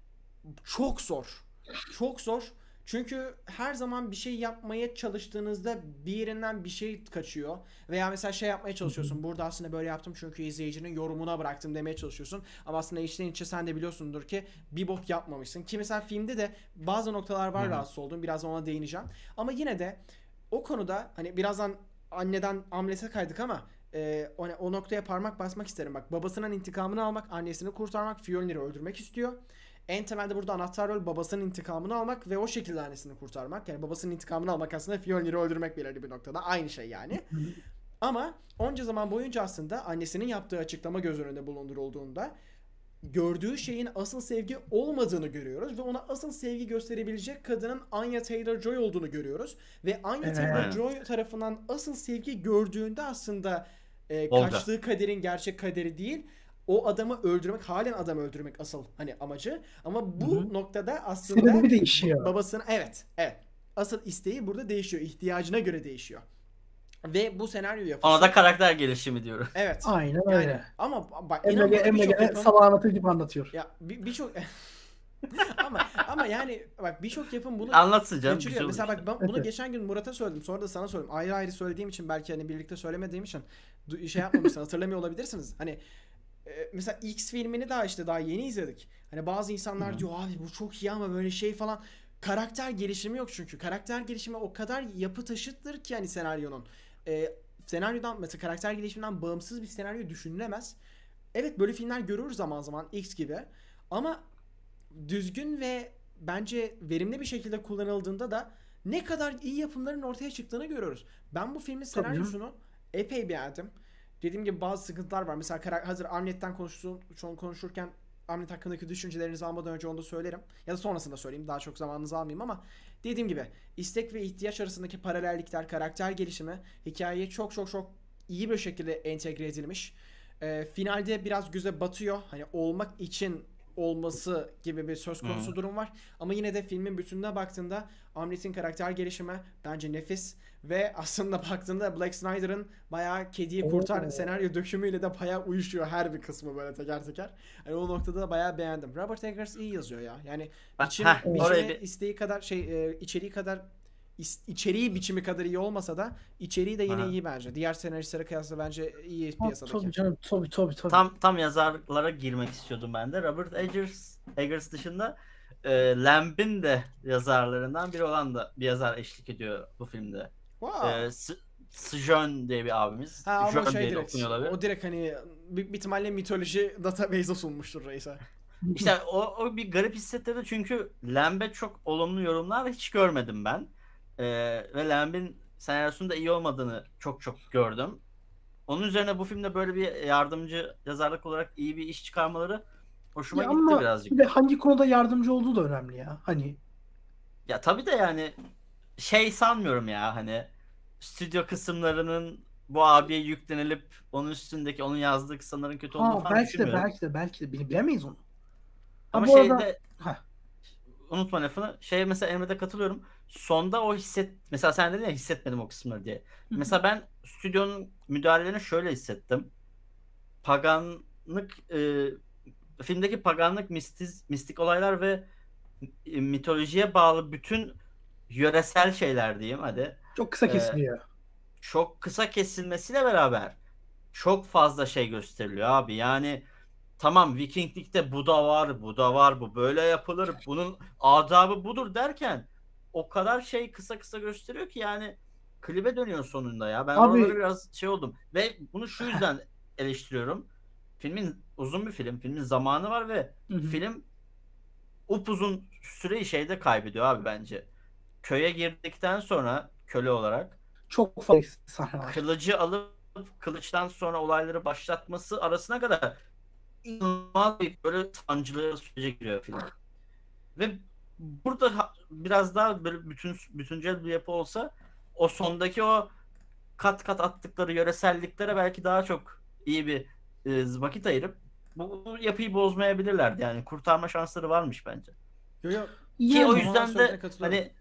S1: Çok zor. Çok zor. Çünkü her zaman bir şey yapmaya çalıştığınızda bir yerinden bir şey kaçıyor. Veya mesela şey yapmaya çalışıyorsun. Burada aslında böyle yaptım çünkü izleyicinin yorumuna bıraktım demeye çalışıyorsun. Ama aslında içten içe sen de biliyorsundur ki bir bok yapmamışsın. Ki mesela filmde de bazı noktalar var
S3: Hı hı.
S1: rahatsız olduğum. Birazdan ona değineceğim. Ama yine de o konuda hani birazdan anneden Hamlet'e kaydık ama e, o, o noktaya parmak basmak isterim. Bak babasının intikamını almak, annesini kurtarmak, Fjolnir'i öldürmek istiyor. En temelde burada anahtar rol babasının intikamını almak ve o şekilde annesini kurtarmak. Yani babasının intikamını almak aslında Fjolnir'i öldürmek belirli bir noktada. Aynı şey yani. Ama onca zaman boyunca aslında annesinin yaptığı açıklama göz önünde bulundurulduğunda gördüğü şeyin asıl sevgi olmadığını görüyoruz ve ona asıl sevgi gösterebilecek kadının Anya Taylor-Joy olduğunu görüyoruz ve Anya
S2: Evet.
S1: Taylor-Joy tarafından asıl sevgi gördüğünde aslında e,
S3: Olga.
S1: kaçtığı kaderin gerçek kaderi değil, o adamı öldürmek, halen adamı öldürmek asıl hani amacı. Ama bu
S2: Hı hı.
S1: noktada aslında
S2: Sebebi değişiyor.
S1: babasına evet, evet. Asıl isteği burada değişiyor, ihtiyacına göre değişiyor. Ve bu senaryo yapısı.
S3: Ona da karakter gelişimi diyorum.
S1: Evet.
S2: Aynen
S1: Yani
S2: öyle.
S1: ama bak
S2: Emre,
S1: inan bana
S2: Emre
S1: birçok
S2: gene
S1: yapım-
S2: sabah anlatır gibi anlatıyor.
S1: ya bir- birçok ama ama yani bak birçok yapım bunu
S3: Anlatsın canım.
S1: kaçırıyor.
S3: güzel
S1: Mesela
S3: olur
S1: bak ben
S2: Evet,
S1: bunu
S2: evet.
S1: geçen gün Murat'a söyledim. Sonra da sana söyledim. Ayrı ayrı söylediğim için belki hani birlikte söylemediğim için du- şey yapmamışsın, hatırlamıyor olabilirsiniz. Hani e, mesela X filmini daha işte daha yeni izledik. Hani bazı insanlar
S3: Hı hı.
S1: diyor abi bu çok iyi ama böyle şey falan. Karakter gelişimi yok çünkü. Karakter gelişimi o kadar yapı taşıttır ki hani senaryonun. E, senaryodan mesela karakter gelişiminden bağımsız bir senaryo düşünülemez. Evet böyle filmler görürüz zaman zaman X gibi. Ama düzgün ve bence verimli bir şekilde kullanıldığında da ne kadar iyi yapımların ortaya çıktığını görüyoruz. Ben bu filmin
S2: Tabii canım.
S1: senaryosunu epey beğendim. Dediğim gibi bazı sıkıntılar var. Mesela kara- hazır Hamlet'ten konuştuğum, şu an konuşurken Hamlet hakkındaki düşüncelerinizi almadan önce onu da söylerim. Ya da sonrasında söyleyeyim. Daha çok zamanınızı almayayım ama dediğim gibi istek ve ihtiyaç arasındaki paralellikler, karakter gelişimi hikayeye çok çok çok iyi bir şekilde entegre edilmiş. Ee, finalde biraz göze batıyor. Hani olmak için olması gibi bir söz konusu
S3: Hı.
S1: durum var. Ama yine de filmin bütününe baktığında Hamlet'in karakter gelişimi bence nefis ve aslında baktığında Black Snyder'ın bayağı kediyi kurtar
S2: Oo.
S1: senaryo dökümüyle de bayağı uyuşuyor her bir kısmı böyle teker teker. Hani o noktada da bayağı beğendim. Robert Eggers iyi yazıyor ya. Yani
S3: Ben-
S1: biçim,
S3: heh,
S1: biçimi,
S3: oraya bir-
S1: isteği kadar şey e, içeriği kadar is- içeriği biçimi kadar iyi olmasa da içeriği de yine
S3: Aha.
S1: iyi bence. Diğer senaristlere kıyasla bence iyi
S2: Tabii,
S1: piyasadaki.
S2: tabii canım tabii tabii tabii.
S3: Tam tam yazarlara girmek istiyordum ben de. Robert Eggers, Eggers dışında e, Lamb'in de yazarlarından biri olan da bir yazar eşlik ediyor bu filmde.
S1: Wow.
S3: E, S- Sjeun diye bir abimiz.
S1: Ha ama
S3: Jeun
S1: şey
S3: diye de
S1: direkt,
S3: okunuyor olabilir.
S1: o direkt hani büyük bir ihtimalle mitoloji database'e sunmuştur reise.
S3: İşte o, o bir garip hissettirdi çünkü Lamb'e çok olumlu yorumlar hiç görmedim ben. Ee, ve Lamb'in senaryosunun da iyi olmadığını çok çok gördüm. Onun üzerine bu filmde böyle bir yardımcı yazarlık olarak iyi bir iş çıkarmaları hoşuma
S2: Ya
S3: gitti
S2: ama
S3: birazcık.
S2: bir de hangi konuda yardımcı olduğu da önemli ya. Hani
S3: Ya tabii de yani şey sanmıyorum ya hani stüdyo kısımlarının bu abiye yüklenilip onun üstündeki onun yazdığı kısımların kötü olduğunu
S2: Ha
S3: falan
S2: belki de
S3: düşünmüyorum.
S2: belki de belki de bile- bilemeyiz onu. Ha
S3: Ama
S2: bu arada
S3: şeyde
S2: ha,
S3: unutma lafını. Şeye mesela Emre'de katılıyorum. Sonda o hisset mesela sen dedin ya hissetmedim o kısımları diye. Mesela ben stüdyonun müdahalelerini şöyle hissettim. Paganlık e, filmdeki paganlık mistiz, mistik olaylar ve e, mitolojiye bağlı bütün yöresel şeyler diyeyim hadi.
S2: çok kısa
S3: E,
S2: kesiliyor.
S3: çok kısa kesilmesiyle beraber çok fazla şey gösteriliyor abi. Yani tamam Vikinglikte bu da var, bu da var, bu böyle yapılır, bunun adabı budur derken o kadar şey kısa kısa gösteriyor ki yani klibe dönüyor sonunda ya. Ben oraları
S2: Abi
S3: biraz şey oldum ve bunu şu yüzden eleştiriyorum. Filmin uzun bir film, filmin zamanı var ve
S2: hı hı,
S3: film upuzun süreyi şeyde kaybediyor abi bence. Köye girdikten sonra köle olarak
S2: çok fazla sahne var.
S3: kılıcı alıp kılıçtan sonra olayları başlatması arasına kadar inanılmaz bir böyle sancılı sürece giriyor film. Ve burada ha- biraz daha böyle bütün bütüncül bir yapı olsa o sondaki o kat kat attıkları yöreselliklere belki daha çok iyi bir e, vakit ayırıp bu, bu yapıyı bozmayabilirlerdi. Yani kurtarma şansları varmış bence.
S1: Yo yo,
S3: Ki o
S2: Yani
S1: tamamen
S3: yüzden
S1: söylediğine
S3: de
S1: katılıyorum.
S3: hani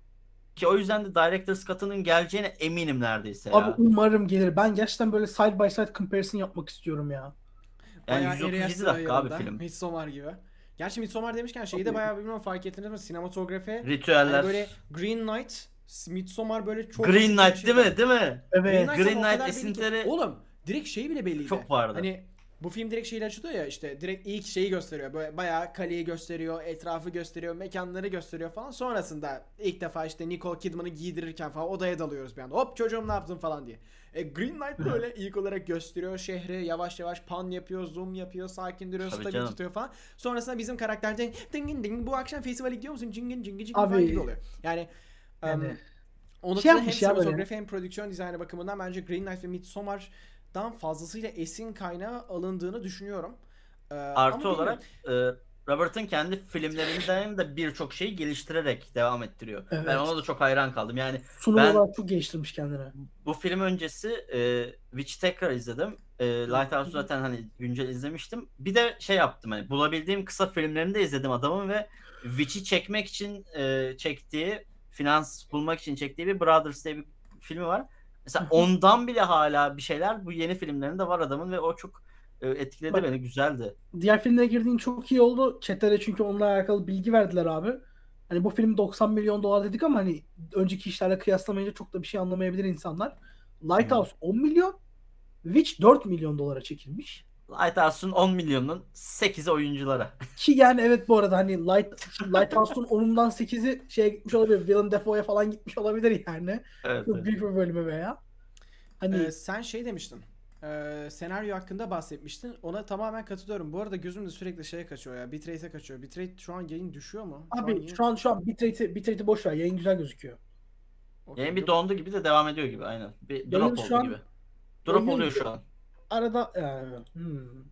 S3: ki o yüzden de Director's Cut'ının geleceğine eminim neredeyse
S2: abi
S3: ya.
S2: umarım gelir. Ben gerçekten böyle side by side comparison yapmak istiyorum ya.
S3: Yani
S1: Bayağı
S3: yüz otuz yedi
S1: Arias'ta
S3: dakika abi
S1: yanında.
S3: film.
S1: Midsommar gibi. Gerçi Midsommar demişken şeyi de
S2: Abi,
S1: bayağı bilmiyorum fark ettiniz mi? Sinematografi hani böyle
S3: Ritüeller.
S1: Green Knight, Midsommar böyle çok
S3: Green
S1: hızlı bir
S3: Knight değil
S1: şeyler.
S3: mi? Değil mi?
S1: Green
S2: evet.
S1: Knight ama
S3: Green
S1: o
S3: Knight
S1: kadar belli ki.
S3: esintileri
S1: Oğlum direkt şey bile belliydi.
S3: çok vardı.
S1: Hani bu film direkt şeyle açılıyor ya işte direkt ilk şeyi gösteriyor. Böyle bayağı kaleyi gösteriyor, etrafı gösteriyor, mekanları gösteriyor falan. Sonrasında ilk defa işte Nicole Kidman'ı giydirirken falan odaya dalıyoruz bir anda. Hop çocuğum ne yaptın falan diye. E, Green Knight böyle ilk olarak gösteriyor şehri yavaş yavaş pan yapıyor, zoom yapıyor, sakindiriyor,
S3: Tabii
S1: stabil
S3: canım.
S1: tutuyor falan. Sonrasında bizim karakter de ding ding bu akşam festivale gidiyor musun? Cingin cingin cingin falan
S2: Abi,
S1: gibi oluyor. Yani,
S2: yani
S1: em, o
S2: şey
S1: noktada hem
S2: yapmış ya böyle.
S1: sinematografi hem prodüksiyon dizaynı bakımından bence Green Knight ve Midsommar'dan fazlasıyla esin kaynağı alındığını düşünüyorum. Ee, ama
S3: Artı
S1: bilmiyorum.
S3: olarak e, Robert'ın kendi filmlerinden de birçok şeyi geliştirerek devam ettiriyor. Ben
S2: Evet.
S3: ona da çok hayran kaldım. Yani
S2: Sunum
S3: ben
S2: olarak çok geliştirmiş kendini.
S3: bu film öncesi e, Witch'i tekrar izledim. E, Lighthouse'u zaten hani güncel izlemiştim. Bir de şey yaptım hani bulabildiğim kısa filmlerini de izledim adamın ve Witch'i çekmek için e, çektiği, finans bulmak için çektiği bir Brothers diye bir filmi var. Mesela ondan bile hala bir şeyler bu yeni filmlerinde var adamın ve o çok e, etkiledi
S2: Bak,
S3: beni. Güzeldi.
S2: diğer filmlere girdiğin çok iyi oldu. Chat'te de çünkü onunla alakalı bilgi verdiler abi. Hani bu film doksan milyon dolar dedik ama hani önceki işlerle kıyaslamayınca çok da bir şey anlamayabilir insanlar. Lighthouse on milyon, Witch dört milyon dolara çekilmiş.
S3: Lighthouse'un on milyonun sekizi oyunculara.
S2: Ki yani evet bu arada hani Light, Lighthouse'un onundan sekizi şeye gitmiş olabilir. Willem Dafoe'ya falan gitmiş olabilir yani.
S3: Evet,
S2: Çok
S3: evet.
S2: büyük bir bölümü veya. Hani
S1: Ee, sen şey demiştin. Ee, senaryo hakkında bahsetmiştin. Ona tamamen katılıyorum. Bu arada gözüm de sürekli şeye kaçıyor ya. Bitrate'e kaçıyor. Bitrate şu an yayın düşüyor mu? Şu an
S2: abi
S1: niye?
S2: şu an şu an bitrate'i bitrate'i boş ver. Yayın güzel gözüküyor.
S1: Okey,
S3: Yani bir
S1: yok.
S3: dondu gibi de devam ediyor gibi aynen. Bir
S2: Yayın
S3: drop
S2: şu
S3: oldu
S2: an
S3: gibi. Drop
S2: yayın
S3: oluyor şu an.
S2: arada yani, hmm.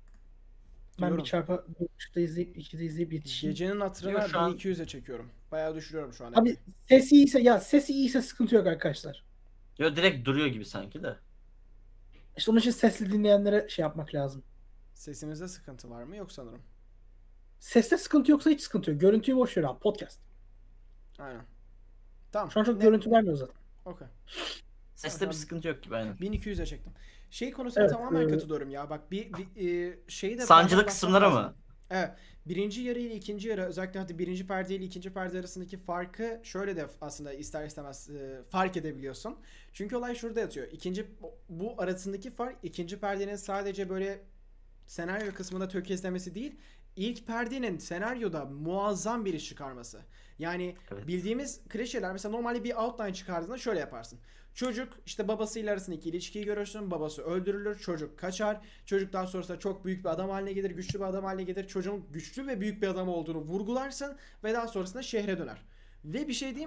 S2: Ben bir
S1: Diyorum.
S2: çarpı bir buçukta izleyip ikide izleyip yetişeyim.
S1: Gecenin
S3: Diyor
S1: hatırına
S3: şu an-
S1: bin iki yüze çekiyorum. Bayağı düşürüyorum şu an.
S2: Abi
S1: epey.
S2: sesi iyiyse ya sesi iyiyse sıkıntı yok arkadaşlar.
S3: Yo direkt duruyor gibi sanki de.
S2: İşte onun için sesli dinleyenlere şey yapmak lazım.
S1: Sesimizde sıkıntı var mı? Yok sanırım.
S2: Seste sıkıntı yoksa hiç sıkıntı yok. Görüntüyü boş ver abi podcast.
S1: Aynen. Tamam.
S2: Şu an çok
S1: Ne?
S2: görüntü vermiyor zaten.
S1: Okey.
S3: Seste
S1: Tamam.
S3: bir sıkıntı yok gibi aynen.
S1: bin iki yüze çektim. Şey konusunda
S2: Evet,
S1: tamamen
S2: e-
S1: katılıyorum ya. Bak bir, bir e, şeyi de
S3: Sancılı
S1: benden
S3: kısımlara
S1: bahsetmem
S3: mı?
S1: lazım. Evet. Birinci yarı ile ikinci yarı özellikle hadi birinci perde ile ikinci perde arasındaki farkı şöyle de aslında ister istemez e, fark edebiliyorsun. Çünkü olay şurada yatıyor. İkinci bu arasındaki fark ikinci perdenin sadece böyle senaryo kısmında tökezlemesi değil, ilk perdenin senaryoda muazzam bir iş çıkarması. Yani
S3: Evet.
S1: bildiğimiz klişeler mesela normalde bir outline çıkardığında şöyle yaparsın. Çocuk işte babasıyla arasındaki ilişkiyi görürsün. Babası öldürülür. Çocuk kaçar. Çocuk daha sonrasında çok büyük bir adam haline gelir. Güçlü bir adam haline gelir. Çocuğun güçlü ve büyük bir adam olduğunu vurgularsın. Ve daha sonrasında şehre döner. Ve bir şey diyeyim mi?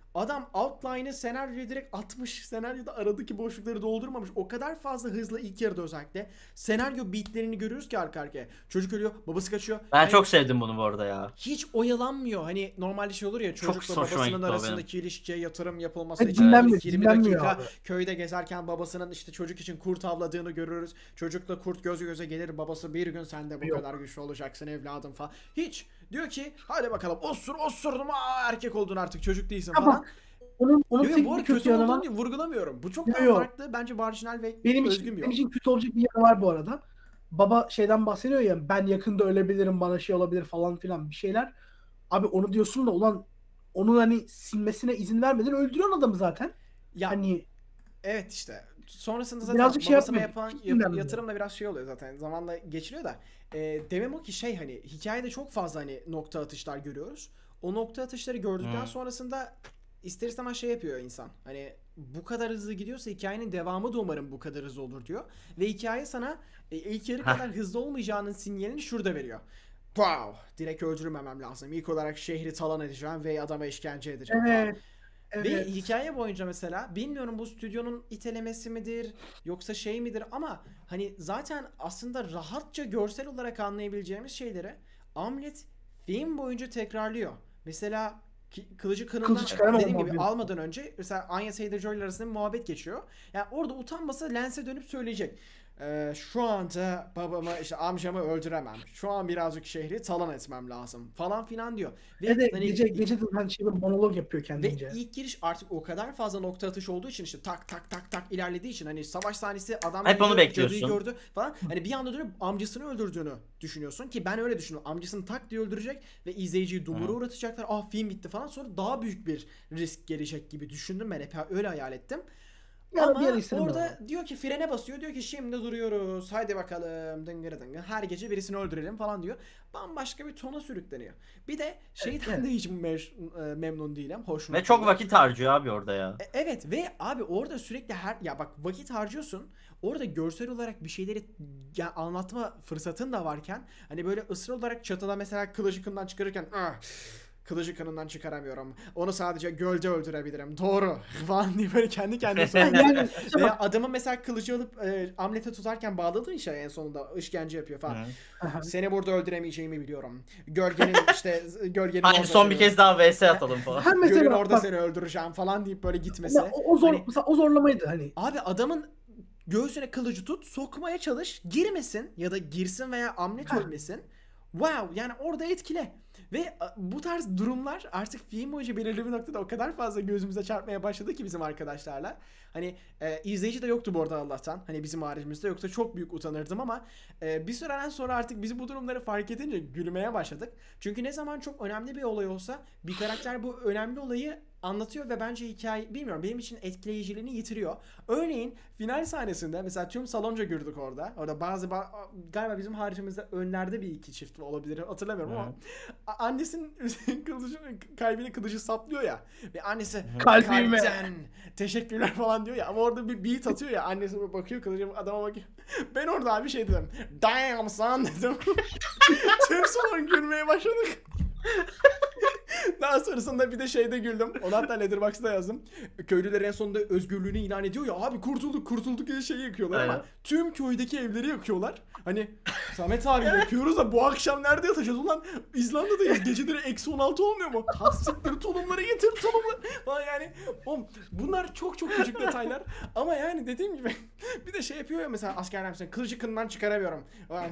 S1: Adam outline'ı senaryoya direkt atmış. Senaryoda aradaki boşlukları doldurmamış. O kadar fazla hızlı ilk yarıda özellikle. Senaryo beatlerini görüyoruz ki arka arkaya. Çocuk ölüyor, babası kaçıyor.
S3: Ben
S1: Hani
S3: çok sevdim bunu bu arada ya.
S1: hiç oyalanmıyor. Hani normalde şey olur ya,
S3: Çok
S1: çocukla
S3: hoşuma
S1: babasının
S3: gitti o
S1: arasındaki ilişkiye yatırım yapılması
S2: Evet,
S1: için
S2: dinlenmiyor,
S1: ilk yirmi
S2: dinlenmiyor
S1: dakika
S2: abi.
S1: köyde gezerken babasının işte çocuk için kurt avladığını görürüz. Çocukla kurt göz göze gelir, babası bir gün sen de bu
S2: Yok.
S1: kadar güçlü olacaksın evladım falan. Hiç. Diyor ki hadi bakalım osur osurdum, aa erkek oldun artık, çocuk değilsin
S2: Ama
S1: falan.
S2: Onun, onun
S1: Yo, yo,
S2: tek
S1: bu
S2: bir
S1: arada
S2: kötü
S1: kötü
S2: yanı
S1: olduğunu
S2: var.
S1: değil, vurgulamıyorum. Bu çok
S2: Yo,
S1: daha
S2: yo.
S1: farklı, bence marjinal ve
S2: Benim
S1: özgün
S2: için,
S1: bir
S2: benim
S1: yol.
S2: için kötü olacak bir yanı var bu arada. Baba şeyden bahsediyor ya, ben yakında ölebilirim, bana şey olabilir falan filan bir şeyler. Abi onu diyorsun da ulan onun hani silmesine izin vermeden öldürüyorsun adamı zaten.
S1: Ya
S2: Hani
S1: evet işte. Sonrasında zaten
S2: Birazcık şey
S1: babasına
S2: yapmıyor,
S1: yapılan
S2: hiç
S1: yat-
S2: dinlenmiyor.
S1: yatırımla biraz şey oluyor zaten. Zamanla geçiliyor da. E, demem o ki şey, hani hikayede çok fazla hani nokta atışlar görüyoruz. O nokta atışları gördükten
S3: Hmm.
S1: sonrasında ister istemez şey yapıyor insan. Hani bu kadar hızlı gidiyorsa hikayenin devamı da umarım bu kadar hızlı olur diyor. Ve hikaye sana e, ilk yarı
S3: Heh.
S1: kadar hızlı olmayacağının sinyalini şurada veriyor. Wow! Direkt öldürmemem lazım. İlk olarak şehri talan edeceğim ve adama işkence edeceğim falan.
S2: evet.
S1: Ve
S2: Evet.
S1: hikaye boyunca mesela bilmiyorum bu stüdyonun itelemesi midir yoksa şey midir ama hani zaten aslında rahatça görsel olarak anlayabileceğimiz şeyleri Amlet film boyunca tekrarlıyor. Mesela ki- kılıcı kınından
S2: Kılıcı çıkaramam
S1: dediğim
S2: ama
S1: gibi
S2: bir-
S1: almadan önce mesela Anya Taylor-Joy ile arasında bir muhabbet geçiyor. Yani orada utanmasa Lance'e dönüp söyleyecek. Ee, şu anda babamı işte amcamı öldüremem. Şu an birazcık şehri talan etmem lazım falan filan diyor. Ve
S2: Evet,
S1: hani
S2: gece gece de hani şey bir monolog yapıyor
S1: ve
S2: kendince.
S1: ilk giriş artık o kadar fazla nokta atış olduğu için işte tak tak tak tak ilerlediği için hani savaş sahnesi adam
S3: Hep onu
S1: gidiyor,
S3: bekliyorsun.
S1: cadıyı gördü falan. Hani bir anda dönüp amcasını öldürdüğünü düşünüyorsun ki ben öyle düşünüyorum. Amcasını tak diye öldürecek ve izleyiciyi dumura
S3: Hı.
S1: uğratacaklar. Ah film bitti falan. Sonra daha büyük bir risk gelecek gibi düşündüm, ben hep öyle hayal ettim.
S2: Yani
S1: Ama
S2: bir ara istedim
S1: orada
S2: ben.
S1: diyor ki frene basıyor, diyor ki şimdi duruyoruz, haydi bakalım dıngırı dıngır her gece birisini öldürelim falan diyor. Bambaşka bir tona sürükleniyor. Bir de şeyden
S2: evet.
S1: de hiç me- memnun değilim, hoşnut
S3: Ve çok
S1: değilim.
S3: vakit harcıyor abi orada ya.
S1: E- Evet ve abi orada sürekli her ya bak vakit harcıyorsun. Orada görsel olarak bir şeyleri ya anlatma fırsatın da varken hani böyle ısrar olarak çatıda mesela kılıcı kınından çıkarırken ah, kılıcı kınından çıkaramıyorum. Onu sadece gölde öldürebilirim. Doğru. Falan diye böyle kendi kendine söylüyor.
S2: Yani işte
S1: Veya
S2: bak,
S1: adamın mesela kılıcı alıp e, amlete tutarken bağladığın şey en sonunda işkence yapıyor falan.
S3: Hı.
S1: Seni burada öldüremeyeceğimi biliyorum. Gölgenin işte gölgenin
S3: Hadi
S1: orada
S3: son
S1: seni-
S3: bir kez daha V S atalım falan.
S2: ha
S1: Gölün
S2: mesela
S1: orada
S2: bak,
S1: seni öldüreceğim falan deyip böyle gitmesi.
S2: ya o, o zor
S1: Hani-
S2: mesela o zorlamaydı hani.
S1: Abi adamın göğsüne kılıcı tut, sokmaya çalış, girmesin ya da girsin veya amlet
S2: Ha.
S1: ölmesin. Wow, yani orada etkile. Ve a, bu tarz durumlar artık film boyunca belirli bir noktada o kadar fazla gözümüze çarpmaya başladı ki bizim arkadaşlarla. Hani e, izleyici de yoktu bu arada Allah'tan. Hani bizim haricimizde yoksa çok büyük utanırdım ama e, bir süreden sonra artık biz bu durumları fark edince gülmeye başladık. Çünkü ne zaman çok önemli bir olay olsa bir karakter bu önemli olayı anlatıyor ve bence hikaye bilmiyorum benim için etkileyiciliğini yitiriyor. Örneğin final sahnesinde mesela tüm salonca gördük orada. Orada bazı ba- galiba bizim haricimizde önlerde bir iki çift olabilir hatırlamıyorum ama a- annesinin kılıcını kalbini kılıcı saplıyor ya ve annesi
S2: Kalbime.
S1: kalpten teşekkürler falan diyor ya ama orada bir beat atıyor ya annesi böyle bakıyor kılıcı adama bakıyor. Ben orada abi şey dedim. Damn son dedim. Tüm salon gülmeye başladık. Daha sonrasında bir de şeyde güldüm. Onu hatta Letterboxd'da yazdım. Köylüler en sonunda özgürlüğünü ilan ediyor ya. Abi kurtulduk kurtulduk diye şeyi yakıyorlar ama
S3: Aynen.
S1: tüm köydeki evleri yakıyorlar. Hani Samet abi yakıyoruz da bu akşam nerede yatacağız ulan? İzlanda'dayız. Geceleri eksi on altı olmuyor mu? Hassiktir tulumları getir tulumları falan yani. Oğlum, bunlar çok çok küçük detaylar. Ama yani dediğim gibi bir de şey yapıyor ya mesela askerler mesela kılıcı kınından çıkaramıyorum. Ulan,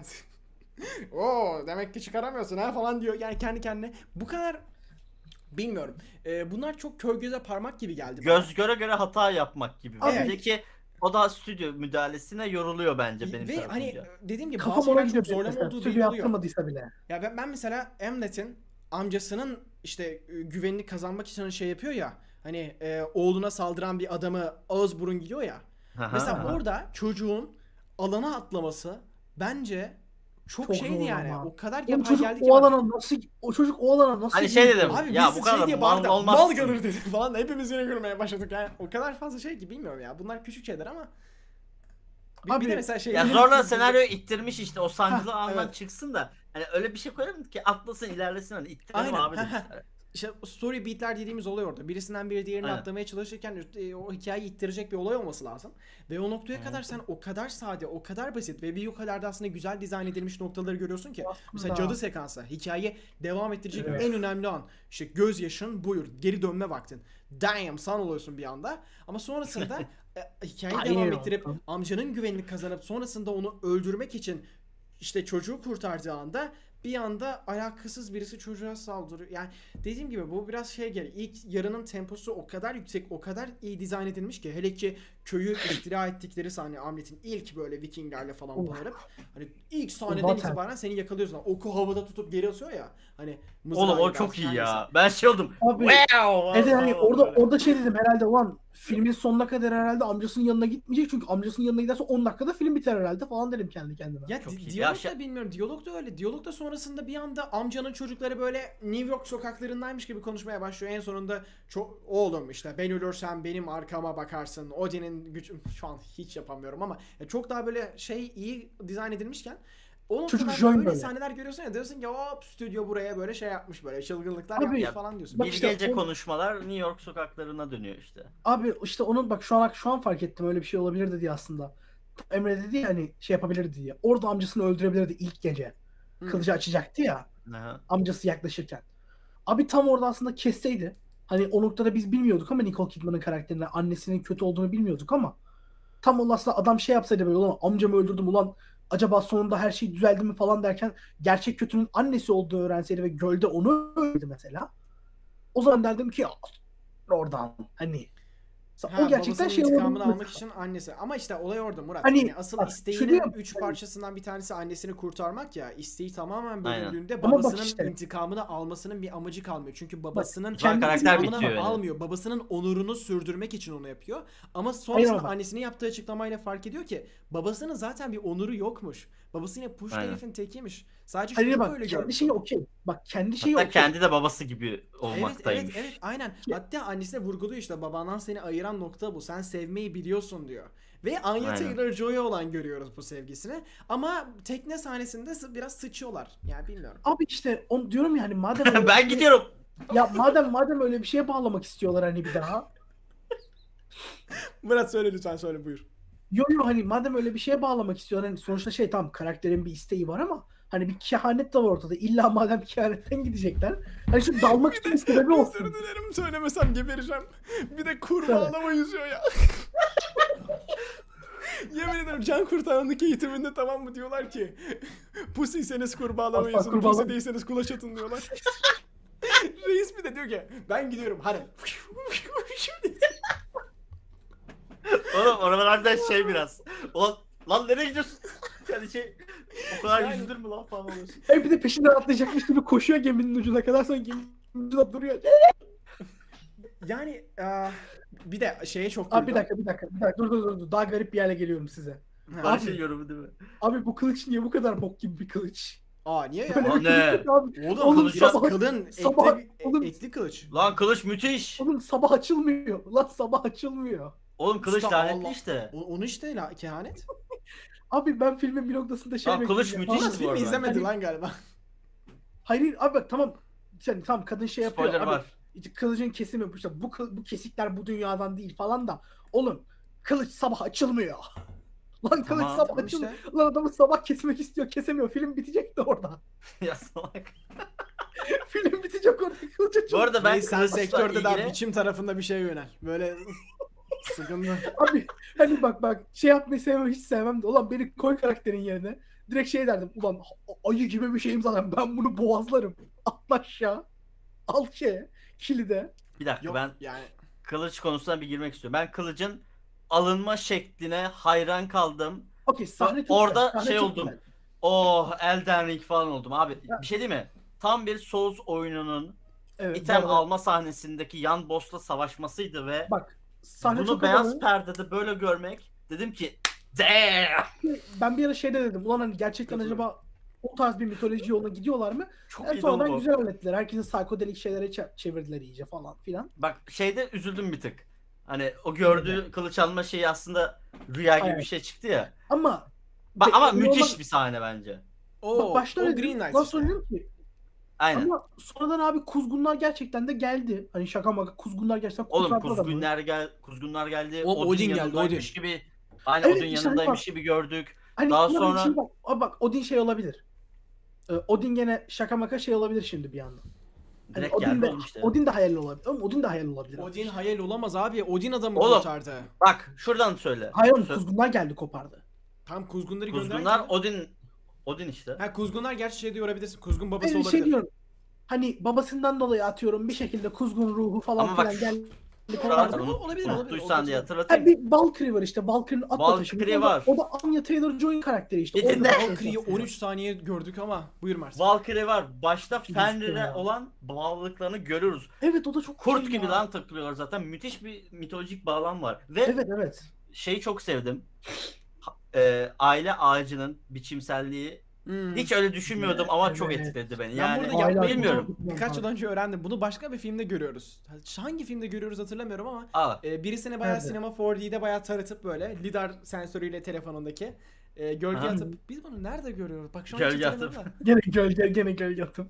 S1: Oo demek ki çıkaramıyorsun ha falan diyor. Yani kendi kendine bu kadar bilmiyorum. Ee, bunlar çok kör göze parmak gibi geldi bana.
S3: Göz göre göre hata yapmak gibi.
S1: Evet.
S3: Bence ki o da stüdyo müdahalesine yoruluyor bence benim
S1: Ve hani
S3: tarafımca.
S1: dediğim gibi
S2: Kafam
S1: bazı
S2: ona
S1: şeyler çok
S2: gidiyor
S1: zorlama
S2: mesela.
S1: olduğu
S2: Stüdyo
S1: belli oluyor.
S2: yaptırmadıysa bile.
S1: Ya ben, ben mesela Mlet'in amcasının işte e, güvenini kazanmak için şey yapıyor ya. Hani e, oğluna saldıran bir adamı ağız burun gidiyor ya.
S3: Aha,
S1: Mesela
S3: aha.
S1: orada çocuğun alana atlaması bence çok,
S2: Çok
S1: şeydi
S2: zor
S1: yani.
S2: ama.
S1: O kadar
S2: O
S1: yapay
S2: çocuk
S1: geldi ki
S2: o
S1: bana.
S2: alana nasıl o çocuk o alana nasıl
S3: Hani şey
S2: girdi?
S3: dedim,
S1: Abi
S3: ya
S1: biz
S3: bu kadar
S1: şey diye
S3: mal
S1: bağırdık. Mal
S3: olmazsın.
S1: görür dedi falan. Hepimiz yine gülmeye başladık yani. O kadar fazla şey ki bilmiyorum ya. Bunlar küçük şeyler ama. Bir,
S2: Abi,
S1: bir de mesela şey.
S3: Ya zorla senaryo ittirmiş işte o sancılı
S1: Ha,
S3: andan
S1: evet.
S3: çıksın da hani öyle bir şey koyalım ki atlasın ilerlesin hani ittirelim
S1: Aynen,
S3: abi
S1: ha, ha.
S3: demişler.
S1: işte story beatler dediğimiz olay orada. Birisinden biri diğerini
S3: Aynen.
S1: atlamaya çalışırken e, o hikayeyi ittirecek bir olay olması lazım. Ve o noktaya kadar sen o kadar sade, o kadar basit ve bir o kadar da aslında güzel dizayn edilmiş noktaları görüyorsun ki. Mesela
S2: Aslında-
S1: cadı sekansı. Hikayeyi devam ettirecek
S2: Evet.
S1: en önemli an. İşte gözyaşın buyur. Geri dönme vaktin. Damn san oluyorsun bir anda. Ama sonrasında e, hikayeyi
S2: Aynen
S1: devam
S2: öyle.
S1: ettirip amcanın güvenini kazanıp sonrasında onu öldürmek için işte çocuğu kurtardığı anda bir anda alakasız birisi çocuğa saldırıyor. Yani dediğim gibi bu biraz şey geliyor. İlk yarının temposu o kadar yüksek, o kadar iyi dizayn edilmiş ki hele ki köyü istila ettikleri sahne Hamlet'in ilk böyle Vikinglerle falan
S2: Of.
S1: bağırıp hani ilk sahneden
S2: Zaten.
S1: itibaren seni yakalıyorsun. Oku havada tutup geri atıyor ya. Hani mızrağı
S3: Oğlum o
S1: gibi
S3: çok
S1: artık
S3: iyi
S1: her
S3: ya.
S1: neyse.
S3: Ben şey oldum.
S2: Abi,
S3: Wow!
S2: evet hani
S3: falan
S2: orada
S3: böyle.
S2: orada şey dedim herhalde ulan filmin sonuna kadar herhalde amcasının yanına gitmeyecek çünkü amcasının yanına giderse on dakikada film biter herhalde falan dedim kendi kendime.
S1: Ya
S3: Çok
S1: di-
S3: iyi.
S1: diyalog
S3: Ya şey-
S1: da bilmiyorum. Diyalog da öyle. Diyalog da sonrasında bir anda amcanın çocukları böyle New York sokaklarındaymış gibi konuşmaya başlıyor. En sonunda çok oğlum işte ben ölürsem benim arkama bakarsın. Odin'in gücü şu an hiç yapamıyorum ama ya çok daha böyle şey iyi dizayn edilmişken o
S2: Çocuk
S1: noktalarda
S2: join
S1: öyle
S2: böyle.
S1: sahneler görüyorsun ya diyorsun ki hop stüdyo buraya böyle şey yapmış böyle çılgınlıklar
S2: Abi,
S1: yapmış
S3: ya,
S1: falan diyorsun.
S2: bak
S3: Bilgece
S2: işte o-
S3: konuşmalar New York sokaklarına dönüyor işte.
S2: Abi işte onun bak şu an şu an fark ettim öyle bir şey olabilirdi diye aslında. Emre dedi ya hani şey yapabilirdi diye. Orada amcasını öldürebilirdi ilk gece.
S1: Hı.
S2: Kılıcı açacaktı ya
S3: Aha.
S2: amcası yaklaşırken. Abi tam orada aslında kesseydi. Hani o noktada biz bilmiyorduk ama Nicole Kidman'ın karakterine annesinin kötü olduğunu bilmiyorduk ama tam o aslında adam şey yapsaydı böyle ulan amcamı öldürdüm ulan acaba sonunda her şey düzeldi mi falan derken gerçek kötünün annesi olduğunu öğrenseydi ve gölde onu öldürdü mesela. O zaman derdim ki oradan hani
S1: Ha,
S2: o gerçekten
S1: babasının
S2: şey
S1: intikamını
S2: olabilir.
S1: almak için annesi. Ama işte olay orada Murat.
S2: Hani,
S1: Yani asıl
S2: bak,
S1: isteğinin
S2: şunu yap-
S1: üç parçasından bir tanesi annesini kurtarmak ya. İsteği tamamen
S3: Aynen.
S1: bölündüğünde
S2: Ama bak
S1: babasının
S2: işte.
S1: intikamını almasının bir amacı kalmıyor. Çünkü babasının
S2: kendi
S3: karakter
S1: intikamını
S3: bitiyor yani.
S1: almıyor. Babasının onurunu sürdürmek için onu yapıyor. Ama sonrasında
S2: Hayır ama bak.
S1: annesinin yaptığı açıklamayla fark ediyor ki babasının zaten bir onuru yokmuş. Babası yine push
S3: Aynen.
S1: herifin tekiymiş. Sadece
S2: Hayır
S1: şunu
S2: bak
S1: böyle
S2: kendi
S1: görmüş.
S2: şeyi okey. Bak kendi şeyi
S3: Hatta
S2: okey.
S3: kendi de babası gibi
S1: Evet, evet,
S3: olmaktaymış.
S1: evet, aynen. Hatta annesine vurguluyor işte babandan seni ayıran nokta bu. Sen sevmeyi biliyorsun diyor. Ve Anya
S3: Aynen.
S1: Taylor-Joy'a olan görüyoruz bu sevgisini. Ama tekne sahnesinde sı- biraz sıçıyorlar. Yani bilmiyorum.
S2: Abi işte onu diyorum ya hani madem öyle,
S3: Ben gidiyorum.
S2: ya madem madem öyle bir şeye bağlamak istiyorlar hani bir daha.
S1: Murat söyle lütfen söyle buyur.
S2: Yo yo hani madem öyle bir şeye bağlamak istiyorlar hani sonuçta şey tamam karakterin bir isteği var ama hani bir kehanet de var ortada. İlla madem kehanetten gidecekler. Hani şu dalmak için bir sebebi olsun.
S1: Özür dilerim söylemesem gebereceğim. Bir de kurbağa
S2: Söyle.
S1: ağlama yüzüyor ya. Yemin ederim can kurtaranlık eğitiminde tamam mı diyorlar ki Pussy'seniz kurbağalama
S2: Asla
S1: yüzün,
S2: kurbağalama-
S1: Pussy değilseniz kulaç atın diyorlar. Reis bir de diyor ki ben gidiyorum hadi.
S3: Oğlum oralardan şey biraz. Ulan lan nereye gidiyorsun? Yani şey o kadar
S1: Yani-
S3: yüzülür mü lan falan oluyorsun.
S2: Hep bir de peşinden atlayacakmış gibi koşuyor geminin ucuna kadar sonra geminin ucunda duruyor.
S1: Yani eee, bir de şeye çok
S2: Abi bir
S1: güldüm.
S2: dakika bir dakika bir dakika dur dur dur dur. Daha garip bir yerle geliyorum size.
S1: Ha.
S3: Barış'ın yorumu değil mi?
S2: Abi bu kılıç niye bu kadar bok gibi bir kılıç?
S1: Aa niye ya?
S2: Böyle
S3: Aa,
S2: bir
S3: ne?
S2: kılıç yok abi.
S1: Oğlum,
S2: Oğlum
S1: kılıç biraz
S2: sabah-
S1: kalın,
S2: sabah-
S1: etli,
S2: oğlum-
S1: etli kılıç.
S3: Lan kılıç müthiş.
S2: Oğlum sabah açılmıyor. Lan sabah açılmıyor.
S3: Oğlum kılıç
S1: İşte
S3: lanetli
S1: Allah-
S3: işte.
S1: O- onu işte la kehanet.
S2: Abi ben filmin bir noktasında şey
S3: Lan kılıç
S2: bekliyorum ya.
S3: müthiş
S1: Murat
S3: bu
S1: filmi
S3: arada.
S1: izlemedi
S2: Hani-
S1: lan galiba.
S2: Hayır abi bak tamam. Yani tamam kadın şey yapıyor.
S3: Spoiler
S2: Abi,
S3: var.
S2: işte kılıcın kesimi işte bu kı- bu kesikler bu dünyadan değil falan da. Oğlum kılıç sabah açılmıyor. Lan kılıç
S3: Tamam,
S2: sabah
S1: tamam
S2: açılmıyor.
S1: işte.
S2: Lan adamı sabah kesmek istiyor kesemiyor. Film bitecek de orada.
S3: Ya salak.
S2: Film bitecek orada kılıç açılmıyor.
S3: Bu arada ben
S1: Reis sen
S3: kılıçla
S1: sektörde daha
S3: ilgili-
S1: biçim tarafında bir şey yönel. Böyle sıkıntı.
S2: Abi hani bak bak şey yapmayı sevmem hiç sevmem de ulan beni koy karakterin yerine direkt şey derdim ulan a- ayı gibi bir şeyim zaten ben bunu boğazlarım atla aşağı al şeye kilide
S3: Bir dakika
S1: Yok
S3: ben
S1: yani.
S3: kılıç konusuna bir girmek istiyorum. Ben kılıcın alınma şekline hayran kaldım.
S2: okey sahne çok
S3: orada
S2: güzel, sahne
S3: şey
S2: çok
S3: oldum.
S2: güzel.
S3: Oh Elden Ring falan oldum abi.
S2: Ya.
S3: Bir şey değil mi? Tam bir Souls oyununun
S2: Evet,
S3: item
S2: bu arada-
S3: alma sahnesindeki yan boss'la savaşmasıydı ve
S2: bak sahne
S3: bunu
S2: çok
S3: beyaz
S2: havalı.
S3: perdede böyle görmek dedim ki damn!
S2: Ben bir ara şeyde dedim ulan hani gerçekten
S3: Kötü.
S2: acaba o tarz bir mitoloji yoluna gidiyorlar mı?
S3: Çok
S2: En
S3: iyi
S2: sonradan
S3: oldu.
S2: güzel hallettiler. Herkesin psikodelik şeylere çe- çevirdiler iyice falan filan.
S3: Bak şeyde üzüldüm bir tık. Hani o gördüğü kılıç alma şeyi aslında rüya gibi
S2: Aynen.
S3: bir şey çıktı ya.
S2: Ama
S3: Ba-
S2: Be-
S3: ama
S2: emin
S3: müthiş
S2: olmak-
S3: bir sahne bence.
S1: O,
S2: bak başta
S1: o
S2: öyle
S1: Green
S2: dedim.
S1: Knight
S2: Ondan
S1: işte.
S2: sonra dedim ki
S3: Aynen.
S2: Ama sonradan abi kuzgunlar gerçekten de geldi. Hani şaka maka kuzgunlar gerçekten
S3: Oğlum
S2: kurtardı adamı.
S3: kuzgunlar gel kuzgunlar geldi.
S1: Oğlum,
S3: Odin,
S1: Odin geldi,
S3: yanındaymış
S1: Odin.
S3: gibi. Aynen
S2: Evet,
S3: Odin
S2: işte hani
S3: yanındaymış
S2: bak-
S3: gibi gördük.
S2: Hani
S3: Daha
S2: ama
S3: sonra-
S2: şimdi bak, abi bak Odin şey olabilir. Ee, Odin gene şaka maka şey olabilir şimdi bir anda. Hani
S3: Direkt
S2: Odin
S3: geldi
S2: de,
S3: oğlum işte.
S2: Odin de hayal olabilir. Oğlum Odin de hayal olabilir. abi.
S1: Odin hayal olamaz abi. Odin adamı
S3: Oğlum.
S1: kurtardı.
S3: Bak şuradan söyle.
S2: Hayır oğlum
S3: Sö-
S2: kuzgunlar geldi kopardı.
S1: Tam kuzgunları
S3: Kuzgunlar
S1: gönderken.
S3: Odin Odin işte.
S1: Ha, kuzgunlar gerçi şey diyor olabilirsin. Kuzgun babası
S2: Hayır
S1: olabilir.
S2: şey diyorum. Hani babasından dolayı atıyorum bir şekilde kuzgun ruhu falan
S3: Ama bak
S2: filan
S3: şu-
S2: geldi.
S3: Şuradan
S2: kopardı.
S1: Olabilir,
S3: unut,
S1: olabilir,
S3: unuttuysan diye
S1: olabilir.
S3: hatırlatayım.
S2: Ha, bir Valkyrie var işte. Valkyrie'nin atla
S3: Valkyrie
S2: taşımış. O da-
S3: var.
S2: O da Anya Taylor-Joy karakteri işte.
S3: Bir
S2: Orada
S3: dinle.
S2: bir şey
S1: Valkyrie'yi
S2: yapıyor.
S1: on üç saniye gördük ama buyur Mert.
S3: Valkyrie var. Başta
S2: Çok iyi
S3: Fenrir'e
S2: ya.
S3: olan bağlılıklarını görürüz.
S2: Evet o da çok
S3: Kurt
S2: şey
S3: gibi
S2: ya.
S3: lan takılıyorlar zaten. Müthiş bir mitolojik bağlam var. Ve
S2: Evet evet.
S3: şeyi çok sevdim. Ha- e, aile ağacının biçimselliği
S1: Hmm.
S3: hiç öyle düşünmüyordum ama çok
S2: Evet.
S3: etkiledi beni.
S1: Ben
S3: Yani
S1: burada
S2: Aile
S1: yapmayı
S3: bilmiyorum.
S1: bunu birkaç yıl önce öğrendim. Bunu başka bir filmde görüyoruz. Hangi filmde görüyoruz hatırlamıyorum ama
S3: Aa,
S1: e, birisini bayağı
S2: Nerede?
S1: sinema four D'de bayağı taratıp böyle lidar sensörüyle telefonundaki e, gölge
S3: Aha.
S1: atıp biz bunu nerede görüyoruz? Bak şu an
S3: Gölge
S1: hatırlamıyorum
S3: atıp.
S1: da.
S2: Gene gölge gene gölge attım.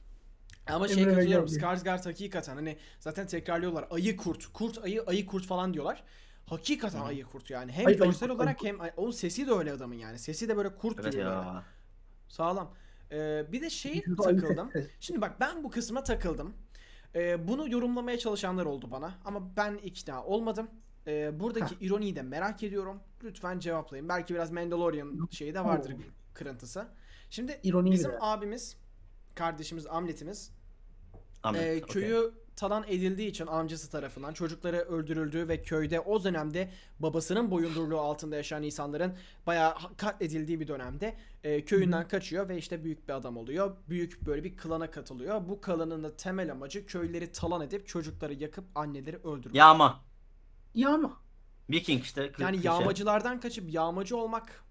S1: Ama
S2: Emre
S1: şey
S2: Bey
S1: katılıyorum.
S2: geldi.
S1: Skarsgård hakikaten hani zaten tekrarlıyorlar. Ayı kurt. Kurt ayı, ayı kurt falan diyorlar. Hakikaten
S3: Hı.
S1: ayı kurt yani. Hem
S2: Ayı- ayı
S1: görsel
S2: kurt,
S1: olarak
S2: ayı
S1: hem onun sesi de öyle adamın yani. Sesi de böyle kurt
S3: evet
S1: gibi böyle.
S3: ya.
S1: Sağlam. Ee, bir de şeyi
S2: Vücudu ayı
S1: takıldım.
S2: sesi.
S1: Şimdi bak ben bu kısma takıldım. Ee, bunu yorumlamaya çalışanlar oldu bana ama ben ikna olmadım. Ee, buradaki ironiyi de merak ediyorum. Lütfen cevaplayın. Belki biraz Mandalorian şeyi de vardır kırıntısı. Şimdi
S2: İroniyi
S1: bizim
S2: de.
S1: abimiz, kardeşimiz, Amlet'imiz
S3: Ahmet,
S1: e,
S3: okey.
S1: köyü talan edildiği için amcası tarafından çocukları öldürüldüğü ve köyde o dönemde babasının boyundurluğu altında yaşayan insanların bayağı katledildiği bir dönemde e, köyünden kaçıyor ve işte büyük bir adam oluyor. Büyük böyle bir klana katılıyor. Bu klanın da temel amacı köyleri talan edip çocukları yakıp anneleri öldürmek.
S3: Yağma.
S2: Ya ama.
S3: Viking işte. kli-
S1: Yani
S3: klişe.
S1: yağmacılardan kaçıp yağmacı olmak.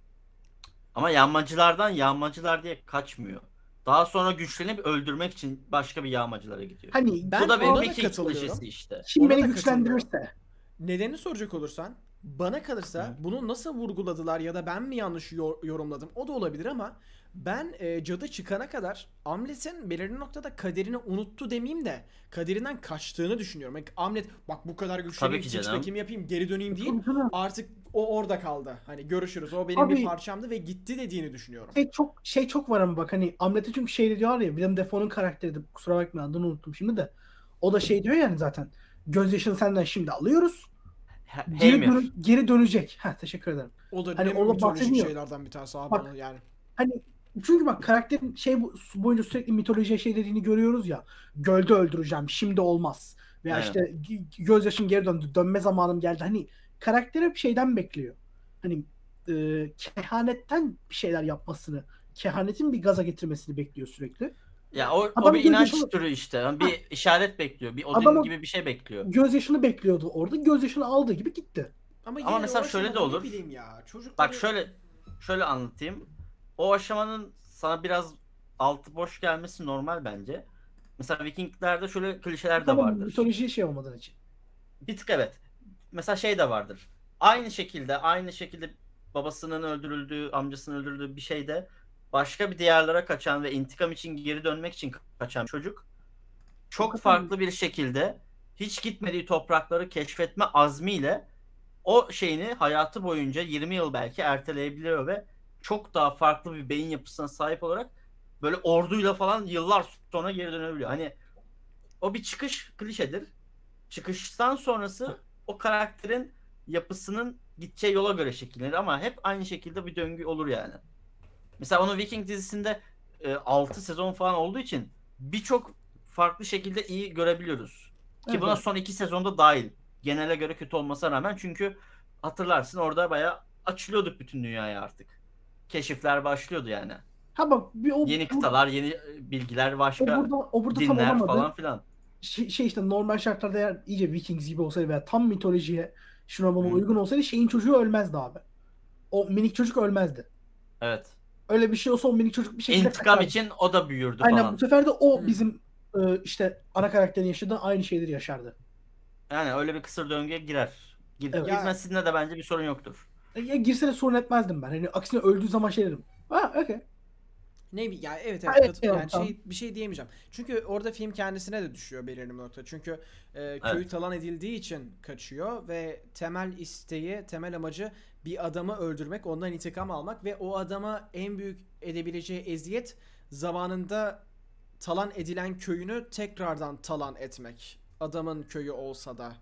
S3: Ama yağmacılardan yağmacılar diye kaçmıyor. Daha sonra güçlenip öldürmek için başka bir yağmacılara gidiyor.
S2: Hani
S1: Ben
S3: Bu da bir
S1: ona da
S3: Viking
S1: katılıyorum.
S3: klişesi işte.
S2: kim
S1: ona
S2: beni
S1: da
S2: güçlendirirse.
S1: Nedenini soracak olursan bana kalırsa
S3: Hı.
S1: bunu nasıl vurguladılar ya da ben mi yanlış yor- yorumladım o da olabilir ama ben e, cadı çıkana kadar Amlet'in belirli noktada kaderini unuttu demeyeyim de kaderinden kaçtığını düşünüyorum. Yani Amlet bak bu kadar
S3: Tabii
S1: güçleneyim,
S3: ki
S1: six
S3: canım.
S1: pack'imi yapayım, geri döneyim değil.
S2: Tabii canım.
S1: Artık o orada kaldı. Hani görüşürüz. O benim
S2: Abi-
S1: bir parçamdı ve gitti dediğini düşünüyorum.
S2: Şey çok şey çok var ama bak hani Hamlet'e çünkü şey diyorlar ya Willem Dafoe'nun karakteri de kusura bakma adını unuttum şimdi de. O da şey diyor yani zaten. Gözyaşını senden şimdi alıyoruz.
S3: He-
S2: Geri,
S3: Heimir.
S2: dönü- geri dönecek. Ha teşekkür ederim.
S1: O da
S2: Hani
S1: ne
S2: orada
S1: mitolojik
S2: bahsediyor.
S1: şeylerden bir tanesi abi
S2: Bak-
S1: onun yani.
S2: Hani çünkü bak karakterin şey bu- boyunca sürekli mitolojiye şey dediğini görüyoruz ya. Gölde öldüreceğim şimdi olmaz. Veya
S3: Aynen.
S2: işte g- gözyaşın geri döndü. Dönme zamanım geldi. Hani karakter hep şeyden bekliyor. Hani e, kehanetten bir şeyler yapmasını, kehanetin bir gaza getirmesini bekliyor sürekli.
S3: Ya o, o
S2: Adam
S3: bir inanç
S2: gözyaşı-
S3: türü işte. Yani bir işaret bekliyor. Bir Odin
S2: Adam o-
S3: gibi bir şey bekliyor.
S2: Gözyaşını bekliyordu orada. Gözyaşını aldığı gibi gitti.
S1: Ama,
S3: Ama
S1: yine
S3: mesela
S1: o
S3: şöyle de
S1: aşamada
S3: olur.
S1: Ne bileyim ya. Çocukları...
S3: Bak şöyle şöyle anlatayım. O aşamanın sana biraz altı boş gelmesi normal bence. Mesela Vikinglerde şöyle klişeler de
S2: Tamam
S3: vardır.
S2: mitoloji şey olmadığın için.
S3: Bir tık evet. Mesela şey de vardır. Aynı şekilde aynı şekilde babasının öldürüldüğü, amcasının öldürüldüğü bir şeyde başka bir diyarlara kaçan ve intikam için geri dönmek için kaçan çocuk çok
S2: Hakikaten.
S3: farklı bir şekilde hiç gitmediği toprakları keşfetme azmiyle o şeyini hayatı boyunca yirmi yıl belki erteleyebiliyor ve çok daha farklı bir beyin yapısına sahip olarak böyle orduyla falan yıllar sonra geri dönebiliyor. Hani o bir çıkış klişedir. Çıkıştan sonrası o karakterin yapısının gideceği yola göre şekillenir ama hep aynı şekilde bir döngü olur yani. Mesela onu Viking dizisinde e, altı sezon falan olduğu için birçok farklı şekilde iyi görebiliyoruz. Ki
S2: Evet,
S3: buna
S2: evet.
S3: son iki sezonda dahil. Genele göre kötü olmasına rağmen çünkü hatırlarsın orada bayağı açılıyorduk bütün dünyaya artık. Keşifler başlıyordu yani.
S2: Ha bak bir o,
S3: Yeni
S2: bu-
S3: kıtalar, yeni e, bilgiler,
S2: o
S3: başka
S2: burada o burada tam
S3: dinler
S2: olamadı.
S3: falan filan.
S2: Şey, şey işte normal şartlarda eğer iyice Vikings gibi olsaydı veya tam mitolojiye şuna buna
S3: Hı.
S2: uygun olsaydı şeyin çocuğu ölmezdi abi. O minik çocuk ölmezdi.
S3: Evet.
S2: Öyle bir şey olsa o minik çocuk bir şekilde
S3: İntikam
S2: kaçardı.
S3: için o da büyürdü
S2: Aynen
S3: falan.
S2: bu sefer de o
S1: Hı.
S2: bizim e, işte ana karakterin yaşadığı aynı şeyleri yaşardı.
S3: Yani öyle bir kısır döngüye girer. Gir,
S2: Evet.
S3: Girmesinde de bence bir sorun yoktur.
S2: E, ya girse de sorun etmezdim ben. Hani aksine öldüğü zaman şey dedim. Ha okey.
S1: Ne bi- ya evet
S2: Ha,
S1: evet,
S2: evet,
S1: katı-
S2: evet,
S1: yani
S2: tamam.
S1: şey bir şey diyemeyeceğim. Çünkü orada film kendisine de düşüyor belirli bir nokta. Çünkü e, köyü
S3: Evet.
S1: talan edildiği için kaçıyor ve temel isteği, temel amacı bir adamı öldürmek, ondan intikam almak ve o adama en büyük edebileceği eziyet zamanında talan edilen köyünü tekrardan talan etmek. Adamın köyü olsa da.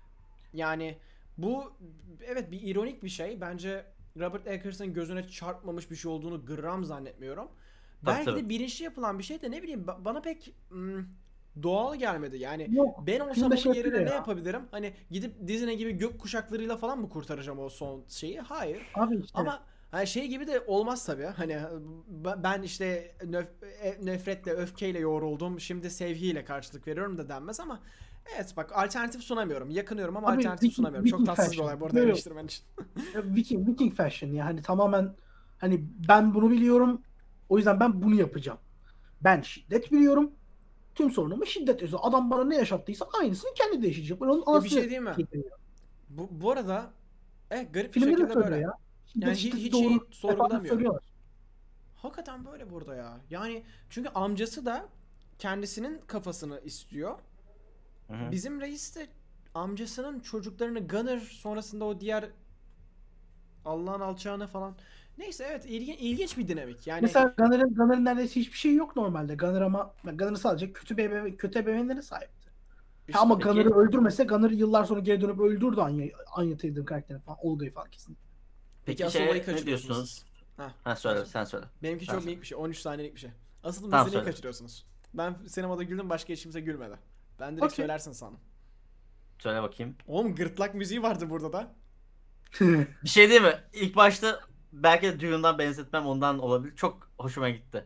S1: Yani bu evet bir ironik bir şey. Bence Robert Eggers'ın gözüne çarpmamış bir şey olduğunu gram zannetmiyorum.
S3: Tabii,
S1: Belki
S3: tabii.
S1: de bilinçli yapılan bir şey de ne bileyim ba- bana pek hmm, doğal gelmedi. Yani
S2: Yok.
S1: ben olsam
S2: Filmde
S1: onun
S2: şey
S1: yerine
S2: yapıyor
S1: ne
S2: ya.
S1: yapabilirim? Hani gidip Disney gibi gök kuşaklarıyla falan mı kurtaracağım o son şeyi? Hayır.
S2: Abi işte.
S1: Ama hani şey gibi de olmaz tabii. Hani b- ben işte nöf- e- nefretle, öfkeyle yoğruldum. Şimdi sevgiyle karşılık veriyorum da denmez ama evet bak alternatif sunamıyorum. Yakınıyorum ama
S2: Abi
S1: alternatif
S2: Viking,
S1: sunamıyorum. Çok
S2: Viking
S1: tatsız bir
S2: fashion.
S1: olay bu arada
S2: Böyle
S1: eleştirmen için.
S2: Viking, Viking fashion ya. Hani tamamen hani ben bunu biliyorum. O yüzden ben bunu yapacağım. Ben şiddet biliyorum. Tüm sorunumu şiddet yazıyor. Adam bana ne yaşattıysa aynısını kendi de yaşayacak. Ben onun
S1: Ya bir şey
S2: anasını
S1: diyeyim mi?
S2: getiriyor.
S1: Bu, bu arada evet garip bir
S2: Filmde de
S1: şekilde
S2: söylüyor
S1: böyle.
S2: ya. Şiddet
S1: Yani hiç,
S2: şiddeti
S1: hiç şeyi
S2: doğru. Defalarca
S1: sorgulamıyor.
S2: söylüyorlar.
S1: Hakikaten böyle burada ya. Yani çünkü amcası da kendisinin kafasını istiyor.
S3: Hı hı.
S1: Bizim reis de amcasının çocuklarını Gunner sonrasında o diğer Allah'ın alçağını falan. Neyse evet ilginç, ilginç bir dinamik. Yani
S2: Mesela Gunner'ın Gunner'ın neredeyse hiçbir şey yok normalde. Gunner ama Gunner sadece kötü bir kötü ebeveynlere sahipti. Ha, ama
S1: işte
S3: Peki-
S2: Gunner'ı öldürmese Gunner yıllar sonra geri dönüp öldürdü Anya, Anya Taylor'ın karakterini falan. Olga'yı falan kesin.
S1: peki
S3: Peki
S1: asıl
S3: şeye
S1: olayı
S3: ne
S1: kaçırıyorsunuz
S3: diyorsunuz?
S1: siz. Ha,
S3: Ha söyle,
S1: pardon.
S3: sen söyle.
S1: Benimki
S3: Sen
S1: çok
S3: söyle.
S1: minik bir şey. on üç saniyelik bir şey. Asıl
S3: Tamam,
S1: meseleyi
S3: söyle.
S1: kaçırıyorsunuz. Ben sinemada güldüm başka hiç kimse gülmedi. Ben direkt
S2: Okey.
S1: söylersin sandım.
S3: Söyle bakayım.
S1: Oğlum gırtlak müziği vardı burada da.
S3: Bir şey değil mi? İlk başta belki de Dune'dan benzetmem ondan olabilir. Çok hoşuma gitti.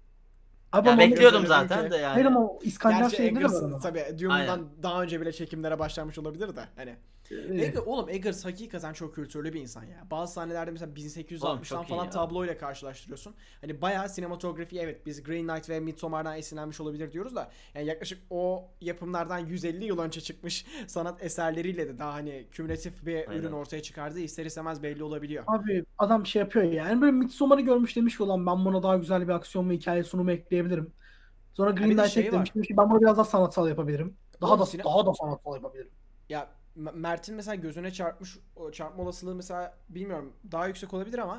S2: Abi
S3: Ya
S2: ama onu-
S3: bekliyordum
S1: Söyledim
S3: zaten
S1: ki-
S3: de
S2: Hayır
S3: yani.
S2: ama o İskandinav
S1: Gerçi
S2: şeyinde de var
S1: Eggers
S2: ama.
S1: tabii Dune'dan daha önce bile çekimlere başlanmış olabilir de hani.
S2: Ee,
S1: Eggers, oğlum Eggers hakikaten çok kültürlü bir insan ya. Bazı sahnelerde mesela bin sekiz yüz altmıştan
S3: Oğlum çok iyi
S1: falan
S3: ya.
S1: tabloyla karşılaştırıyorsun. Hani bayağı sinematografi evet biz Green Knight ve Midsommar'dan esinlenmiş olabilir diyoruz da yani yaklaşık o yapımlardan yüz elli yıl önce çıkmış sanat eserleriyle de daha hani kümülatif bir
S3: Aynen.
S1: ürün ortaya çıkardığı ister istemez belli olabiliyor.
S2: Abi adam şey yapıyor ya. Yani böyle Midsommar'ı görmüş demiş ki ulan ben buna daha güzel bir aksiyon ve hikaye sunumu ekleyebilirim. Sonra
S1: Ha,
S2: Green
S1: bir de
S2: Knight
S1: şey
S2: eklemiş
S1: var.
S2: demiş ki ben bunu biraz daha sanatsal yapabilirim. Daha
S1: Oğlum
S2: da
S1: sine-
S2: daha da sanatsal yapabilirim.
S1: Ya M- Mert'in mesela gözüne çarpmış o çarpma olasılığı mesela bilmiyorum daha yüksek olabilir ama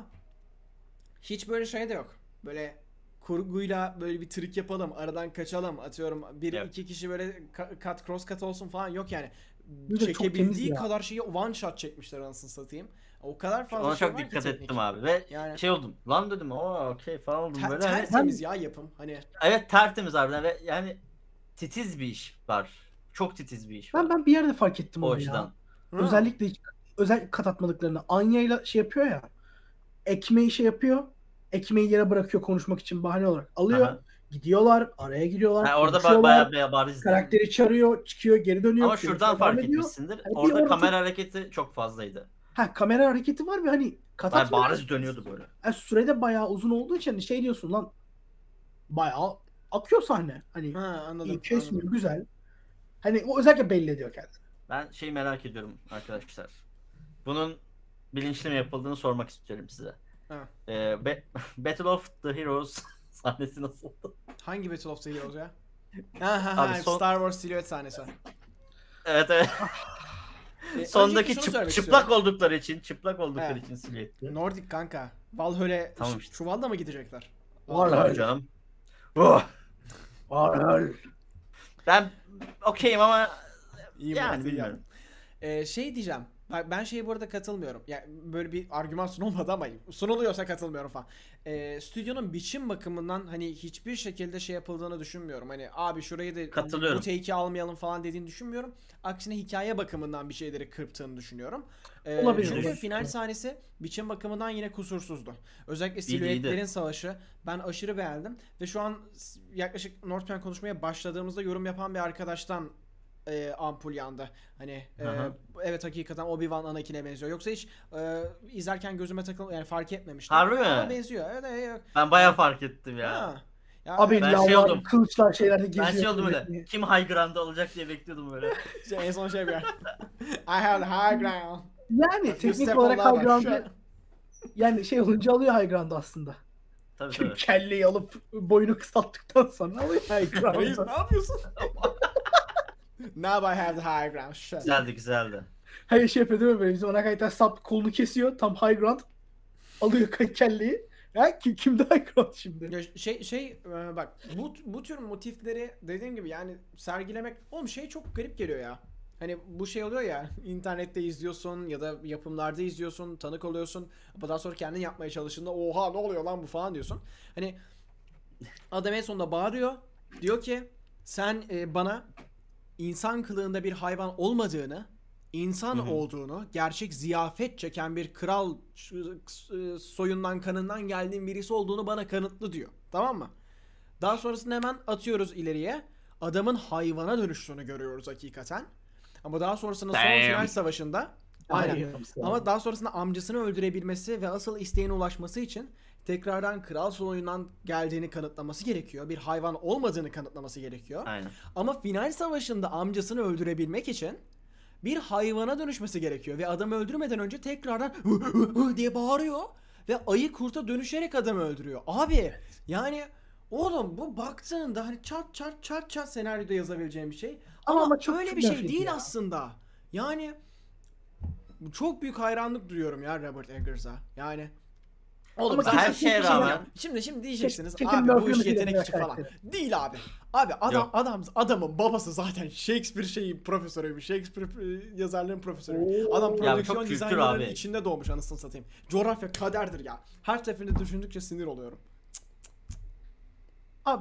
S1: hiç böyle şey de yok. Böyle kurguyla böyle bir trik yapalım, aradan kaçalım, atıyorum bir
S3: Evet.
S1: iki kişi böyle ka- cut cross cut olsun falan yok yani.
S2: Bir de çok temiz
S1: Çekebildiği
S2: ya.
S1: kadar şeyi one shot çekmişler anasını satayım. O kadar fazla
S3: Ona
S1: şey
S3: çok
S1: var ki
S3: dikkat
S1: teknik.
S3: ettim abi ve
S1: Yani-
S3: şey oldum. Lan dedim o okey falan oldum
S1: Ter-
S3: böyle. Hani,
S1: tertemiz ya yapım. Hani
S3: evet tertemiz harbiden ve yani titiz bir iş var. Çok titiz bir iş var.
S2: Ben ben bir yerde fark ettim
S3: o
S2: onu
S3: açıdan.
S2: ya. Özellikle hiç- özel kat atmadıklarını. Anya'yla şey yapıyor ya. Ekmeği şey yapıyor. Ekmeği yere bırakıyor konuşmak için bahane olarak. Alıyor.
S3: Aha.
S2: Gidiyorlar. Araya giriyorlar.
S3: Ha, orada ba-
S2: konuşuyorlar.
S3: bayağı bayağı bariz.
S2: Karakteri çağırıyor. Çıkıyor. Geri dönüyor.
S3: Ama şuradan
S2: konuşmaya
S3: fark
S2: devam ediyor.
S3: etmişsindir.
S2: Hani bir
S3: Orada
S2: orta-
S3: kamera hareketi çok fazlaydı.
S2: Ha, kamera hareketi var ve hani kat
S3: Bayağı
S2: atmıyor.
S3: bariz dönüyordu böyle.
S2: Yani sürede bayağı uzun olduğu için şey diyorsun lan bayağı akıyor sahne. Hani
S1: ha anladım.
S2: iyi kesmiyor.
S1: anladım.
S2: Güzel. Hani o özellikle belli ediyor kendini.
S3: Ben şeyi merak ediyorum arkadaşlar. Bunun bilinçli mi yapıldığını sormak istiyorum size.
S1: Ha.
S3: Ee, Be- Battle of the Heroes sahnesi nasıldı?
S1: Hangi Battle of the Heroes ya? Ha ha ha
S3: Abi son-
S1: Star Wars silüet sahnesi.
S3: Evet evet.
S1: E,
S3: Sondaki
S1: öncelikle şunu
S3: çıp-
S1: söylemek
S3: çıplak
S1: istiyorum.
S3: oldukları için, çıplak oldukları
S1: Evet.
S3: için silüetli.
S1: Nordik kanka. Valhalla
S3: Tamam
S1: ş-
S3: işte.
S1: Çuval'da mı gidecekler?
S2: Var
S3: Tabii
S2: öyle.
S3: canım. Oh!
S2: Var.
S3: Ben okeyim ama
S1: İyi
S3: yani
S1: Murat, iyi
S3: bilmiyorum.
S1: Ee, şey diyeceğim. Bak ben şeye bu arada katılmıyorum. Ya böyle bir argüman sunulmadı ama sunuluyorsa katılmıyorum falan. Ee, stüdyonun biçim bakımından hani hiçbir şekilde şey yapıldığını düşünmüyorum. Hani abi şurayı da
S3: Katılıyorum.
S1: bu take'i almayalım falan dediğini düşünmüyorum. Aksine hikaye bakımından bir şeyleri kırptığını düşünüyorum. Ee,
S2: Olabilir.
S1: Çünkü
S3: Evet.
S1: final sahnesi biçim bakımından yine kusursuzdu. Özellikle
S3: İyiydi,
S1: silüetlerin
S3: iyiydi.
S1: savaşı ben aşırı beğendim. Ve şu an s- yaklaşık Northman konuşmaya başladığımızda yorum yapan bir arkadaştan e, ampul yandı. Hani e,
S3: Hı hı.
S1: evet hakikaten Obi-Wan Anakin'e benziyor. Yoksa hiç e, izlerken gözüme takıl yani fark etmemiştim.
S3: Harbi mi?
S1: Ama benziyor. Evet, evet, evet.
S3: Ben bayağı fark ettim ya.
S1: Ha. Ya,
S2: Abi
S3: Ben
S2: lavlar,
S3: şey oldum.
S2: kılıçlar şeylerde geziyor.
S3: Ben şey oldum öyle. Kim high ground'da olacak diye bekliyordum böyle.
S1: şey, en son şey bir I have the high ground.
S2: Yani
S1: You
S2: teknik
S1: step
S2: olarak
S1: on lava.
S2: high ground'ı yani şey olunca alıyor high ground'ı aslında.
S3: Tabii tabii.
S2: Kelleyi alıp boyunu kısalttıktan sonra alıyor high
S1: Reis
S2: ground'u.
S1: ne yapıyorsun? Now I have the high ground. Shut up.
S3: Güzeldi güzeldi.
S2: Hayır şey yapıyor değil mi böyle bizim ana kayıttan sap kolunu kesiyor tam high ground. Alıyor ke- kelleyi. Ya kim, kimde high ground şimdi?
S1: Ya şey şey e, bak bu bu tür motifleri dediğim gibi yani sergilemek oğlum şey çok garip geliyor ya. Hani bu şey oluyor ya internette izliyorsun ya da yapımlarda izliyorsun, tanık oluyorsun. Ama daha sonra kendin yapmaya çalıştığında oha ne oluyor lan bu falan diyorsun. Hani adam en sonunda bağırıyor. Diyor ki sen e, bana insan kılığında bir hayvan olmadığını, insan
S3: Hı hı.
S1: olduğunu, gerçek ziyafet çeken bir kral e, soyundan kanından geldiğin birisi olduğunu bana kanıtlı diyor. Tamam mı? Daha sonrasında hemen atıyoruz ileriye. Adamın hayvana dönüştüğünü görüyoruz hakikaten. Ama daha sonrasında son
S3: Damn.
S1: final savaşında aynen.
S2: Ay,
S1: Ama daha sonrasında amcasını öldürebilmesi ve asıl isteğine ulaşması için tekrardan kral soyundan geldiğini kanıtlaması gerekiyor. Bir hayvan olmadığını kanıtlaması gerekiyor.
S3: Aynen.
S1: Ama final savaşında amcasını öldürebilmek için bir hayvana dönüşmesi gerekiyor. Ve adamı öldürmeden önce tekrardan diye bağırıyor. Ve ayı kurta dönüşerek adamı öldürüyor. Abi yani oğlum bu baktığında hani çat çat çat çat senaryoda yazabileceğim bir şey.
S2: Ama-
S1: Ama,
S2: ama çok
S1: öyle bir
S2: güzel
S1: şey
S2: film
S1: değil
S2: ya.
S1: aslında. Yani çok büyük hayranlık duyuyorum ya Robert Eggers'a. Yani oğlum
S2: Ama
S1: zaten
S3: her şeye
S1: şimdi-
S3: rağmen-
S1: şimdi şimdi diyeceksiniz
S2: Keşke
S1: abi bu
S2: Murphy'nin
S1: iş
S2: bir
S1: yetenek
S2: de
S1: işi falan.
S2: karakteri.
S1: Değil abi. Abi adam
S3: Yok.
S1: adam adamın babası zaten Shakespeare şeyi profesörüymüş. Shakespeare e, yazarlığın profesörü.
S2: Oo.
S1: Adam
S3: Ya bu
S1: prodüksiyon
S3: çok kültür
S1: dizaynlarının
S3: abi.
S1: içinde doğmuş anasını satayım. Coğrafya kaderdir ya. Her seferinde düşündükçe sinir oluyorum.
S2: Abi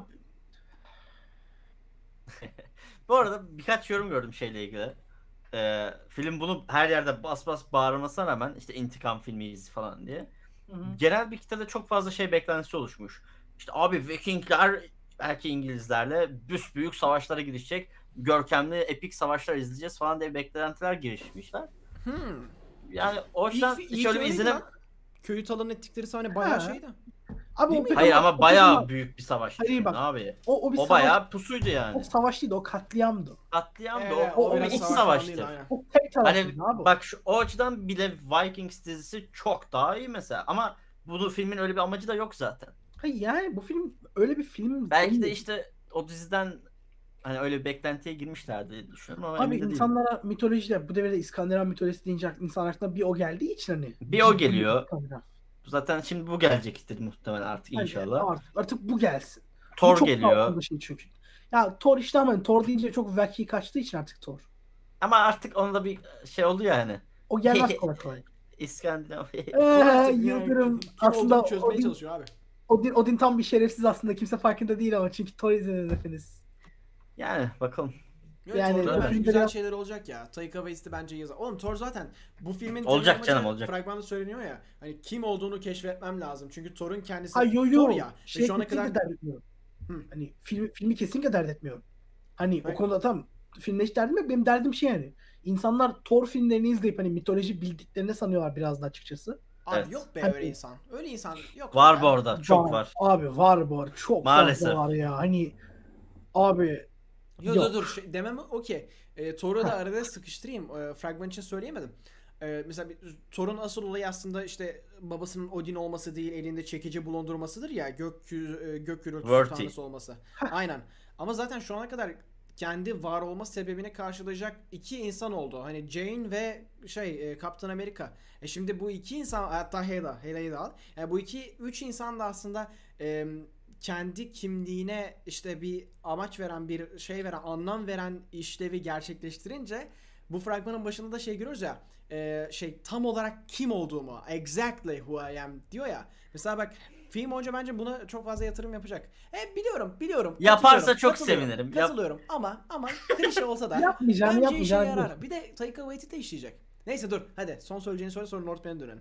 S3: Bu arada birkaç yorum gördüm şeyle ilgili. Ee, film bunu her yerde bas bas bağırmasına rağmen işte intikam filmiyiz falan diye.
S2: Hı hı.
S3: Genel bir kitlede çok fazla şey beklentisi oluşmuş. İşte abi Vikingler belki İngilizlerle büyük savaşlara girişecek. Görkemli epik savaşlar izleyeceğiz falan diye beklentiler girişmişler.
S1: Hmm.
S3: Yani o yüzden
S1: İyi, iyi
S3: şöyle
S1: ki
S3: bir
S1: öyleydi
S3: izlenim.
S1: lan. Köyü talan ettikleri sahne bayağı
S2: Ha.
S1: şeydi.
S2: Abi
S1: Değil
S2: o
S1: mi?
S2: pek
S3: Hayır ama
S2: o
S3: bayağı
S2: pek-
S3: büyük bir savaş
S2: Hayır,
S3: düşün
S2: bak.
S3: abi.
S2: o, o bir
S3: O
S2: savaş,
S3: bayağı pusuydu
S2: o
S3: yani.
S2: savaş değildi, o katliamdı.
S3: Katliamdı
S1: Evet,
S3: o, o,
S2: o
S3: bir
S2: biraz
S3: iç
S1: savaş falan değil,
S3: savaştı.
S1: aynen.
S2: O tek taraflıydı
S3: Hani
S2: abi.
S3: bak şu, o açıdan bile Vikings dizisi çok daha iyi mesela. Ama bunu filmin öyle bir amacı da yok zaten.
S2: Hayır yani bu film öyle bir film
S3: Belki de
S2: değil.
S3: işte o diziden hani öyle bir beklentiye girmişlerdi diye düşünüyorum ama
S2: Abi
S3: emin de değilim.
S2: insanlara mitolojide bu devirde İskandinav mitolojisi deyince insan aklına bir o geldiği için hani.
S3: Bir o geliyor.
S2: İskandinav.
S3: Zaten şimdi bu gelecektir muhtemelen artık
S2: Hani
S3: inşallah.
S2: Artık, artık bu gelsin. Bu
S3: Thor
S2: çok daha
S3: geliyor.
S2: akıllı şey çünkü. Ya Thor işte ama Thor deyince çok vaki kaçtığı için artık Thor.
S3: Ama artık onda bir şey oldu yani.
S2: O gelmez kolay kolay.
S3: İskandinav.
S2: Eee
S1: Artık yani
S2: Yıldırım
S1: kim
S2: aslında
S1: olduğunu çözmeye
S2: Odin,
S1: çalışıyor abi.
S2: Odin, Odin tam bir şerefsiz aslında, kimse farkında değil ama çünkü Thor izlediniz hepiniz.
S3: Yani bakalım.
S1: Yani,
S2: Yani
S1: Thor'da
S3: bu
S1: bence
S2: filmde
S1: güzel
S2: biraz-
S1: şeyler olacak ya. Taika Waititi bence yazar. Oğlum Thor zaten bu filmin
S3: Olacak
S1: temel amacı,
S3: canım, olacak.
S1: fragmanda söyleniyor ya. Hani kim olduğunu keşfetmem lazım. Çünkü Thor'un kendisi
S2: Ha yo yo.
S1: Thor ya.
S2: Şey
S1: Ve şu ana
S2: kesinlikle
S1: kadar
S2: dert etmiyorum.
S1: Hı.
S2: Hani film, filmi kesinlikle dert etmiyorum. Hani
S1: Hayır.
S2: o konuda tam filmde hiç derdim yok. Benim derdim şey yani. İnsanlar Thor filmlerini izleyip hani mitoloji bildiklerini sanıyorlar biraz da açıkçası.
S1: abi
S3: Evet.
S1: yok be
S2: Hani-
S1: öyle insan. Öyle insan yok.
S3: Var
S1: ya.
S3: bu arada. Çok var.
S2: Abi var bu arada. Çok
S3: Maalesef.
S2: fazla var ya. Hani abi
S1: Yo
S2: Yok.
S1: dur dur şey, demem okey. E, Thor'u da arada sıkıştırayım. E, fragman için söyleyemedim. E, mesela bir- Thor'un asıl olayı aslında işte babasının Odin olması değil, elinde çekici bulundurmasıdır ya, gök e, gök gürültüsü
S3: Worthy.
S1: tanrısı olması. Aynen. Ama zaten şu ana kadar kendi var olma sebebini karşılayacak iki insan oldu. Hani Jane ve şey e, Captain America. E şimdi bu iki insan, hatta Hela, Hela'yı da al. Yani bu iki üç insan da aslında e, kendi kimliğine işte bir amaç veren, bir şey veren, anlam veren işlevi gerçekleştirince bu fragmanın başında da şey görüyoruz ya, e, şey tam olarak kim olduğumu, exactly who I am diyor ya. Mesela bak film boyunca bence buna çok fazla yatırım yapacak. E biliyorum, biliyorum.
S3: Yaparsa
S1: katılıyorum,
S3: çok
S1: katılıyorum,
S3: sevinirim. Yap-
S1: Katılıyorum ama ama klişe olsa da
S2: yapmayacağını
S1: bence işe
S2: yapmayacağını
S1: yarar.
S2: biliyorsun.
S1: Bir de Taika Waititi işleyecek. Neyse dur hadi son söyleyeceğini söyle sonra Northman'e dönelim.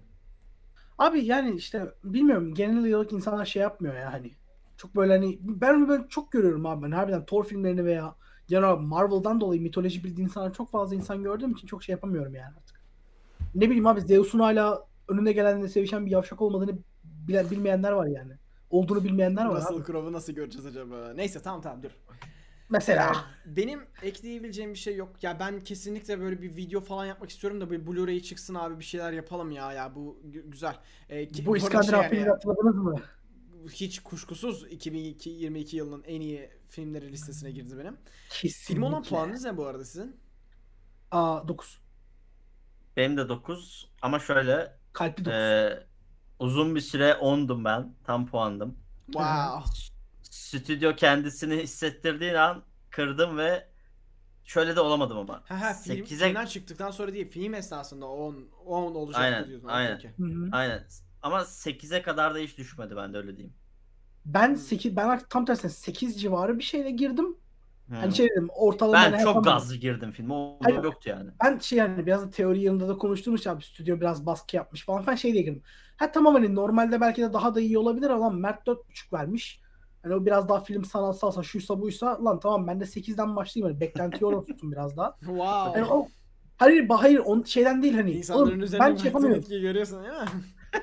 S2: Abi yani işte bilmiyorum, genel olarak insanlar şey yapmıyor ya hani. Çok böyle hani ben böyle çok görüyorum abi, ben harbiden Thor filmlerini veya genel Marvel'dan dolayı mitoloji bildiğin insanlar çok fazla insan gördüğüm için çok şey yapamıyorum yani artık. Ne bileyim abi, Zeus'un hala önüne gelenle sevişen bir yavşak olmadığını bilen, bilmeyenler var yani. Olduğunu bilmeyenler var
S1: Russell
S2: abi.
S1: Crowe'u nasıl göreceğiz acaba? Neyse tamam tamam dur.
S2: Mesela.
S1: Ee, benim ekleyebileceğim bir şey yok. Ya ben kesinlikle böyle bir video falan yapmak istiyorum da bir Blu-ray çıksın abi, bir şeyler yapalım ya ya bu gü- güzel. Ee, ki-
S2: Bu
S1: arada
S2: İskandinav
S1: şey yani-
S2: filmi hatırladınız mı?
S1: hiç kuşkusuz iki bin yirmi iki yılının en iyi filmleri listesine girdi benim.
S2: Kesinlikle.
S1: Film olan puanınız ne bu arada sizin?
S2: Aa dokuz.
S3: Benim de dokuz ama şöyle
S2: Kalpli dokuz.
S3: e, uzun bir süre ondum ben. Tam puandım.
S1: Wow.
S3: Stüdyo kendisini hissettirdiği an kırdım ve şöyle de olamadım ama.
S1: Ha ha film,
S3: sekize
S1: filmden çıktıktan sonra değil, film esnasında on on olacak
S3: Aynen,
S1: diyordun.
S3: aynen.
S1: Okey,
S2: Hı hı.
S3: Aynen. Ama sekize kadar da hiç düşmedi bende, öyle diyeyim.
S2: Ben sekiz, ben artık tam tersine sekiz civarı bir şeyle girdim.
S3: Hmm.
S2: Hani şey dedim ortalama
S3: Ben
S2: ne
S3: çok
S2: yapamadım.
S3: gazlı girdim filme. O
S2: Hayır.
S3: yoktu yani.
S2: Ben şey yani biraz da teori yanında da konuştuğumuz şey abi stüdyo biraz baskı yapmış falan falan şey diye girdim. Ha tamam hani normalde belki de daha da iyi olabilir ama Mert dört buçuk vermiş. Hani o biraz daha film sanatsalsa şuysa buysa lan tamam ben de sekizden başlayayım hani beklentiyi orada tutun biraz daha.
S1: wow.
S2: Yani o hayır hayır on şeyden değil hani.
S1: İnsanların
S2: Oğlum,
S1: üzerine
S2: ben şey
S1: baktığın
S2: yapamıyorum.
S1: etkiyi görüyorsun değil mi?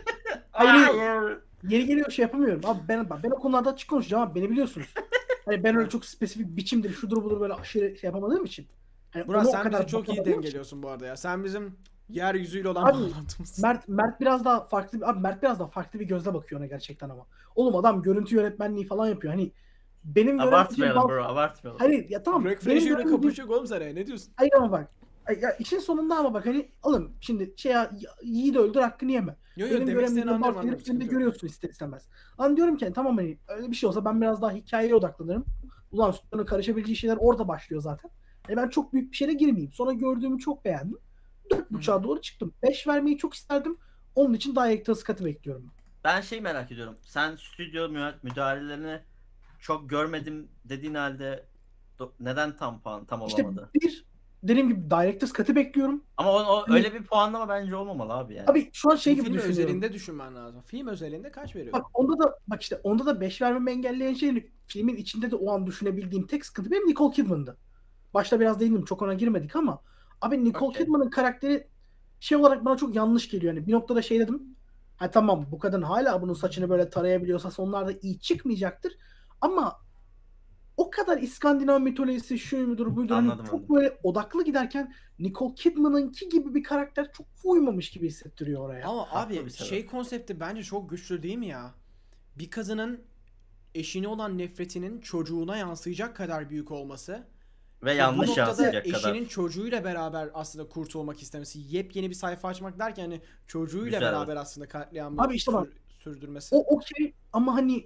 S2: Hayır, hayır. Geri geliyor şey yapamıyorum. Abi ben ben o konularda açık konuşacağım abi beni biliyorsunuz. Hani ben öyle çok spesifik biçimdir şudur budur böyle aşırı şey yapamadığım için. Hani
S1: Burak
S2: onu o
S1: sen
S2: kadar
S1: bizi çok iyi
S2: bakamadığım için-
S1: dengeliyorsun bu arada ya. Sen bizim yeryüzüyle olan
S2: Abi,
S1: bağlantımızsın.
S2: Mert Mert biraz daha farklı bir abi Mert biraz daha farklı bir gözle bakıyor ona gerçekten ama. Oğlum adam görüntü yönetmenliği falan yapıyor. Hani benim görebileceğim
S3: Abartmayalım
S2: bazı...
S3: bro, abartmayalım.
S2: Hayır ya tamam.
S1: Greg
S2: benim
S1: Fraser'la
S2: görebileceğim-
S1: kapışacak oğlum sana ya. Ne diyorsun?
S2: Hayır ama bak. Ay, ya işin sonunda ama bak hani oğlum şimdi şey ya, yiğit öldür hakkını yeme.
S1: Yo yo
S2: Benim
S1: demek istediğini
S2: göremediğim
S1: anlıyorum
S2: bazı
S1: anlıyorum.
S2: şeyleri sen de
S1: Sıkıntı yok.
S2: görüyorsun ister istemez. Hani diyorum ki tamam hani öyle bir şey olsa ben biraz daha hikayeye odaklanırım. Ulan sonra karışabileceği şeyler orada başlıyor zaten. Yani ben çok büyük bir şeye girmeyeyim. Sonra gördüğümü çok beğendim. Dört buçuğa doğru çıktım. Beş vermeyi çok isterdim. Onun için Director's Cut'ı bekliyorum.
S3: Ben şey merak ediyorum. Sen stüdyo mü- müdahalelerini çok görmedim dediğin halde do- neden tam puan tam
S2: İşte
S3: olamadı?
S2: bir dediğim gibi Director's Cut'ı bekliyorum.
S3: Ama o, o
S2: Hani-
S3: öyle bir puanlama bence olmamalı abi yani.
S2: Abi şu an şey
S1: Bu
S2: gibi
S1: film
S2: düşünüyorum.
S1: özelinde düşünmen lazım. Film özelinde kaç veriyor?
S2: Bak onda da bak işte onda da beş vermemi engelleyen şey filmin içinde de o an düşünebildiğim tek sıkıntı benim Nicole Kidman'dı. Başta biraz değindim çok ona girmedik ama abi Nicole
S3: Okey.
S2: Kidman'ın karakteri şey olarak bana çok yanlış geliyor. Yani bir noktada şey dedim. Ha tamam bu kadın hala bunun saçını böyle tarayabiliyorsa sonlarda iyi çıkmayacaktır. Ama o kadar İskandinav mitolojisi şu mudur buydur hani
S3: Anladım,
S2: çok
S3: anladım.
S2: böyle odaklı giderken Nicole Kidman'ınki gibi bir karakter çok uymamış gibi hissettiriyor oraya.
S1: Ama
S3: Haklı
S1: abi
S3: bir sebep.
S1: şey konsepti bence çok güçlü değil mi ya? Bir kadının eşine olan nefretinin çocuğuna yansıyacak kadar büyük olması
S3: Ve
S1: ve
S3: yanlış
S1: bu noktada
S3: yansıyacak
S1: eşinin
S3: kadar.
S1: çocuğuyla beraber aslında kurtulmak istemesi, yepyeni bir sayfa açmak derken hani çocuğuyla
S3: Güzel.
S1: beraber aslında katliamı
S2: Abi işte bak,
S1: sür- sürdürmesi.
S2: O okey ama hani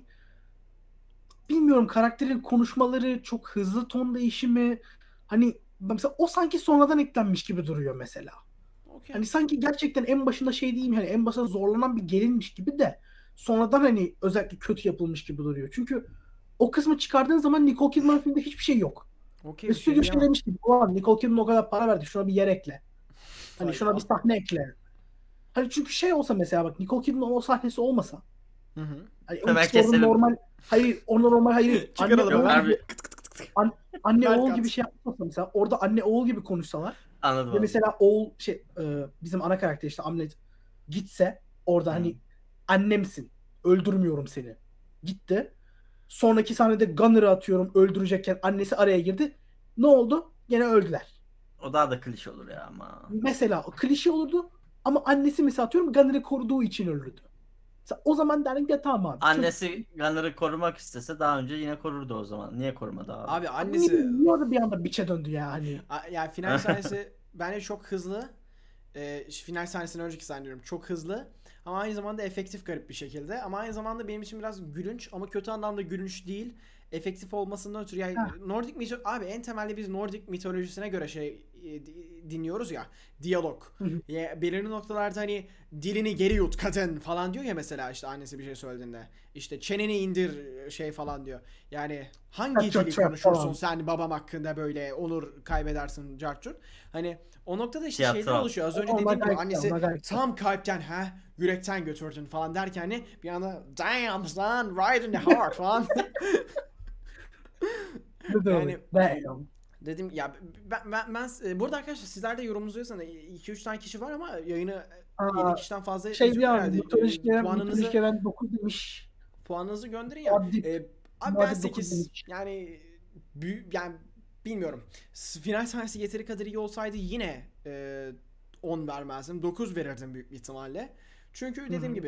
S2: bilmiyorum karakterin konuşmaları çok hızlı ton değişimi hani mesela o sanki sonradan eklenmiş gibi duruyor mesela.
S1: Okey.
S2: Hani sanki gerçekten en başında şey diyeyim hani en başta zorlanan bir gelinmiş gibi de sonradan hani özellikle kötü yapılmış gibi duruyor. Çünkü o kısmı çıkardığın zaman Nicole Kidman filmde hiçbir şey yok.
S1: Okey
S2: Ve
S1: bir şey
S2: stüdyo şey
S1: diyemem.
S2: demiş gibi ulan Nicole Kidman o kadar para verdi şuna bir yer ekle. Hani
S1: Vay
S2: şuna
S1: ya.
S2: bir sahne ekle. Hani çünkü şey olsa mesela bak Nicole Kidman o sahnesi olmasa
S1: Hı hı.
S2: hani o
S3: Hemen
S2: ikisi orada
S3: keselim.
S2: normal hayır orada normal hayır
S1: Çıkaralım
S2: anne,
S1: hemen.
S2: oğul gibi, anne
S1: Ver
S2: oğul
S1: kat.
S2: gibi şey yapmasa mesela orada anne oğul gibi konuşsalar
S3: Anladım.
S2: ve
S3: anladım.
S2: mesela oğul şey e, bizim ana karakter işte Amlet gitse orada
S3: Hı.
S2: hani annemsin öldürmüyorum seni gitti sonraki sahnede Gunner'ı atıyorum öldürecekken annesi araya girdi ne oldu gene öldüler
S3: O daha da klişe olur ya ama.
S2: mesela o klişe olurdu ama annesi mesela atıyorum Gunner'ı koruduğu için öldürdü mesela o zaman derdim ya tamam abi
S3: Annesi Gunner'ı korumak istese daha önce yine korurdu o zaman. Niye korumadı abi?
S1: Abi
S2: Çok...
S1: annesi
S2: niye orada bir anda biçe döndü ya hani
S1: A- yani final sahnesi bence çok hızlı. Ee, final sahnesinden önceki sahne diyorum. Çok hızlı. Ama aynı zamanda efektif garip bir şekilde. Ama aynı zamanda benim için biraz gülünç ama kötü anlamda gülünç değil. Efektif olmasından ötürü yani
S2: Ha.
S1: Nordic mito abi en temelde biz Nordic mitolojisine göre şey e, di- dinliyoruz ya. Diyalog.
S2: Hı hı.
S1: Ya, belirli noktalarda hani dilini geri yut kadın falan diyor ya mesela işte annesi bir şey söylediğinde. İşte çeneni indir şey falan diyor. Yani hangi
S2: Çat
S1: dili
S2: çat
S1: konuşursun
S2: falan.
S1: sen babam hakkında böyle onur kaybedersin cartçurt. Hani o noktada işte
S3: Tiyatro.
S1: şeyler oluşuyor. Az önce
S2: Ona
S1: dediğim gibi
S2: gayet-
S1: annesi
S2: ona gayet-
S1: tam kalpten ha yürekten götürdün falan derken hani bir anda damn son right in the heart falan. Yani-
S2: Damn.
S1: Dedim ya ben ben, ben e, burada arkadaşlar sizler de yorumunuzu yazın. iki üç tane kişi var ama yayını
S2: Aa,
S1: yedi kişiden fazla
S2: şey
S1: izliyor
S2: ya
S1: herhalde.
S2: mitolojik
S1: E,
S2: gelen
S1: puanınızı
S2: mitolojik gelen dokuz demiş.
S1: puanınızı gönderin ya.
S2: Adip-
S1: E, abi ben
S2: Adip dokuz
S1: sekiz
S2: demiş.
S1: yani büyük yani bilmiyorum. S- Final sahnesi yeteri kadar iyi olsaydı yine e, on vermezdim. dokuz verirdim büyük bir ihtimalle. Çünkü dediğim
S2: Hı hı.
S1: gibi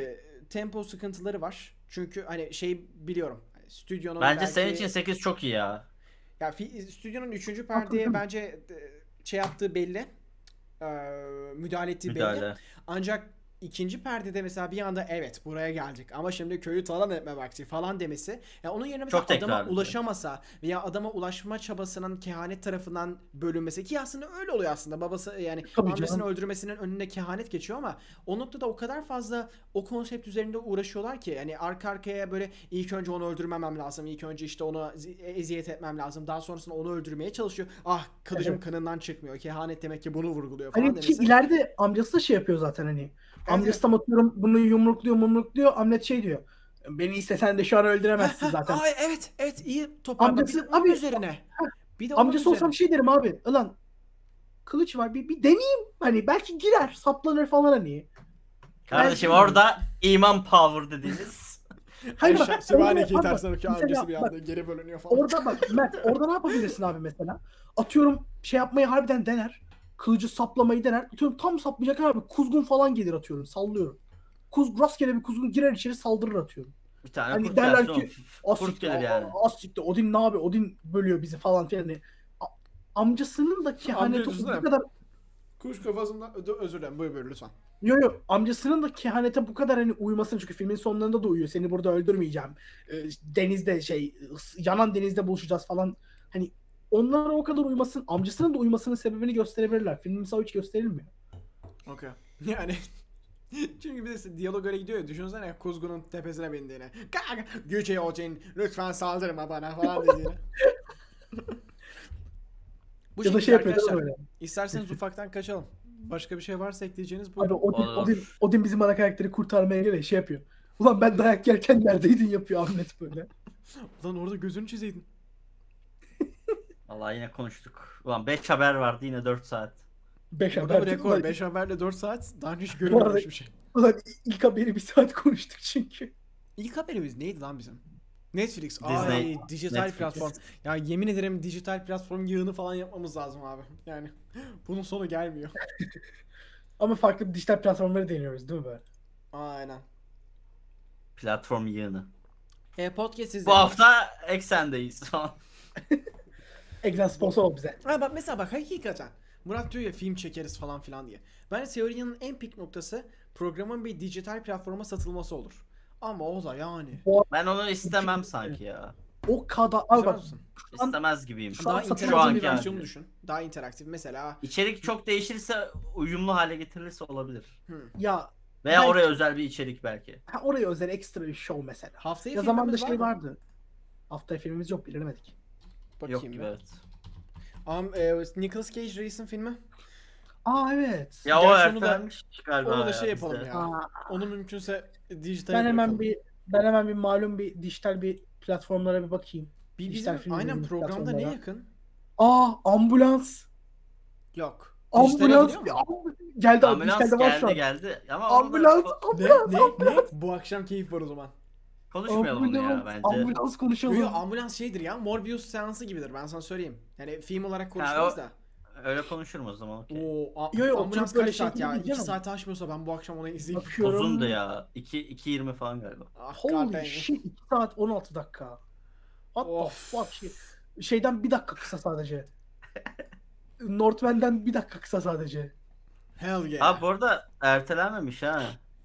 S1: tempo sıkıntıları var. Çünkü hani şey biliyorum. Hani stüdyonun
S3: Bence
S1: belki,
S3: senin için sekiz çok iyi ya.
S1: ya fi- stüdyonun üçüncü perdeye
S2: Haklısın.
S1: bence e, şey yaptığı belli. Ee, müdahale ettiği belli.
S3: Müdahale.
S1: Ancak ikinci perdede mesela bir anda evet buraya geldik ama şimdi köyü talan etme vakti falan demesi. Ya onun yerine mesela
S3: Çok
S1: adama
S3: tekrarlı.
S1: ulaşamasa veya adama ulaşma çabasının kehanet tarafından bölünmesi, ki aslında öyle oluyor aslında. Babası yani
S2: Tabii
S1: amcasını
S2: canım.
S1: öldürmesinin önünde kehanet geçiyor ama o noktada o kadar fazla o konsept üzerinde uğraşıyorlar ki yani arka arkaya böyle ilk önce onu öldürmemem lazım. İlk önce işte ona zi- eziyet etmem lazım. Daha sonrasında onu öldürmeye çalışıyor. Ah kılıcım
S2: Evet.
S1: kanından çıkmıyor. Kehanet demek ki bunu vurguluyor falan
S2: Hani ki
S1: demesi.
S2: ileride amcası da şey yapıyor zaten hani. Amcası
S1: evet.
S2: tam atıyorum bunu yumrukluyor mumrukluyor. Amlet şey diyor. Beni istesen de şu an öldüremezsin
S1: Heh, heh,
S2: zaten.
S1: ay, evet evet iyi toparla. Bir de
S2: Amcası
S1: onun
S2: abi
S1: üzerine. Bir de onun
S2: amcası olsam
S1: üzerine.
S2: şey derim abi. Ulan kılıç var bir, bir deneyeyim. Hani belki girer saplanır falan hani.
S3: Kardeşim
S2: Belki-
S3: orada iman power dediğiniz.
S2: Hayır bak,
S1: Ayşe
S2: orada-
S1: Sübhaneke'yi
S2: abi bak,
S1: tersten okuyor.
S2: mesela
S1: Amcası bir
S2: bak,
S1: anda geri bölünüyor falan.
S2: Orada bak Mert orada ne yapabilirsin abi mesela? Atıyorum şey yapmayı harbiden dener. Kılıcı saplamayı dener. Atıyorum tam saplayacak abi. Kuzgun falan gelir atıyorum. Sallıyorum. Kuz, rastgele bir kuzgun girer içeri saldırır atıyorum.
S3: Bir tane
S2: Hani
S3: kurt
S2: derler
S3: gelsin
S2: ki,
S3: oğlum.
S2: Az
S3: Kurt
S2: siktir,
S3: gelir yani.
S2: az siktir. Odin ne abi? Odin bölüyor bizi falan filan. Hani, a- amcasının da kehaneti
S1: düşünsene.
S2: bu kadar
S1: Kuş kafasından Ö- özür dilerim buyur buyur lütfen.
S2: yo yo amcasının da kehanete bu kadar hani uymasın çünkü filmin sonlarında da uyuyor. Seni burada öldürmeyeceğim. Ee, denizde şey yanan denizde buluşacağız falan. Hani onlara o kadar uymasın, amcasının da uymasının sebebini gösterebilirler. Filmin mesela hiç gösterilmiyor.
S1: Okey. Yani çünkü bir de diyalog öyle gidiyor ya, düşünsene kuzgunun tepesine bindiğini. Kalk Yüce Odin lütfen saldırma bana falan dediğini. Bu
S2: Ya da
S1: şekilde
S2: şey yapıyor değil mi
S1: arkadaşlar.
S2: böyle?
S1: İsterseniz ufaktan kaçalım. Başka bir şey varsa ekleyeceğiniz
S2: Abi
S1: buyurun.
S2: Odin,
S3: Olur.
S2: Odin, Odin bizim ana karakteri kurtarmaya geliyor şey yapıyor. Ulan ben dayak yerken neredeydin yapıyor Ahmet böyle.
S1: Ulan orada gözünü çizeydin.
S3: Vallahi yine konuştuk. Ulan beş haber vardı yine dört saat.
S2: Beş
S1: Bu da
S2: haber.
S1: bir rekor.
S2: Ulan,
S1: beş haberle dört saat daha önce hiç görülmemiş bir şey.
S2: ulan ilk haberi bir saat konuştuk çünkü.
S1: İlk haberimiz neydi lan bizim? Netflix.
S3: Disney,
S1: Ay dijital
S3: Netflix.
S1: platform. Ya yemin ederim dijital platform yığını falan yapmamız lazım abi. Yani bunun sonu gelmiyor.
S2: Ama farklı dijital platformları deniyoruz değil mi böyle?
S1: Aynen.
S3: Platform yığını.
S1: E, podcast izleyin.
S3: Bu hafta Eksen'deyiz falan.
S2: Exen sponsor ol bize.
S1: Ha bak mesela bak hakikaten. Murat diyor ya film çekeriz falan filan diye. Bence teorinin en pik noktası programın bir dijital platforma satılması olur. Ama o da yani.
S3: Ben onu istemem sanki ya.
S2: O kadar. Abi
S1: İstemez
S2: bak
S1: misin?
S2: an-
S3: İstemez gibiyim.
S2: Şu
S1: Daha
S2: an satın
S1: interaktif
S2: alacağım
S1: bir
S3: bir
S1: versiyonu
S3: hali.
S1: düşün. Daha interaktif. Mesela
S3: İçerik çok değişirse uyumlu hale getirilirse olabilir.
S2: ya
S3: Veya
S2: Belki.
S3: oraya özel bir içerik belki.
S2: ha, oraya özel ekstra bir show mesela.
S1: haftaya
S2: Ya zamanda
S1: filmimiz var
S2: şey
S1: mı?
S2: vardı. Haftaya filmimiz yok bilemedik.
S1: Bakayım
S3: Yok
S1: bir.
S3: gibi evet.
S1: Am, e, Nicolas Cage Reis'in filmi.
S2: Aa evet.
S3: Ya o
S1: Gerçi onu da-
S3: ertelenmiş galiba
S1: Onu da
S3: ya
S1: şey yapalım
S3: bizde.
S1: ya.
S2: Aa,
S1: Onu mümkünse dijital
S2: ben hemen
S1: bırakalım.
S2: bir ben hemen bir malum bir dijital bir platformlara bir bakayım.
S1: Bir
S2: dijital
S1: bizim
S2: film
S1: aynen
S2: izlediğimiz
S1: programda ne
S2: platformlara.
S1: yakın?
S2: Aa ambulans.
S1: Yok. Dijitale
S2: Ambulans.
S1: geliyor mu?
S2: Ambulans. Geldi abi
S3: Ambulans
S2: dijitalde var şu
S3: geldi
S2: an.
S3: geldi. Ama
S2: Ambulans.
S3: onu da ko-
S1: Ne? Ne? Ne? Bu akşam keyif var o zaman.
S3: konuşmayalım onu ya
S2: Ambulans.
S3: bence.
S2: Ambulans
S1: Yo,
S2: konuşalım.
S1: yo, ambulans şeydir ya. Morbius seansı gibidir ben sana söyleyeyim. Yani film olarak
S3: Ha,
S1: konuşmayız
S3: o-
S1: da.
S3: Öyle konuşurum o zaman okey.
S1: Oo, a-
S2: Yo, yo,
S1: ambulans
S2: oturup böyle
S1: kaç
S2: şey
S1: saat ya?
S2: gibi
S1: iki
S2: canım.
S1: saat aşmıyorsa ben bu akşam onu izleyeyim.
S2: Bakıyorum.
S3: Uzundu ya. iki iki yirmi falan galiba.
S1: Ah,
S2: Holy
S1: goddamn.
S2: shit iki saat on altı dakika. What
S1: Of.
S2: the fuck şey. Şeyden bir dakika kısa sadece. Northman'den bir dakika kısa sadece.
S1: Hell yeah.
S3: Abi bu arada ertelenmemiş ha.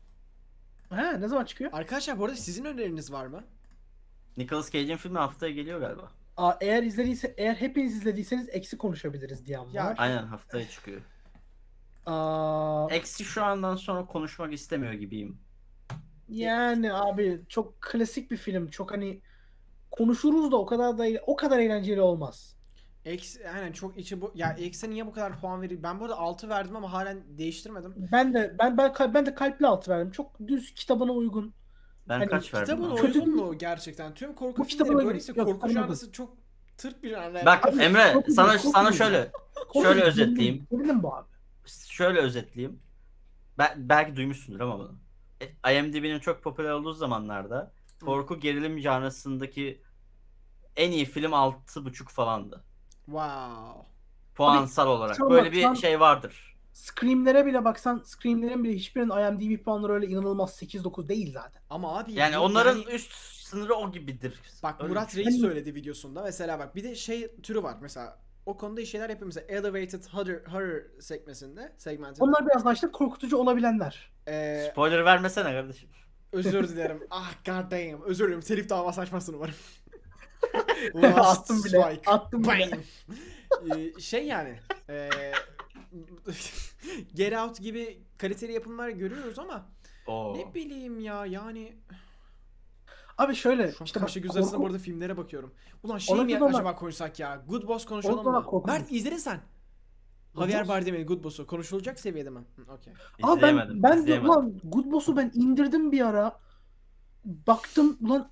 S2: He ne zaman çıkıyor?
S1: Arkadaşlar bu arada sizin öneriniz var mı?
S3: Nicolas Cage'in filmi haftaya geliyor galiba.
S2: Aa, eğer izlediyse eğer hepiniz izlediyseniz eksi konuşabiliriz diyen
S1: Ya,
S2: var.
S3: Aynen haftaya çıkıyor.
S2: Aa,
S3: Eksi şu andan sonra konuşmak istemiyor gibiyim.
S2: yani abi çok klasik bir film. Çok hani konuşuruz da o kadar da o kadar eğlenceli olmaz.
S1: X aynen çok içi bu. Ya X'e niye bu kadar puan veriyor? Ben bu arada altı verdim ama halen değiştirmedim.
S2: Ben de ben ben kal- ben de kalpli altı verdim. Çok düz kitabına uygun.
S3: Ben
S2: Hani
S3: kaç verdim?
S1: Kitabın
S3: abi?
S2: Kötü
S1: uygun
S2: değil.
S1: mu gerçekten? Tüm korku
S2: Bu kitabın
S1: filmleri
S2: uygun.
S1: böyleyse
S2: Yok,
S1: korku
S2: anladım.
S1: janrısı çok tırt bir janrı.
S3: Bak
S2: Abi,
S3: Emre
S2: korku
S3: sana
S2: değil, korku
S3: sana
S2: değil.
S3: şöyle
S2: Korku
S3: şöyle
S2: değil,
S3: özetleyeyim.
S2: gerilim bu abi.
S3: Şöyle özetleyeyim. Ben, belki duymuşsundur ama bunu. E, IMDb'nin çok popüler olduğu zamanlarda korku gerilim janrasındaki en iyi film altı buçuk falandı.
S1: Wow.
S3: Puansal olarak.
S2: şu an
S3: Böyle
S2: bak,
S3: bir
S2: şu an-
S3: şey vardır.
S2: Scream'lere bile baksan, Scream'lerin bile hiçbirinin IMDb puanları öyle inanılmaz sekiz dokuz değil zaten.
S1: Ama abi
S3: Yani
S1: bu-
S3: onların
S1: yani-
S3: üst sınırı o gibidir.
S1: Bak
S3: Öyle
S1: Murat
S3: düşün.
S1: Reis söyledi videosunda. Mesela bak bir de şey türü var. Mesela o konuda iyi şeyler yapıyor. Mesela Elevated Horror, horror segmentinde. segmentinde.
S2: Onlar biraz daha işte korkutucu olabilenler.
S1: Ee,
S3: Spoiler vermesene kardeşim.
S1: özür dilerim. Ah god damn. Özür dilerim. Telif davası açmazsın umarım.
S2: Attım bile, attım bile.
S1: Bang. Ee, şey yani. ee, Get Out gibi kaliteli yapımlar görüyoruz ama
S3: Oo.
S1: ne bileyim ya yani
S2: Abi şöyle
S1: şu an
S2: işte
S1: kaşı
S2: bak,
S1: göz arasında
S2: korku-
S1: bu arada filmlere bakıyorum. Ulan şey
S2: Ona
S1: mi
S2: göre ona-
S1: acaba konuşsak ya? Good Boss konuşalım
S2: Ona göre
S1: mı?
S2: korkunç.
S1: Mert izledin sen.
S2: Good
S1: Javier
S2: Boss?
S1: Bardem'in Good Boss'u konuşulacak seviyede mi? Hı, okey.
S2: Aa ben
S3: İzleyemedim,
S2: ben de
S3: izleyemedim.
S2: ulan Good Boss'u ben indirdim bir ara. Baktım ulan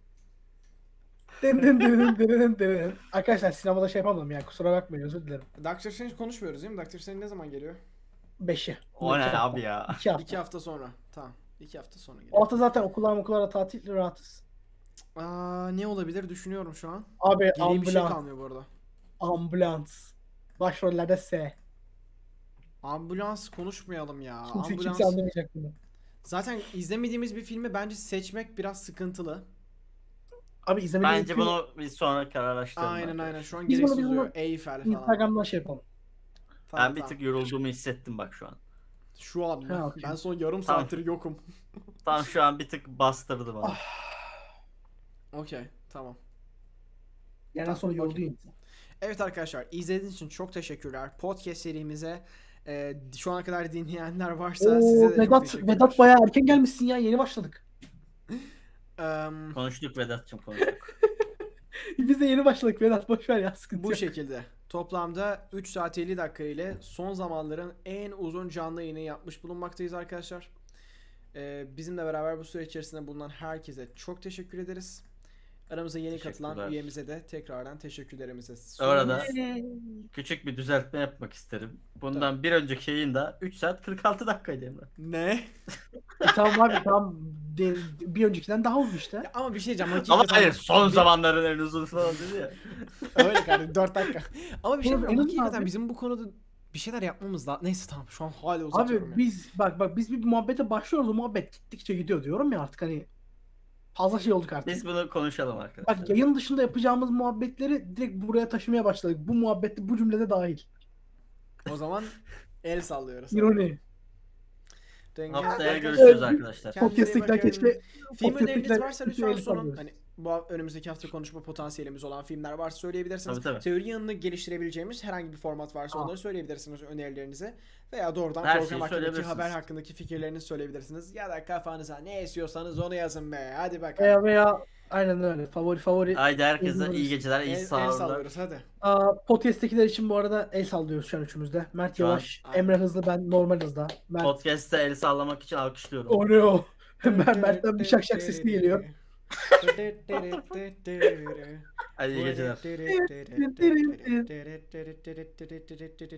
S2: den den den den den den. Arkadaşlar sinemada şey yapamadım ya, kusura bakmayın, özür dilerim.
S1: Doctor Strange konuşmuyoruz değil mi? Doctor Strange ne zaman geliyor?
S2: beşi.
S3: O ne abi ya?
S2: iki hafta.
S1: İki hafta sonra. Tamam. İki hafta sonra
S2: O
S1: geliyor.
S2: hafta zaten okullar okullara tatil, rahatız.
S1: Aa, ne olabilir düşünüyorum şu an.
S2: Abi
S1: Geriye bir şey
S2: ambulans.
S1: kalmıyor bu arada.
S2: Ambulans. Başrollerde S.
S1: Ambulans konuşmayalım ya.
S2: Kimse,
S1: Ambulans.
S2: kimse anlamayacak bunu.
S1: Zaten izlemediğimiz bir filmi bence seçmek biraz sıkıntılı.
S2: Abi izlemeyi
S3: Bence bunu bir sonra kararlaştıralım.
S1: Aynen
S3: arkadaşlar.
S1: aynen. Şu an
S2: Biz bunu-
S1: gereksiz
S2: biz bunu
S1: oluyor. Eyfel falan.
S2: Instagram'dan şey yapalım.
S1: Tamam,
S3: Ben bir
S1: tamam.
S3: tık yorulduğumu hissettim bak şu an.
S1: Şu an mı?
S2: Ha, okey.
S1: Ben son yarım
S3: Tamam.
S1: saattir yokum.
S3: Tam şu an bir tık bastırdı bana.
S2: Ah.
S1: Okey. Tamam.
S2: Yerden
S1: Tamam,
S2: sonra yordu
S1: okey.
S2: insan.
S1: Evet arkadaşlar izlediğiniz için çok teşekkürler. Podcast serimize e, şu ana kadar dinleyenler varsa
S2: Oo,
S1: size de çok
S2: Vedat,
S1: teşekkürler.
S2: Vedat bayağı erken gelmişsin ya, yeni başladık.
S1: Em,
S3: Konuştuk Vedat'cığım konuştuk.
S2: Biz de yeni başladık Vedat, boş ver ya, sıkıntı
S1: bu
S2: yok.
S1: şekilde. Toplamda üç saat elli dakika ile son zamanların en uzun canlı yayını yapmış bulunmaktayız arkadaşlar. E, bizimle beraber bu süre içerisinde bulunan herkese çok teşekkür ederiz. Aramıza yeni katılan
S3: Teşekkürler.
S1: üyemize de tekrardan teşekkürlerimizi
S3: Orada
S1: sunuyoruz.
S3: küçük bir düzeltme yapmak isterim. Bundan bir önceki yayında üç saat kırk altı dakikaydı Emre.
S1: Ne?
S2: E, tamam abi tamam. De- bir öncekinden daha uzun işte.
S1: Ya ama bir şey diyeceğim.
S3: Ama
S1: Hakikaten
S3: hayır son
S1: bir-
S3: zamanların en uzun falan dedi ya.
S1: Öyle kardeşim dört dakika. Ama bir şey
S2: Oğlum,
S1: diyeceğim.
S2: en azından
S1: Hakikaten
S2: abi-
S1: bizim bu konuda bir şeyler yapmamız lazım. Neyse tamam şu an hala uzatıyorum
S2: Abi
S1: ya.
S2: biz bak bak biz bir muhabbete başlıyoruz, o muhabbet gittikçe gidiyor diyorum ya, artık hani fazla şey olduk artık.
S3: Biz bunu konuşalım arkadaşlar.
S2: Bak yayın dışında yapacağımız muhabbetleri direkt buraya taşımaya başladık. Bu muhabbette bu cümlede dahil.
S1: O zaman el sallıyoruz.
S2: İroni.
S1: Denge-
S3: Haftaya
S1: Arkadaşlar,
S3: görüşürüz
S2: Evet.
S3: arkadaşlar.
S1: Kendinize iyi
S2: Podcast'tekiler
S1: bakın.
S2: keşke
S1: Film
S2: podcast'tekiler
S1: öneriniz varsa
S2: keşke
S1: lütfen
S2: el
S1: sorun.
S2: sallıyoruz.
S1: Hani bu önümüzdeki hafta konuşma potansiyelimiz olan filmler varsa söyleyebilirsiniz.
S3: Tabii, tabii.
S1: Teori yanını geliştirebileceğimiz herhangi bir format varsa
S3: Aa.
S1: onları söyleyebilirsiniz önerilerinizi. Veya doğrudan
S3: Her
S1: program
S3: şeyi
S1: hakkındaki
S3: söyleyebilirsiniz.
S1: haber hakkındaki fikirlerinizi söyleyebilirsiniz. Ya da kafanıza ne istiyorsanız onu yazın be. Hadi bakalım.
S2: Veya veya aynen öyle. Favori favori.
S3: Haydi herkese
S2: Yorumlarınız-
S3: iyi geceler, iyi
S1: El, el
S3: sağlıklar.
S1: sallıyoruz hadi.
S2: Aa, podcast'tekiler için bu arada el sallıyoruz şu an üçümüzde. Mert
S3: Şu an-
S2: Yavaş,
S1: Aynen.
S2: Emre Hızlı, ben normal hızda. Mert
S3: Podcast'te el sallamak için alkışlıyorum.
S2: Oreo. Mer- Mert'ten bir şak şak sesi geliyor.
S3: Hadi iyi geceler.
S1: geceler.